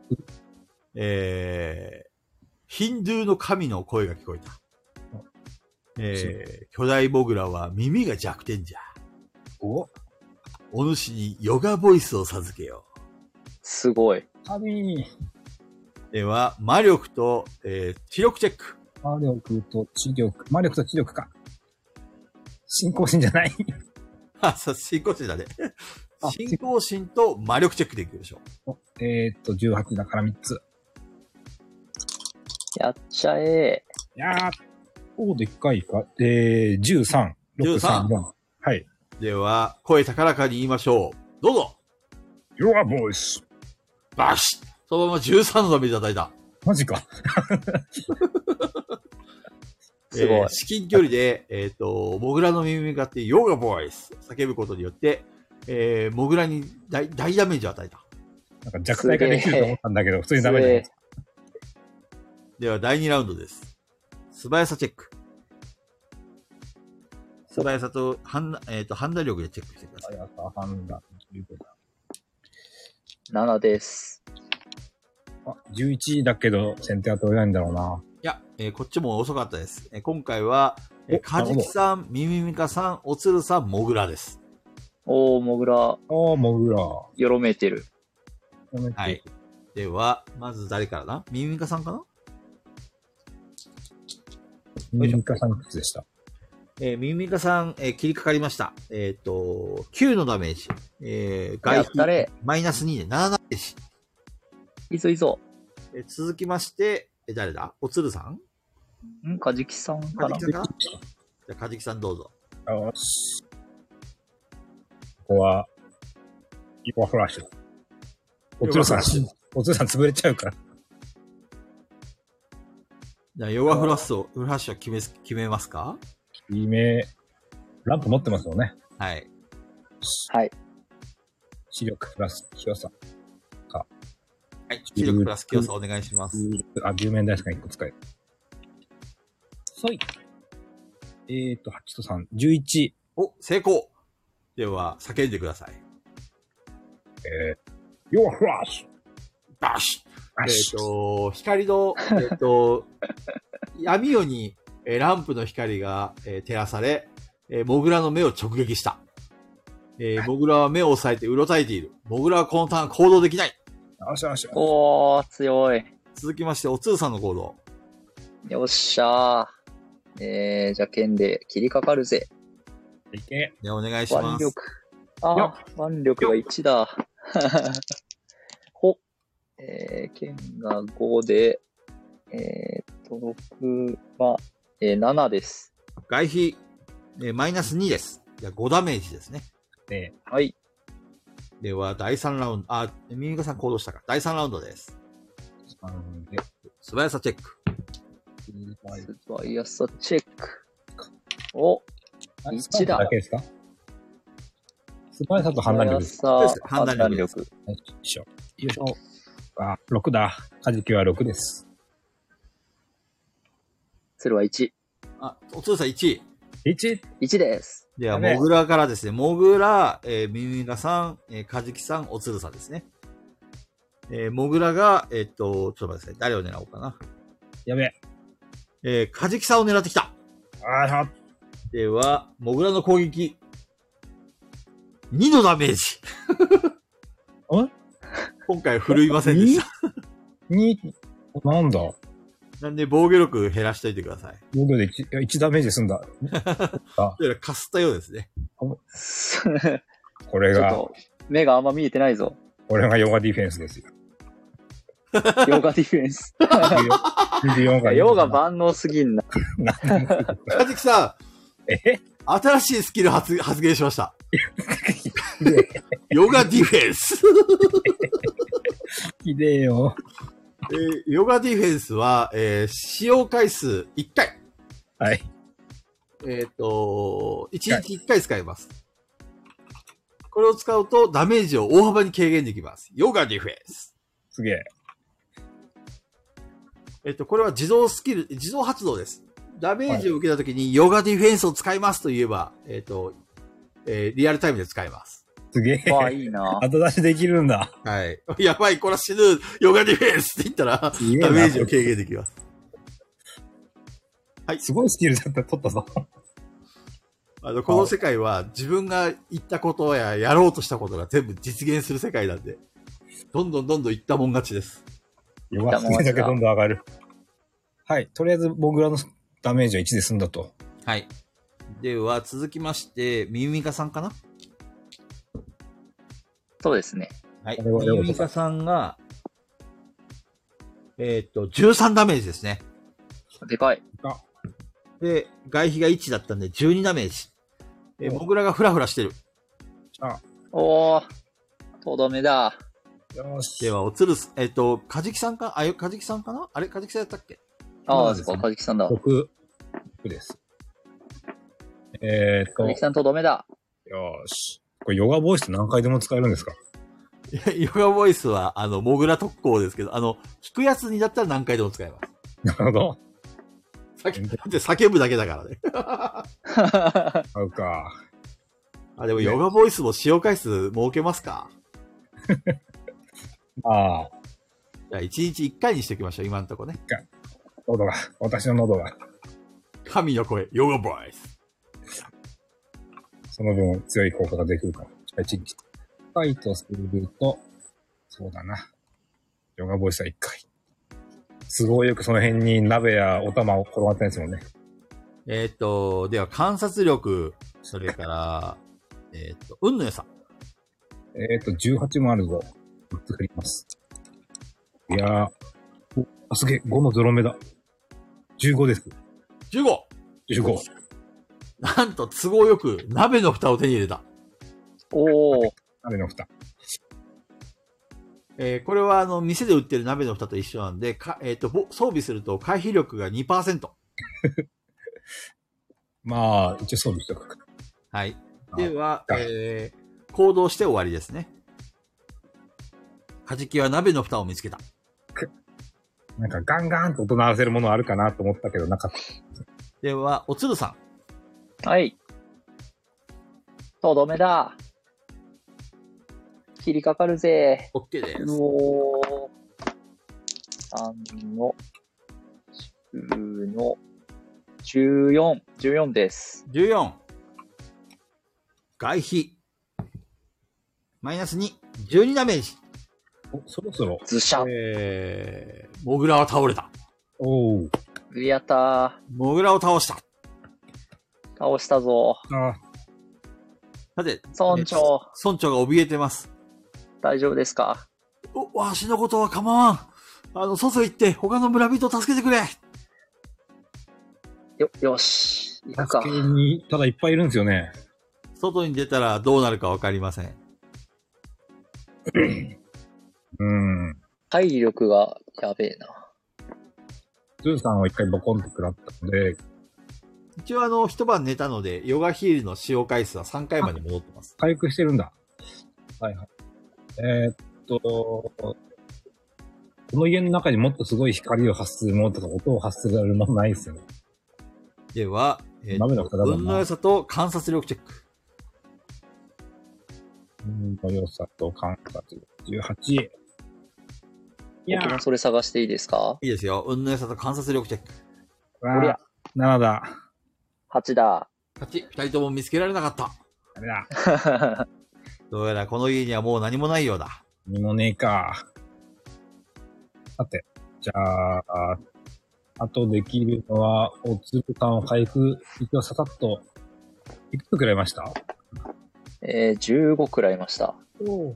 えー、ヒンドゥーの神の声が聞こえた。えー、巨大モグラは耳が弱点じゃ。 おお主にヨガボイスを授けよう。 すごい。 神。 では、魔力と、えー、知力チェック。 魔力と知力。魔力と知力か。信仰心じゃない。 あ、そう、信仰心だね。信仰心と魔力チェックでいきましょう。えー、っと、じゅうはちだからみっつ。 やっちゃえ。 いやー、おでっかいか。えー、じゅうさん。ろく、さん、よん。はい。 では、声高らかに言いましょう。どうぞ。 ヨガボイス。 バシッ。そのままじゅうさんのダメージ与えた。 マジか。 すごい。 えー、至近距離で、えっ、ー、と、モグラの耳に向かってヨガボイス叫ぶことによって、えー、モグラに大大ダメージを与えた。 なんか弱体化できると思ったんだけど、普通にダメだよ。 では、だいにラウンドです。素早さチェック。素早さと判、えー、と判断力でチェックしてください。 素早さ、判断、 ななです。 あ、じゅういちだけど、先手は取れないんだろうな。 いや、えー、こっちも遅かったです。えー、今回は、えー、カジキさん、ミミミカさん、おつるさん、モグラです。 おー、モグラ。 おー、モグラ。 よろめいてる。 はい。では、まず誰からな？ミミミカさんかな？ ミミミカさんいくつでした？ えー、ミミミカさん、えー、切りかかりました。えっ、ー、と、きゅうのダメージ。えー、外皮、マイナスにでななダメージ。 いそいそ。 えー、続きまして、えー、誰だ？おつるさん？ んカジキさんかな？ カジキさんかな？じゃあ、カジキさんどうぞ。 よし。ここは、イコフラッシュ。おつるさん、おつるさん潰れちゃうから。 じゃあ、ヨガフラッシュを、フラッシュを決め、決めますか？ 決め、ランプ持ってますよね。 はい。 はい。 視力プラス強さか。 はい。視力プラス強さお願いします。 あ、じゅう面ダイスがいっこ使える。そい。えーと、はちとさん、じゅういち。 お、成功。では、叫んでください。 えー、ヨガフラッシュバシッえっ、ー、と、光の、えっ、ー、と、闇夜に、えー、ランプの光が、えー、照らされ、えー、モグラの目を直撃した。えー、モグラは目を押さえてうろたえている。モグラはこのターン行動できない。 よしよし。 おー、強い。 続きまして、おつーさんの行動。 よっしゃー。 えー、じゃあ剣で切りかかるぜ。 いけ。 で、お願いします。 腕力。あー、腕力がいちだ。ほ。えー、剣がごで、えーっと、ろくは、えー、ななです。 外費、えーマイナスにです。じゃあごダメージですね。 で、 はい。 では、だいさんラウンド、あ、ミミカさん行動したか。だいさんラウンドです。 さんで、 素早さチェック。 スパイアサチェック。お、いちだ。 だけですか？素早さと判断力です。 素早さ判断力です判断よいしょ。よいしょ。あ、ろくだ。カジキはろくです。 鶴はいち。 あ、おつるさんいちい。 いち。 いちです。 では、 ダメモグラからですね。モグラ、えー、ミミカさん、えー、カジキさん、おつるさんですね。えー、モグラが、えーっと、ちょっと待ってください。誰を狙おうかな。 やべえ。 えー、カジキさんを狙ってきた。 あーは。 では、モグラの攻撃。にのダメージ。 え今回振るいませんでした。 に、なんだなんで防御力減らしといてください。 防御で 1, いちダメージ済んだ。あ、 それかすったようですね。 これが、 ちょっと、目があんま見えてないぞ。 これがヨガディフェンスですよ。 ヨガディフェンス。 ヨガヨガ万能すぎんな。 カジキさん、 え新しいスキル発発言しました。ヨガディフェンス。 ひでえよ。 えーヨガディフェンスは、えー使用回数いっかい。 はい。 えっ、と、いちにちいっかい使います。これを使うとダメージを大幅に軽減できます。ヨガディフェンス。 すげえ。 えっ、と、これは自動スキル、自動発動です。ダメージを受けたときにヨガディフェンスを使いますと言えば、えっ、と、えーリアルタイムで使えます。 すげえ。 わあ、いいな。 後出しできるんだ。 はい。やばい、これは死ぬ、ヨガディフェンスって言ったら、 いいなダメージを軽減できます。 すごいスキルだったら取ったぞ。 あの、この世界は自分が言ったことややろうとしたことが全部実現する世界なんで、どんどんどんどん言ったもん勝ちです。 弱すぎだけどんどん上がる。はい。とりあえず、モグラのダメージはいちで済んだと。 はい。では、続きまして、ミミカさんかな？ そうですね。 はい。 これはミミカさんが、えーっと、じゅうさんダメージですね。 でかい。 で、外費がいちだったんでじゅうにダメージ。えー、モグラがフラフラしてる。 おー、とどめだ。 よし。 では、おつるす、えーっと、カジキさんかあ、よ、カジキさんかなあれカジキさんやったっけ？ ああ、 そですねそううか、カジキさんだ。 ろくです。えーっと、よカジキさんとどめだ。 し。これヨガボイスって何回でも使えるんですか？ いやヨガボイスは、あの、モグラ特攻ですけど、あの、聞くやつにだったら何回でも使えます。 なるほど。 さっき、だって叫ぶだけだからね。 合うか。 あ、でもヨガボイスも使用回数設けますか？ ああ、 じゃあいちにちいっかいにしておきましょう、今のとこね。 喉が、私の喉が、 神の声、ヨガボイス。 その分強い効果ができるから。いちにちいっかいとすると、そうだな。ヨガボイスはいっかい。すごいよくその辺に鍋やお玉を転がったんですもんね。 えーっと、では観察力、それから、えーっと、運の良さ。 えっ、と、じゅうはちもあるぞ。みっつ振ります。いやー、お、あ、すげえ、ごのゾロ目だ。じゅうごです。 じゅうご。 じゅうご。 なんと都合よく鍋の蓋を手に入れた。 おー、 鍋の蓋。 えーこれはあの、店で売ってる鍋の蓋と一緒なんで、かえーっと、ぼ装備すると回避力が にパーセント。 まあ、一応装備しとくか。 はい。 あでは、 はいえー、行動して終わりですね。カジキは鍋の蓋を見つけた。 なんかガンガンと音鳴らせるものあるかなと思ったけどなかった。 では、おつるさん。 はい。とどめだ。切りかかるぜ。 OK です。 おー。さんの、じゅうの、じゅうよん、じゅうよんです。 じゅうよん。外費。マイナスに、じゅうにダメージ。 お、そろそろ。 ズシャ。 えー、モグラは倒れた。 おー。 やったモグラを倒した。 ー。倒したぞ。 あさて、 村長。 村長が怯えてます。 大丈夫ですか？ お、わしのことは構わん。あの、外行って他の村人を助けてくれ。 よ、よし。行くか。 助けに、ただいっぱいいるんですよね。 外に出たらどうなるかわかりません。 うん。 体力がやべえな。 ズーさんは一回ボコンと食らったので、 一応あの、一晩寝たので、ヨガヒールの使用回数はさんかいまで戻ってます。 回復してるんだ。はいはい。えー、っと、この家の中にもっとすごい光を発するものとか音を発するものないですよね。 では、えー、 豆のと、 体だな運の良さと観察力チェック。 運の良さと観察力じゅうはち。いやー、 僕もそれ探していいですか？ いいですよ。運の良さと観察力チェック。 おりゃ、 ななだ。 はちだ。 勝ち。二人とも見つけられなかった。 ダメだ。 どうやらこの家にはもう何もないようだ。 にもねえか。さて、じゃあ、あとできるのは、おつる感を回復、一応ささっと、いくつくらいました？ えー、じゅうごくらいました。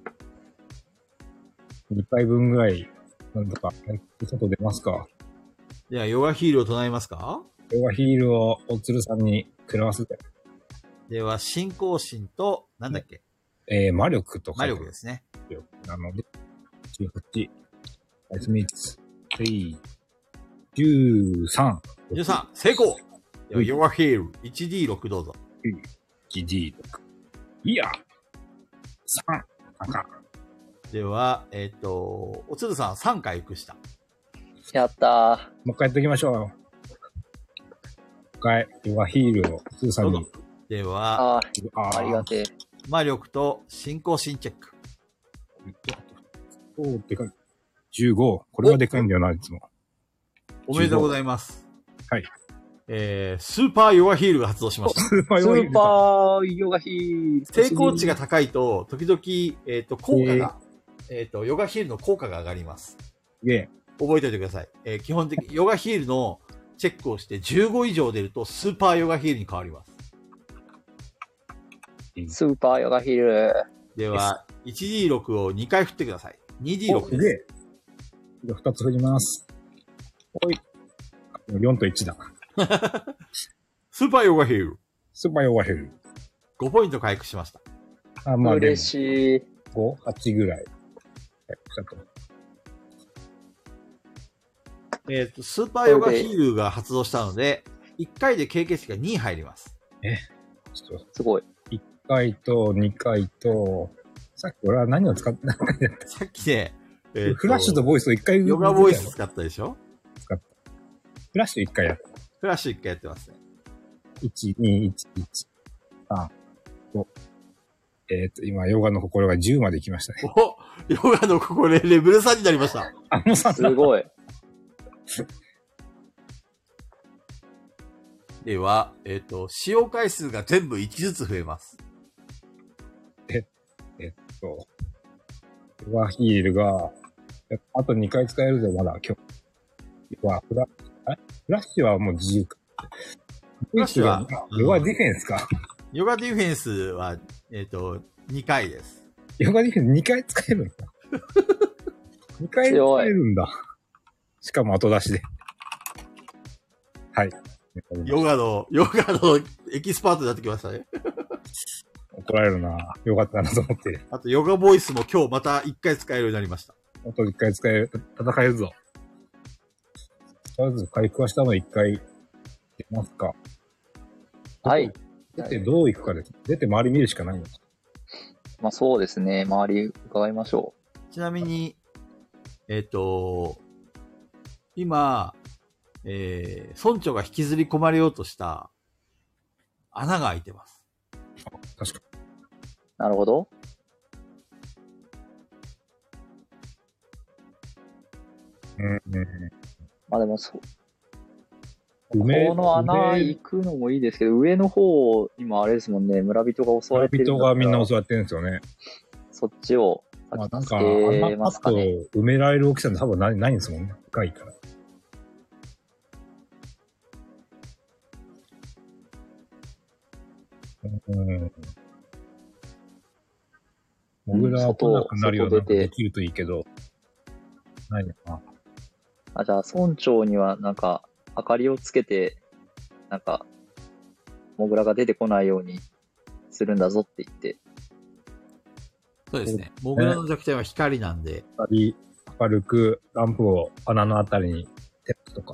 にかいぶんぐらい、なんとか、外出ますか。 では、ヨガヒールを唱えますか？ ヨガヒールをおつるさんに食らわせて。 では、信仰心と、なんだっけ？ えー、魔力とか。 魔力ですね。 なので、じゅうはち、アイスミッツ、じゅうさん。 じゅうさん、成功！では、ヨガヒール、いちディーろく どうぞ。 いちディーろく。いや !さん。赤。 では、えっ、と、おつるさんさん回復した。 やったもう一回やっておきましょう。もう一回、ヨガヒールを、つーさんに。 でー。 は、 あー、ありがてえ。 魔力と信仰心チェック。 おー、でかい。じゅうご。これはでかいんだよな、いつも。 おめでとうございます。 はい。 えー、スーパーヨガヒールが発動しました。 スーパースヨガヒールーパーヨガヒール。 成功値が高いと、時々、えっ、と、効果が、えっ、と、ヨガヒールの効果が上がります。 で、 覚えておいてください。えー基本的にヨガヒールのチェックをしてじゅうご以上出るとスーパーヨガヒールに変わります。 スーパーヨガヒール。 では、いちディーろく をにかい振ってください。にディーろくすげえ。じゃあふたつ振ります。おい。よんといちだ。 スーパーヨガヒール。 スーパーヨガヒール。 ごポイント回復しました。 あ、まあ、 嬉しい。 ご、はちぐらい。はい、ちょっと。 えっ、と、スーパーヨガヒールが発動したので、いっかいで経験値がに入ります。 ちょっと、 すごい。 いっかいとにかいと、さっき俺は何を使ってなかったさっきね、えーとフラッシュとボイスをいっかいヨガボイス使ったでしょ？ 使った。フラッシュいっかいやった。 フラッシュいっかいやってますね。 いち、に、いち、いち、さん、ご。えっ、と、今、ヨガの心がじゅうまで来ましたね。 おヨガのここでレベルさんになりました。 あのさんすごい。 では、えっ、と、使用回数が全部いちずつ増えます。 そう。ヨガヒールが、あとにかい使えるぞ、まだ、今日。は、フラッシュ、あフラッシュはもう自由か。 フラッシュはヨガディフェンスか。 ヨガディフェンスは、えっ、と、にかいです。 ヨガディフェンスにかい使えるんだ。にかい使えるんだ。しかも後出しで。はい。 ヨガの、ヨガのエキスパートになってきましたね。 怒られるな。よかったなと思って。 あと、ヨガボイスも今日またいっかい使えるようになりました。 あといっかい使える、戦えるぞ。とりあえず回復はしたのいっかい出ますか。 はい。 出てどう行くかです。出て周り見るしかないのか。 まあそうですね。周り伺いましょちなみに、えっ、と、今、えー、村長が引きずり込まれようとした穴が開いてます。 確かう。なるほど。 に。うん、うん。 まあでもそう。こ梅の穴梅行くのもいいですけど、上の方、今あれですもんね、村人が襲われてる人がみんな襲われてるんですよね。 そっちをまあなんか、 助け穴パッとますかね。 埋められる大きさで多分ないないんですもんね。深いから。 うん。モグラは来なくなるようなできるといいけど、ないのかな。 あ、じゃあ村長にはなんか、明かりをつけて、なんか、モグラが出てこないようにするんだぞって言って。 そうですね。モグラの弱点は光なんで。 光、明るく、ランプを穴のあたりに照らすとか。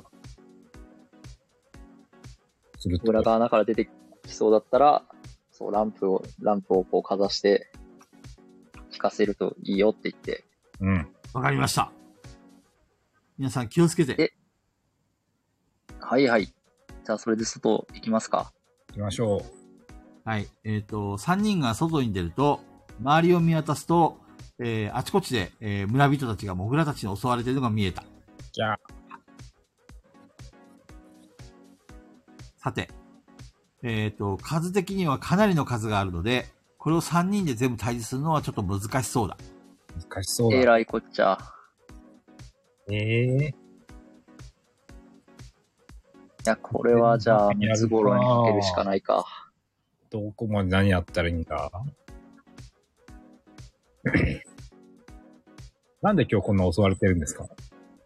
すると。 モグラが穴から出てきそうだったら、そう、ランプを、ランプをこうかざして、引かせるといいよって言って。 うん。 わかりました。皆さん気をつけて。 えはいはい。じゃあそれで外行きますか。 行きましょう。 はい。えっ、ー、と、さんにんが外に出ると、周りを見渡すと、えー、あちこちで、えー、村人たちがモグラたちに襲われているのが見えた。 じゃあ。 さて、えっ、ー、と、数的にはかなりの数があるので、これをさんにんで全部退治するのはちょっと難しそうだ。 難しそうだ。 えらいこっちゃ。 ええー。いや、これはじゃあ、ムツゴロウにかけるしかないか。 どこまで何やったらいいんだなんで今日こんな襲われてるんですか？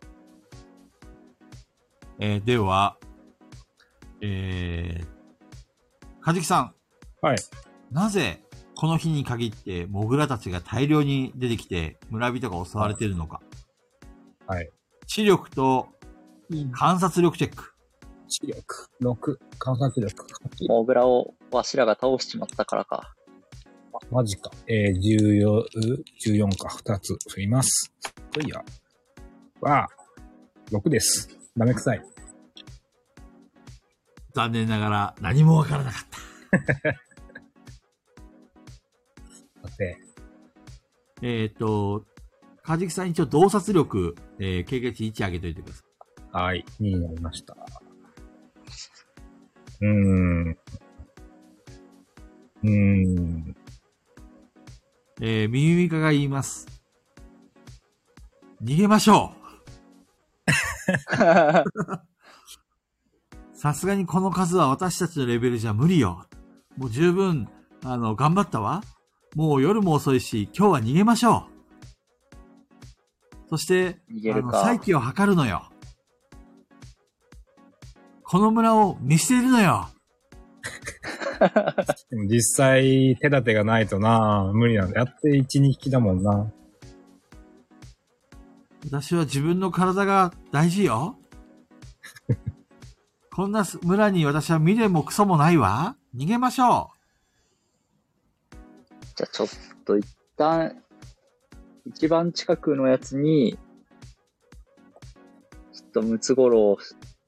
えー、では、えー、かじきさん。 はい。 なぜ、この日に限って、モグラたちが大量に出てきて、村人が襲われているのか。 はい。 知力と、観察力チェック。 知力、ろく、観察力。 モグラをわしらが倒しちまったからか。 あ、マジか。えー、じゅうよん、じゅうよんか、ふたつ振ります。といや。わあ、ろくです。ダメくさい。 残念ながら何もわからなかった。 さて。 えっと、かじきさん一応洞察力、えー、経験値いち上げといてください。 はい、にになりました。うーん。うーん。 えー、ミミミカが言います。逃げましょうさすがにこの数は私たちのレベルじゃ無理よ。もう十分、あの、頑張ったわ。もう夜も遅いし、今日は逃げましょう。そして、 逃げるか。 あの、再起を図るのよ。この村を見捨てるのよ。 でも実際、手立てがないとな、無理なんだ。やって一、二匹だもんな。 私は自分の体が大事よ。こんな村に私は未練もクソもないわ。逃げましょう。じゃあちょっと一旦、一番近くのやつに、ちょっとムツゴロウを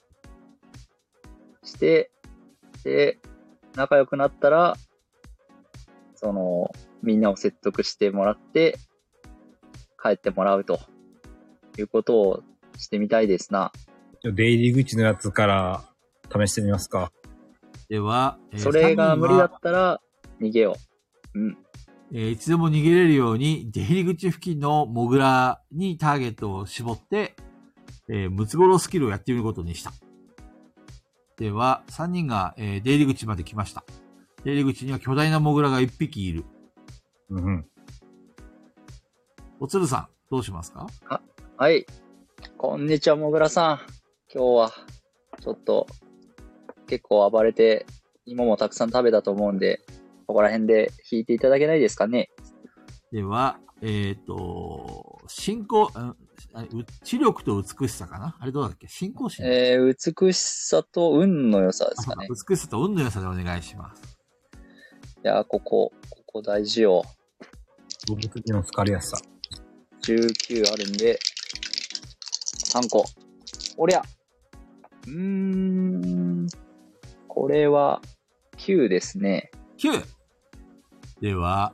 して、で、仲良くなったら、その、みんなを説得してもらって、帰ってもらうということをしてみたいですな。 出入り口のやつから試してみますか。 では、 えー、それが無理だったら逃げよう。うん。 えー、いつでも逃げれるように出入り口付近のモグラにターゲットを絞って、えー、ムツゴロウスキルをやってみることにした。では、さんにんが、えー、出入り口まで来ました。出入り口には巨大なモグラがいっぴきいる。 うんうん。 おつるさん、どうしますか？ は、はい。こんにちは、モグラさん。今日は、ちょっと、結構暴れて、芋もたくさん食べたと思うんで、ここら辺で引いていただけないですかね？ では、えっと、信仰、知力と美しさかな？あれどうだっけ？信仰心。 えー、美しさと運の良さですかね。 美しさと運の良さでお願いします。 いやー、ここ、ここ大事よ。 動物にの疲れやすさ。 じゅうきゅうあるんで、さんこ。おりゃ。うーん。これは、きゅうですね。 きゅう! では、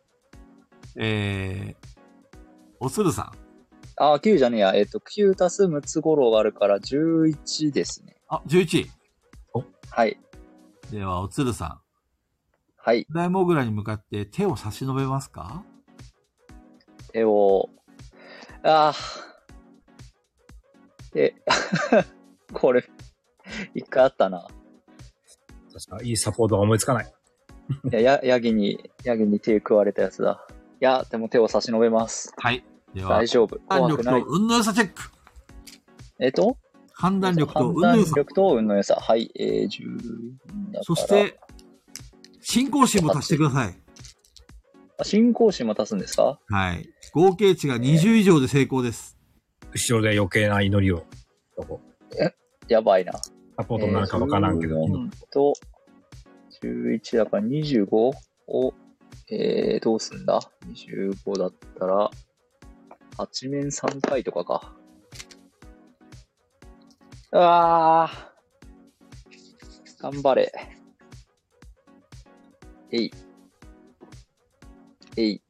えー、おつるさん。 あ、きゅうじゃねえや。えっと、きゅう足すムツゴロウがあるからじゅういちですね。 あ、じゅういち。 お、はい。 では、おつるさん。 はい。 大モグラに向かって手を差し伸べますか？ 手を、ああ。で、これ、一回あったな。 確かいいサポートが思いつかない。 いや、や、ヤギに、ヤギに手食われたやつだ。いや、でも手を差し伸べます。 はい。では、 大丈夫。 判断力怖くないと。運の良さチェック。 えっと判断力と判断運の良さ。 力と運の良さ。はい、えー、じゅうだから。 そして、進行心も足してください。 あ、進行心も足すんですか？ はい。合計値がにじゅう以上で成功です。 後ろで余計な祈りを。 やばいな。 サポートになるかわからんけど。 えーじゅうよんと、じゅういちだからにじゅうごを、えー、どうすんだ ?にじゅうご だったら、はち面さん回とかか。うわー。頑張れ。えい。えい。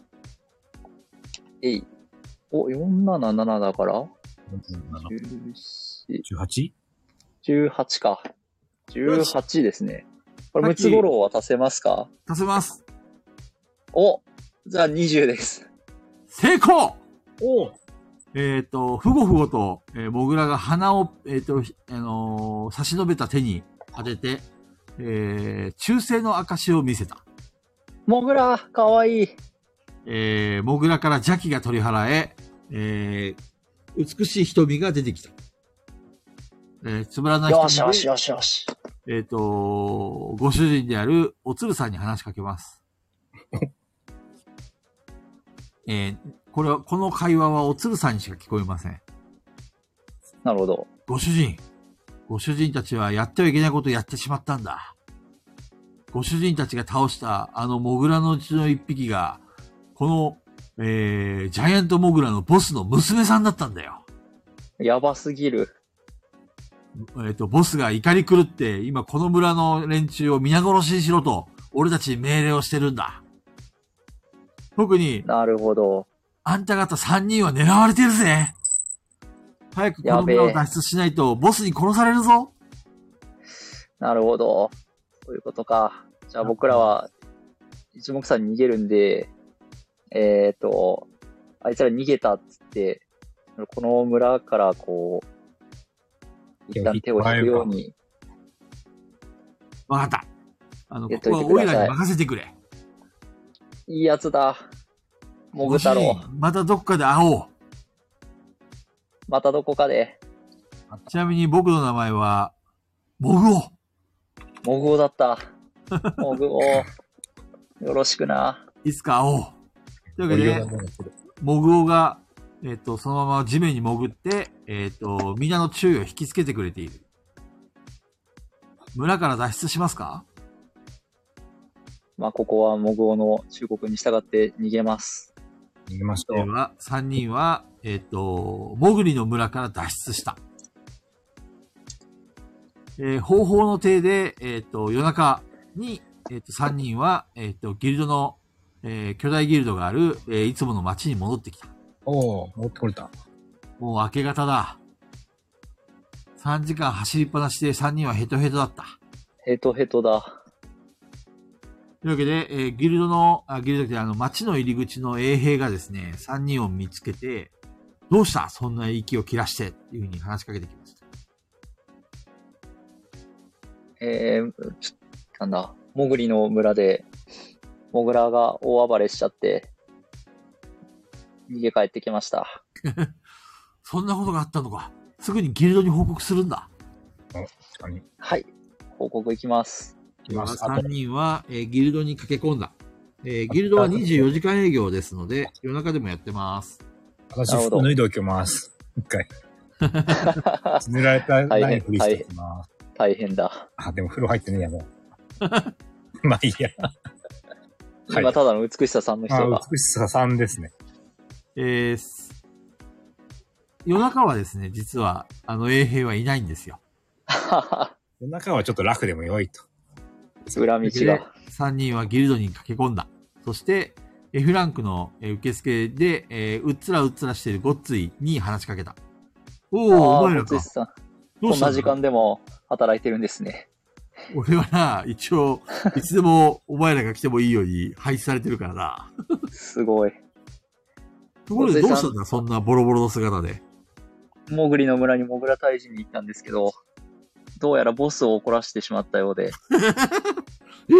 えい。お、よんななななだから、じゅうよんじゅうはち? じゅうはちか。じゅうはちですね。これ、ムツゴロウは足せますか？ 足せます。 お、じゃあにじゅうです。 成功おうえっ、と、ふごふごと、えー、モグラが鼻を、えっ、と、ひあのー差し伸べた手に当てて、えー、忠誠の証を見せた。 モグラ、かわいい。 えー、モグラから邪気が取り払え、えー、美しい瞳が出てきた。えー、つぶらな瞳で、 よしよしよしよし。 えっ、と、ご主人であるおつるさんに話しかけます。えー、これは、この会話はおつるさんにしか聞こえません。 なるほど。 ご主人、ご主人たちはやってはいけないことをやってしまったんだ。ご主人たちが倒したあのモグラのうちの一匹が、この、えー、ジャイアントモグラのボスの娘さんだったんだよ。 やばすぎる。 えっ、と、ボスが怒り狂って、今この村の連中を皆殺しにしろと、俺たちに命令をしてるんだ。特に、 なるほど。 あんた方三人は狙われてるぜ。早くこの村を脱出しないと、ボスに殺されるぞ。 なるほど。そういうことか。じゃあ僕らは、一目散に逃げるんで、えっ、と、あいつら逃げたっつって、この村からこう、一旦手を引くように。 わかった。あの、 やここっといてくださいはオイラに任せてくれ。 いいやつだ。モグ太郎。 ご主人またどっかで会おう。 またどこかで。 ちなみに僕の名前は、モグオ。 モグオだった。モグオ。よろしくな。 いつか会おう。というわけで、モグオが、えっ、と、そのまま地面に潜って、えっ、と、みんなの注意を引きつけてくれている。村から脱出しますか？ まあ、ここはモグオの忠告に従って逃げます。 逃げましょう。 では、三人は、えっ、と、モグリの村から脱出した。えー、方法の手で、えっ、と、夜中に、えっ、と、三人は、えっ、と、ギルドの、えー巨大ギルドがある、えーいつもの町に戻ってきた。 おお、持ってこれた。 もう明け方だ。さんじかん走りっぱなしでさんにんはヘトヘトだった。 ヘトヘトだ。 というわけで、えーギルドの、あ、ギルドであの、町の入り口の衛兵がですね、さんにんを見つけて、どうしたそんな息を切らして、っていうふうに話しかけてきました。 えー、ちょなんだ、モグリの村で、モグラが大暴れしちゃって、逃げ帰ってきました。 そんなことがあったのか。すぐにギルドに報告するんだ。 確かに。 はい。報告いきます。 来ます。 さんにんは、えーギルドに駆け込んだ。えーギルドはにじゅうよじかん営業ですので、夜中でもやってます。 私、 なるほど服脱いでおきます。一回。塗られたナイフにしておきます。 大変だ。 あ、でも風呂入ってねえや、もう。まあいいや。はい今ただの美しささんの人があ。美しささんですね。 えーす夜中はですね、実は、あの衛兵はいないんですよ。 夜中はちょっと楽でも良いと。 裏道が。 さんにんはギルドに駆け込んだ。そして、F ランクのえー受付で、えーうっつらうっつらしているゴッツイに話しかけた。おお、おああ、 前らか美し。さん。 どうしたんだこんな時間でも働いてるんですね。 俺はな、一応、いつでもお前らが来てもいいように配置されてるからな。 すごい。 ところでどうしたんゴだそんなボロボロの姿で。 モグリの村にモグラ退治に行ったんですけど、どうやらボスを怒らせてしまったようで、 え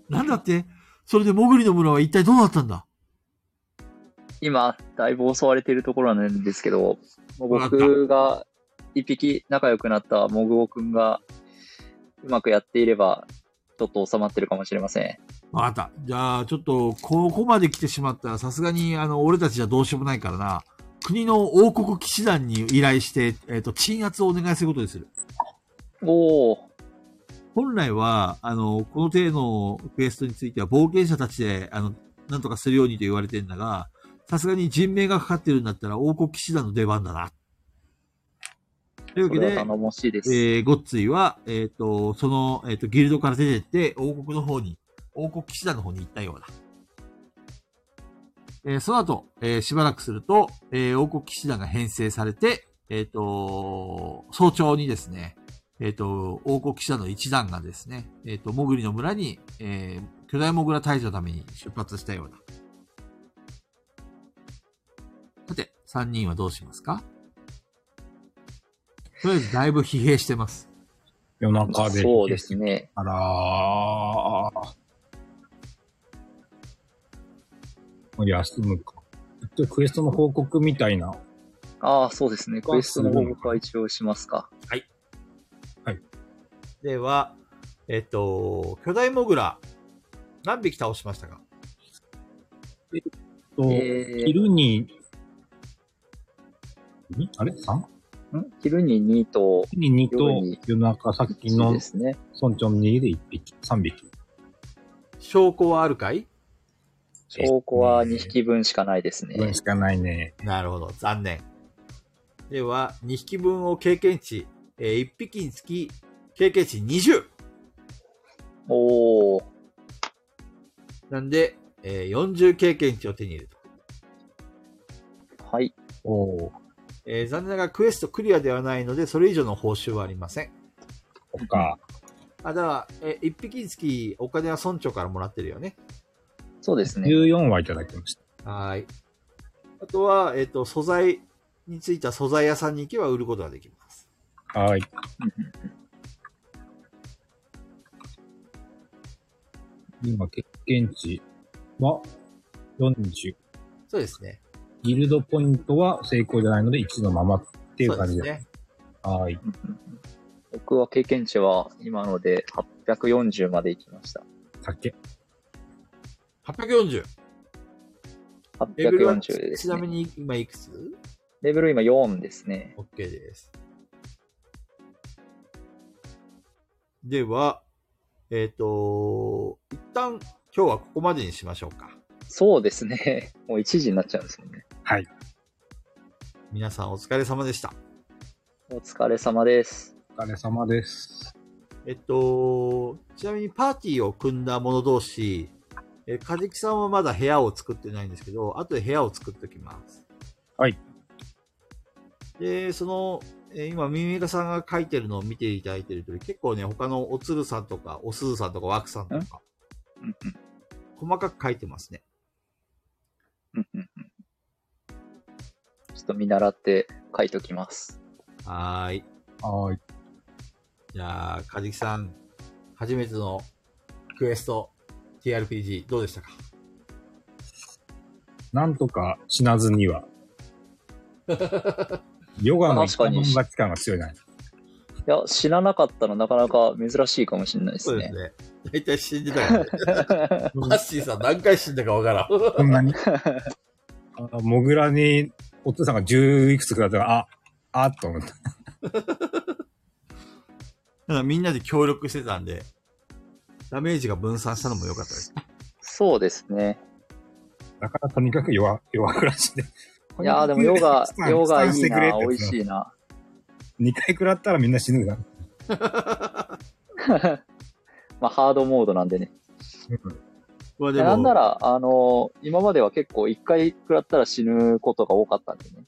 なんだって？それでモグリの村は一体どうなったんだ？ 今、だいぶ襲われているところなんですけど、僕が一匹仲良くなったモグオくんがうまくやっていれば、ちょっと収まってるかもしれません。 わかった。じゃあ、ちょっと、ここまで来てしまったら、さすがに、あの、俺たちじゃどうしようもないからな。国の王国騎士団に依頼して、えっと、鎮圧をお願いすることにする。 おー。 本来は、あの、この程度のクエストについては、冒険者たちで、あの、なんとかするようにと言われてんだが、さすがに人命がかかってるんだったら、王国騎士団の出番だな。というわけで、 頼もしいです。 えー、ゴッツイは、えっと、その、えっと、ギルドから出てって、王国の方に、王国騎士団の方に行ったようだ。えー、その後、えー、しばらくすると、えー、王国騎士団が編成されて、えっと、早朝にですね、えっと、王国騎士団の一団がですね、えっと、モグリの村に、えー、巨大モグラ退治のために出発したようだ。さて、三人はどうしますか？とりあえずだいぶ疲弊してます。 夜中で。 そうですね。 あらー。休むか。一応クエストの報告みたいな。 ああ、そうですね。クエストの報告は一応しますか。 はい。 はい。 では、えっと、巨大モグラ、何匹倒しましたか？ えっと、えー、昼に、あれ ?さん？ ん昼ににと、 昼ににと、夜中さっきの、 ですね。 村長のにでいっぴき、さんびき。 証拠はあるかい？ 証拠はにひきぶんしかないですね。 分しかないね。 なるほど。残念。では、にひきぶんを経験値、えー、いっぴきにつき、経験値にじゅう。 おー。 なんで、えー、よんじゅう経験値を手に入れると。はい。 おー。えー、残念ながらクエストクリアではないので、それ以上の報酬はありません。 そっか。 あ、だから、えー、いっぴきにつきお金は村長からもらってるよね。 そうですね。 じゅうよんはいただきました。 はい。あとは、えっと、素材についた素材屋さんに行けば売ることができます。 はい。今、経験値はよんじゅう。 そうですね。 ギルドポイントは成功じゃないのでいちのままっていう感じですね。はい。 僕は経験値は今のではっぴゃくよんじゅうまで行きました。 さっけはっぴゃくよんじゅう。 はっぴゃくよんじゅうですね。 ちなみに今いくつ？ レベル今よんですね。 OK です。では、えっと、一旦今日はここまでにしましょうか。 そうですね。もういちじになっちゃうんですよね。 はい。 皆さんお疲れ様でした。 お疲れ様です。 お疲れ様です。 えっと、ちなみにパーティーを組んだ者同士、え、かじきさんはまだ部屋を作ってないんですけど、後で部屋を作っておきます。 はい。 で、その、え今、ミミカさんが書いてるのを見ていただいてるとおり、結構ね、他のおつるさんとか、おすずさんとか、ワクさんとか、細かく書いてますね。 ちょっと見習って書いておきます。 はーい。 はーい。 じゃあ、かじきさん、初めてのクエスト ティーアールピージー どうでしたか？ なんとか死なずには。ヨガの一本勝ち感が強いな。いや、死ななかったのなかなか珍しいかもしれないですね。 そうですね。大体死んでたよね。マッシーさん何回死んだかわからん。 こんなにあモグラにお父さんがじゅういくつくらったら、あ、あっと思った。 だからみんなで協力してたんで、ダメージが分散したのも良かったです。 そうですね。 だからとにかく弱、弱くらしいで。 いやーでもヨガ、ヨガいいな、美味しいな。 にかい食らったらみんな死ぬな。 まあハードモードなんでね。 うん、 なんなら、あのー、今までは結構いっかい食らったら死ぬことが多かったんでね。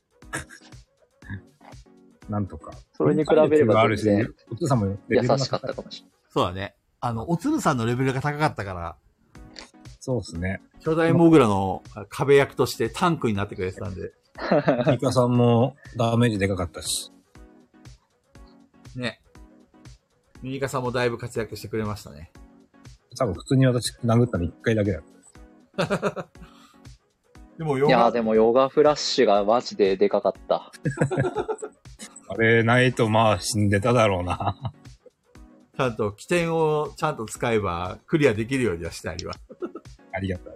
なんとか。 それに比べれば全然お父さんも優しかったかもしれない。 そうだね。あの、おつるさんのレベルが高かったから、 そうですね。 巨大モグラの壁役としてタンクになってくれてたんで。 ミカさんもダメージでかかったし。 ね。ミカさんもだいぶ活躍してくれましたね。 多分普通に私殴ったのいっかいだけだ。 でもヨガ、 いやーでもヨガフラッシュがマジででかかった。 あれないとまあ死んでただろうな。 ちゃんと起点をちゃんと使えばクリアできるようにはしてあります。 ありがたい。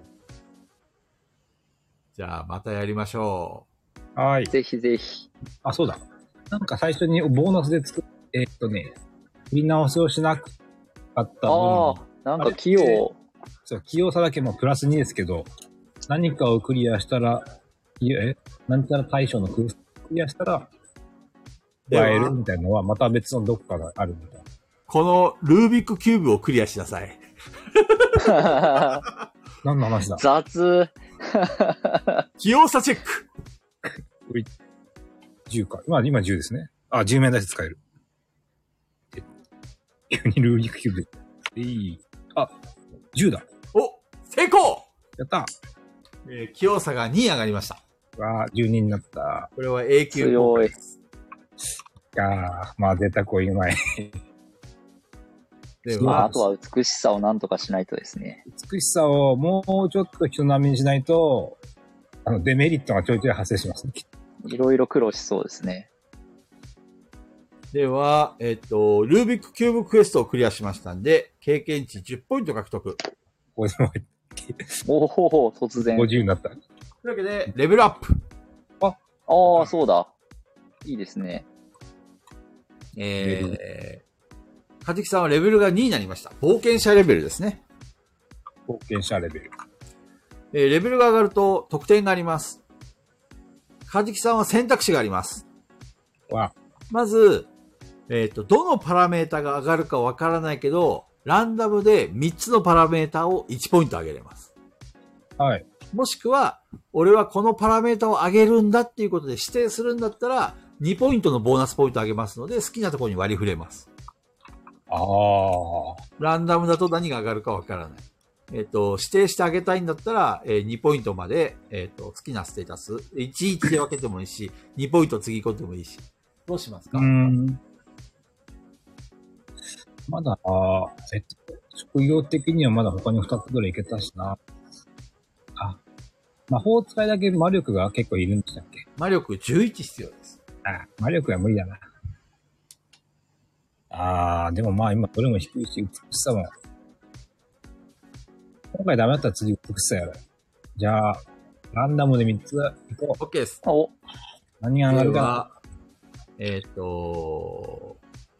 じゃあまたやりましょう。はい。 ぜひぜひ。 あ、そうだ。なんか最初にボーナスで作っえー、っとね、振り直しをしなかった分。 ああ、なんか器用。 そう、器用さだけもプラスにですけど、何かをクリアしたら、え、なんちゃら対象のクリアしたら、加えるみたいなのはまた別のどっかがあるみたいな。 このルービックキューブをクリアしなさい。 何の話だ？ 雑。 器用さチェック。 じゅうか。まあ今じゅうですね。あ、じゅう面ダイス使える。急にルービックキューブで。えい。あ、じゅうだ。 お、成功！ やった。 えー、器用さがに上がりました。 わあ、じゅうにになった。 これは永久強い。いやー、まあ絶対こういう前。 でまあ、あとは美しさをなんとかしないとですね。 美しさをもうちょっと人並みにしないと、あの、デメリットがちょいちょい発生しますね。 いろいろ苦労しそうですね。 では、えっと、ルービックキューブクエストをクリアしましたんで、経験値じゅっポイント獲得。 おおほほ、突然。 ごじゅうになった。 というわけで、レベルアップ。 あ、ああ、そうだ。いいですね。 えー、かじきさんはレベルがにになりました。冒険者レベルですね。 冒険者レベル。 えー、レベルが上がると得点があります。かじきさんは選択肢があります。 わまず、えっと、どのパラメータが上がるかわからないけど、ランダムでみっつのパラメータをいちポイント上げれます。 はい。 もしくは、俺はこのパラメータを上げるんだっていうことで指定するんだったら、にポイントのボーナスポイント上げますので、好きなところに割り振れます。 ああ。 ランダムだと何が上がるかわからない。えっと、指定してあげたいんだったら、えー、にポイントまで、えっと、好きなステータス、いちいちで分けてもいいし、にポイント次込んでもいいし。どうしますか？ うーん。まだ、えっと、職業的にはまだ他にふたつぐらいいけたしな。あ、魔法使いだけ魔力が結構いるんでしたっけ？ 魔力じゅういち必要です。 あ、魔力は無理だな。あー、でもまあ今どれも低いし、美しさも。今回ダメだったら次美しさやる。じゃあ、ランダムでみっついこう。 OK です。 お、 何が上がるか。 えっ、ー、と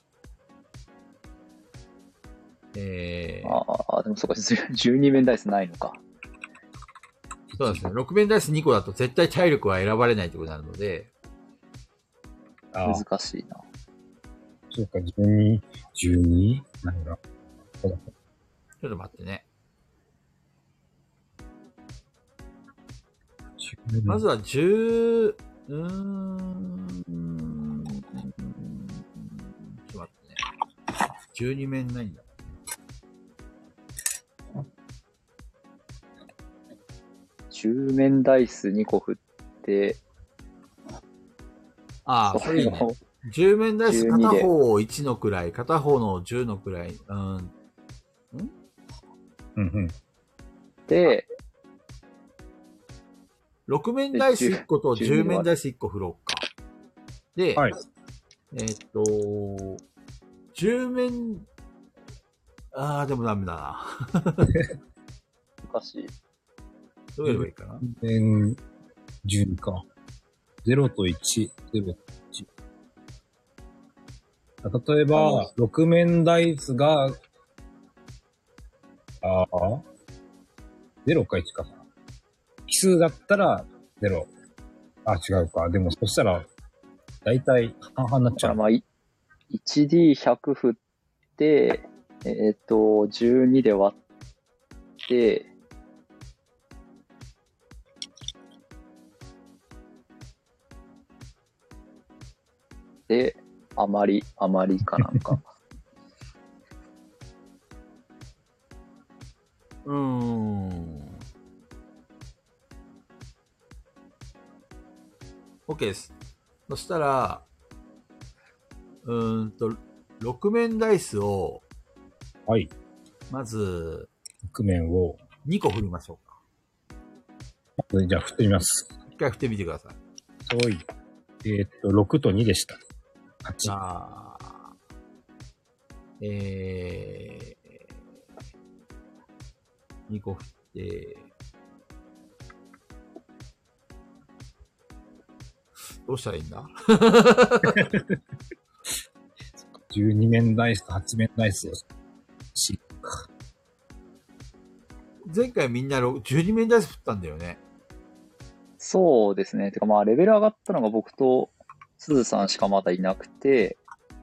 えー、 ああ、でもそうか、じゅうに面ダイスないのか。 そうですね。ろく面ダイスにこだと絶対体力は選ばれないということになるので。 難しいな。 そうか、じゅうに、じゅうに? なんだ。 ちょっと待ってね。まずはじゅう、うーん、ちょっと待ってね。じゅうに面ないんだ。 じゅう面ダイスにこ振って、 ああ、それいいね。じゅう面ダイス片方をいちの位、片方のじゅうの位。うん。んうんうん。 で、 ろく面ダイスいっことじゅう面ダイスいっこ振ろうか。で、 はい、 えー、っと、じゅう面、ああ、でもダメだな。 難しい。 どうやればいいかな。 面じゅうにか。ゼロといち、ゼロといち。例えば、ろく面ダイスが、ああ、ゼロかいちか。奇数だったらゼロ。あ、違うか。でもそしたら、だいたい半々になっちゃう。 まあ、いちディーひゃく 振って、えっと、じゅうにで割って、で、あまり、あまりかなんか。 うーん。OK です。そしたら、うーんと、ろく面ダイスを、 はい。 まず、 覆面を、 にこ振りましょうか。 じゃあ振ってみます。 一回振ってみてください。 そうい。えーっと、ろくとにでした。はち。 じゃあ、えー、にこ振って、どうしたらいいんだじゅうに面ダイスとはち面ダイスをし、 前回みんなじゅうに面ダイス振ったんだよね。 そうですね。てかまあ、レベル上がったのが僕とすずさんしかまだいなくて、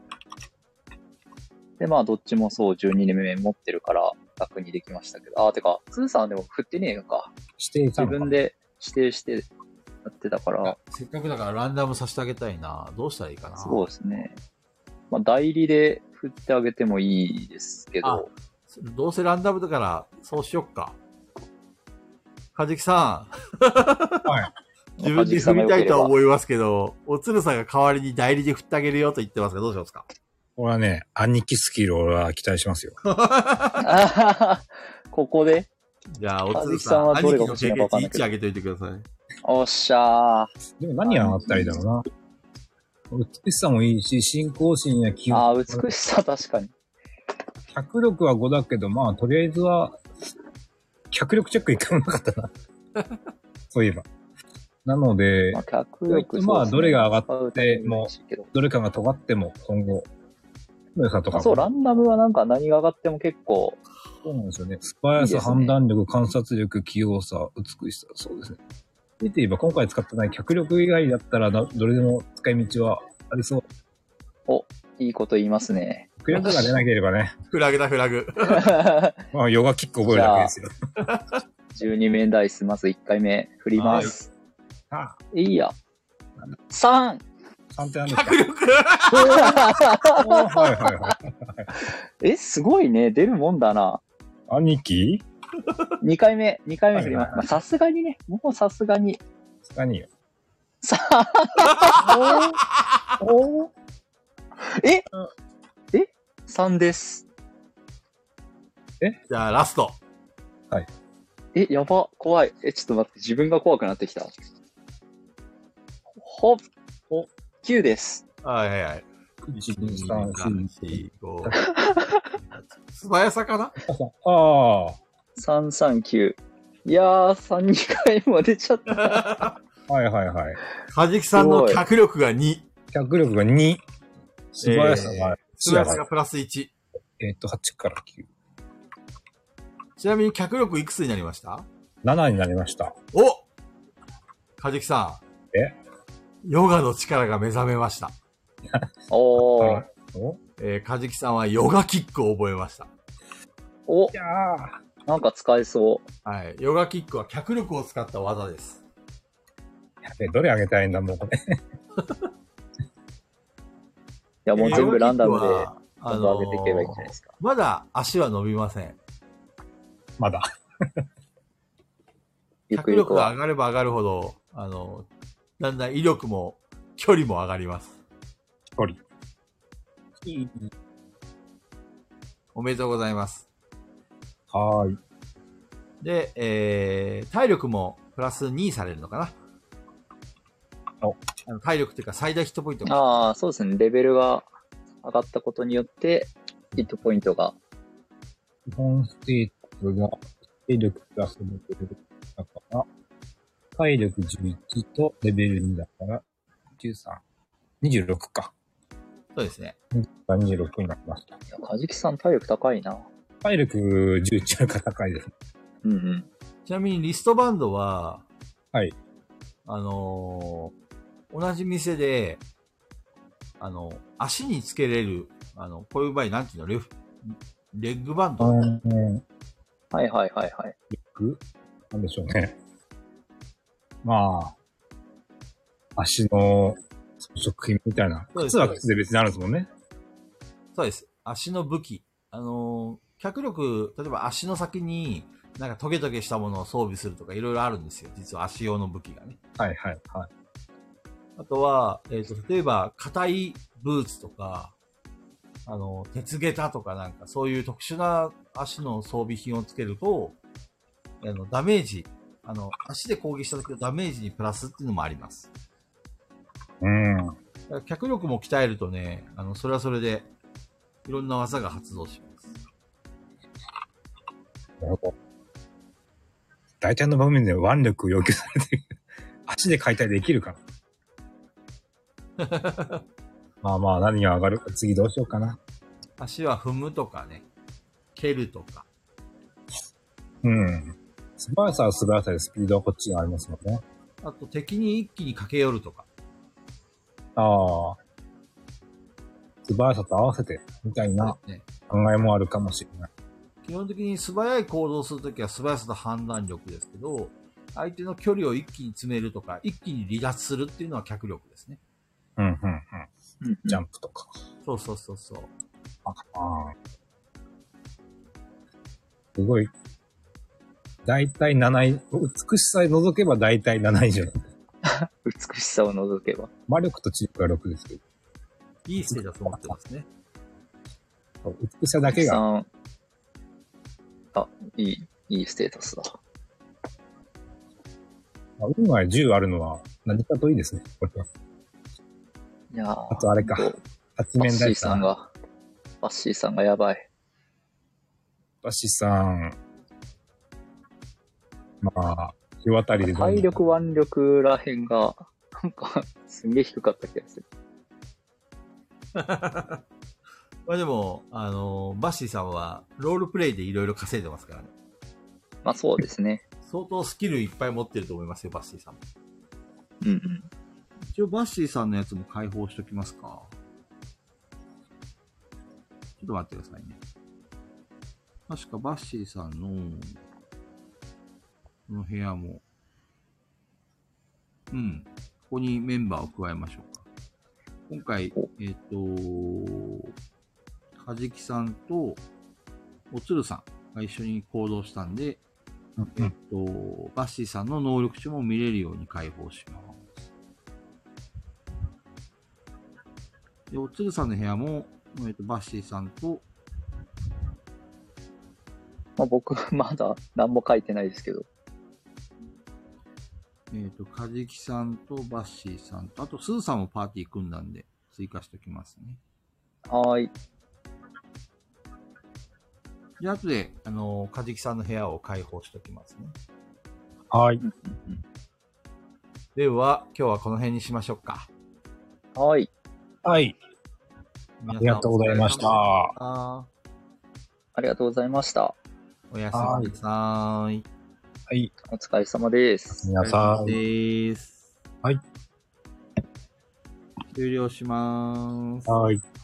で、まあ、どっちもそうじゅうに面持ってるから楽にできましたけど、あー、てか、すずさんはでも振ってねえのか。 指定したのか自分で指定してやってたから。 せっかくだからランダムさせてあげたいな。どうしたらいいかな。 そうですね。まあ、代理で振ってあげてもいいですけど。 どうせランダムだから、そうしよっか。かじきさん。はい。 自分で振りたいとは思いますけど、おつるさんが代わりに代理で振ってあげるよと言ってますが、どうしますか？ これはね、兄貴スキルを俺は期待しますよ。 ここでじゃあ、おつるさん、兄貴の経験値いち上げといてください。 おっしゃー。でも何が上がったらいいだろうな。美しさもいいし、信仰心や気温。ああ、美しさ確かに。 脚力はごだけど、まあ、とりあえずは、脚力チェックいかなかったな。そういえば。なので、 まあ、脚力、 まあ、どれが上がっても、どれかが尖っても、今後、良さとか。 そう、ランダムはなんか何が上がっても結構。 そうなんですよね。素早さ、判断力、観察力、器用さ、美しさ、そうですね。見て言えば、今回使ってない脚力以外だったら、どれでも使い道はありそう。 お、いいこと言いますね。 脚力が出なければね。 フラグだ、フラグ。 まあ、ヨガキック覚えるだけですよ。 じゅうに面ダイス、まずいっかいめ振ります。 ああ。 いいや。さん。 さんって何ですか？ 脚力はいはいはい。 え、すごいね。出るもんだな。 兄貴 ? に 回目、にかいめ振ります。さすがにね、もうさすがに。 さすがによ。 さあ、おおええ ?さん です。 えじゃあ、ラスト。 はい。 え、やば、怖い。え、ちょっと待って、自分が怖くなってきた。ほっ、お、きゅうです。 はいはいはい。 いち、に、さん、よん、 ご。素早さかな？ ああ。 さんさんきゅう。いやー、さんにかいも出ちゃった。 はいはいはい。 かじきさんの脚力がに。 脚力がに。素早さが、 素早さがプラスいち。 えっと、はちからきゅう。 ちなみに脚力いくつになりました？ なな になりました。 お！かじきさん。え？ ヨガの力が目覚めました。 おー。 おえー、かじきさんはヨガキックを覚えました。 お、 いやー。なんか使えそう。 はい。ヨガキックは脚力を使った技です。 やべ、どれあげたいんだ、もうこれ。いや、もう全部ランダムで、 あの上げていけばいいんじゃないですか。 まだ足は伸びません。 まだ。 脚力が上がれば上がるほど、あの、だんだん威力も、距離も上がります。 距離。 おめでとうございます。 はーい。 で、えー、体力もプラスにされるのかな。 おあの体力っていうか最大ヒットポイントが。 ああ、そうですね。レベルが上がったことによって、ヒットポイントが。 基本ステートが、体力プラスレベルだから、体力じゅういちとレベルにだから、じゅうさん。にじゅうろくか。 そうですね。 にじゅうろくになりました。 いや、かじきさん体力高いな。 体力じゅういちあるから高いです。 うんうん。 ちなみにリストバンドは、 はい。 あのー、同じ店で、あの、足につけれる、あの、こういう場合なんていうの、レフ、レッグバンド、 うん。 はいはいはいはい。 レッグなんでしょうね。まあ、足の装飾品みたいな。靴は靴で別にあるんですもんね。 そうです。足の武器。あのー、脚力、例えば足の先に、なんかトゲトゲしたものを装備するとかいろいろあるんですよ。実は足用の武器がね。 はいはいはい。 あとは、えっと、例えば、硬いブーツとか、 あの、鉄下駄とかなんか、そういう特殊な足の装備品をつけると、あの、ダメージ、あの、足で攻撃した時のダメージにプラスっていうのもあります。 うん。 だから脚力も鍛えるとね、あの、それはそれで、いろんな技が発動します。 なるほど。大体の場面で腕力を要求されてる。足で解体できるかな。まあまあ、何が上がるか次どうしようかな。 足は踏むとかね、蹴るとか。 うん。素早さは素早さでスピードはこっちがありますもんね。 あと敵に一気に駆け寄るとか。 ああ。素早さと合わせて、みたいなね、 考えもあるかもしれない。 基本的に素早い行動をするときは素早さと判断力ですけど、相手の距離を一気に詰めるとか、一気に離脱するっていうのは脚力ですね。 うん、うん、うん。ジャンプとか。 そうそうそうそう。 ああ。すごい。だいたいなな以、美しさを除けばだいたいなな以上。 美しさを除けば。 魔力と知力がろくですけど。 いいステータスを持ってますね。 美しさだけが。 さんあ、いい、いいステータスだ。 運がじゅうあるのは何かといいですね。これは。 いやーあとあれか。八面バッシー大さん。 さんが、バッシーさんがやばい。 バッシーさん。まあ、日渡りでどんどん体力、腕力らへんが、なんか、すんげえ低かった気がする。 まあでも、あの、バッシーさんは、ロールプレイでいろいろ稼いでますからね。 まあそうですね。 相当スキルいっぱい持ってると思いますよ、バッシーさん。 うんうん。 一応、バッシーさんのやつも開放しときますか。ちょっと待ってくださいね。確かバッシーさんの、この部屋も、うん、ここにメンバーを加えましょうか。今回、えっと、カジキさんと、おつるさんが一緒に行動したんで、 うんえっと、バッシーさんの能力値も見れるように開放します。で、おつるさんの部屋も、えっと、バッシーさんと、 まあ僕、まだ何も書いてないですけど。 えっと、カジキさんとバッシーさんと、あと、スーさんもパーティー組んだんで、追加しておきますね。 はーい。 じゃあ、後で、あの、カジキさんの部屋を開放しておきますね。 はい。 では、今日はこの辺にしましょうか。 はーい。 はい。 皆さんありがとうございました。 あありがとうございました。 おやすみなさーい。 はい。 お疲れ様です。 皆さん。 でーす。 はい。 終了しまーす。 はい。